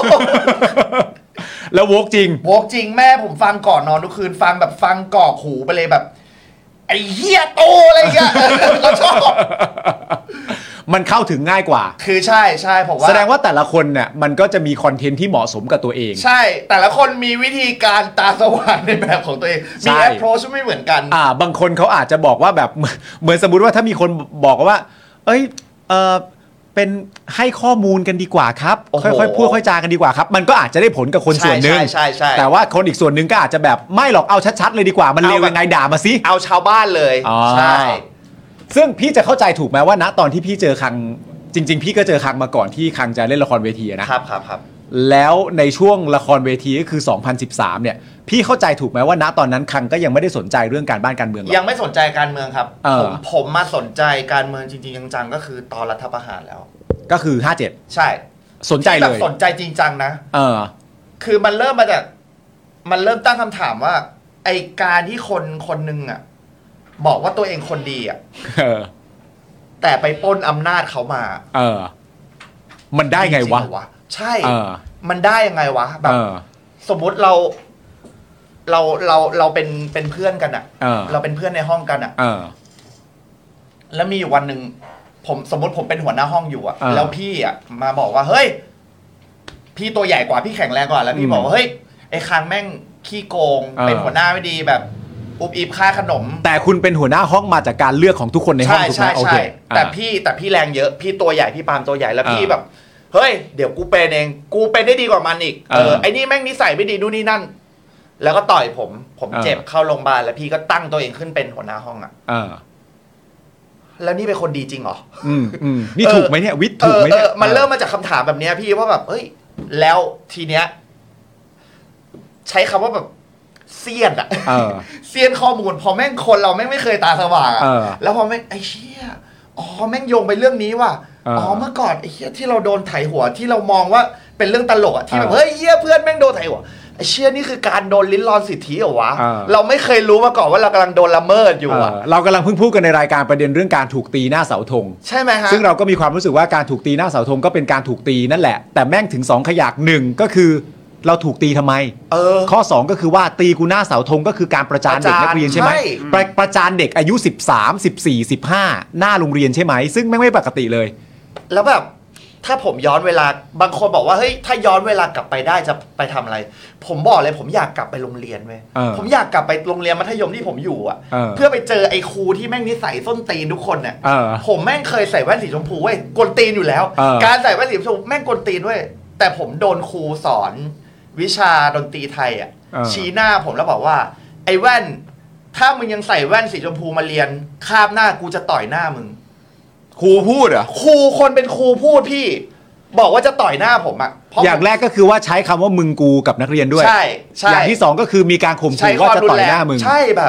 แล้วโวกจริงแม่ผมฟังก่อนนอนทุกคืนฟังแบบฟังกรอกหูไปเลยแบบไอ้เหี้ยโตอะไรเงี้ยเราชอบมันเข้าถึงง่ายกว่าคือใช่ผมว่าแสดงว่าแต่ละคนเนี่ยมันก็จะมีคอนเทนต์ที่เหมาะสมกับตัวเองใช่แต่ละคนมีวิธีการตาสว่างในแบบของตัวเองมี approach ไม่เหมือนกันบางคนเขาอาจจะบอกว่าแบบเหมือนสมมุติว่าถ้ามีคนบอกว่าเอ้ยเป็นให้ข้อมูลกันดีกว่าครับค่อยๆพูดค่อยจากันดีกว่าครับมันก็อาจจะได้ผลกับคนส่วนหนึ่งใช่แต่ว่าคนอีกส่วนหนึ่งก็อาจจะแบบไม่หรอกเอาชัดๆเลยดีกว่ามันเลวยังไงด่ามาสิเอาชาวบ้านเลยใช่ซึ่งพี่จะเข้าใจถูกไหมว่าณตอนที่พี่เจอคังจริงๆพี่ก็เจอคังมาก่อนที่คังจะเล่นละครเวทีนะครับแล้วในช่วงละครเวทีก็คือ2013เนี่ยพี่เข้าใจถูกไหมว่าณตอนนั้นคังก็ยังไม่ได้สนใจเรื่องการบ้านการเมืองยังไม่สนใจการเมืองครับผมมาสนใจการเมืองจริงๆจังๆก็คือตอนรัฐประหารแล้วก็คือ57 ใช่สนใจเลยสนใจจริงจังนะคือมันเริ่มมาจากมันเริ่มตั้งคำถามว่าไอการที่คนนึงอ่ะบอกว่าตัวเองคนดีอ่ะแต่ไปปล้นอำนาจเขามามันได้ไงวะใช่มันได้ยังไงวะแบบสมมติเราเป็นเพื่อนกันอ่ะเราเป็นเพื่อนในห้องกันอ่ะแล้วมีอยู่วันหนึ่งสมมติผมเป็นหัวหน้าห้องอยู่อ่ะแล้วพี่อ่ะมาบอกว่าเฮ้ยพี่ตัวใหญ่กว่าพี่แข็งแรงกว่าแล้วพี่บอกว่าเฮ้ยไอ้คังแม่งขี้โกงเป็นหัวหน้าไม่ดีแบบอุบอิบค่าขนมแต่คุณเป็นหัวหน้าห้องมาจากการเลือกของทุกคนในห้องถูกไหมโอเคแต่พี่แรงเยอะพี่ตัวใหญ่พี่ปาล์มตัวใหญ่แล้วพี่แบบเฮ้ยเดี๋ยวกูเป็นเองกูเป็นได้ดีกว่ามันอีกไอ้นี่แม่งนิสัยไม่ดีนู่นนี่นั่นแล้วก็ต่อยผมเจ็บเข้าโรงพยาบาลแล้วพี่ก็ตั้งตัวเองขึ้นเป็นหัวหน้าห้องอ่ะแล้วนี่เป็นคนดีจริงเหรอนี่ถูกไหมเนี่ยวิทย์ถูกไหมเนี่ยมันเริ่มมาจากคำถามแบบนี้พี่ว่าแบบเฮ้ยแล้วทีเนี้ยใช้คำว่าแบบเซียนอะเซียนข้อมูลพอแม่งคนเราแม่งไม่เคยตาสว่างอะแล้วพอแม่งไอ้เชี่ยแม่งโยงไปเรื่องนี้ว่ะเมื่อก่อนไอ้เชี่ยที่เราโดนไถหัวที่เรามองว่าเป็นเรื่องตลกอะที่แบบเฮ้ยเชี่ยเพื่อนแม่งโดนไถหัวไอ้เชี่ยนี่คือการโดนลิ้นรอนสิทธิเหรอวะเราไม่เคยรู้มาก่อนว่าเรากำลังโดนละเมิดอยู่อะเรากำลังเพิ่งพูดกันในรายการประเด็นเรื่องการถูกตีหน้าเสาธงใช่ไหมฮะซึ่งเราก็มีความรู้สึกว่าการถูกตีหน้าเสาธงก็เป็นการถูกตีนั่นแหละแต่แม่งถึง2ขยัก1ก็คือเราถูกตีทำไมข้อ2ก็คือว่าตีกูหน้าเสาธงก็คือการประจานเด็กนักเรียนใช่ไหมประจานเด็กอายุ13 14 15หน้าโรงเรียนใช่ไหมซึ่งไม่ปกติเลยแล้วแบบถ้าผมย้อนเวลาบางคนบอกว่าเฮ้ยถ้าย้อนเวลากลับไปได้จะไปทำอะไรผมบอกเลยผมอยากกลับไปโรงเรียนเว้ยผมอยากกลับไปโรงเรียนมัธยมที่ผมอยู่อ่ะเพื่อไปเจอไอ้ครูที่แม่งนิสัยส้นตีนทุกคนเนี่ยผมแม่งเคยใส่แว่นสีชมพูเว้ยกวนตีนอยู่แล้วการใส่แว่นสีชมพูแม่งกวนตีนด้วยแต่ผมโดนครูสอนวิชาดนตรีไทยอ่ะชี้หน้าผมแล้วบอกว่าไอ้แว่นถ้ามึงยังใส่แว่นสีชมพูมาเรียนคาบหน้ากูจะต่อยหน้ามึงครูพูดเหรอครูคนเป็นครูพูดพี่บอกว่าจะต่อยหน้าผมอ่ะอย่างแรกก็คือว่าใช้คำว่ามึงกูกับนักเรียนด้วยใช่อย่างที่2ก็คือมีการข่มขู่ว่าจะต่อยหน้ามึงใช่แบบ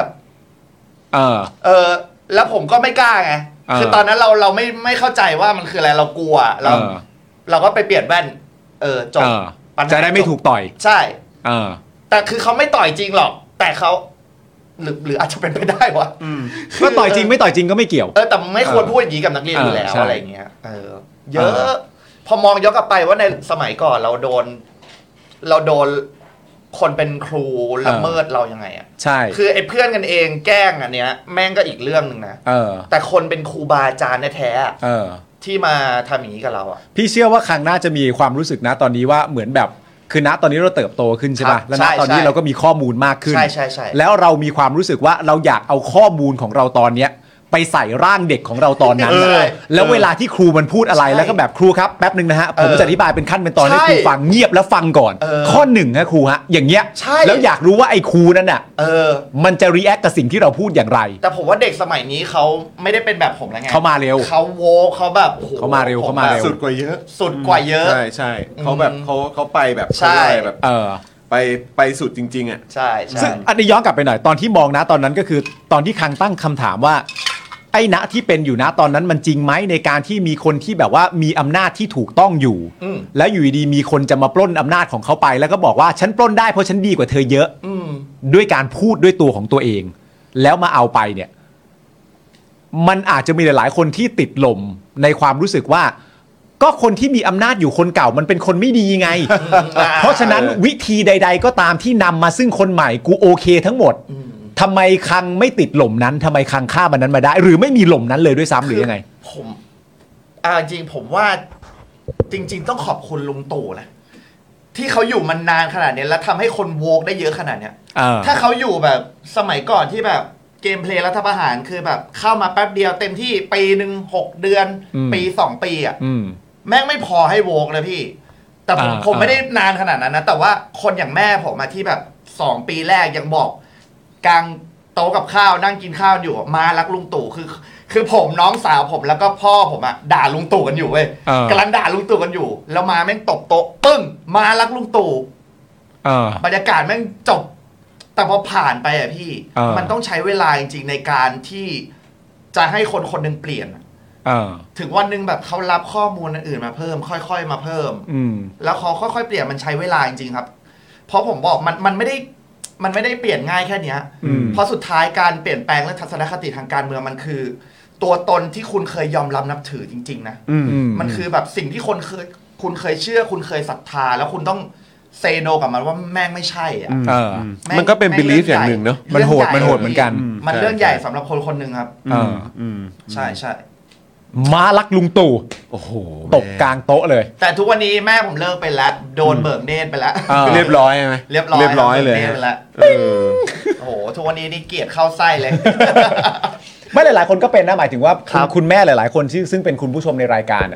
แล้วผมก็ไม่กล้าไงคือตอนนั้นเราไม่เข้าใจว่ามันคืออะไรเรากลัวเราก็ไปเปลี่ยนแว่นจบจะได้ไม่ถูกต่อยใช่แต่คือเขาไม่ต่อยจริงหรอกแต่เขาหรืออาจจะเป็นไปได้วะก็ต่อยจริงไม่ต่อยจริงก็ไม่เกี่ยวแต่ไม่ควรพูดอย่างนี้กับนักเรียนอยู่แล้วอะไรเงี้ยเยอะพอมองย้อนกลับไปว่าในสมัยก่อนเราโดนคนเป็นครูละเมิดเรายังไงอ่ะใช่คือไอ้เพื่อนกันเองแกล้งอันเนี้ยแม่งก็อีกเรื่องนึงนะแต่คนเป็นครูบาอาจารย์แท้ๆที่มาทำอย่างนี้กับเราอ่ะพี่เชื่อว่าครั้งหน้าจะมีความรู้สึกนะตอนนี้ว่าเหมือนแบบคือณตอนนี้เราเติบโตขึ้นใช่ป่ะแล้วณตอนนี้เราก็มีข้อมูลมากขึ้นใช่แล้วเรามีความรู้สึกว่าเราอยากเอาข้อมูลของเราตอนเนี้ยไปใส่ร่างเด็กของเราตอนนั้นแล้วเวลาที่ครูมันพูดอะไรแล้วก็แบบครูครับแป๊บนึงนะฮะผมจะอธิบายเป็นขั้นเป็นตอนให้ครูฟังเงียบแล้วฟังก่อนข้อ1นะครูฮะอย่างเงี้ยแล้วอยากรู้ว่าไอ้ครูนั้นน่ะมันจะรีแอคกับสิ่งที่เราพูดอย่างไรแต่ผมว่าเด็กสมัยนี้เขาไม่ได้เป็นแบบผมแล้วไงเขามาเร็วเขาโวเขาแบบเขามาเร็วสุดกว่าเยอะใช่เขาแบบเขาไปแบบใช่แบบไปสุดจริงๆอ่ะใช่ซึ่งอันนี้ย้อนกลับไปหน่อยตอนที่มองนะตอนนั้นก็คือตอนที่คังตั้งคำถามว่าไอ้ณที่เป็นอยู่นะตอนนั้นมันจริงไหมในการที่มีคนที่แบบว่ามีอำนาจที่ถูกต้องอยู่แล้วอยู่ดีมีคนจะมาปล้นอำนาจของเขาไปแล้วก็บอกว่าฉันปล้นได้เพราะฉันดีกว่าเธอเยอะด้วยการพูดด้วยตัวของตัวเองแล้วมาเอาไปเนี่ยมันอาจจะมีหลายๆคนที่ติดลมในความรู้สึกว่าก็คนที่มีอำนาจอยู่คนเก่ามันเป็นคนไม่ดีไง เพราะฉะนั้นวิธีใดๆก็ตามที่นำมาซึ่งคนใหม่กูโอเคทั้งหมดทำไมคังไม่ติดหล่มนั้นทำไมคังข้ามมันนั้นมาได้หรือไม่มีหล่มนั้นเลยด้วยซ้ำหรือยังไงผมจริงผมว่าจริงๆต้องขอบคุณลุงตู่นะที่เขาอยู่มันนานขนาดนี้แล้วทำให้คนโวกได้เยอะขนาดเนี้ยถ้าเขาอยู่แบบสมัยก่อนที่แบบเกมเพลย์รัฐประหารคือแบบเข้ามาแป๊บเดียวเต็มที่ปีนึง6 เดือนปี2 ปีอ่ะแม่งไม่พอให้โวกเลยพี่แต่ผมไม่ได้นานขนาดนั้นนะแต่ว่าคนอย่างแม่ผมมาที่แบบ2 ปีแรกยังบอกกลางโต๊ะกับข้าวนั่งกินข้าวอยู่มารักลุงตู่คือผมน้องสาวผมแล้วก็พ่อผมอ่ะด่าลุงตู่กันอยู่เว้ยกำลังด่าลุงตู่กันอยู่แล้วมาแม่งตบโต๊ะปึ้งมารักลุงตู่บรรยากาศแม่งจบแต่พอผ่านไปอ่ะพี่มันต้องใช้เวลาจริงๆในการที่จะให้คนนึงเปลี่ยนถึงวันนึงแบบเขารับข้อมูลอื่นมาเพิ่มค่อยๆมาเพิ่มแล้วเขาค่อยๆเปลี่ยนมันใช้เวลาจริงๆครับเพราะผมบอกมันไม่ได้เปลี่ยนง่ายแค่นี้เพราะสุดท้ายการเปลี่ยนแปลงและทัศนคติทางการเมืองมันคือตัวตนที่คุณเคยยอมรับนับถือจริงๆนะมันคือแบบสิ่งที่คุณเคยเชื่อคุณเคยศรัทธาแล้วคุณต้องเซโนกับมันว่าแม่งไม่ใช่อ่ะมันก็เป็น belief อย่างหนึ่งเนาะมันโหดเหมือนกันมันเรื่องใหญ่สำหรับคนนึงครับใช่มารักลุงตู่โอ้โหตกกลางโต๊ะเลยแต่ทุกวันนี้แม่ผมเลิกไปแล้วโดนเบิกเนตรไปแล้วเรียบร้อยใช่ไหมเรียบร้อยเลยโอ้โหทุกวันนี้นี่เกลียดเข้าไส้เลยไม่หลายๆคนก็เป็นนะหมายถึงว่าคุณแม่หลายๆคนซึ่งเป็นคุณผู้ชมในรายการอ่ะ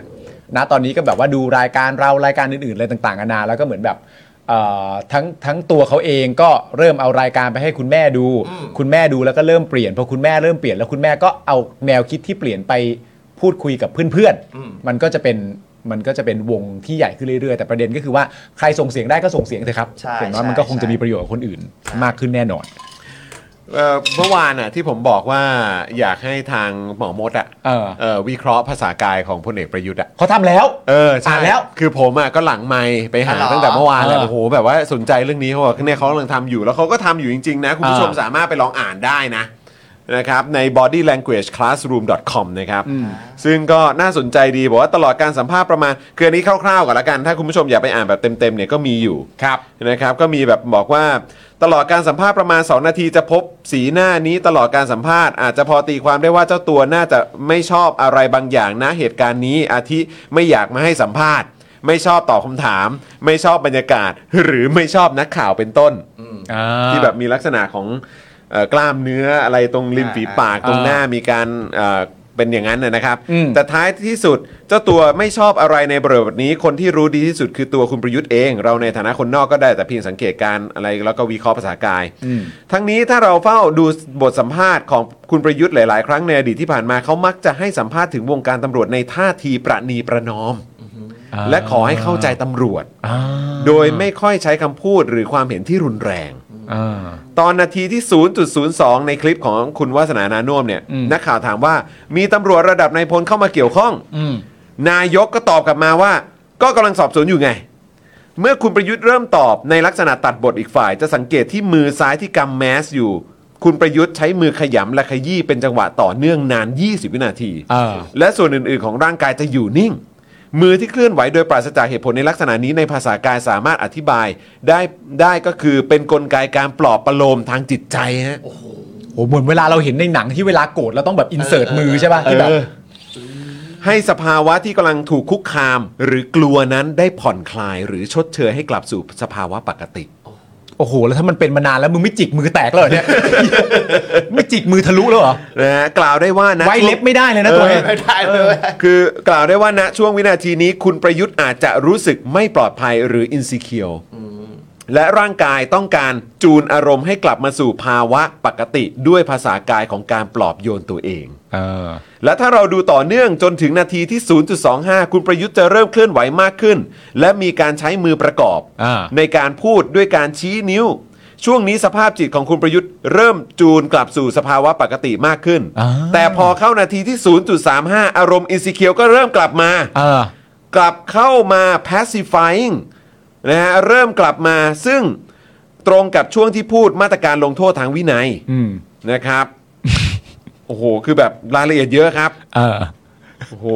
ณตอนนี้ก็แบบว่าดูรายการเรารายการอื่นๆอะไรต่างๆนานาแล้วก็เหมือนแบบทั้งตัวเขาเองก็เริ่มเอารายการไปให้คุณแม่ดูคุณแม่ดูแล้วก็เริ่มเปลี่ยนพอคุณแม่เริ่มเปลี่ยนแล้วคุณแม่ก็เอาแนวคิดที่เปลี่ยนไปพูดคุยกับเพื่อนๆมันก็จะเป็นวงที่ใหญ่ขึ้นเรื่อยๆแต่ประเด็นก็คือว่าใครส่งเสียงได้ก็ส่งเสียงเถอะครับผมว่ามันก็คงจะมีประโยชน์กับคนอื่นมากขึ้นแน่นอนเมื่อวานอ่ะที่ผมบอกว่าอยากให้ทางหมอมดอ่ะวิเคราะห์ภาษากายของพลเอกประยุทธ์อ่ะเขาทำแล้วใช่แล้วคือผมอ่ะก็หลังไมค์ไปหาตั้งแต่เมื่อวานแล้วโอ้โหแบบว่าสนใจเรื่องนี้เขาบอกเนี่ยเขากำลังทำอยู่แล้วเขาก็ทำอยู่จริงๆนะคุณผู้ชมสามารถไปลองอ่านได้นะครับใน bodylanguageclassroom.com นะครับซึ่งก็น่าสนใจดีบอกว่าตลอดการสัมภาษณ์ประมาณคืออันนี้คร่าวๆก่อนละกันถ้าคุณผู้ชมอยากไปอ่านแบบเต็มๆเนี่ยก็มีอยู่นะครับก็มีแบบบอกว่าตลอดการสัมภาษณ์ประมาณ2นาทีจะพบสีหน้านี้ตลอดการสัมภาษณ์อาจจะพอตีความได้ว่าเจ้าตัวน่าจะไม่ชอบอะไรบางอย่างนะเหตุการณ์นี้อาทิไม่อยากมาให้สัมภาษณ์ไม่ชอบตอบคำถามไม่ชอบบรรยากาศหรือไม่ชอบนักข่าวเป็นต้นที่แบบมีลักษณะของกล้ามเนื้ออะไรตรงริมฝีปากตรงหน้ามีการเป็นอย่างนั้นนะครับแต่ท้ายที่สุดเจ้าตัวไม่ชอบอะไรในบริบทนี้คนที่รู้ดีที่สุดคือตัวคุณประยุทธ์เองเราในฐานะคนนอกก็ได้แต่เพียงสังเกตการอะไรแล้วก็วิเคราะห์ภาษากายทั้งนี้ถ้าเราเฝ้าดูบทสัมภาษณ์ของคุณประยุทธ์หลายๆครั้งในอดีตที่ผ่านมาเขามักจะให้สัมภาษณ์ถึงวงการตำรวจในท่าทีประนีประนอมและขอให้เข้าใจตำรวจโดยไม่ค่อยใช้คำพูดหรือความเห็นที่รุนแรงตอนนาทีที่ 0.02 ในคลิปของคุณวาสนานานุ่มเนี่ยนักข่าวถามว่ามีตำรวจระดับนายพลเข้ามาเกี่ยวข้องนายกก็ตอบกลับมาว่าก็กำลังสอบสวนอยู่ไงเมื่อคุณประยุทธ์เริ่มตอบในลักษณะตัดบทอีกฝ่ายจะสังเกตที่มือซ้ายที่กำแมสอยู่คุณประยุทธ์ใช้มือขยำและขยี้เป็นจังหวะต่อเนื่องนาน20 วินาทีและส่วนอื่นๆของร่างกายจะอยู่นิ่งมือที่เคลื่อนไหวโดยปราศจากเหตุผลในลักษณะนี้ในภาษากายสามารถอธิบายได้ก็คือเป็นกลไกการปลอบประโลมทางจิตใจฮะโอ้โหเหมือนเวลาเราเห็นในหนังที่เวลาโกรธเราต้องแบบอินเสิร์ตมือใช่ป่ะที่แบบให้สภาวะที่กำลังถูกคุกคามหรือกลัวนั้นได้ผ่อนคลายหรือชดเชยให้กลับสู่สภาวะปกติโอ้โหแล้วถ้ามันเป็นมานานแล้วมึงไม่จิกมือแตกเลยเนี่ย ไม่จิกมือทะลุแล้วเหรอนะกล่าวได้ว่านะไว้เล็บไม่ได้เลยนะตัวเองไม่ได้เลยคือกล่าวได้ว่าณช่วงวินาทีนี้คุณประยุทธ์อาจจะรู้สึกไม่ปลอดภัยหรืออินซิเคียวและร่างกายต้องการจูนอารมณ์ให้กลับมาสู่ภาวะปกติด้วยภาษากายของการปลอบโยนตัวเองและถ้าเราดูต่อเนื่องจนถึงนาทีที่ 0.25 คุณประยุทธ์จะเริ่มเคลื่อนไหวมากขึ้นและมีการใช้มือประกอบในการพูดด้วยการชี้นิ้วช่วงนี้สภาพจิตของคุณประยุทธ์เริ่มจูนกลับสู่สภาวะปกติมากขึ้นแต่พอเข้านาทีที่ 0.35 อารมณ์อินซิเคียวก็เริ่มกลับมากลับเข้ามา pacifying นะฮะเริ่มกลับมาซึ่งตรงกับช่วงที่พูดมาตรการลงโทษทางวินัยนะครับโอ้โหคือแบบรายละเอียดเยอะครับโอ้โห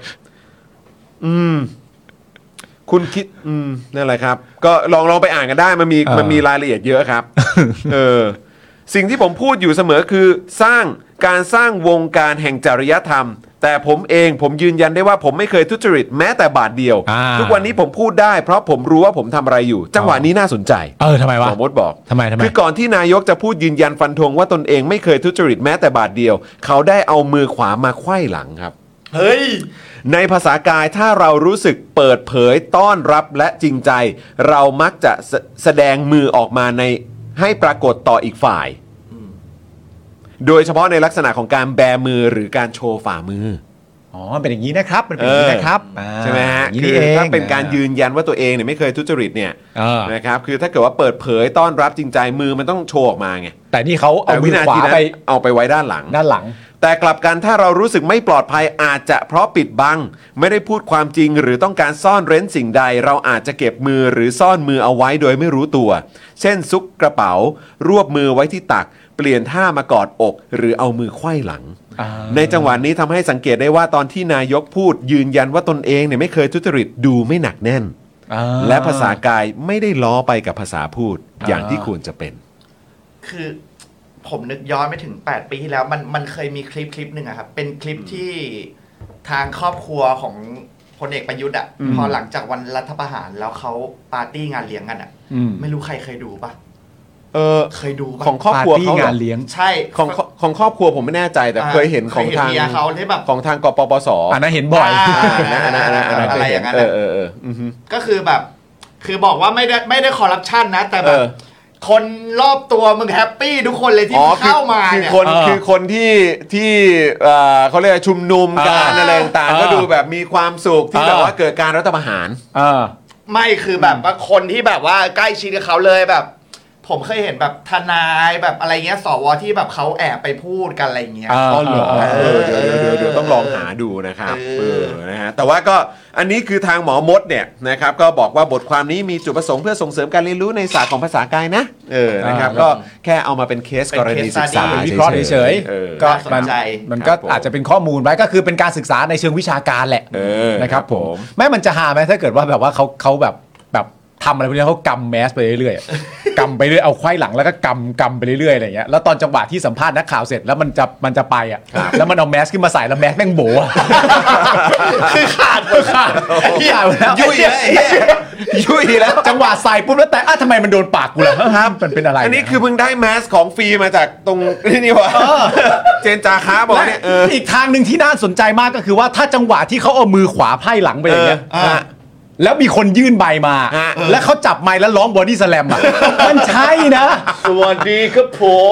คุณคิดนั่นแหละครับก็ลองไปอ่านกันได้มันมีรายละเอียดเยอะครับสิ่งที่ผมพูดอยู่เสมอคือสร้างวงการแห่งจริยธรรมแต่ผมยืนยันได้ว่าผมไม่เคยทุจริตแม้แต่บาทเดียวทุกวันนี้ผมพูดได้เพราะผมรู้ว่าผมทำอะไรอยู่จังหวะนี้น่าสนใจทำไมวะสมมติบอกทำไมคือก่อนที่นายกจะพูดยืนยันฟันธงว่าตนเองไม่เคยทุจริตแม้แต่บาทเดียวเขาได้เอามือขวามาไขว้หลังครับเฮ้ยในภาษากายถ้าเรารู้สึกเปิดเผยต้อนรับและจริงใจเรามักจะแสดงมือออกมาให้ปรากฏต่ออีกฝ่ายโดยเฉพาะในลักษณะของการแบมือหรือการโชว์ฝ่ามือเป็นอย่างนี้นะครับมันเป็นอย่างนี้นะครับใช่ไหมฮะคือถ้าเป็นการยืนยันว่าตัวเองเนี่ยไม่เคยทุจริตเนี่ยนะครับคือถ้าเกิดว่าเปิดเผยต้อนรับจริงใจมือมันต้องโชว์ออกมาไงแต่นี่เขาเอามือขวาไปเอาไปไว้ด้านหลังแต่กลับกันถ้าเรารู้สึกไม่ปลอดภัยอาจจะเพราะปิดบังไม่ได้พูดความจริงหรือต้องการซ่อนเร้นสิ่งใดเราอาจจะเก็บมือหรือซ่อนมือเอาไว้โดยไม่รู้ตัวเช่นซุกกระเป๋ารวบมือไว้ที่ตักเปลี่ยนท่ามากอดอกหรือเอามือไขว้หลังในจังหวะนี้ทำให้สังเกตได้ว่าตอนที่นายกพูดยืนยันว่าตนเองเนี่ยไม่เคยทุจริตดูไม่หนักแน่นและภาษากายไม่ได้ล้อไปกับภาษาพูดอย่างที่ควรจะเป็นคือผมนึกย้อนไปถึง8 ปีที่แล้วมันเคยมีคลิปหนึ่งอะครับเป็นคลิปที่ทางครอบครัวของพลเอกประยุทธ์อะพอหลังจากวันรัฐประหารแล้วเขาปาร์ตี้งานเลี้ยงกันอะไม่รู้ใครเคยดูปะเคยดูของครอบครัวเขางานเลี้ยงใช่ของครอบครัวผมไม่แน่ใจแต่เคยเห็นของทางเมียเขาที่แบบของทางกปปส. อันนั้นเห็นบ่อยอะไรอย่างนั้นก็คือแบบคือบอกว่าไม่ได้คอร์รัปชันนะแต่แบบคนรอบตัวมึงแฮปปี้ทุกคนเลยที่เข้ามาเนี่ยคือคนที่เขาเรียกชุมนุมกันอะไรต่างๆก็ดูแบบมีความสุขที่แบบว่าเกิดการรัฐประหารไม่คือแบบว่าคนที่แบบว่าใกล้ชิดกับเขาเลยแบบผมเคยเห็นแบบทนายแบบอะไรเงี้ยสวที่แบบเขาแอบไปพูดกันอะไรเงี้ยเดี๋ยวต้องลองหาดูนะครับนะฮะแต่ว่าก็อันนี้คือทางหมอมดเนี่ยนะครับก็บอกว่าบทความนี้มีจุดประสงค์เพื่อส่งเสริมการเรียนรู้ในศาสตร์ของภาษากายนะนะครับก็แค่เอามาเป็นเคสกรณีศึกษาวิเคราะห์เฉยๆก็มันก็อาจจะเป็นข้อมูลไว้ก็คือเป็นการศึกษาในเชิงวิชาการแหละนะครับผมแม้มันจะหาไหมถ้าเกิดว่าแบบว่าเขาแบบทำอะไรพวกนี้เขากำแมสไปเรื่อยๆกำไปเรื่อยเอาไขว้หลังแล้วก็กำไปเรื่อยๆอะไรอย่างเงี้ยแล้วตอนจังหวะที่สัมภาษณ์นักข่าวเสร็จแล้วมันจะไปอ่ะแล้วมันเอาแมสขึ้นมาใส่แล้วแมสแม่งโบ๋คือขาดยุ่ยแล้วจังหวะใส่ปุ๊บแล้วแต่ทำไมมันโดนปากกูล่ะฮะมันเป็นอะไรอันนี้คือมึงได้แมสของฟรีมาจากตรงนี่วะเจนจาค้าบอกเนี่ยอีกทางหนึ่งที่น่าสนใจมากก็คือว่าถ้าจังหวะที่เขาเอามือขวาไพ่หลังไปอย่างเงี้ยแล้วมีคนยื่นใบมาแล้วเขาจับไมค์แล้วร้องบอดี้สแลมอ่ะมันใช่นะสวัสดีครับผม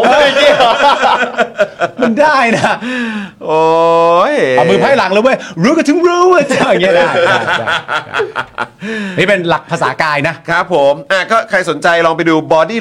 มันได้นะโอ้ยเอามือไพ่หลังเลยเว้ยรู้ก็ถึงรู้อย่างเงี้ยได้นี่เป็นหลักภาษากายนะครับผมก็ใครสนใจลองไปดู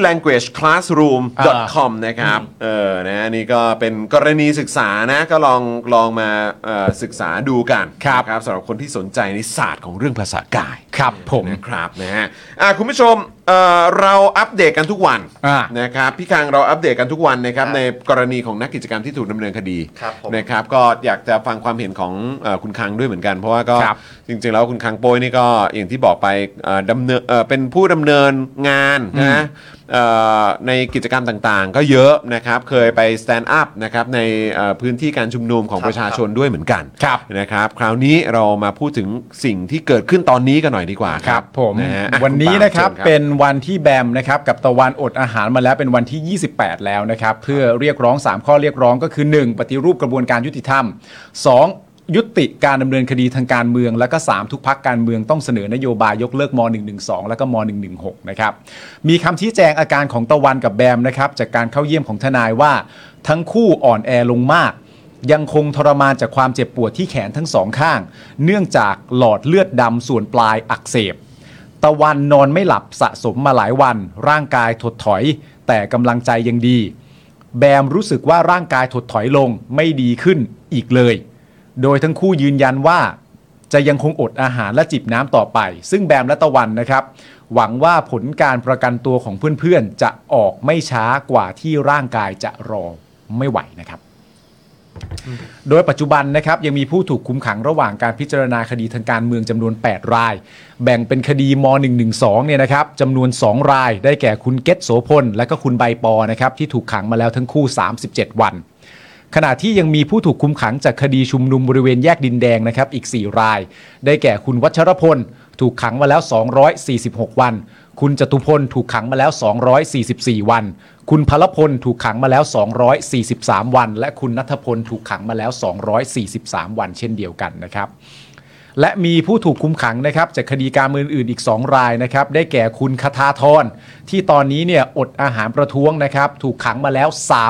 bodylanguageclassroom.com นะครับนะนี่ก็เป็นกรณีศึกษานะก็ลองมาศึกษาดูกันครับสำหรับคนที่สนใจในศาสตร์ของเรื่องภาษากายครับผมนะครับนะฮะคุณผู้ชมเราอัปเดตกันทุกวันนะครับพี่คังเราอัปเดตกันทุกวันนะครับในกรณีของนักกิจกรรมที่ถูกดำเนินคดีนะครับก็อยากจะฟังความเห็นของคุณคังด้วยเหมือนกันเพราะว่าก็จริงๆแล้วคุณคังโป้ยนี่ก็อย่างที่บอกไปดำเนินเป็นผู้ดำเนินงานนะในกิจกรรมต่างๆก็เยอะนะครับเคยไป stand up นะครับในพื้นที่การชุมนุมของประชาชนด้วยเหมือนกันนะครับคราวนี้เรามาพูดถึงสิ่งที่เกิดขึ้นตอนนี้กันหน่อยดีกว่าครับผมวันนี้นะครับเป็นวันที่แบมนะครับกับตะวันอดอาหารมาแล้วเป็นวันที่28แล้วนะครับเพื่อเรียกร้อง3ข้อเรียกร้องก็คือ1ปฏิรูปกระบวนการยุติธรรม2ยุติการดำเนินคดีทางการเมืองแล้วก็3ทุกพรรคการเมืองต้องเสนอนโยบายยกเลิกม.112 แล้วก็ม.116 นะครับมีคำชี้แจงอาการของตะวันกับแบมนะครับจากการเข้าเยี่ยมของทนายว่าทั้งคู่อ่อนแอลงมากยังคงทรมานจากความเจ็บปวดที่แขนทั้งสองข้างเนื่องจากหลอดเลือดดำส่วนปลายอักเสบตะวันนอนไม่หลับสะสมมาหลายวันร่างกายถดถอยแต่กำลังใจยังดีแบมรู้สึกว่าร่างกายถดถอยลงไม่ดีขึ้นอีกเลยโดยทั้งคู่ยืนยันว่าจะยังคงอดอาหารและจิบน้ำต่อไปซึ่งแบมและตะวันนะครับหวังว่าผลการประกันตัวของเพื่อนๆจะออกไม่ช้ากว่าที่ร่างกายจะรอไม่ไหวนะครับโดยปัจจุบันนะครับยังมีผู้ถูกคุมขังระหว่างการพิจารณาคดีทางการเมืองจำนวน8รายแบ่งเป็นคดีม.112 เนี่ยนะครับจำนวน2รายได้แก่คุณเกตโสพลและก็คุณใบปอนะครับที่ถูกขังมาแล้วทั้งคู่37วันขณะที่ยังมีผู้ถูกคุมขังจากคดีชุมนุมบริเวณแยกดินแดงนะครับอีก4รายได้แก่คุณวัชรพลถูกขังมาแล้ว246วันคุณจตุพลถูกขังมาแล้ว244วันคุณพลพลถูกขังมาแล้ว243วันและคุณณัฐพลถูกขังมาแล้ว243วันเช่นเดียวกันนะครับและมีผู้ถูกคุมขังนะครับจากคดีการเมืองอื่นอีก2รายนะครับได้แก่คุณคทาธรที่ตอนนี้เนี่ยอดอาหารประท้วงนะครับถูกขังมาแล้ว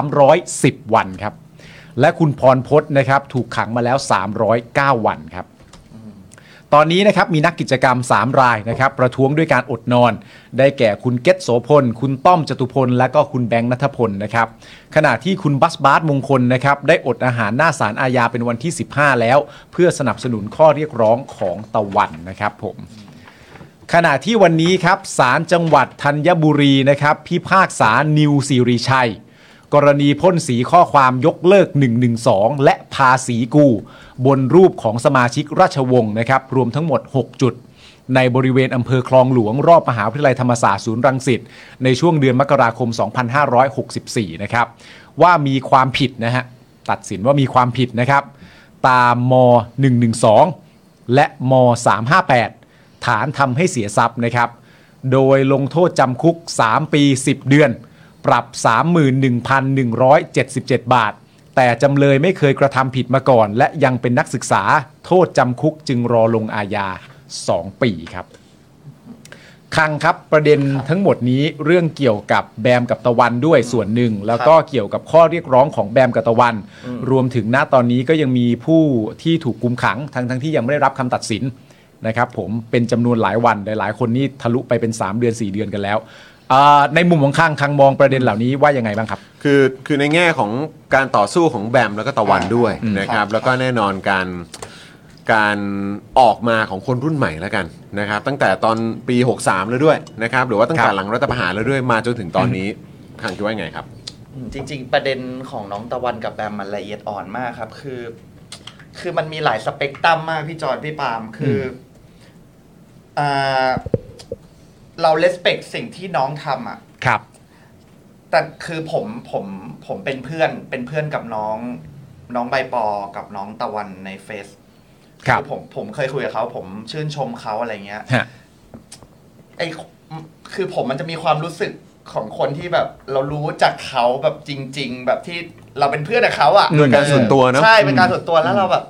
310วันครับและคุณพรพจน์นะครับถูกขังมาแล้ว309วันครับตอนนี้นะครับมีนักกิจกรรม3รายนะครับประท้วงด้วยการอดนอนได้แก่คุณเกตโสพลคุณต้อมจตุพลและก็คุณแบงค์ณัฐพลนะครับขณะที่คุณบัสบาสมงคลนะครับได้อดอาหารหน้าศาลอาญาเป็นวันที่15แล้วเพื่อสนับสนุนข้อเรียกร้องของตะวันนะครับผมขณะที่วันนี้ครับศาลจังหวัดธัญบุรีนะครับพิพากษานิวสิริชัยกรณีพ่นสีข้อความยกเลิก112และภาษีกูบนรูปของสมาชิกราชวงศ์นะครับรวมทั้งหมด6จุดในบริเวณอำเภอคลองหลวงรอบมหาวิทยาลัยธรรมศาสตร์ศูนย์รังสิตในช่วงเดือนมกราคม2564นะครับว่ามีความผิดนะฮะตัดสินว่ามีความผิดนะครับตามม.112 และม.358 ฐานทำให้เสียทรัพย์นะครับโดยลงโทษจำคุก3ปี10เดือนปรับ 31,177 บาทแต่จำเลยไม่เคยกระทำผิดมาก่อนและยังเป็นนักศึกษาโทษจำคุกจึงรอลงอาญา2 ปีครับคังครับประเด็นทั้งหมดนี้เรื่องเกี่ยวกับแบมกับตะวันด้วยส่วนหนึ่งแล้วก็เกี่ยวกับข้อเรียกร้องของแบมกับตะวันรวมถึงณตอนนี้ก็ยังมีผู้ที่ถูกคุมขังทั้งที่ยังไม่ได้รับคำตัดสินนะครับผมเป็นจำนวนหลายวันหลายคนนี่ทะลุไปเป็น3 เดือน 4 เดือนกันแล้วในมุมของคังมองประเด็นเหล่านี้ว่ายังไงบ้างครับคือในแง่ของการต่อสู้ของแบมแล้วก็ตะวันด้วยนะครับแล้วก็แน่นอนการออกมาของคนรุ่นใหม่แล้วกันนะครับตั้งแต่ตอนปี63แล้วด้วยนะครับหรือว่าตั้งแต่หลังรัฐประหารแล้วด้วยมาจนถึงตอนนี้คังคิดว่าไงครับจริงๆประเด็นของน้องตะวันกับแบมมันละเอียดอ่อนมากครับคือมันมีหลายสเปกตรัมมากพี่จอนพี่ปาล์มคือเราเลสเปคสิ่งที่น้องทำอ่ะครับแต่คือผมเป็นเพื่อนกับน้องใบปอกับน้องตะวันในเฟซครับผมเคยคุยกับเขาผมชื่นชมเขาอะไรเงี้ยคือผมมันจะมีความรู้สึกของคนที่แบบเรารู้จักเขาแบบจริงๆแบบที่เราเป็นเพื่อนกับเขาอ่ะโดยการส่วนตัวเนอะใช่เป็นการส่วนตัวแล้วเราแบบ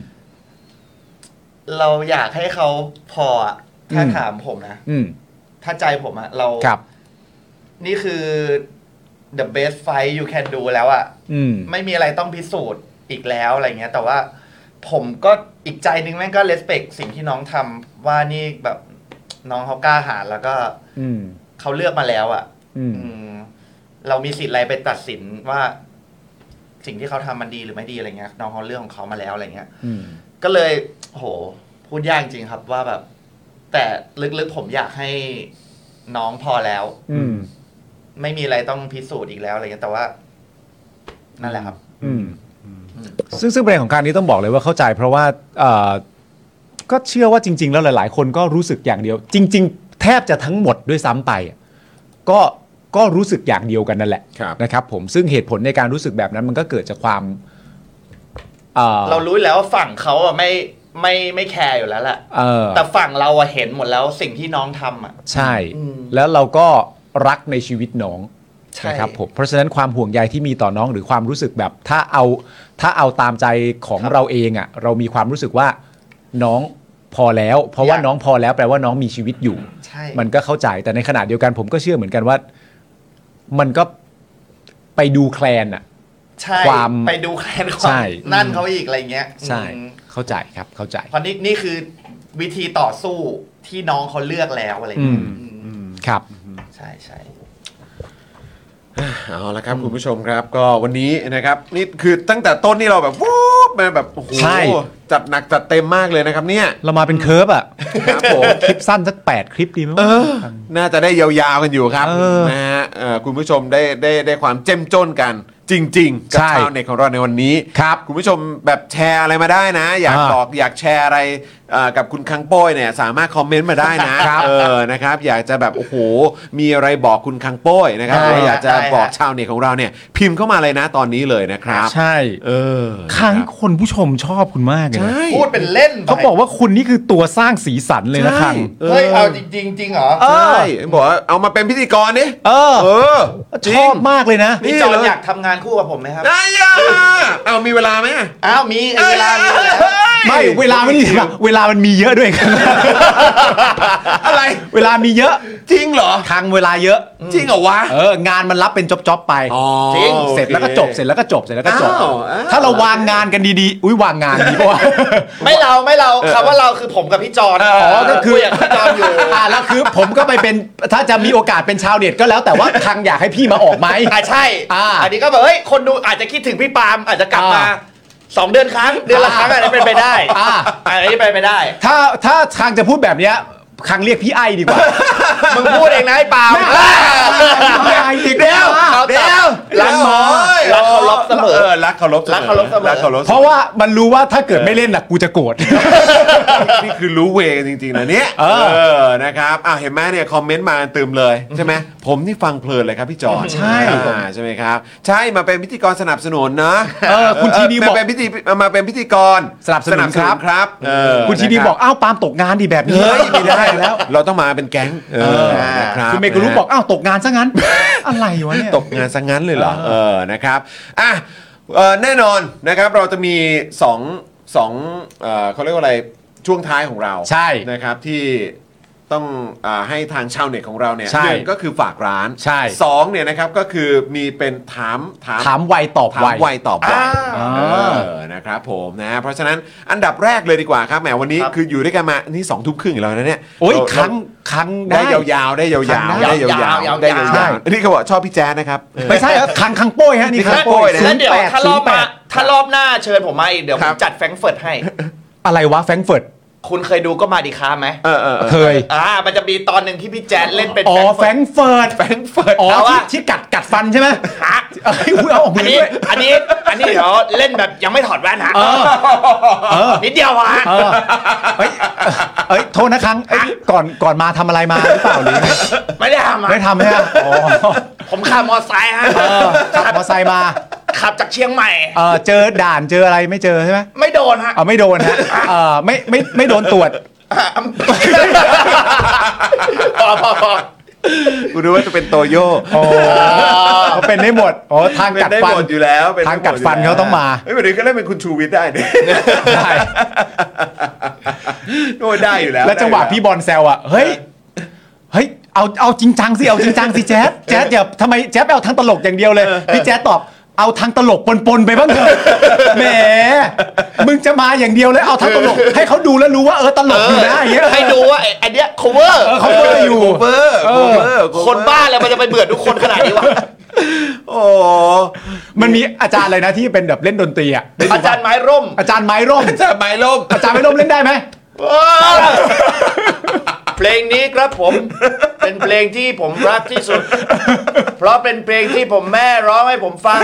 เราอยากให้เขาพอถ้าถามผมนะถ้าใจผมอะเรานี่คือ the best fight you can do แล้วอะไม่มีอะไรต้องพิสูจน์อีกแล้วอะไรเงี้ยแต่ว่าผมก็อีกใจนึงแม่งก็ respect สิ่งที่น้องทำว่านี่แบบน้องเขากล้าหาญแล้วก็เขาเลือกมาแล้วอะเรามีสิทธิ์อะไรไปตัดสินว่าสิ่งที่เขาทำมันดีหรือไม่ดีอะไรเงี้ยน้องเขาเลือกของเขามาแล้วอะไรเงี้ยก็เลยโหพูดยากจริงครับว่าแบบแต่ลึกๆผมอยากให้น้องพอแล้วไม่มีอะไรต้องพิสูจน์อีกแล้วอะไรเงี้ยแต่ว่านั่นแหละครับซึ่งประเด็นของการนี้ต้องบอกเลยว่าเข้าใจเพราะว่าก็เชื่อว่าจริงๆแล้วหลายๆคนก็รู้สึกอย่างเดียวจริงๆแทบจะทั้งหมดด้วยซ้ำไปก็รู้สึกอย่างเดียวกันนั่นแหละนะครับผมซึ่งเหตุผลในการรู้สึกแบบนั้นมันก็เกิดจากความเรารู้แล้วว่าฝั่งเขาอะไม่แคร์อยู่แล้วแหละแต่ฝั่งเราอะเห็นหมดแล้วสิ่งที่น้องทำอะใช่แล้วเราก็รักในชีวิตน้องนะครับผมเพราะฉะนั้นความห่วงใยที่มีต่อน้องหรือความรู้สึกแบบถ้าเอาตามใจของเราเองอ่ะเรามีความรู้สึกว่าน้องพอแล้วเพราะว่าน้องพอแล้วแปลว่าน้องมีชีวิตอยู่มันก็เข้าใจแต่ในขณะเดียวกันผมก็เชื่อเหมือนกันว่ามันก็ไปดูแคลนอ่ะความไปดูแคลนความนั่นเขาอีกอะไรเงี้ยใช่เข้าใจครับเข้าใจเพราะนี่คือวิธีต่อสู้ที่น้องเขาเลือกแล้วอะไรเงี้ยครับใช่ใช่เอาละครับคุณผู้ชมครับก็วันนี้นะครับนี่คือตั้งแต่ต้นนี่เราแบบวูบมาแบบโอ้โหจัดหนักจัดเต็มมากเลยนะครับเนี่ยเรามาเป็นเคิร์ฟอ่ะครับผมคลิปสั้นสัก8 คลิปดีไหมน่าจะได้ยาวๆกันอยู่ครับนะฮะคุณผู้ชมได้ความเจ้มจนกันจริงๆกับชาวเน็ตของเราในวันนี้ครับคุณผู้ชมแบบแชร์อะไรมาได้นะอยากบอกอยากแชร์อะไรกับคุณคังโป้ยเนี่ยสามารถคอมเมนต์มาได้นะนะครับอยากจะแบบโอ้โหมีอะไรบอกคุณคังโป้ยนะครับหรืออยากจะบอกชาวเน็ตของเราเนี่ยพิมพ์เข้ามาเลยนะตอนนี้เลยนะครับใช่คังคนผู้ชมชอบคุณมากเลยพูดเป็นเล่นเขาบอกว่าคุณนี่คือตัวสร้างสีสันเลยนะคังเฮ้ยเอาจริงจริงเหรอใช่บอกว่าเอามาเป็นพิธีกรนี่ชอบมากเลยนะพี่จอนอยากทำงานคู่กับผมไหมครับเอามีเวลาไหมมีเวลาไม่เวลาไม่ดีป่ะเวลามันมีเยอะด้วยอะไรเวลามีเยอะจริงเหรอทางเวลาเยอะจริงเหรอวะงานมันรับเป็นจ็อบๆไปจริงเสร็จแล้วก็จบเสร็จแล้วก็จบเสร็จแล้วก็จบถ้าเราวางงานกันดีๆอุ้ยวางงานดีป่ะไม่เราคำว่าเราคือผมกับพี่จอนก็คือพี่จอนอยู่แล้วคือผมก็ไปเป็นถ้าจะมีโอกาสเป็นชาวเน็ตก็แล้วแต่ว่าทางอยากให้พี่มาออกไหมใช่อันนี้ก็แบบเฮ้ยคนดูอาจจะคิดถึงพี่ปาล์มอาจจะกลับมา2 เดือนครั้งเดือนละครั้งอะไรเป็นไปได้อันนี้เป็นไปได้ถ้าทางจะพูดแบบเนี้ยคังเรียกพี่ไอดีกว่ามึงพูดเองนะไอ้ปาล์มเดี๋ยวรักหมอรักเขาล็อกเสมอรักเคารพรักเคารพเสมอรักเคารพเพราะว่ามันรู้ว่าถ้าเกิดไม่เล่นน่ะกูจะโกรธนี่คือรู้เวกันจริงๆนะเนี่ยนะครับเห็นไหมเนี่ยคอมเมนต์มาเติมเลยใช่ไหมผมนี่ฟังเพลินเลยครับพี่จอร์จใช่ใช่ไหมครับใช่มาเป็นพิธีกรสนับสนุนนะคุณทีดีบอกมาเป็นพิธีกรสนับสนุนครับ คุณทีดีนะบอกอ้าวปาล์มตกงานดีแบบนี้เฮ้ยไม่ได้แล้วเราต้องมาเป็นแก๊งนะครับคุณเมย์ก็รู้บอกอ้าวตกงานซะงั้น อะไรวะเนี่ยตกงานซะงั้นเลยเหรอนะครับแน่นอนนะครับเราจะมี2เขาเรียกว่าอะไรช่วงท้ายของเราใช่นะครับที่ต้องให้ทางชาวเน็ตของเราเนี่ยใช่หนึ่งก็คือฝากร้านใช่สองเนี่ยนะครับก็คือมีเป็นถามไวตอบถามไวไวตอบไวอ่านะครับผมนะเพราะฉะนั้นอันดับแรกเลยดีกว่าครับแหมวันนี้ครับคืออยู่ด้วยกันมานี่2 ทุ่มครึ่งแล้วนะเนี่ยโอ้ยเราครั้งได้ยาวๆได้ยาวๆได้ยาวๆได้ยาวใช่ๆนี่เขาบอกชอบพี่แจ๊ดนะครับไม่ใช่คังโป้ยฮะนี่คังโป้ยแล้วเดี๋ยวถ้ารอบหน้าเชิญผมมาอีกเดี๋ยวผครัมบจัดแฟรงก์เฟิร์ตให้อะไรวะแฟรงก์เฟิร์ตคุณเคยดูก็มาดีค้าไหมเคยมันจะมีตอนหนึ่งที่พี่แจ๊ดเล่นเป็นอ๋อแฟรงก์เฟิร์ตแฟรงก์เฟิร์ตอ๋อเอาว่าที่กัดฟันใช่ไหมฮะเอ้ยอุ๊ยเอาออกอัมืนอนี้ด้วยอันนี้เดี๋ยวเล่นแบบยังไม่ถอดแว่นฮะเออนิดเดียวฮะเอ้ยโทษนะครั้งก่อนมาทำอะไรมาหรือเปล่าหรือไงไม่ได้ทำไม่ทำใช่ไหมอ๋อผมขับมอเตอร์ไซค์ฮะขับมอเตอร์ไซค์มาขับจากเชียงใหม่เจอด่านเจออะไรไม่เจอใช่ไหมไม่โดนฮะไม่โดนฮะไม่โดนตรวจพอกูดูว่าจะเป็นโตโย่เขาเป็นได้หมดอ๋อทางเป็นกัดได้ฟัหมนดอยู่แล้วเป็นทางกัดฟันเขาต้องมาไม่เป็นไรก็เล่นเป็นคุณชูวิทย์ได้เนี่ยได้โอ้ได้อยู่แล้วแล้วจังหวะพี่บอลแซวอ่ะเฮ้ยเอาจริงจังสิเอาจริงจังสิแจ๊ดอย่าทำไมแจ๊ดไปเอาทางตลกอย่างเดียวเลยพี่แจ๊ดตอบเอาทางตลกปนๆไปบ้างเถอะแหมมึงจะมาอย่างเดียวเลยเอาทางตลกให้เขาดูแล้วรู้ว่าตลกอยู่นะอย่างเงี้ยให้ดูว่าไอันเนี้ย cover เขาเบอร์อยู่เบอร์คนบ้าแล้วมันจะไปเบื่อทุกคนขนาดนี้วะโอ้มันมีอาจารย์อะไรนะที่เป็นแบบเล่นดนตรีอ่ะอาจารย์ไม้ร่มอาจารย์ไม้ร่มจะไม้ล่มอาจารย์ไม้ร่มเล่นได้ไหมเพลงนี้ครับผม เป็นเพลงที่ผมรักที่สุด เพราะเป็นเพลงที่ผมแม่ร้องให้ผมฟัง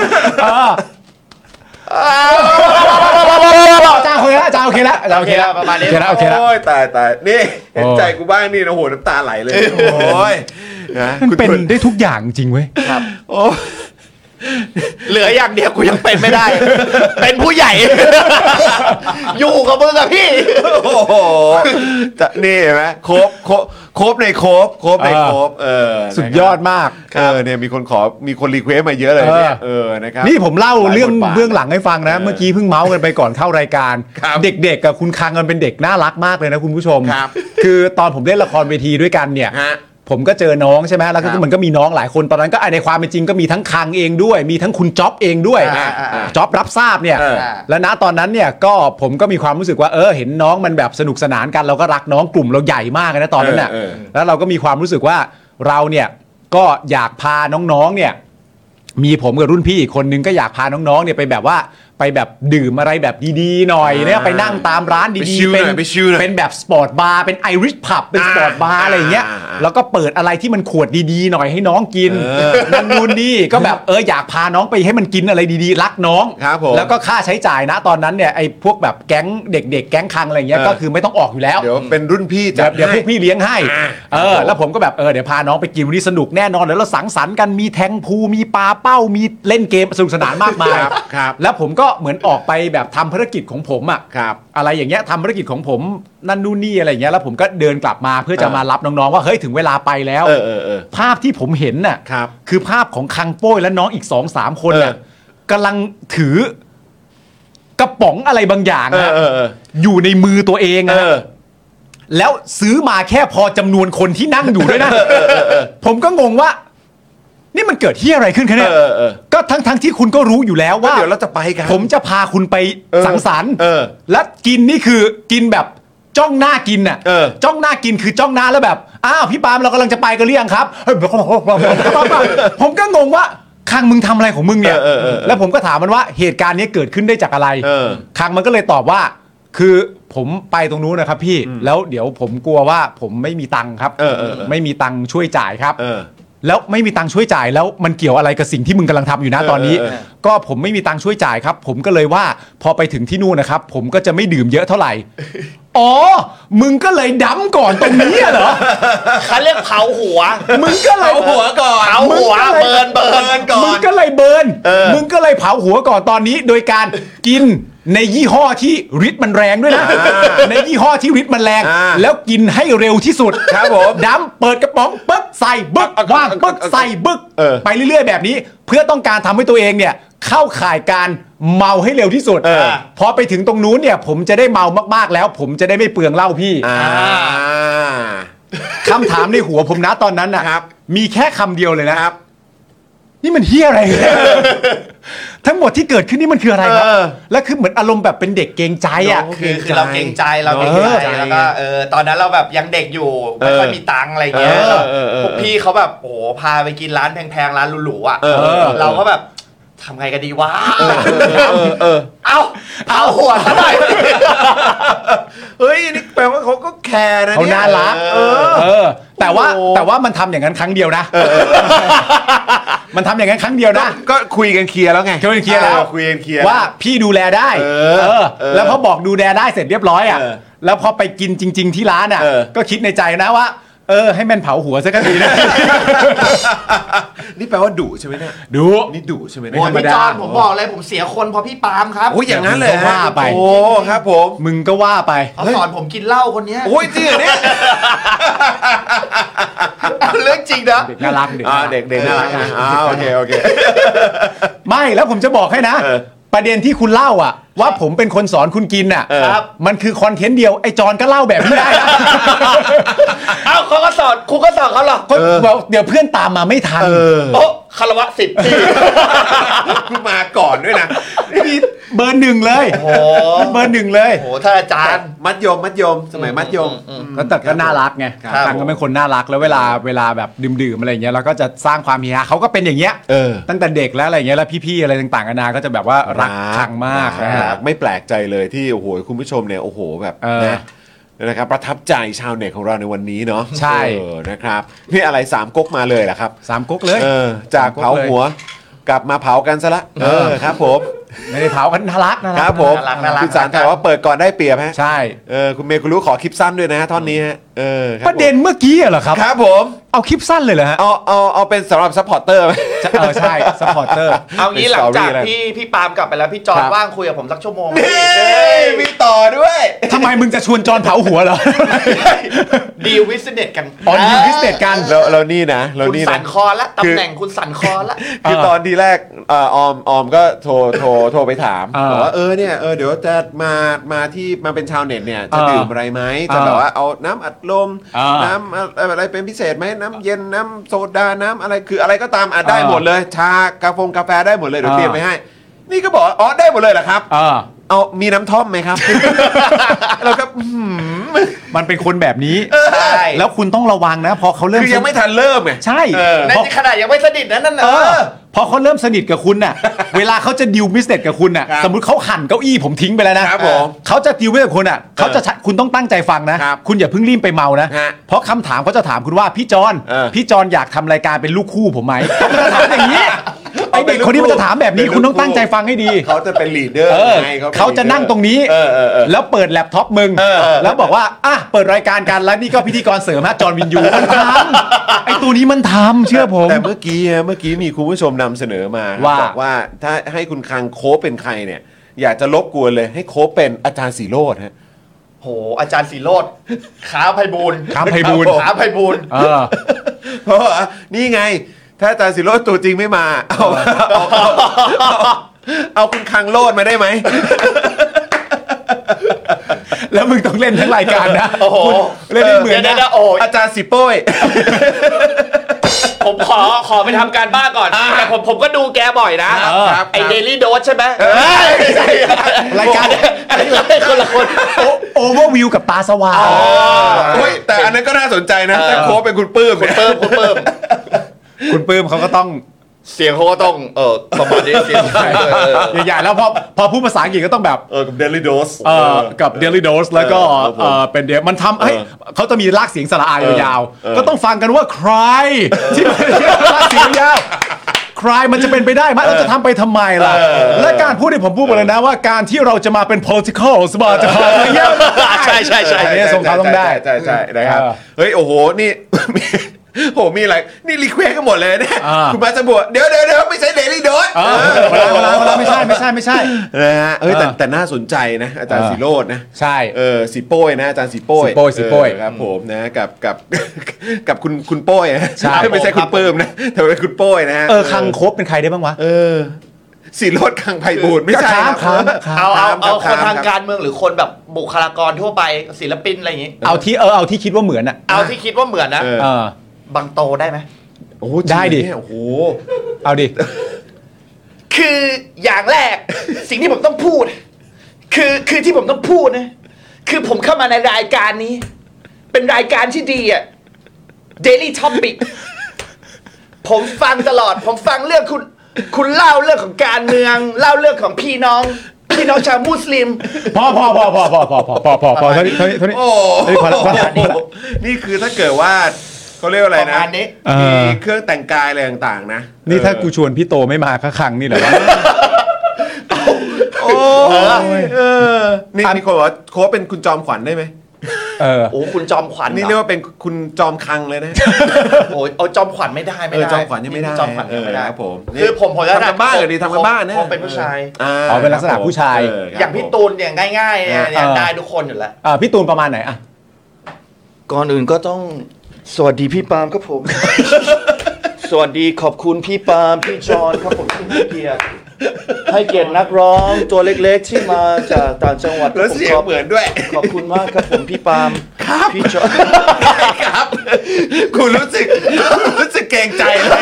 อาจารย์โอเคแล้วอาจารย์โอเคแล้วโอเคแล้วประมาณนี้โอเคแล้วโอ้ยตายนี่เห็นใจกูบ้างนี่นะโหน้ำตาไหลเลยโอ้ยนะมันเป็นได้ทุกอย่างจริงเว้ยครับโอ้เหลืออย่างเดียวกูยังเป็นไม่ได้ เป็นผู้ใหญ่ อยู่กับมึงอะพี่โอ้โหนี่เห็นไหมโคบในโคบในโคบสุดยอดมากเนี่ยมีคนรีเควสมาเยอะเลยเนี่ยนะครับนี่ผมเล่าเรื่องหลายบทบาทเบื้องหลังให้ฟังนะ เมื่อกี้เพิ่งเมาส์กันไปก่อนเข้ารายการครับเด็กๆกับคุณคังกันเป็นเด็กน่ารักมากเลยนะคุณผู้ชมครับคือตอนผมเล่นละครเวทีด้วยกันเนี่ยฮะผมก็เจอน้องใช่ไหมแล้วก็ครับมันก็มีน้องหลายคนตอนนั้นก็ในความเป็นจริงก็มีทั้งคังเองด้วย มีทั้งคุณจ๊อบเองด้วย จ๊อบรับทราบเนี่ย แล้วณตอนนั้นเนี่ยก็ผมก็มีความรู้สึกว่าเห็นน้องมันแบบสนุกสนานกันเราก็รักน้องกลุ่มเราใหญ่มากเลยนะตอนนั้นน่ะแล้วเราก็มีความรู้สึกว่าเราเนี่ยก็อยากพาน้องๆเนี่ยมีผมกับรุ่นพี่อีกคนนึงก็อยากพาน้องๆเนี่ยไปแบบว่าไปแบบดื่มอะไรแบบดีๆหน่อยเนี่ยไปนั่งตามร้านดีๆเป็นแบบสปอร์ตบาร์เป็นไอริชพับเป็นสปอร์ตบาร์อะไรอย่างเงี้ยแล้วก็เปิดอะไรที่มันขวดดีๆหน่อยให้น้องกินนั่นนู่นนี่ก็แบบอยากพาน้องไปให้มันกินอะไรดีๆรักน้องครับผมแล้วก็ค่าใช้จ่ายนะตอนนั้นเนี่ยไอ้พวกแบบแก๊งเด็กๆแก๊งคังอะไรเงี้ยก็คือไม่ต้องออกอยู่แล้วเดี๋ยวเป็นรุ่นพี่จัดเดี๋ยวพวกพี่เลี้ยงให้ครับผมแล้วผมก็แบบเดี๋ยวพาน้องไปกินวันนี้สนุกแน่นอนเดี๋ยวเราสังสรรค์กันมีแทงพูมีปาเป้ามีเล่นเกมสนุกสนานมากมายครับแล้วผมก็เหมือนออกไปแบบทำภารกิจของผมอ่ะครับอะไรอย่างเงี้ยทำภารกิจของผมนั่นนู่นนี่อะไรอย่างเงี้ยแล้วผมก็เดินกลับมาเพื่อจะมารับน้องๆว่าเฮ้ยถึงเวลาไปแล้วภาพที่ผมเห็นน่ะครับคือภาพของคังโป้ยและน้องอีก 2-3 คนน่ะกำลังถือกระป๋องอะไรบางอย่างนะอยู่ในมือตัวเองนะแล้วซื้อมาแค่พอจำนวนคนที่นั่งอยู่ด้วยนะผมก็งงว่า นี่มันเกิดที่อะไรขึ้นคะเนี่ยก็ทั้งที่คุณก็รู้อยู่แล้วว่าเดี๋ยวเราจะไปกันผมจะพาคุณไปสังสรรค์และกินนี่คือกินแบบจ้องหน้ากินน่ะจ้องหน้ากินคือจ้องหน้าแล้วแบบอ้าวพี่ปาล์มเรากำลังจะไปกันหรือยังครับผมก็งงว่าคังมึงทำอะไรของมึงเนี่ยแล้วผมก็ถามมันว่าเหตุการณ์นี้เกิดขึ้นได้จากอะไรคังมันก็เลยตอบว่าคือผมไปตรงนู้นนะครับพี่แล้วเดี๋ยวผมกลัวว่าผมไม่มีตังค์ครับไม่มีตังค์ช่วยจ่ายครับแล้วไม่มีตังค์ช่วยจ่ายแล้วมันเกี่ยวอะไรกับสิ่งที่มึงกำลังทำอยู่นะตอนนี้ก็ผมไม่มีตังค์ช่วยจ่ายครับผมก็เลยว่าพอไปถึงที่นู่นนะครับผมก็จะไม่ดื่มเยอะเท่าไหร่อ๋อมึงก็เลยดั้มก่อนตรงนี้เหรอเขาเรียกเผาหัวมึงก็เลยเผาหัวก่อนเผาหัวเบิร์นก่อนมึงก็เลยเบิร์นมึงก็เลยเผาหัวก่อนตอนนี้โดยการกินในยี่ห้อที่ฤทธิ์มันแรงด้วยนะในยี่ห้อที่ฤทธิ์มันแรงแล้วกินให้เร็วที่สุดครับผมดั้มเปิดกระป๋องปึ๊บใส่บึกว่างปึ๊บใส่บึกไปเรื่อยๆแบบนี้เพื่อต้องการทำให้ตัวเองเนี่ยเข้าข่ายการเมาให้เร็วที่สุดพอไปถึงตรงนู้นเนี่ยผมจะได้เมามากๆแล้วผมจะได้ไม่เปลืองเหล้าพี่คำถามในหัวผมนะตอนนั้นนะครับมีแค่คำเดียวเลยนะครับนี่มันเฮี้ยอะไรทั้งหมดที่เกิดขึ้นนี่มันคืออะไรครับและคือเหมือนอารมณ์แบบเป็นเด็กเกรงใจอ่ะคือเราเกรงใจแล้วก็ตอนนั้นเราแบบยังเด็กอยู่ไม่ค่อยมีตังค์อะไรเงี้ยพวกพี่เขาแบบโอ้พาไปกินร้านแพงๆร้านหรูๆอ่ะเราก็แบบทำไงกันดีวะเอาหัวซะหน่อยเฮ้ยนี่แปลว่าเขาก็แคร์นะเขาน่ารักแต่ว่ามันทำอย่างนั้นครั้งเดียวนะมันทำอย่างนั้นครั้งเดียวนะก็คุยกันเคลียร์แล้วไงคุยกันเคลียร์แล้วว่าพี่ดูแลได้แล้วพอบอกดูแลได้เสร็จเรียบร้อยอ่ะแล้วพอไปกินจริงๆที่ร้านอ่ะก็คิดในใจนะว่าให้แม่นเผาหัวซะก็ดีนะนี่แปลว่าดุใช่ไหมเนี่ยดุนี่ดุใช่ไหมเนี่ยพี่จอนผมบอกเลยผมเสียคนเพราะพี่ปาล์มครับโอ้ยอย่างนั้นเลยว่าไปโอ้ครับผมมึงก็ว่าไปเขาสอนผมกินเหล้าคนนี้โอ้ยจริงเหรอเนี่ยเรื่องจริงนะเด็กน่ารักเด็กน่ารักโอเคไม่แล้วผมจะบอกให้นะประเด็นที่คุณเล่าอ่ะว่าผมเป็นคนสอนคุณกินอ่ะมันคือคอนเทนต์เดียวไอ้จอนก็เล่าแบบนี้ได้เอ้าเขาก็สอนครูก็สอนเขาเหรอเดี๋ยวเพื่อนตามมาไม่ทันโอ้คารวะสิทธิ์คุณมาก่อนด้วยนะนี่เบอร์หนึ่งเลยโอ้เบอร์หนึ่งเลยโอ้ท่านอาจารย์มัธยมสมัยมัธยมแต่ก็น่ารักไงตังก็เป็นคนน่ารักแล้วเวลาแบบดื่มอะไรอย่างเงี้ยเราก็จะสร้างความเฮฮาเขาก็เป็นอย่างเงี้ยตั้งแต่เด็กแล้วอะไรอย่างเงี้ยแล้วพี่ๆอะไรต่างๆนานาก็จะแบบว่ารักชังมากไม่แปลกใจเลยที่โอ้โหคุณผู้ชมเนี่ยโอ้โหแบบนะครับประทับใจชาวเน็ตของเราในวันนี้เนาะใช่นะครับนี่อะไร3ก๊กมาเลยเหรอครับ 3ก๊กเลยจากเผาหัวกลับมาเผากันซะละครับผมไม่ได้เผากันน่ารักครับผมคุณสารถามว่าเปิดก่อนได้เปรียบฮะใช่คุณเมย์คุณรู้ขอคลิปสั้นด้วยนะท่อนนี้ฮะประเด็นเมื่อกี้เหรอครับครับผมเอาคลิปสั้นเลยเหรอฮะเอาเป็นสำหรับซัพพอร์เตอร์ไหมใช่ซัพพอร์เตอร์เอางี้หลังจากพี่ปาล์มกลับไปแล้วพี่จอนว่างคุยกับผมสักชั่วโมงมีต่อด้วยทำไมมึงจะชวนจอนเผาหัวเหรอดีลวิสเน็ตกันดีลวิสเน็ตกันเรานี่นะคุณสั่นคอละตำแหน่งคุณสั่นคอละคือตอนทีแรกออมก็โทรไปถามบอกว่าเนี่ยเดี๋ยวจะมาที่มาเป็นชาวเน็ตเนี่ยจะดื่มอะไรไหมจะแบบว่าเอาน้ำอัดลมน้ำอะไรเป็นพิเศษไหมน้ำเย็นน้ำโซดาน้ำอะไรคืออะไรก็ตามได้หมดเลยชากาแฟได้หมดเลยเดี๋ยวเตรียมไปให้นี่ก็บอกได้หมดเลยเหรอครับเอามีน้ำท่อมไหมครับเราก็มันเป็นคนแบบนี้แล้วคุณต้องระวังนะพอเขาเริ่มคือยังไม่ทันเริ่มไงใช่ในขนาดยังไม่สนิทนั่นน่ะพอเขาเริ่มสนิทกับคุณน่ะเวลาเขาจะดิวบิสเนสกับคุณน่ะสมมุติเขาหั่นเก้าอี้ผมทิ้งไปแล้วนะเขาจะดิวกับคุณน่ะเขาจะคุณต้องตั้งใจฟังนะคุณอย่าเพิ่งรีบไปเมานะเพราะคำถามเขาจะถามคุณว่าพี่จอนอยากทำรายการเป็นลูกคู่ผมไหมเขาจะถามอย่างนี้ไอเด็กคนนี้มันจะถามแบบนี้คุณต้องตั้งใจฟังให้ดีเขาจะเป็นลีดเดอร์เขาจะนั่งตรงนี้แล้วเปิดแล็ปท็อปมึงแล้วบอกว่าเปิดรายการกันแล้วนี่ก็พิธีกรเสริมฮะจอห์นวินยูมันทำไอตัวนี้มันทำเชื่อผมแต่เมื่อกี้มีคุณผู้ชมนำเสนอมาบอกว่าถ้าให้คุณคังโค้ชเป็นใครเนี่ยอยากจะรบกวนเลยให้โค้ชเป็นอาจารย์สีโรจน์ฮะโหอาจารย์สีโรจน์ขาไพบูลย์เพราะว่านี่ไงถ้าอาจารย์สีโรจน์ตัวจริงไม่มาเอาคุณคังโรจน์มาได้ไหมแล้วมึงต้องเล่นทั้งรายการนะโอ้โหเล่นเหมือนนะอาจารย์สีโป้ยผมขอไปทำการบ้านก่อนแต่ผมก็ดูแกบ่อยนะไอเดลี่โดสใช่ไหมรายการคนละคนโอเวอร์วิวกับตาสว่างแต่อันนั้นก็น่าสนใจนะแต่โค้ชเป็นคุณปื้มคุณปื้มเขาก็ต้องเสียงเขาก็ต้องประมาณนี้เสียงใหญ่ๆแล้วพอพูดภาษาอังกฤษก็ต้องแบบกับ Daily Dose กับ Daily Dose แล้วก็เป็นเดี๋ยวมันทำให้เขาจะมีลากเสียงสระอายาวๆก็ต้องฟังกันว่าใครที่ลากเสียงยาวใครมันจะเป็นไปได้ไหมเราจะทำไปทำไมล่ะและการพูดที่ผมพูดไปเลยนะว่าการที่เราจะมาเป็น political สบายจะพาอะไรเงี้ยใช่เนี่ยสงครามต้องได้ใช่นะครับเฮ้ยโอ้โหนี่โหมีอะไรนี่รีเควสกันหมดเลยเนี่ยคุณมาสบัวเดี๋ยวไม่ใช่เดลี่โดสเวลาไม่ใช่นะฮะเฮ้ยแต่น่าสนใจนะอาจารย์สีโรจน์นะใช่สีโป้ยนะอาจารย์สีโป้ยครับผมนะกับคุณโป้ยไม่ใช่คุณปื้มนะแต่เป็นคุณโป้ยนะคังคบเป็นใครได้บ้างวะสีโรจน์คังไพบูลย์ไม่ใช่เอาคนทางการเมืองหรือคนแบบบุคลากรทั่วไปศิลปินอะไรอย่างงี้เอาที่คิดว่าเหมือนอ่ะเอาที่คิดว่าเหมือนนะบางโตได้ไหมโอ้ได้ดิโอ้โหเอาดิคืออย่างแรกสิ่งที่ผมต้องพูดคือที่ผมต้องพูดนะคือผมเข้ามาในรายการนี้เป็นรายการที่ดีอ่ะ Daily Topic ผมฟังตลอดผมฟังเรื่องคุณเล่าเรื่องของการเมืองเล่าเรื่องของพี่น้องชาวมุสลิมพอเท่านี้โอ้นี่คือถ้าเกิดว่าเขาเรียกอะไรนะมีเครื่องแต่งกายอะไรต่างๆนะนี่ถ้ากูชวนพี่โตไม่มาก็ขังนี่แหละวะโอ้นี่มีคนบอกว่าโค้ชเป็นคุณจอมขวัญได้ไหมโอ้คุณจอมขวัญนี่เรียกว่าเป็นคุณจอมคังเลยนะโอ้เอาจอมขวัญไม่ได้จอมขวัญยังไม่ได้จอมขวัญยังไม่ได้ครับผมคือผมจะทำกันบ้านเลยดีทำกันบ้านเนี่ยเป็นผู้ชายเป็นลักษณะผู้ชายอย่างพี่ตูนอย่างง่ายๆเนี่ยได้ทุกคนอยู่แล้วพี่ตูนประมาณไหนอ่ะก่อนอื่นก็ต้องสวัสดีพี่ปาล์มครับผมสวัสดีขอบคุณพี่ปาล์มพี่จอนครับผมที่ให้เกียรตินักร้องตัวเล็กๆที่มาจากต่างจังหวัดแล้วเสียงเหมือนด้วยขอบคุณมากครับผมพี่ปาล์มพี่จอนครับคุณรู้สึกเกรงใจเลย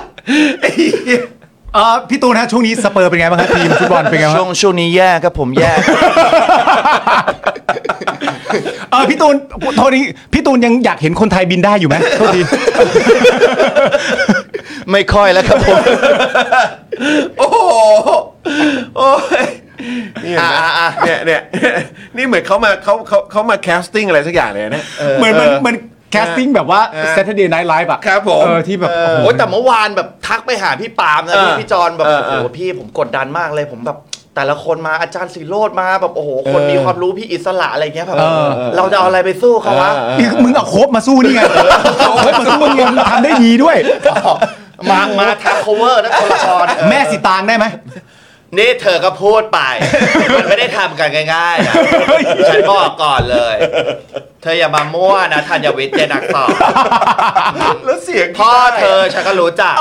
พี่ตูนฮะช่วงนี้สเปอร์เป็นไงบ้างครับทีมฟุตบอลเป็นไงบ้างช่วงนี้แย่ครับผมแย่พี่ตูนโทษนี้พี่ตูนยังอยากเห็นคนไทยบินได้อยู่ไหมโทษทีไม่ค่อยแล้วครับผมโอ้โหโอ้ยเนี่ยนี่เหมือนเขามาแคสติ้งอะไรสักอย่างเลยนะเหมือนแคสติ้งแบบว่า Saturday Night Live อะครับผมที่แบบโอ้แต่เมื่อวานแบบทักไปหาพี่ปาล์มนะพี่จอนแบบโอ้โหพี่ผมกดดันมากเลยผมแบบแต่ละคนมาอาจารย์ศิโรจน์มาแบบโอ้โหคนมีความรู้พี่อิสระอะไรเงี้ยแบบเราจะเอาอะไรไปสู้เขาวะมึงเอาโคบมาสู้นี่ไงโคบมาสู้นี่มึงทำได้ดีด้วยมาทำ cover นะคนละครแม่สีตางได้ไหมนี่เธอก็พูดไปมันไม่ได้ทำกันง่ายๆนะฉันบอกก่อนเลยเธออย่ามามั่วนะธัญวิทย์เจนักต่อแล้วเสียงพ่อเธอฉันก็รู้จัก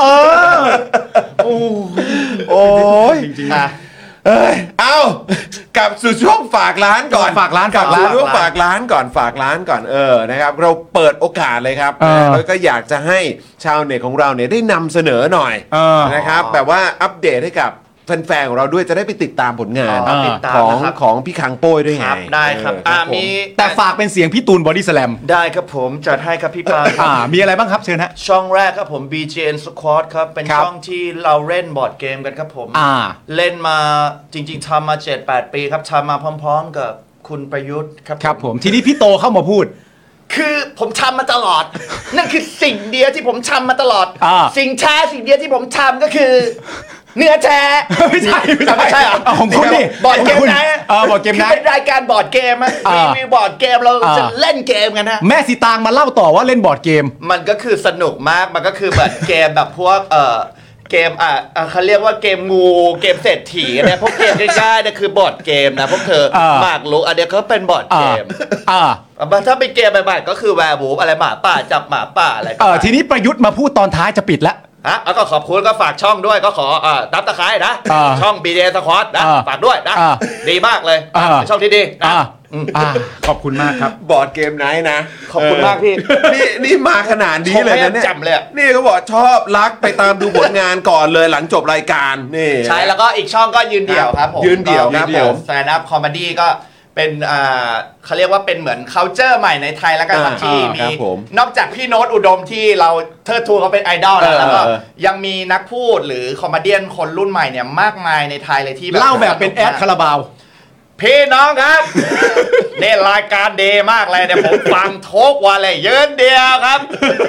โอ้ยจริงๆเอากลับสู่ช่วงฝากร้านก่อนฝากร้านช่วงฝากร้านก่อนนะครับเราเปิดโอกาสเลยครับแล้วก็อยากจะให้ชาวเน็ตของเราเนี่ยได้นำเสนอหน่อยนะครับแบบว่าอัปเดตให้กับแฟนๆของเราด้วยจะได้ไปติดตามผลงานของพี่คังโป้ยด้วยไงได้ครับมีแต่ฝากเป็นเสียงพี่ตูนบอดี้สแลมได้ครับผมจัดให้ครับพี่ปาล์มมีอะไรบ้างครับเชิญฮะช่องแรกครับผม BGN Squad ครับเป็นช่องที่เราเล่นบอร์ดเกมกันครับผมเล่นมาจริงๆทำมา 7-8 ปีครับทำมาพร้อมๆกับคุณประยุทธ์ครับผมทีนี้พี่โตเข้ามาพูดคือผมทำมาตลอดนั่นคือสิ่งเดียวที่ผมทำมาตลอดสิ่งแท้สิ่งเดียวที่ผมทำก็คือเนื้อแท้ไม่ใช่ของคุณนี่บอร์ดเกมนะบอร์ดเกมนะเป็นรายการบอร์ดเกมรีวิวบอร์ดเกมเราจะเล่นเกมกันนะแม่สีตางมาเล่าต่อว่าเล่นบอร์ดเกมมันก็คือสนุกมากมันก็คือแบบเกมแบบพวกเกมเขาเรียกว่าเกมงูเกมเศรษฐีเนี่ยพวกเกมง่ายๆเนี่ยคือบอร์ดเกมนะพวกเธอหมากรุกอันเนี้ยเขาเป็นบอร์ดเกมถ้าเป็นเกมใหม่ๆก็คือแวร์วูฟอะไรหมาป่าจับหมาป่าอะไรทีนี้ประยุทธ์มาพูดตอนท้ายจะปิดแล้วแล้วก็ขอบคุณก็ฝากช่องด้วยก็ขอตับตะไคร้นะช่อง BGN Squad นะฝากด้วยนะดีมากเลยช่องที่ดีนะขอบคุณมากครับบอร์ดเกมไนท์นะขอบคุณมากพี่นี่มาขนาดนี้เลยนะเนี่ยจำเลยนี่เขาบอกชอบรักไปตามดูผลงานก่อนเลยหลังจบรายการนี่ใช่แล้วก็อีกช่องก็ยืนเดี่ยวครับผมยืนเดี่ยวครับผมแซนด์อัพคอมเมดี้ก็เป็นเขาเรียกว่าเป็นเหมือน culture ใหม่ในไทยแล้วกันครับที่มีนอกจากพี่โน้ตอุดมที่เราเทิดทูนเขาเป็นไอดอลแล้วก็ยังมีนักพูดหรือคอมเมเดี้คนรุ่นใหม่เนี่ยมากมายในไทยเลยที่เล่าแบบเป็นแอดคาราบาวพี่น้องครับ นี่รายการเดย์มากเลยเนี่ยผมฟังทุกวันเลยยืนเดียวครับ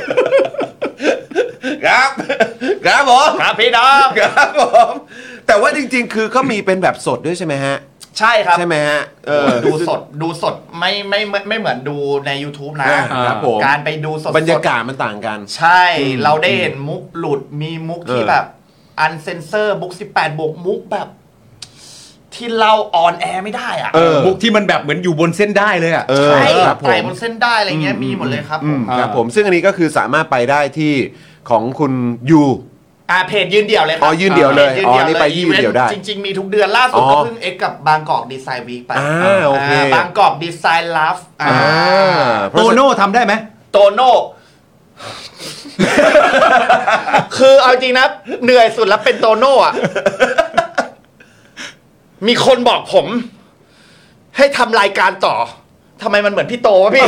ครับครับผมครับพี่น้องครับผมแต่ว่าจริงๆคือเขามีเป็นแบบสดด้วยใช่ไหมฮะใช่ครับใช่ไหมฮะดูสดไม่เหมือนดูใน YouTube นะครับผมการไปดูสดบรรยากาศมันต่างกันใช่เราได้เห็นมุกหลุดมีมุกที่แบบอันเซนเซอร์บุ๊ก18บวกมุกแบบที่เราออนแอร์ไม่ได้อ่ะมุกที่มันแบบเหมือนอยู่บนเส้นได้เลยอ่ะใช่ไต่บนเส้นได้อะไรเงี้ยมีหมดเลยครับครับผมซึ่งอันนี้ก็คือสามารถไปได้ที่ของคุณยูเพจยืนเดี่ยวเลยครับยืนเดี่ยวเลยนี่ไปยืนเดี่ยวได้จริงๆมีทุกเดือนล่าสุดก็เพิ่งเอ็กกับบางกอกดีไซน์วีคไปโอเคบางกอกดีไซน์ลัฟโตโน่ทำได้ไหมโตโน่คือเอาจริงนะเหนื่อยสุดแล้วเป็นโตโน่อะมีคนบอกผมให้ทำรายการต่อทำไมมันเหมือนพี่โตวะพี่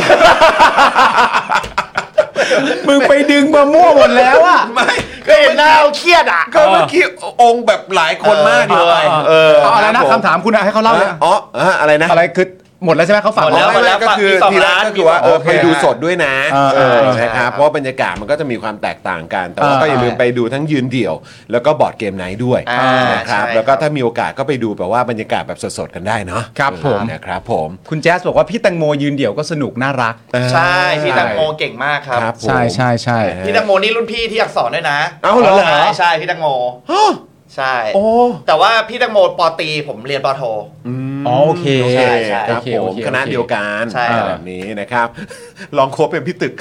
มึงไปดึงมามั่วหมดแล้วอ่ะไม่ก็เห็นหน้าเครียดอ่ะก็เมื่อกี้องค์แบบหลายคนมากเลยอะไรนะคำถามคุณให้เขาเล่าเลยอะไรนะอะไรคือหมดแล้วใช่ไหมเขาฝากแล้วก็คือทีแรกก็คือว่าไปดูสดด้วยนะนะครับเพราะบรรยากาศมันก็จะมีความแตกต่างกันแต่ว่าก็อย่าลืมไปดูทั้งยืนเดี่ยวแล้วก็บอร์ดเกมไนท์ด้วยนะครับแล้วก็ถ้ามีโอกาสก็ไปดูแบบว่าบรรยากาศแบบสดๆกันได้เนาะครับผมนะครับผมคุณแจ๊สบอกว่าพี่แตงโมยืนเดี่ยวก็สนุกน่ารักใช่พี่แตงโมเก่งมากครับใช่ใช่ใช่พี่แตงโมนี่รุ่นพี่ที่อักษรด้วยนะเหรอใช่พี่แตงโมใช่แต่ว่าพี่แตงโมป.ตรีผมเรียนป.โทโอเคใช่ครับผมคณะเดียวกันแบบนี้นะครับลองโค้ชเป็นพี่ตึก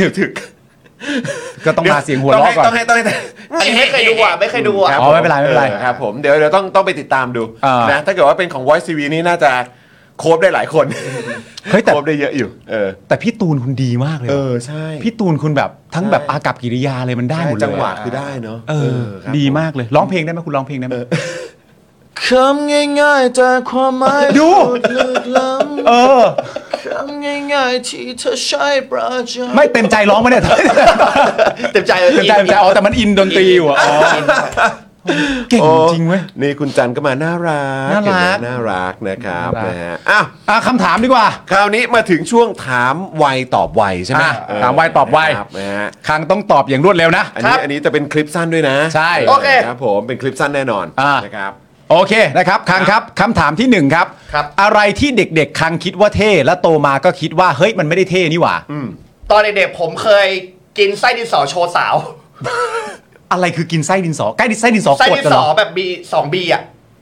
ก็ต้องมาเสียงหัวเราะก่อนอันนี้ไม่เคยดูไม่เคยดูไม่เป็นไรครับผมเดี๋ยวต้องไปติดตามดูนะถ้าเกิดว่าเป็นของ Voice TV นี่น่าจะโค้ชได้หลายคนเฮ้ยแต่โค้ชได้เยอะอยู่แต่พี่ตูนคุณดีมากเลยใช่พี่ตูนคุณแบบทั้งแบบอากัปกิริยาเลยมันได้หมดเลยจังหวะคือได้เนาะดีมากเลยร้องเพลงได้ไหมคุณร้องเพลงได้ไหมคำง่ายๆแต่ความหมายดูลึกล้ำคำง่ายๆที่เธอใช้ประจำไม่เต็มใจร้องมาเนี่ยเต็มใจแต่มันอินดนตรีอยู่เก่งจริงเว้ยนี่คุณจันก็มาน่ารักนะครับนะฮะคำถามดีกว่าคราวนี้มาถึงช่วงถามไวตอบไวใช่ไหมถามไวตอบไวครั้งต้องตอบอย่างรวดเร็วนะอันนี้จะเป็นคลิปสั้นด้วยนะใช่โอเคครับผมเป็นคลิปสั้นแน่นอนนะครับโอเคนะครับคังครับคำถามที่1ครับอะไรที่เด็กๆคังคิดว่าเท่แล้วโตมาก็คิดว่าเฮ้ยมันไม่ได้เท่นี่หว่าตอนเด็กๆผมเคยกินไส้ดินสอโชว์สาวอะไรคือกินไส้ดินสอไส้ดินสอกดไส้ดินสอแบบ 2B อ่ะ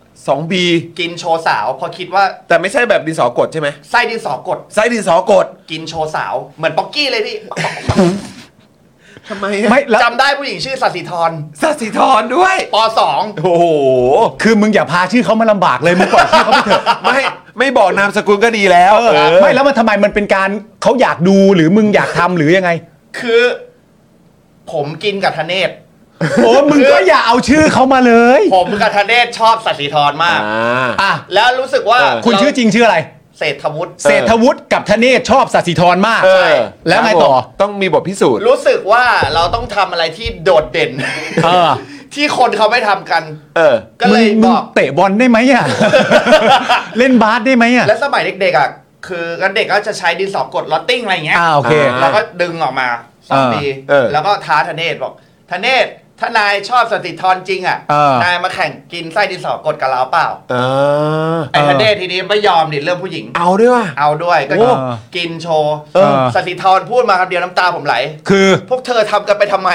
2B กินโชว์สาวพอคิดว่าแต่ไม่ใช่แบบดินสอกดใช่ไหมไส้ดินสอกดกินโชว์สาวเหมือนป๊อกกี้เลยพี่ทำไมไม่จำได้ผู้หญิงชื่อสัสิธรด้วยป.2 โอ้โหคือมึงอย่าพาชื่อเขามาลำบากเลยมึงปล่อยชื่อเขาไปเถอะไม่บอกนามสกุลก็ดีแล้วไม่แล้วมันทำไมมันเป็นการเขาอยากดูหรือมึงอยากทำหรือยังไงคือผมกินกับธเนศโอ้มึงก็อย่าเอาชื่อเขามาเลยผมกับธเนศชอบสัสิธรมากแล้วรู้สึกว่าคุณชื่อจริงชื่ออะไรเศรษฐวุฒิกับธเนศชอบสัสิธรมากแล้วไงต่อต้องมีบทพิสูจน์รู้สึกว่าเราต้องทำอะไรที่โดดเด่นที่คนเขาไม่ทำกันก็เลยบอกเตะบอลได้ไหมอ่ะเล่นบาสได้ไหมอ่ะและสมัยเด็กๆอ่ะคือเด็กก็จะใช้ดินสอกดลอตติ้งอะไรอย่างเงี้ยโอเคแล้วก็ดึงออกมา2 ปีแล้วก็ท้าธเนศบอกธเนศถ้านายชอบสัสิธรจริงอ่ะนายมาแข่งกินไส้ดินสอกดกับเราเปล่าไอ้ธเนศทีนี้ไม่ยอมดิเรื่องผู้หญิงเอาด้วยก็กินโชว์สัสิธรพูดมาคำเดียวน้ำตาผมไหลคือพวกเธอทำกันไปทำไม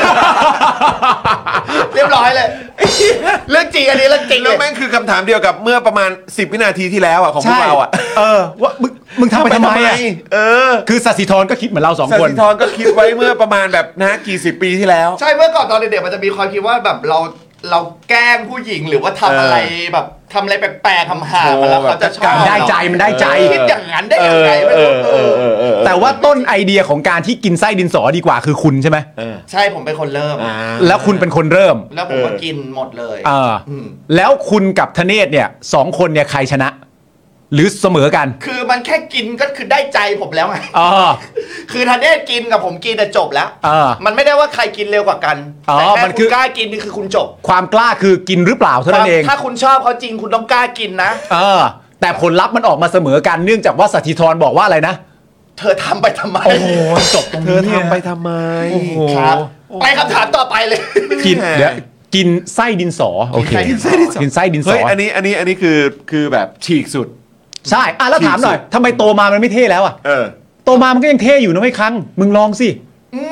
เรียบร้อยเลยเรื่องจริงอันนี้เรื่องจริงแล้วแม่งคือคำถามเดียวกับเมื่อประมาณ10 วินาทีที่แล้วอ่ะของพวกเราอ่ะว่ามึงทำไปทำไมคือสัสิธรก็คิดเหมือนเรา2 คนสัสิธรก็คิดไว้เมื่อประมาณแบบนะกี่10 ปีที่แล้วใช่เมื่อก่อนตอนเด็กๆมันจะมีความคิดว่าแบบเราแกล้งผู้หญิงหรือว่าทำอะไรแบบทำอะไรแปลกๆทำห่ามาแล้วเขาจะชอบได้ใจมันได้ใจคิดอย่างนั้นได้ยังไงแต่ว่าต้นไอเดียของการที่กินไส้ดินสอดีกว่าคือคุณใช่ไหมใช่ผมเป็นคนเริ่มแล้วคุณเป็นคนเริ่มแล้วผมก็กินหมดเลยแล้วคุณกับธเนศเนี่ย2 คนเนี่ยใครชนะหรือเสมอกันคือมันแค่กินก็คือได้ใจผมแล้วไงคือทันเนศกินกับผมกินจบแล้วมันไม่ได้ว่าใครกินเร็วกว่ากันแต่แค่คุณกล้ากินนี่คือคุณจบความกล้าคือกินหรือเปล่าเท่านั้นเองถ้าคุณชอบเขาจริงคุณต้องกล้ากินนะแต่ผลลัพธ์มันออกมาเสมอกันเนื่องจากว่าสถิธรบอกว่าอะไรนะเธอทำไปทำไมโอ้โหจบตรงนี้เธอทำไปทำไมครับไปคำถามต่อไปเลยกินเดี๋ยวกินไส้ดินสอโอเคกินไส้ดินสออันนี้คือแบบฉีกสุดใช่แล้วถามหน่อยทำไมโตมามันไม่เท่แล้วอ่ะโตมามันก็ยังเท่อยู่นะไม่ครั้งมึงลองสิ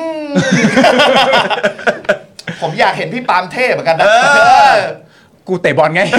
ผมอยากเห็นพี่ปาล์มเท่เหมือนกันนะกูเตะบอลไง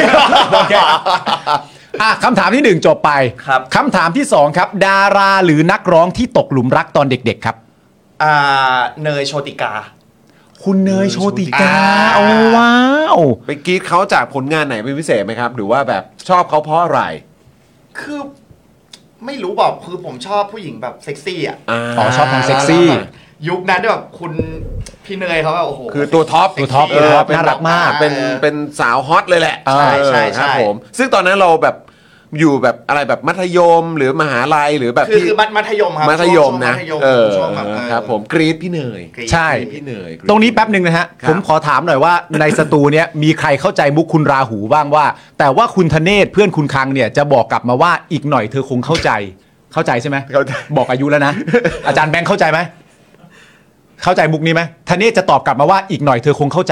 คำถามที่1จบไปคำถามที่2ครับดาราหรือนักร้องที่ตกหลุมรักตอนเด็กๆครับเนยโชติกาคุณเนยโชติกาโอ้ว้าวไปกรี๊ดเขาจากผลงานไหนเป็นพิเศษไหมครับหรือว่าแบบชอบเขาเพราะอะไรคือไม่รู้บอกคือผมชอบผู้หญิงแบบเซ็กซี่อ่ะชอบทางเซ็กซี่ยุคนั้นแบบคุณพี่เนยเขาแบบโอ้โหคือตัวท็อปน่ารักมากเป็นสาวฮอตเลยแหละใช่ครับผมซึ่งตอนนั้นเราแบบอยู่แบบอะไรแบบมัธยมหรือมหาลัยหรือแบบคือมัธยมครับมัธยมนะครับผมกรี๊ดพี่เนยใช่พี่เนยตรงนี้แป๊บนึงนะฮะผมขอถามหน่อยว่าในสตูเนี้ยมีใครเข้าใจมุกคุณราหูบ้างว่าแต่ว่าคุณธเนศเพื่อนคุณคังเนี่ยจะบอกกลับมาว่าอีกหน่อยเธอคงเข้าใจใช่ไหมบอกอายุแล้วนะอาจารย์แบงค์เข้าใจไหมเข้าใจมุกนี้ไหมธเนศจะตอบกลับมาว่าอีกหน่อยเธอคงเข้าใจ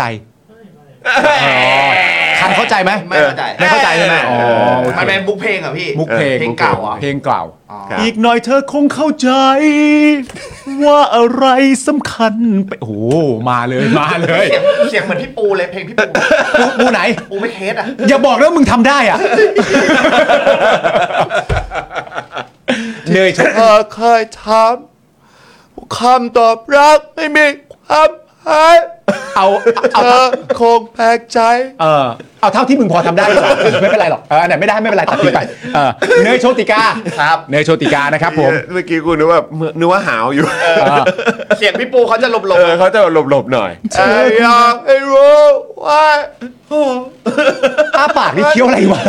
คันเข้าใจไหมไม่เข้าใจใช่ไหมมันเป็นมุกเพลงอ่ะพี่มุกเพลงเก่าอ่ะเพลงเก่าอีกหน่อยเธอคงเข้าใจว่าอะไรสำคัญไปโอ้โหมาเลยเสียงเหมือนพี่ปูเลยเพลงพี่ปูไหนปูไม่เคสอ่ะอย่าบอกนะมึงทำได้อ่ะเนยเธอเคยถามคำตอบรักไม่มีความหมายเธอคงแปลกใจเอาเท่าที่มึงพอทำได้ไม่เป็นไรหรอกเนี่ยไม่เป็นไรตัดทิ้งไปเนยโชติกาครับเนยโชติกานะครับผมเมื่อกี้กูนึกว่าหาวอยู่เสียงพี่ปูเขาจะหลบเขาจะหลบหน่อยอยากให้รู้ว่าปากนี่เคี้ยวอะไรวะ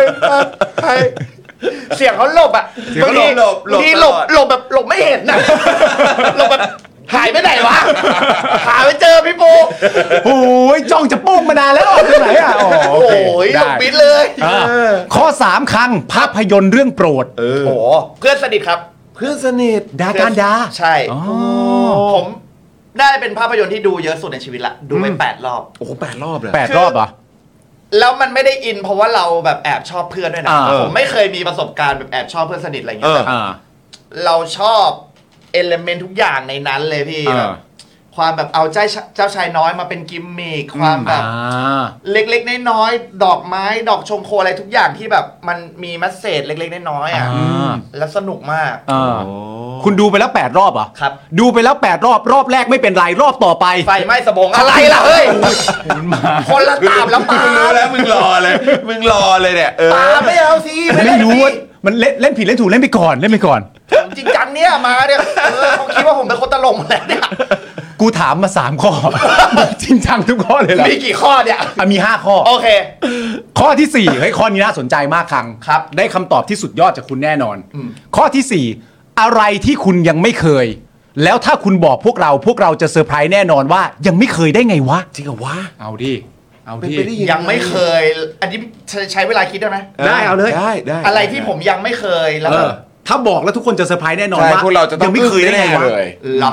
เสียงเขาหลบอ่ะบางทีหลบแบบหลบไม่เห็นนะหลบแบบหายไปไหนวะหาไม่เจอพี่ปูโอ้ยจ้องจะโป้งมานานแล้วที่ไหนอ่ะโอ้ยหลบปิดเลยข้อ3คังภาพยนตร์เรื่องโปรดโอ้เพื่อนสนิทครับเพื่อนสนิทดาการดาใช่ผมได้เป็นภาพยนตร์ที่ดูเยอะสุดในชีวิตละดูไป8 รอบโอ้โห8 รอบเลย 8 รอบเหรอแล้วมันไม่ได้อินเพราะว่าเราแบบแอบชอบเพื่อนด้วยนะผมไม่เคยมีประสบการณ์แบบแอบชอบเพื่อนสนิทอะไรอย่างเงี้ยเราชอบเอลิเมนต์ทุกอย่างในนั้นเลยพี่แบบความแบบเอาเจ้าชายน้อยมาเป็นกิมมิคความแบบเล็กๆน้อยๆดอกไม้ดอกชงโคอะไรทุกอย่างที่แบบมันมีมัสเสจเล็กๆน้อยๆแล้วสนุกมากคุณดูไปแล้ว8 รอบเหรอครับดูไปแล้ว8 รอบแรกไม่เป็นไรรอบต่อไปไฟไหม้สมองอะไรล่ะเฮ้ยคนละตามแล้วปาแล้วมึงรอเลยเนี่ยปาไม่เอาสิไม่รู้ว่ามันเล่นผิดเล่นถูกเล่นไปก่อนจริงจังเนี่ยมาเนี่ยเขาคิดว่าผมเป็นคนตลกแล้วเนี่ยกูถามมา3 ข้อจริงจังทุกข้อเลยเหรอมีกี่ข้อเนี่ยมี5 ข้อโอเคข้อที่4เฮ้ยข้อนี้น่าสนใจมากคังครับได้คำตอบที่สุดยอดจากคุณแน่นอนข้อที่4อะไรที่คุณยังไม่เคยแล้วถ้าคุณบอกพวกเราจะเซอร์ไพรส์แน่นอนว่ายังไม่เคยได้ไงวะจริงเหรอวะเอาดิยังไม่เคยอันนี้ใช้เวลาคิดได้ไหมได้เอาเลยได้อะไรที่ผมยังไม่เคยแล้วถ้าบอกแล้วทุกคนจะเซอร์ไพรส์แน่นอนว่าพวกเราจะต้องไม่เคยได้ไงวะหรอ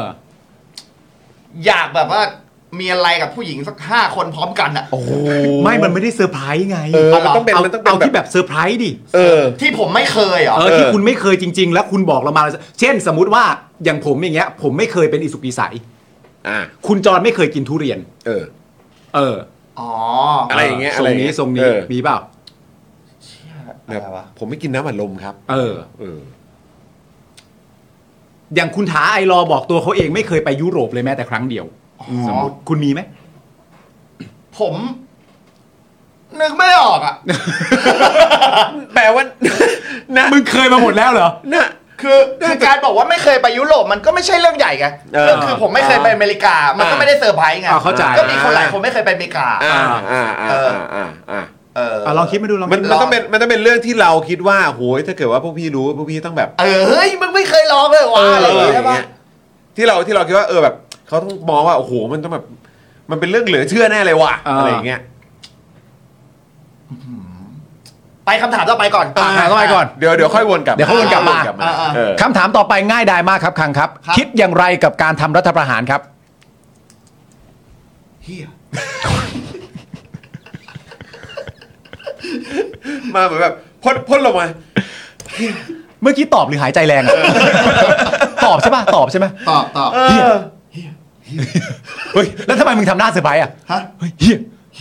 อยากแบบว่ามีอะไรกับผู้หญิงสัก5 คนพร้อมกันอ่ะโอ้ไม่มันไม่ได้เซอร์ไพรส์ไงมันต้องเป็นเอาที่แบบเซอร์ไพรส์ดิที่ผมไม่เคยเหรอที่คุณไม่เคยจริงๆแล้วคุณบอกเรามาเช่นสมมุติว่าอย่างผมอย่างเงี้ยผมไม่เคยเป็นอิสุกอิสัยคุณจรไม่เคยกินทุเรียนอะไรอย่างเงี้ยทรงนี้มีเปล่าผมไม่กินน้ำอัดลมครับอย่างคุณถาไอรอบอกตัวเขาเองไม่เคยไปยุโรปเลยแม้แต่ครั้งเดียวสมมติคุณมีไหมผมนึกไม่ออกอ่ะแปลว่านะมึงเคยมาหมดแล้วเหรอนะคือการบอกว่าไม่เคยไปยุโรปมันก็ไม่ใช่เรื่องใหญ่ไงคือผมไม่เคยไปอเมริกามันก็ไม่ได้เซอร์ไพรส์ไงเข้าใจก็มีคนหลายคนไม่เคยไปอเมริกาลองคิดมาดูลองมันต้องเป็นเรื่องที่เราคิดว่าโหยถ้าเกิดว่าพวกพี่รู้พวกพี่ต้องแบบเฮ้ยมึงไม่เคยลองเลยว่ะอะไรอย่างเงี้ยใช่ปะที่เราคิดว่าแบบเขาต้องมองว่าโอ้โหมันต้องแบบมันเป็นเรื่องเหลือเชื่อแน่เลยว่ะอะไรอย่างเงี้ยไปคำถามต่อไปก่อนต่อไปก่อนเดี๋ยวค่อยวนกลับเดี๋ยวค่อยวนกลับมา คำถามต่อไปง่ายดายมากครับคังครับ คิดอย่างไรกับการทำรัฐประหารครับเฮียมาเหมือนแบบพ่นลงมาเมื่อกี้ตอบหรือหายใจแรงอะตอบใช่ป่ะตอบใช่ไหมตอบเฮียเฮ้ยแล้วทำไมมึงทำหน้าเซอร์ไพรส์อ่ะฮะเฮ้ยเฮีย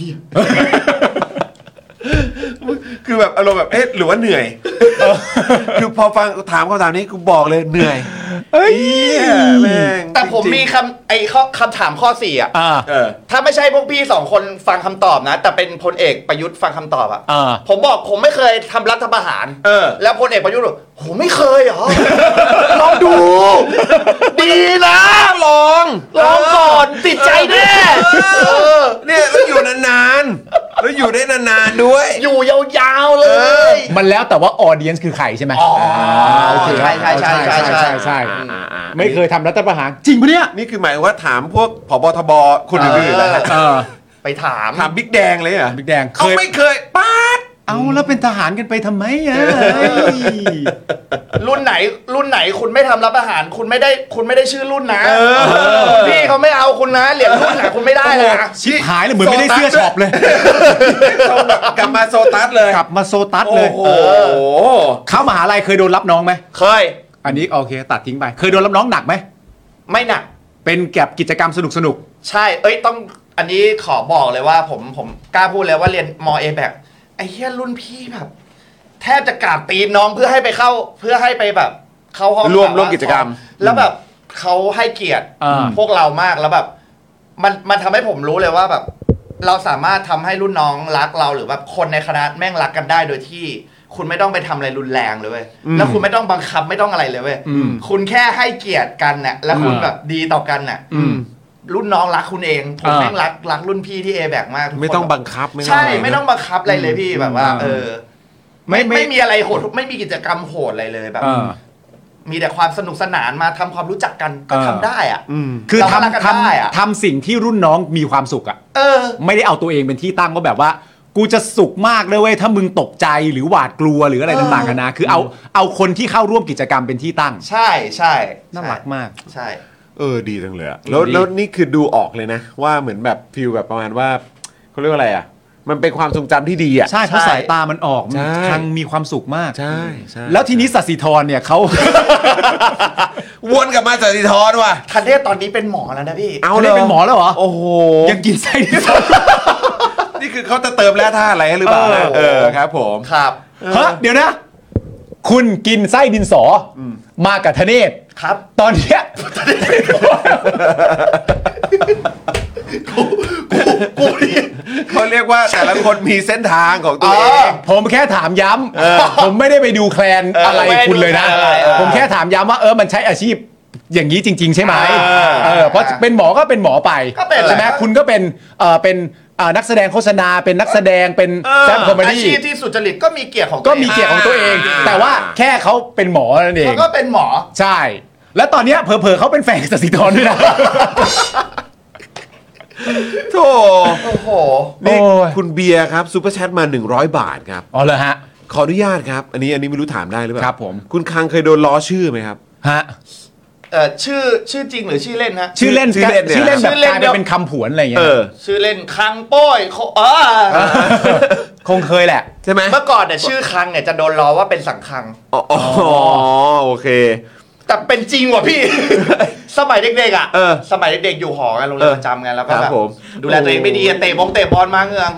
คือแบบอารมณ์แบบหรือว่าเหนื่อยคือพอฟังถามคำถามนี้กูบอกเลยเหนื่อยแม่งแต่ผมมีคำถามข้อ4อ่ะถ้าไม่ใช่พวกพี่2คนฟังคำตอบนะแต่เป็นพลเอกประยุทธ์ฟังคำตอบอ่ะผมบอกผมไม่เคยทำรัฐประหารแล้วพลเอกประยุทธ์บอกโหไม่เคยเหรอลองดูดีนะลองก่อนติดใจแน่เนี่ยแล้วอยู่นานๆแล้วอยู่ได้นานๆด้วยอยู่ยาวๆเลยมันแล้วแต่ว่าออเดียนซ์คือใครใช่ไหมโอเคใช่ไม่เคยทำรัฐประหารจริงปะเนี่ยนี่คือหมายว่าถามพวกผบทบคนอื่นๆแล้วไปถามบิ๊กแดงเลยเหรอบิ๊กแดงไม่เคยป๊าดเอาแล้วเป็นทหารกันไปทำไมอ่ะรุ่นไหนคุณไม่ทำรัฐประหารคุณไม่ได้ชื่อรุ่นนะพี่เขาไม่เอาคุณนะเหรียญรุ่นไหนคุณไม่ได้เลยนะชิบหายเลยเหมือนไม่ได้เสื้อช็อปเลยกลับมาโซตัสเลยเข้ามหาลัยเคยโดนรับน้องไหมเคยอันนี้โอเคตัดทิ้งไปเคยโดนรับน้องหนักไหมไม่หนักเป็นแก็บกิจกรรมสนุกใช่ต้องอันนี้ขอบอกเลยว่าผมกล้าพูดเลยว่าเรียนมเอแบบไอ้เหี้ยรุ่นพี่แบบแทบจะกราบตีนน้องเพื่อให้ไปแบบเข้าห้องร่วมกิจกรรมแล้วแบบเขาให้เกียรติพวกเรามากแล้วแบบมันทำให้ผมรู้เลยว่าแบบเราสามารถทำให้รุ่นน้องรักเราหรือแบบคนในคณะแม่งรักกันได้โดยที่คุณไม่ต้องไปทำอะไรรุนแรงเลยเว้ยแล้วคุณไม่ต้องบังคับไม่ต้องอะไรเลยเว้ยคุณแค่ให้เกียรติกันน่ะแล้วคุณแบบดีต่อกันน่ะรุ่นน้องรักคุณเองผมแม่งรักรุ่นพี่ที่เอแบกมากไม่ต้องบังคับใช่ไม่ต้องบังคับอะไรเลยพี่แบบว่าไม่มีอะไรโหดไม่มีกิจกรรมโหดอะไรเลยแบบมีแต่ความสนุกสนานมาทำความรู้จักกันก็ทำได้อ่ะคือทำสิ่งที่รุ่นน้องมีความสุขอ่ะไม่ได้เอาตัวเองเป็นที่ตั้งว่าแบบว่ากูจะสุขมากเลยเว้ยถ้ามึงตกใจหรือหวาดกลัวหรืออะไรต่างๆนะคือเอาคนที่เข้าร่วมกิจกรรมเป็นที่ตั้งใช่น่ารักมากใช่ดีจังเลยแล้วนี่คือดูออกเลยนะว่าเหมือนแบบฟีลแบบประมาณว่าเขาเรียกว่าอะไรอ่ะมันเป็นความทรงจำที่ดีอ่ะใช่เพราะสายตามันออกทางมีความสุขมากใช่แล้วทีนี้สัสิธรเนี่ยเขาวนกลับมาสัสิธรว่ะทันเทศตอนนี้เป็นหมอแล้วนะพี่เอาเลยเป็นหมอแล้วเหรอโอ้โหยังกินไส้นี่คือเขาจะเติมแร่ธาตุอะไรหรือเปล่าครับผมครับเดี๋ยวนะคุณกินไส้ดินสอมากับธเนศครับตอนเนี้ยเขาเรียกว่าแต่ละคนมีเส้นทางของตัวเองผมแค่ถามย้ำผมไม่ได้ไปดูแคลนอะไรคุณเลยนะผมแค่ถามย้ำว่ามันใช้อาชีพอย่างนี้จริงๆใช่ไหมเพราะเป็นหมอก็เป็นหมอไปใช่ไหมคุณก็เป็นนักแสดงโฆษณาเป็นนักแสดงเป็นแซมคอมเมดี้อาชีพที่สุจริตก็มีเกียรติของตัวเองแต่ว่าแค่เขาเป็นหมอนั่นเองเขาก็เป็นหมอใช่แล้วตอนนี้เผลอๆเขาเป็นแฟนสัสิธรด้วยนะโธ่โอ้โหนี่คุณเบียร์ครับซุปเปอร์แชทมา100 บาทครับอ๋อเหรอฮะขออนุญาตครับอันนี้ไม่รู้ถามได้หรือเปล่าครับผมคุณคังเคยโดนล้อชื่อไหมครับฮะชื่อจริงหรือชื่อเล่นฮะชื่อเล่นแบบกลายเป็นคำผวนอะไรอย่างเงี้ยชื่อเล่นคังโป้ยคงเคยแหละใช่ไหมเมื่อก่อนเนี่ยชื่อคังเนี่ยจะโดนล้อว่าเป็นสังคังอ๋อโอเคแต่เป็นจริงว่ะพี่สมัยเด็กๆอ่ะสมัยเด็กๆอยู่หอกันโรงเรียนประจำกันแล้วก็แบบดูแลตัวเองไม่ดีเตะบอลมาเงือง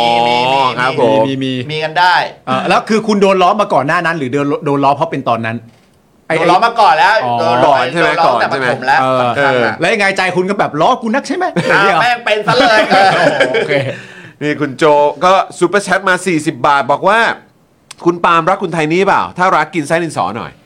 มีกันได้แล้วคือคุณโดนล้อมาก่อนหน้านั้นหรือโดนล้อเพราะเป็นตอนนั้นโดนล้อมาก่อนแล้วโดนล้อใช่ไหมก่อนแต่ประถมแล้วแล้วยังไงใจคุณก็แบบล้อกูนักใช่ไหมแม่งเป็นซะเลยโอเคนี่คุณโจก็ซูเปอร์แชทมา40 บาทบอกว่าคุณปาล์มรักคุณไทนี่เปล่าถ้ารักกินไส้ดินสอหน่อย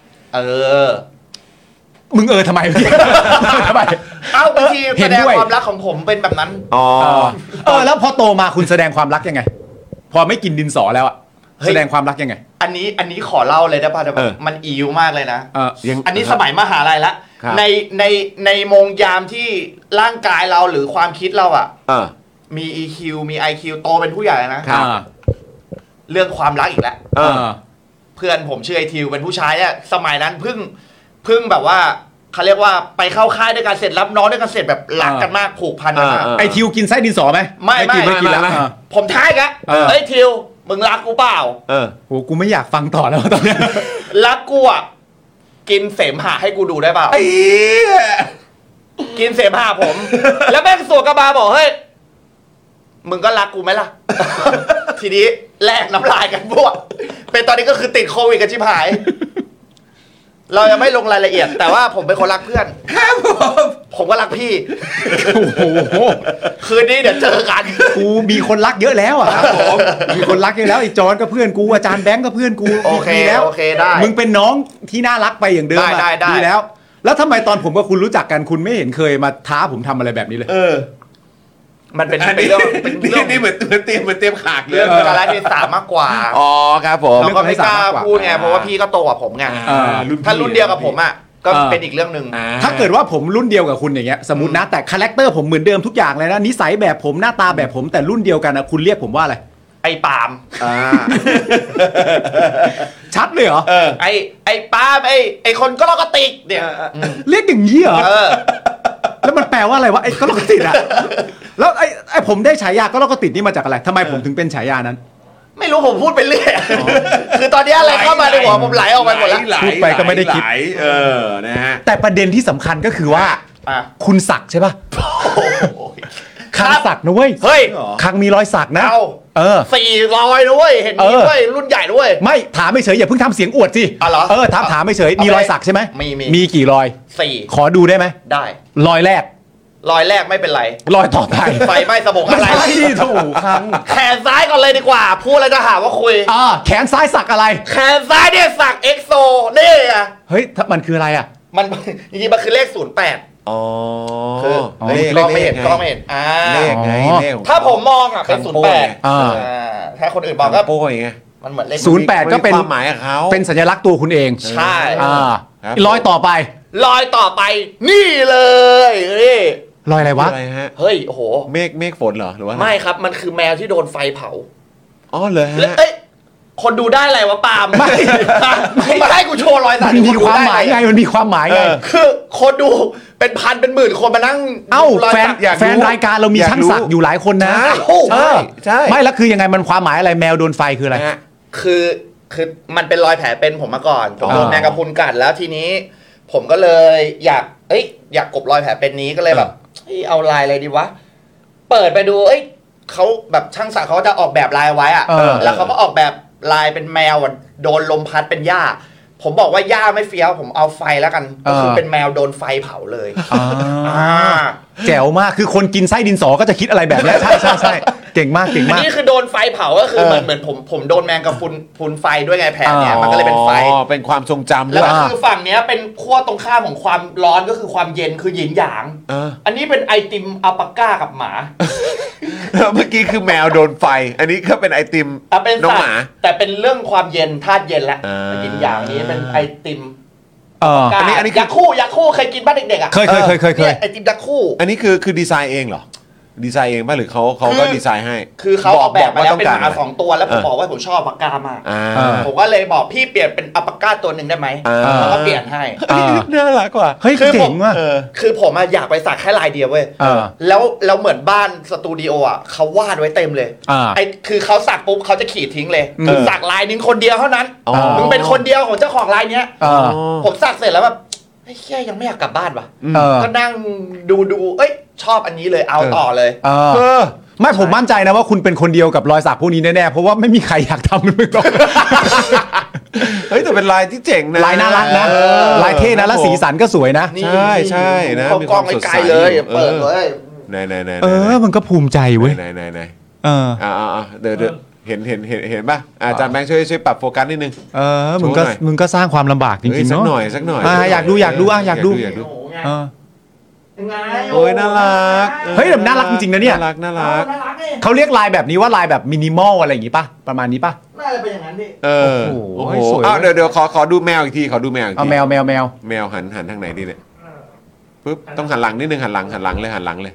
มึงทำไมทำไมบางทีแสดงความรักของผมเป็นแบบนั้นแล้วพอโตมาคุณแสดงความรักยังไงพอไม่กินดินสอแล้วอะแสดงความรักยังไงอันนี้ขอเล่าเลยได้ป่ะแต่มันอิวมากเลยนะอันนี้สมัยมหาลัยละในโมงยามที่ร่างกายเราหรือความคิดเราอ่ะมี EQ มี IQ โตเป็นผู้ใหญ่นะเรื่องความรักอีกแล้วเพื่อนผมชื่อไอทิวเป็นผู้ชายเนี่ยสมัยนั้นเพิ่งแบบว่าเขาเรียกว่าไปเข้าค่ายด้วยกันเสร็จรับน้องด้วยกันเสร็จแบบรักกันมากผูกพันกันมากไอทิวกินไส้ดินสอไหมไม่กินแล้วผมท้ายกันเฮ้ยทิวมึงรักกูเปล่าโหกูไม่อยากฟังต่อแล้วตอนนี้รักกูอ่ะกินเสมหะให้กูดูได้เปล่ากินเสมหะผมแล้วแม่งสวนกระบาบอกเฮ้ยมึงก็รักกูไหมล่ะ ทีนี้แลกน้ำลายกันพวกเป็นตอนนี้ก็คือติดโควิดกันชิบหายเรายังไม่ลงรายละเอียดแต่ว่าผมเป็นคนรักเพื่อนครับผมก็รักพี่โอ้โหคืนนี้เดี๋ยวเจอกันกูมีคนรักเยอะแล้วอ่ะครับผมมีคนรักเยอะแล้วไอ้จอนก็เพื่อนกูอาจารย์แบงก์ก็เพื่อนกูโอเคแล้วโอเคได้มึงเป็นน้องที่น่ารักไปอย่างเดิมดีแล้วทำไมตอนผมกับคุณรู้จักกันคุณไม่เห็นเคยมาท้าผมทำอะไรแบบนี้เลยมันเป็นเรื่องนี่เหมือนเตรียมขากเรื่องการเทศามากกว่าอ๋อครับผมแล้วก็ไม่กล้าพูดไงเพราะว่าพี่ก็โตกว่าผมไงถ้ารุ่นเดียวกับผมอ่ะก็เป็นอีกเรื่องนึงถ้าเกิดว่าผมรุ่นเดียวกับคุณอย่างเงี้ยสมมตินะแต่คาแรคเตอร์ผมเหมือนเดิมทุกอย่างเลยนะนิสัยแบบผมหน้าตาแบบผมแต่รุ่นเดียวกันนะคุณเรียกผมว่าอะไรไอ้ปาล์มชัดเลยเหรอไอ้ปาล์มไอ้คนก็ลอกติกเนี่ยเรียกอย่างนี้เหรอแล้วมันแปลว่าอะไรวะไอ้ก็ลอกติดอะแล้วไอ้ผมได้ฉายาก็ลอกติดนี่มาจากอะไรทำไมผมถึงเป็นฉายานั้นไม่รู้ผมพูดไปเรื่อยคือตอนนี้อะไรเข้ามาในหัวผมไหลออกไปหมดแล้วพูดไปก็ไม่ได้คิดนะฮะแต่ประเด็นที่สำคัญก็คือว่าคุณสักใช่ป่ะคางสักนะเว้ยเฮ้ยคางมีรอยสักนะ 400ด้วยเห็นนี่ด้วยรุ่นใหญ่ด้วยไม่ถามไม่เฉยอย่าเพิ่งทำเสียงอวดสิถามไม่เฉยมีรอยสักใช่ไหมมีกี่รอย 4 ขอดูได้ไหมได้รอยแรกไม่เป็นไรรอยต่อไปไฟไหม้สมองอะไรถูกครับแขนซ้ายก่อนเลยดีกว่าพูดอะไรจะหาว่าคุยแขนซ้ายสักอะไรแขนซ้ายเนี่ยสักเอ็กโซนี่อ่ะเฮ้ยมันคืออะไรอ่ะมันจริงๆมันคือเลข08 อ๋อคือเลขไม่เห็นเลขไงถ้าผมมองอ่ะเป็น08ถ้าคนอื่นบอกก็โป้ยไงมันเหมือนเลข 08ก็เป็นความหมายของเขาเป็นสัญลักษณ์ตัวคุณเองใช่รอยต่อไปนี่เลยรอยอะไรวะเฮ้ยโอ้โหเมฆฝนเหรอหรือว่าไม่ครับมันคือแมวที่โดนไฟเผาอ๋อเลยฮะคนดูได้อะไรวะปาล์มไม่ให้กูโชว์รอยสักมีความหมายไงมันมีความหมายไงคือคนดูเป็นพันเป็นหมื่นคนมานั่งแฟนรายการเรามีช่างสักอยู่หลายคนนะใช่ไม่แล้วคือยังไงมันความหมายอะไรแมวโดนไฟคืออะไรคือมันเป็นรอยแผลเป็นผมมาก่อนผมโดนแมงกะพรุนกัดแล้วทีนี้ผมก็เลยอยากกบรอยแผลเป็นนี้ก็เลยแบบเอาลายอะไรดีวะเปิดไปดูเขาแบบช่างสักเขาจะออกแบบลายไว้อะแล้วเขาก็ออกแบบลายเป็นแมวโดนลมพัดเป็นหญ้าผมบอกว่าหญ้าไม่เฟี้ยวผมเอาไฟแล้วกันก็คือเป็นแมวโดนไฟเผาเลยแจ๋วมากคือคนกินไส้ดินสอก็จะคิดอะไรแบบนี้ใช่เก่งมากอันนี้คือโดนไฟเผาก็คือเหมือนผมโดนแมงกะพรุนไฟด้วยไงแผลเนี่ยมันก็เลยเป็นไฟเป็นความทรงจำแล้วก็คือฝั่งเนี้ยเป็นขั้วตรงข้ามของความร้อนก็คือความเย็นคือหยินหยางอันนี้เป็นไอติมอัลปาก้ากับหมาเมื่อกี้คือแมวโดนไฟอันนี้ก็เป็นไอติมน้องหมาแต่เป็นเรื่องความเย็นธาตุเย็นแล้วหยินหยางนี้เป็นไอติมอันนี้ยาคู่เคยกินบ้านเด็กๆอ่ะเคยไอติมยาคู่อันนี้คือดีไซน์เองเหรอดีไซน์เองป่ะหรือเขาก็ดีไซน์ให้คือเขาออกแบบมาแล้วเป็นหมา2ตัวแล้วผมบอกว่าผมชอบปากกามากผมก็เลยบอกพี่เปลี่ยนเป็นอัลปาก้าตัวหนึ่งได้ไหมแล้วก็เปลี่ยนให้น่ารักกว่าเฮ้ยเจ๋งว่ะคือผมอยากไปสักแค่ลายเดียวเว้ยแล้วเหมือนบ้านสตูดิโออ่ะเขาวาดไว้เต็มเลยคือเขาสักปุ๊บเขาจะขีดทิ้งเลยคือสักลายนึงคนเดียวเท่านั้นมึงเป็นคนเดียวของเจ้าของลายเนี้ยผมสักเสร็จแล้วแบบแค่ยังไม่อยากกลับบ้านว่ะก็นั่งดูชอบอันนี้เลยเอาต่อเลยไม่ผมมั่นใจนะว่าคุณเป็นคนเดียวกับรอยสักพวกนี้แน่ๆเพราะว่าไม่มีใครอยากทำมันหรอกเฮ้ยแต่เป็นลายที่เจ๋งนะลายน่ารักนะลายเท่นะและสีสันก็สวยนะใช่นะมีความสดใสเลยเปิดเลยมันก็ภูมิใจเว้ยเดี๋ยวเห็นป่ะอาจารย์แบงค์ช่วยปรับโฟกัสนิดนึงมึงก็สร้างความลำบากจริงๆเนาะสักหน่อยอยากดูอยากดูโอ้ยน่ารักเฮ้ยแบบน่ารักจริงๆนะเนี่ยน่ารักเขาเรียกลายแบบนี้ว่าลายแบบมินิมอลอะไรอย่างงี้ป่ะประมาณนี้ป่ะน่าจะเป็นอย่างนั้นพี่โอ้โหเดี๋ยวขอดูแมวอีกทีขอดูแมวอีกทีเอาแมวหันทางไหนดีเนี่ยปึ๊บต้องหันหลังนิดนึงหันหลังเลยหันหลังเลย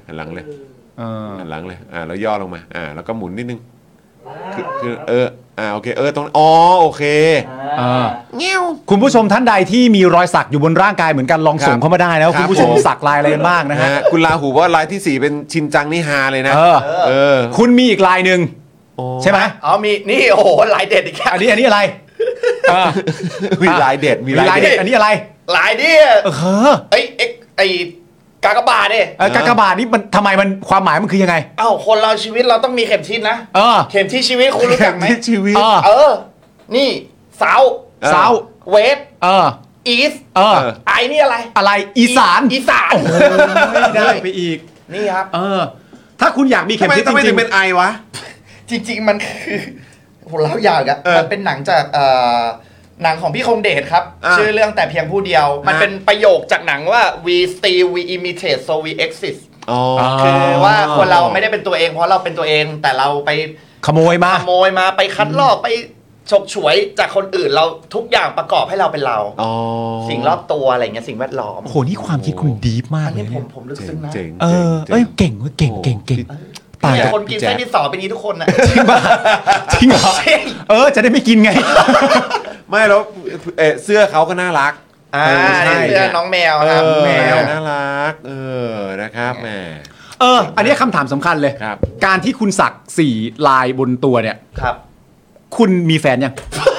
แล้วย่อลงมาแล้วก็หมุนนิดนึงคือโอเคตรงโอเคเงี้ยวคุณผู้ชมท่านใดที่มีรอยสักอยู่บนร่างกายเหมือนกันลองส่งเข้ามาได้นะคุณผู้ชมสักลายอะไรกันบ้างนะฮะคุณลาหูว่าลายที่4เป็นชินจังนี่ฮาเลยนะคุณมีอีกลายนึงใช่ไหมมีนี่โอ้โหลายเด็ดอีกอันนี้อะไรมีลายเด็ดอันนี้อะไรลายนี่ไอกากบาทเนี่ยกากบาทนี่มันทำไมมันความหมายมันคือยังไงคนเราชีวิตเราต้องมีเข็มทิศนะเข็มทิศชีวิตคุณรู้จักไหมชีวิตนี่เซาเวสอีสไอนี่อะไรอีสานไม่ได้ไปอีกนี่ครับถ้าคุณอยากมีเข็มทิศจริงๆเป็นไอวะจริงๆมันคือผมเล่าอย่างอ่ะมันเป็นหนังจากหนังของพี่คงเดชครับชื่อเรื่องแต่เพียงผู้เดียวมันเป็นประโยคจากหนังว่า we steal we imitate so we exist คือว่าคนเราไม่ได้เป็นตัวเองเพราะเราเป็นตัวเองแต่เราไปขโมยมาไปคัดลอกไปฉกฉวยจากคนอื่นเราทุกอย่างประกอบให้เราเป็นเราสิ่งรอบตัวอะไรเงี้ยสิ่งแวดล้อมโหนี่ความคิดคุณดีฟมากเลยผมลึกซึ้งนะเก่งต่างจากคนกินไส้ดินสอเป็นนี้ทุกคนนะจริงป่ะจริงเหรอจะได้ไม่กินไงไม่แล้วเสื้อเขาก็น่ารักเสื้อน้องแมวครับแมวน่ารักนะครับแหมอันนี้คำถามสำคัญเลยการที่คุณสัก4ลายบนตัวเนี่ยครับคุณมีแฟนยัง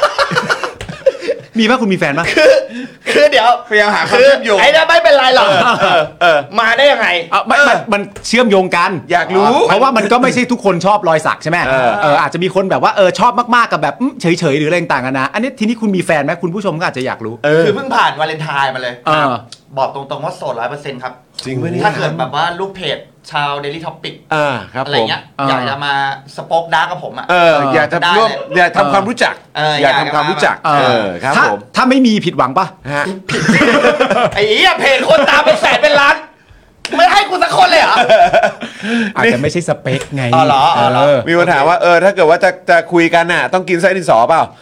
มีป่ะคุณมีแฟนป่ะคือเดี๋ยวพยายามหาความเชื่อมโยงไอ้นั่นไม่เป็นไรหรอกมาได้ยังไงมันเชื่อมโยงกันอยากรู้เพราะว่ามันก็ไม่ใช่ทุกคนชอบรอยสักใช่ไหมอาจจะมีคนแบบว่าชอบมากๆกับแบบเฉยๆหรืออะไรต่างกันนะอันนี้ทีนี้คุณมีแฟนไหมคุณผู้ชมก็อาจจะอยากรู้คือเพิ่งผ่านวาเลนไทน์มาเลยบอกตรงๆว่าโสด 100% ครับจริงไหมเนี่ยถ้าเกิดแบบว่าลูกเพจชาว Daily Topic อะไรเงี้ยอยากจะมาสป็อกดาร์กกับผมอยากจะร่วมอยากทำความรู้จักอยากทำความรู้จักครับผมถ้าไม่มีผิดหวังป่ะไอ้เพจคนตามเป็นแสนเป็นล้านไม่ให้กูสักคนเลยเหรออาจจะไม่ใช่สเปคไงเหรอมีคนถามว่าถ้าเกิดว่าจะคุยกันน่ะต้องกินไส้ดินสอเปล่า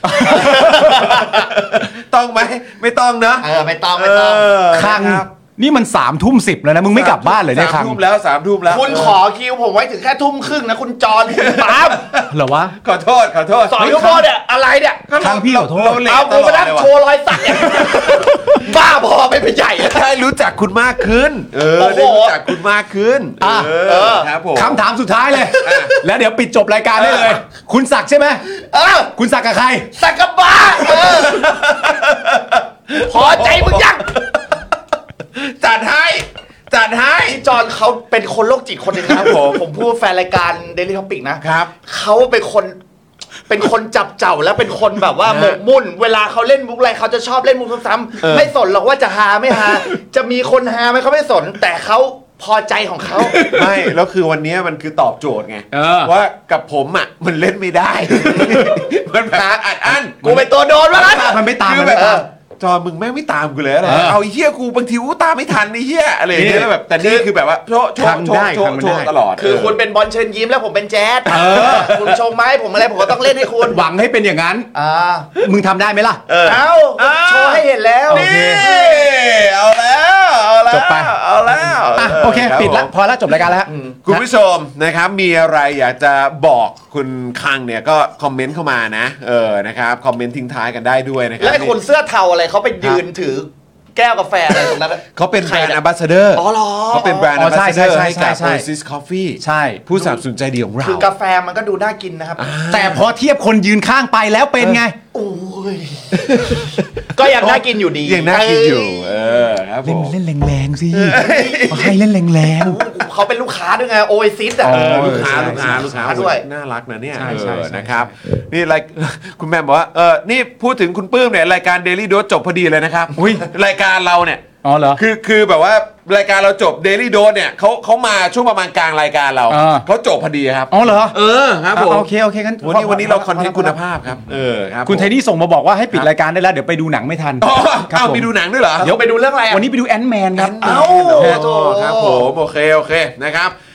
ต้องไหมไม่ต้องเนอะไม่ต้องคังนี่มัน3:10แล้วนะมึงไม่กลับบ้านเลยเนี่ยครั้ง3 ทุ่มแล้วคุณขอคิวผมไว้ถึงแค่1:30นะคุณจอนคุณปั๊มเหรอวะขอโทษ 2 ชั่วโมงเนี่ยอะไรเนี่ยครั้งพี่ขอโทษเอากูมานั่งโชว์รอยสักบ้าพอไปเป็นใหญ่ได้รู้จักคุณมากขึ้นได้รู้จักคุณมากขึ้นครับผมคำถามสุดท้ายเลยแล้วเดี๋ยวปิดจบรายการได้เลยคุณสักใช่ไหมคุณสักกับใครสักกับบ้าพอใจมึงยังจัดให้จอนเขาเป็นคนโรคจิตคนหนึ่งครับผมพูดแฟนรายการ Daily Topic นะครับเขาเป็นคนจับเจ้าแล้วเป็นคนแบบว่าหมกมุ่นเวลาเขาเล่นมุกอะไรเขาจะชอบเล่นมุกซ้ำๆไม่สนหรอกว่าจะฮาไม่ฮาจะมีคนฮาไหมเขาไม่สนแต่เขาพอใจของเขาไม่แล้วคือวันนี้มันคือตอบโจทย์ไงว่ากับผมมันเล่นไม่ได้มันแบบอัดกูเป็นตัวโดนวะมันไม่ตามจอมึงแม่งไม่ตามกูเลยอะไรเอาไอ้เหี้ยกูบางทีกูตามไม่ทันไอ้เหี้ยอะไรอย่างเงี้ยแบบแต่นี่คือแบบว่าโชว์ตลอดคือคุณเป็นบอลเชิญยิ้มแล้วผมเป็นแจ๊ดคุณชงไม้ผมอะไรผมก็ต้องเล่นให้คุณหวังให้เป็นอย่างนั้นมึงทำได้ไหมล่ะเอาโชว์ให้เห็นแล้วนี่เอาแล้วจบไปเอาแล้วโอเคปิดแล้วพอแล้วจบรายการแล้วคุณผู้ชมนะครับมีอะไรอยากจะบอกคุณคังเนี่ยก็คอมเมนต์เข้ามานะนะครับคอมเมนต์ทิ้งท้ายกันได้ด้วยนะครับและคนเสื้อเทาอะไรเขาไปยืนถือแก้วกาแฟอะไรตรงนั้นเขาเป็นแบรนด์ Ambassador เขาเป็นแบรนด์ Ambassador ให้กับ Oasis Coffee ใช่ผู้สนับสนุนใจดีของเราคือกาแฟมันก็ดูน่ากินนะครับแต่พอเทียบคนยืนข้างไปแล้วเป็นไงโอ้ยก็ยังน่ากินอยู่ดียังน่ากินอยู่ครับผมเล่นแรงๆสิให้เล่นแรงๆเขาเป็นลูกค้าด้วยไง Oasis ลูกค้าด้วยน่ารักนะเนี่ยนะครับนี่คุณแม่บอกว่านี่พูดถึงคุณปื้มเนี่ยรายการ Daily Dose จบพอดีเลยนะครับรายการเราเนี่ยเหรอคือแบบว่ารายการเราจบ Daily Dose เนี่ยเขามาช่วงประมาณกลางรายการเราเขาจบพอดีครับเหรอครับผมโอเคงั้นวันนี้เราคอนเทนต์คุณภาพครับครับคุณไทนี่ส่งมาบอกว่าให้ปิดรายการได้แล้วเดี๋ยวไปดูหนังไม่ทันไปดูหนังด้วยเหรอเดี๋ยวไปดูเรื่องอะไรวันนี้ไปดูแอนท์แมนครับครับผมโอเคนะครับ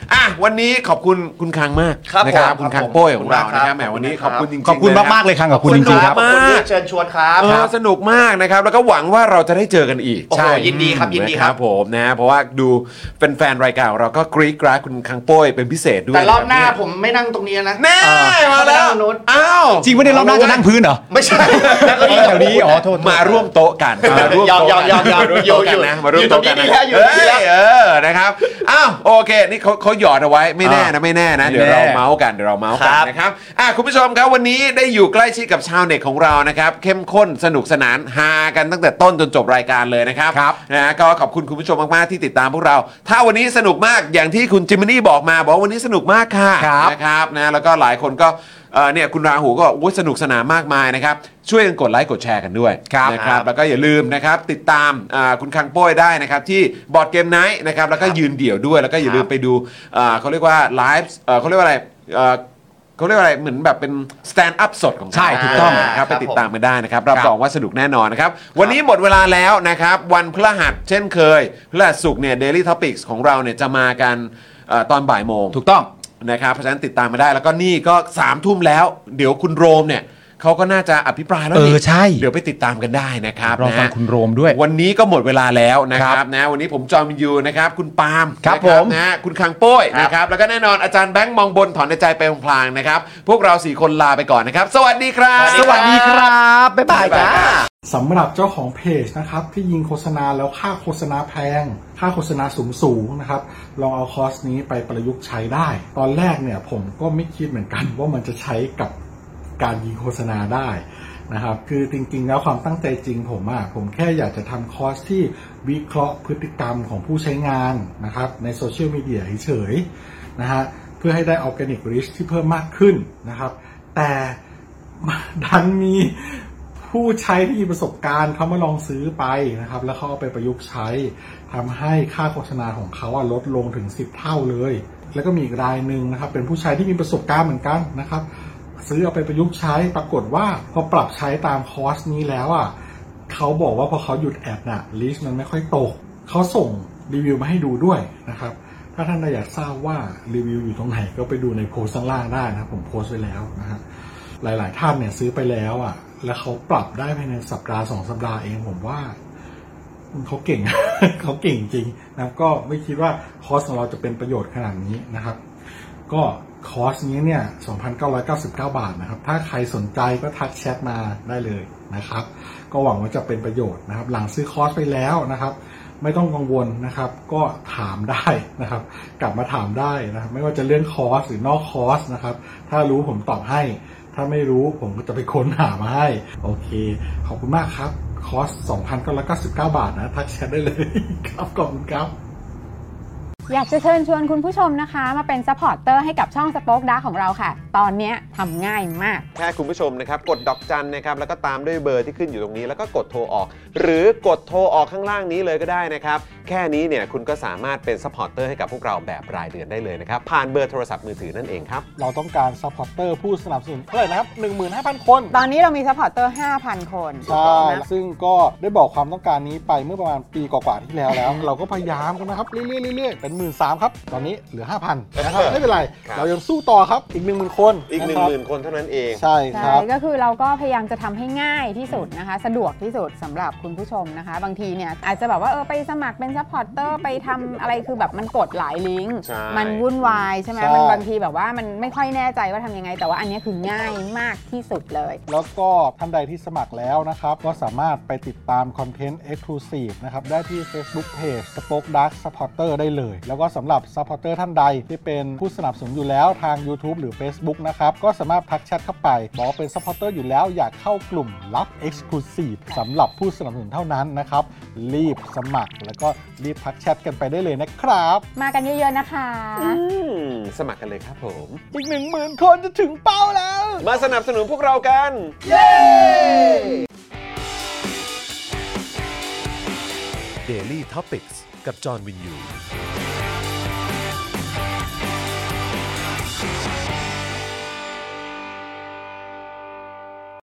วันนี้ขอบคุณคุณคังมากครับนะครับผมคุณคังโป้ยของเราครับนะครับแหมวันนี้ขอบคุณจริงๆขอบคุณมากๆเลยครับขอบคุณจริงๆครับขอบคุณที่เชิญชวนครับสนุกมากนะครับแล้วก็หวังว่าเราจะได้เจอกันอีกโอ้โหยินดีครับยินดีครับผมนะเพราะว่าดูแฟนๆรายการของเราก็กรี๊ดกราดคุณคังโป้ยเป็นพิเศษด้วยแต่รอบหน้าผมไม่นั่งตรงนี้นะแน่มาแล้ว อ้าวจริงไม่ได้รอบหน้าจะนั่งพื้นเหรอไม่ใช่แล้วก็แถวนี้อ๋อโทษมาร่วมโต๊ะกันมาร่วมโต๊ะกันยอมมาร่วมโต๊ะกันนะมาร่วมโต๊ะกันนะอยู่ตรงนี้แล้วนะครับอ้าวโอเคนี่เขาหยอดเอาไว้ไม่แน่นะเดี๋ยวเราเมาส์กันนะครับคุณผู้ชมครับวันนี้ได้อยู่ใกล้ชิดกับชาวเน็ตของเรานะครับเข้มข้นสนุกสนานฮากันตั้งแต่ต้นจนจบรายการเลยนะครับนะก็ขอบคุณคุณผู้ชมมากๆที่ติดตามพวกเราถ้าวันนี้สนุกมากอย่างที่คุณจิมมี่บอกมาบอกวันนี้สนุกมากค่ะนะครับนะแล้วก็หลายคนก็เนี่ยคุณราหูก็สนุกสนานมากมายนะครับช่วยกันกดไลค์กดแชร์กันด้วยนะครับแล้วก็อย่าลืมนะครับติดตามคุณคังโป้ยได้นะครับที่บอร์ดเกมไนท์นะครับแล้วก็ยืนเดี่ยวด้วยแล้วก็อย่าลืมไปดูเขาเรียกว่าไลฟ์เขาเรียกว่าอะไรเขาเรียกว่าอะไรเหมือนแบบเป็นสแตนด์อัพสดของเขาใช่ถูกต้องนะครับไปติดตามกันได้นะครับรับรองว่าสนุกแน่นอนนะครับวันนี้หมดเวลาแล้วนะครับวันพฤหัสเช่นเคยพฤหัสศุกร์เนี่ย Daily Topics ของเราเนี่ยจะมากันตอนบ่ายโมงถูกต้องนะครับเพราะฉะนั้นติดตามมาได้แล้วก็นี่ก็3 ทุ่มแล้วเดี๋ยวคุณโรมเนี่ยเขาก็น่าจะอภิปรายแล้วนี่ใช่เดี๋ยวไปติดตามกันได้นะครับรอฟังนะคุณโรมด้วยวันนี้ก็หมดเวลาแล้วนะครับนะวันนี้ผมจอมยูนะครับคุณปาล์มครับนะผมนะคุณคังโป้ยนะครับแล้วก็แน่นอนอาจารย์แบงค์มองบนถอนในใจไปพลางๆนะครับพวกเรา4 คนลาไปก่อนนะครับสวัสดีครับสวัสดีครับบ๊ายบายจ้าสำหรับเจ้าของเพจนะครับที่ยิงโฆษณาแล้วค่าโฆษณาแพงค่าโฆษณาสูงนะครับลองเอาคอร์สนี้ไปประยุกต์ใช้ได้ ตอนแรกเนี่ยผมก็ไม่คิดเหมือนกันว่ามันจะใช้กับการยิงโฆษณาได้นะครับคือจริงๆแล้วความตั้งใจจริงผมแค่อยากจะทำคอร์สที่วิเคราะห์พฤติกรรมของผู้ใช้งานนะครับในโซเชียลมีเดียเฉยๆนะฮะเพื่อให้ได้ออร์แกนิกรีชที่เพิ่มมากขึ้นนะครับแต่ดันมีผู้ใช้ที่มีประสบการณ์เขามาลองซื้อไปนะครับแล้วเขาเอาไปประยุกต์ใช้ทำให้ค่าโฆษณาของเขาลดลงถึง10 เท่าเลยแล้วก็มีอีกรายหนึ่งนะครับเป็นผู้ใช้ที่มีประสบการณ์เหมือนกันนะครับซื้อเอาไปประยุกต์ใช้ปรากฏว่าพอปรับใช้ตามคอร์สนี้แล้วเขาบอกว่าพอเขาหยุดแอดลิสต์มันไม่ค่อยตกเขาส่งรีวิวมาให้ดูด้วยนะครับถ้าท่านอยากทราบว่ารีวิวอยู่ตรงไหนก็ไปดูในโพสต์ข้างล่างได้นะครับผมโพสต์ไว้แล้วนะฮะหลายๆท่านเนี่ยซื้อไปแล้วแล้วเขาปรับได้ภายในสัปดาห์2 สัปดาห์เองผมว่าเขาเก่ง เขาเก่งจริงนะก็ไม่คิดว่าคอร์สของเราจะเป็นประโยชน์ขนาดนี้นะครับก็คอร์สนี้เนี่ย 2,999 บาทนะครับถ้าใครสนใจก็ทักแชทมาได้เลยนะครับก็หวังว่าจะเป็นประโยชน์นะครับหลังซื้อคอร์สไปแล้วนะครับไม่ต้องกังวลนะครับก็ถามได้นะครับกลับมาถามได้นะครับไม่ว่าจะเรื่องคอร์สหรือนอกคอร์สนะครับถ้ารู้ผมตอบให้ถ้าไม่รู้ผมก็จะไปค้นหามาให้โอเคขอบคุณมากครับคอร์ส 2,999 บาทนะทักแชทได้เลยครับขอบคุณครับอยากจะเชิญชวนคุณผู้ชมนะคะมาเป็นซัพพอร์ตเตอร์ให้กับช่อง Spoke Dark ของเราค่ะตอนนี้ทำง่ายมากแค่คุณผู้ชมนะครับกดดอกจันนะครับแล้วก็ตามด้วยเบอร์ที่ขึ้นอยู่ตรงนี้แล้วก็กดโทรออกหรือกดโทรออกข้างล่างนี้เลยก็ได้นะครับแค่นี้เนี่ยคุณก็สามารถเป็นซัพพอร์ตเตอร์ให้กับพวกเราแบบรายเดือนได้เลยนะครับผ่านเบอร์โทรศัพท์มือถือนั่นเองครับเราต้องการซัพพอร์ตเตอร์ผู้สนับสนุนเท่าไหร่นะครับ 15,000 คนตอนนี้เรามีซัพพอร์ตเตอร์ 5,000 คนใช่ซึ่งก็ได้บอกความต้องการนี้ไปเมื่อประมาณปีกว่าๆที่แล้ว เราก็พยายามกันนะครับเรื่อยๆเป็น 13,000 ครับตอนนี้เหลือ 5,000 นะครับไม่เป็นไรเรายังสู้ต่อครับอีก 10,000 คนอีก 10,000 คนเท่านั้นเองใช่ครับก็คือเราก็พยายามจะทำให้ง่ายที่สุดนะคะสะดวกที่สุดสำหรับคุณผู้ชมนะคะบางทีเนี่ยอาจจะแบบว่าไปสมัครเป็นซัพพอร์ตเตอร์ไปทำอะไรคือแบบมันกดหลายลิงก์มันวุ่นวายใช่ไหมมันบางทีแบบว่ามันไม่ค่อยแน่ใจว่าทำยังไงแต่ว่าอันนี้คือง่ายมากที่สุดเลยแล้วก็ท่านใดที่สมัครแล้วนะครับก็สามารถไปติดตามคอนเทนต์ Exclusive นะครับได้ที่ Facebook Page Spoke Dark Supporter ได้เลยแล้วก็สำหรับ Supporter ท่านใดที่เป็นผู้สนับสนุนอยู่แล้วทาง YouTube หรือ Facebook นะครับก็สามารถทักแชทเข้าไปบอกว่าเป็น Supporter อยู่แล้วอยากเข้ากลุ่มลับ Exclusive สำหรับผู้สนับสนุนเท่านั้นนะครับรีบสมัครแล้วก็รีบทักแชทกันไปได้เลยนะครับมากันเยอะๆนะคะสมัครกันเลยครับผมอีก 10,000 คนจะถึงเป้าแล้วมาสนับสนุนพวกเรากันเย้ Daily Topics กับจอห์นวินยู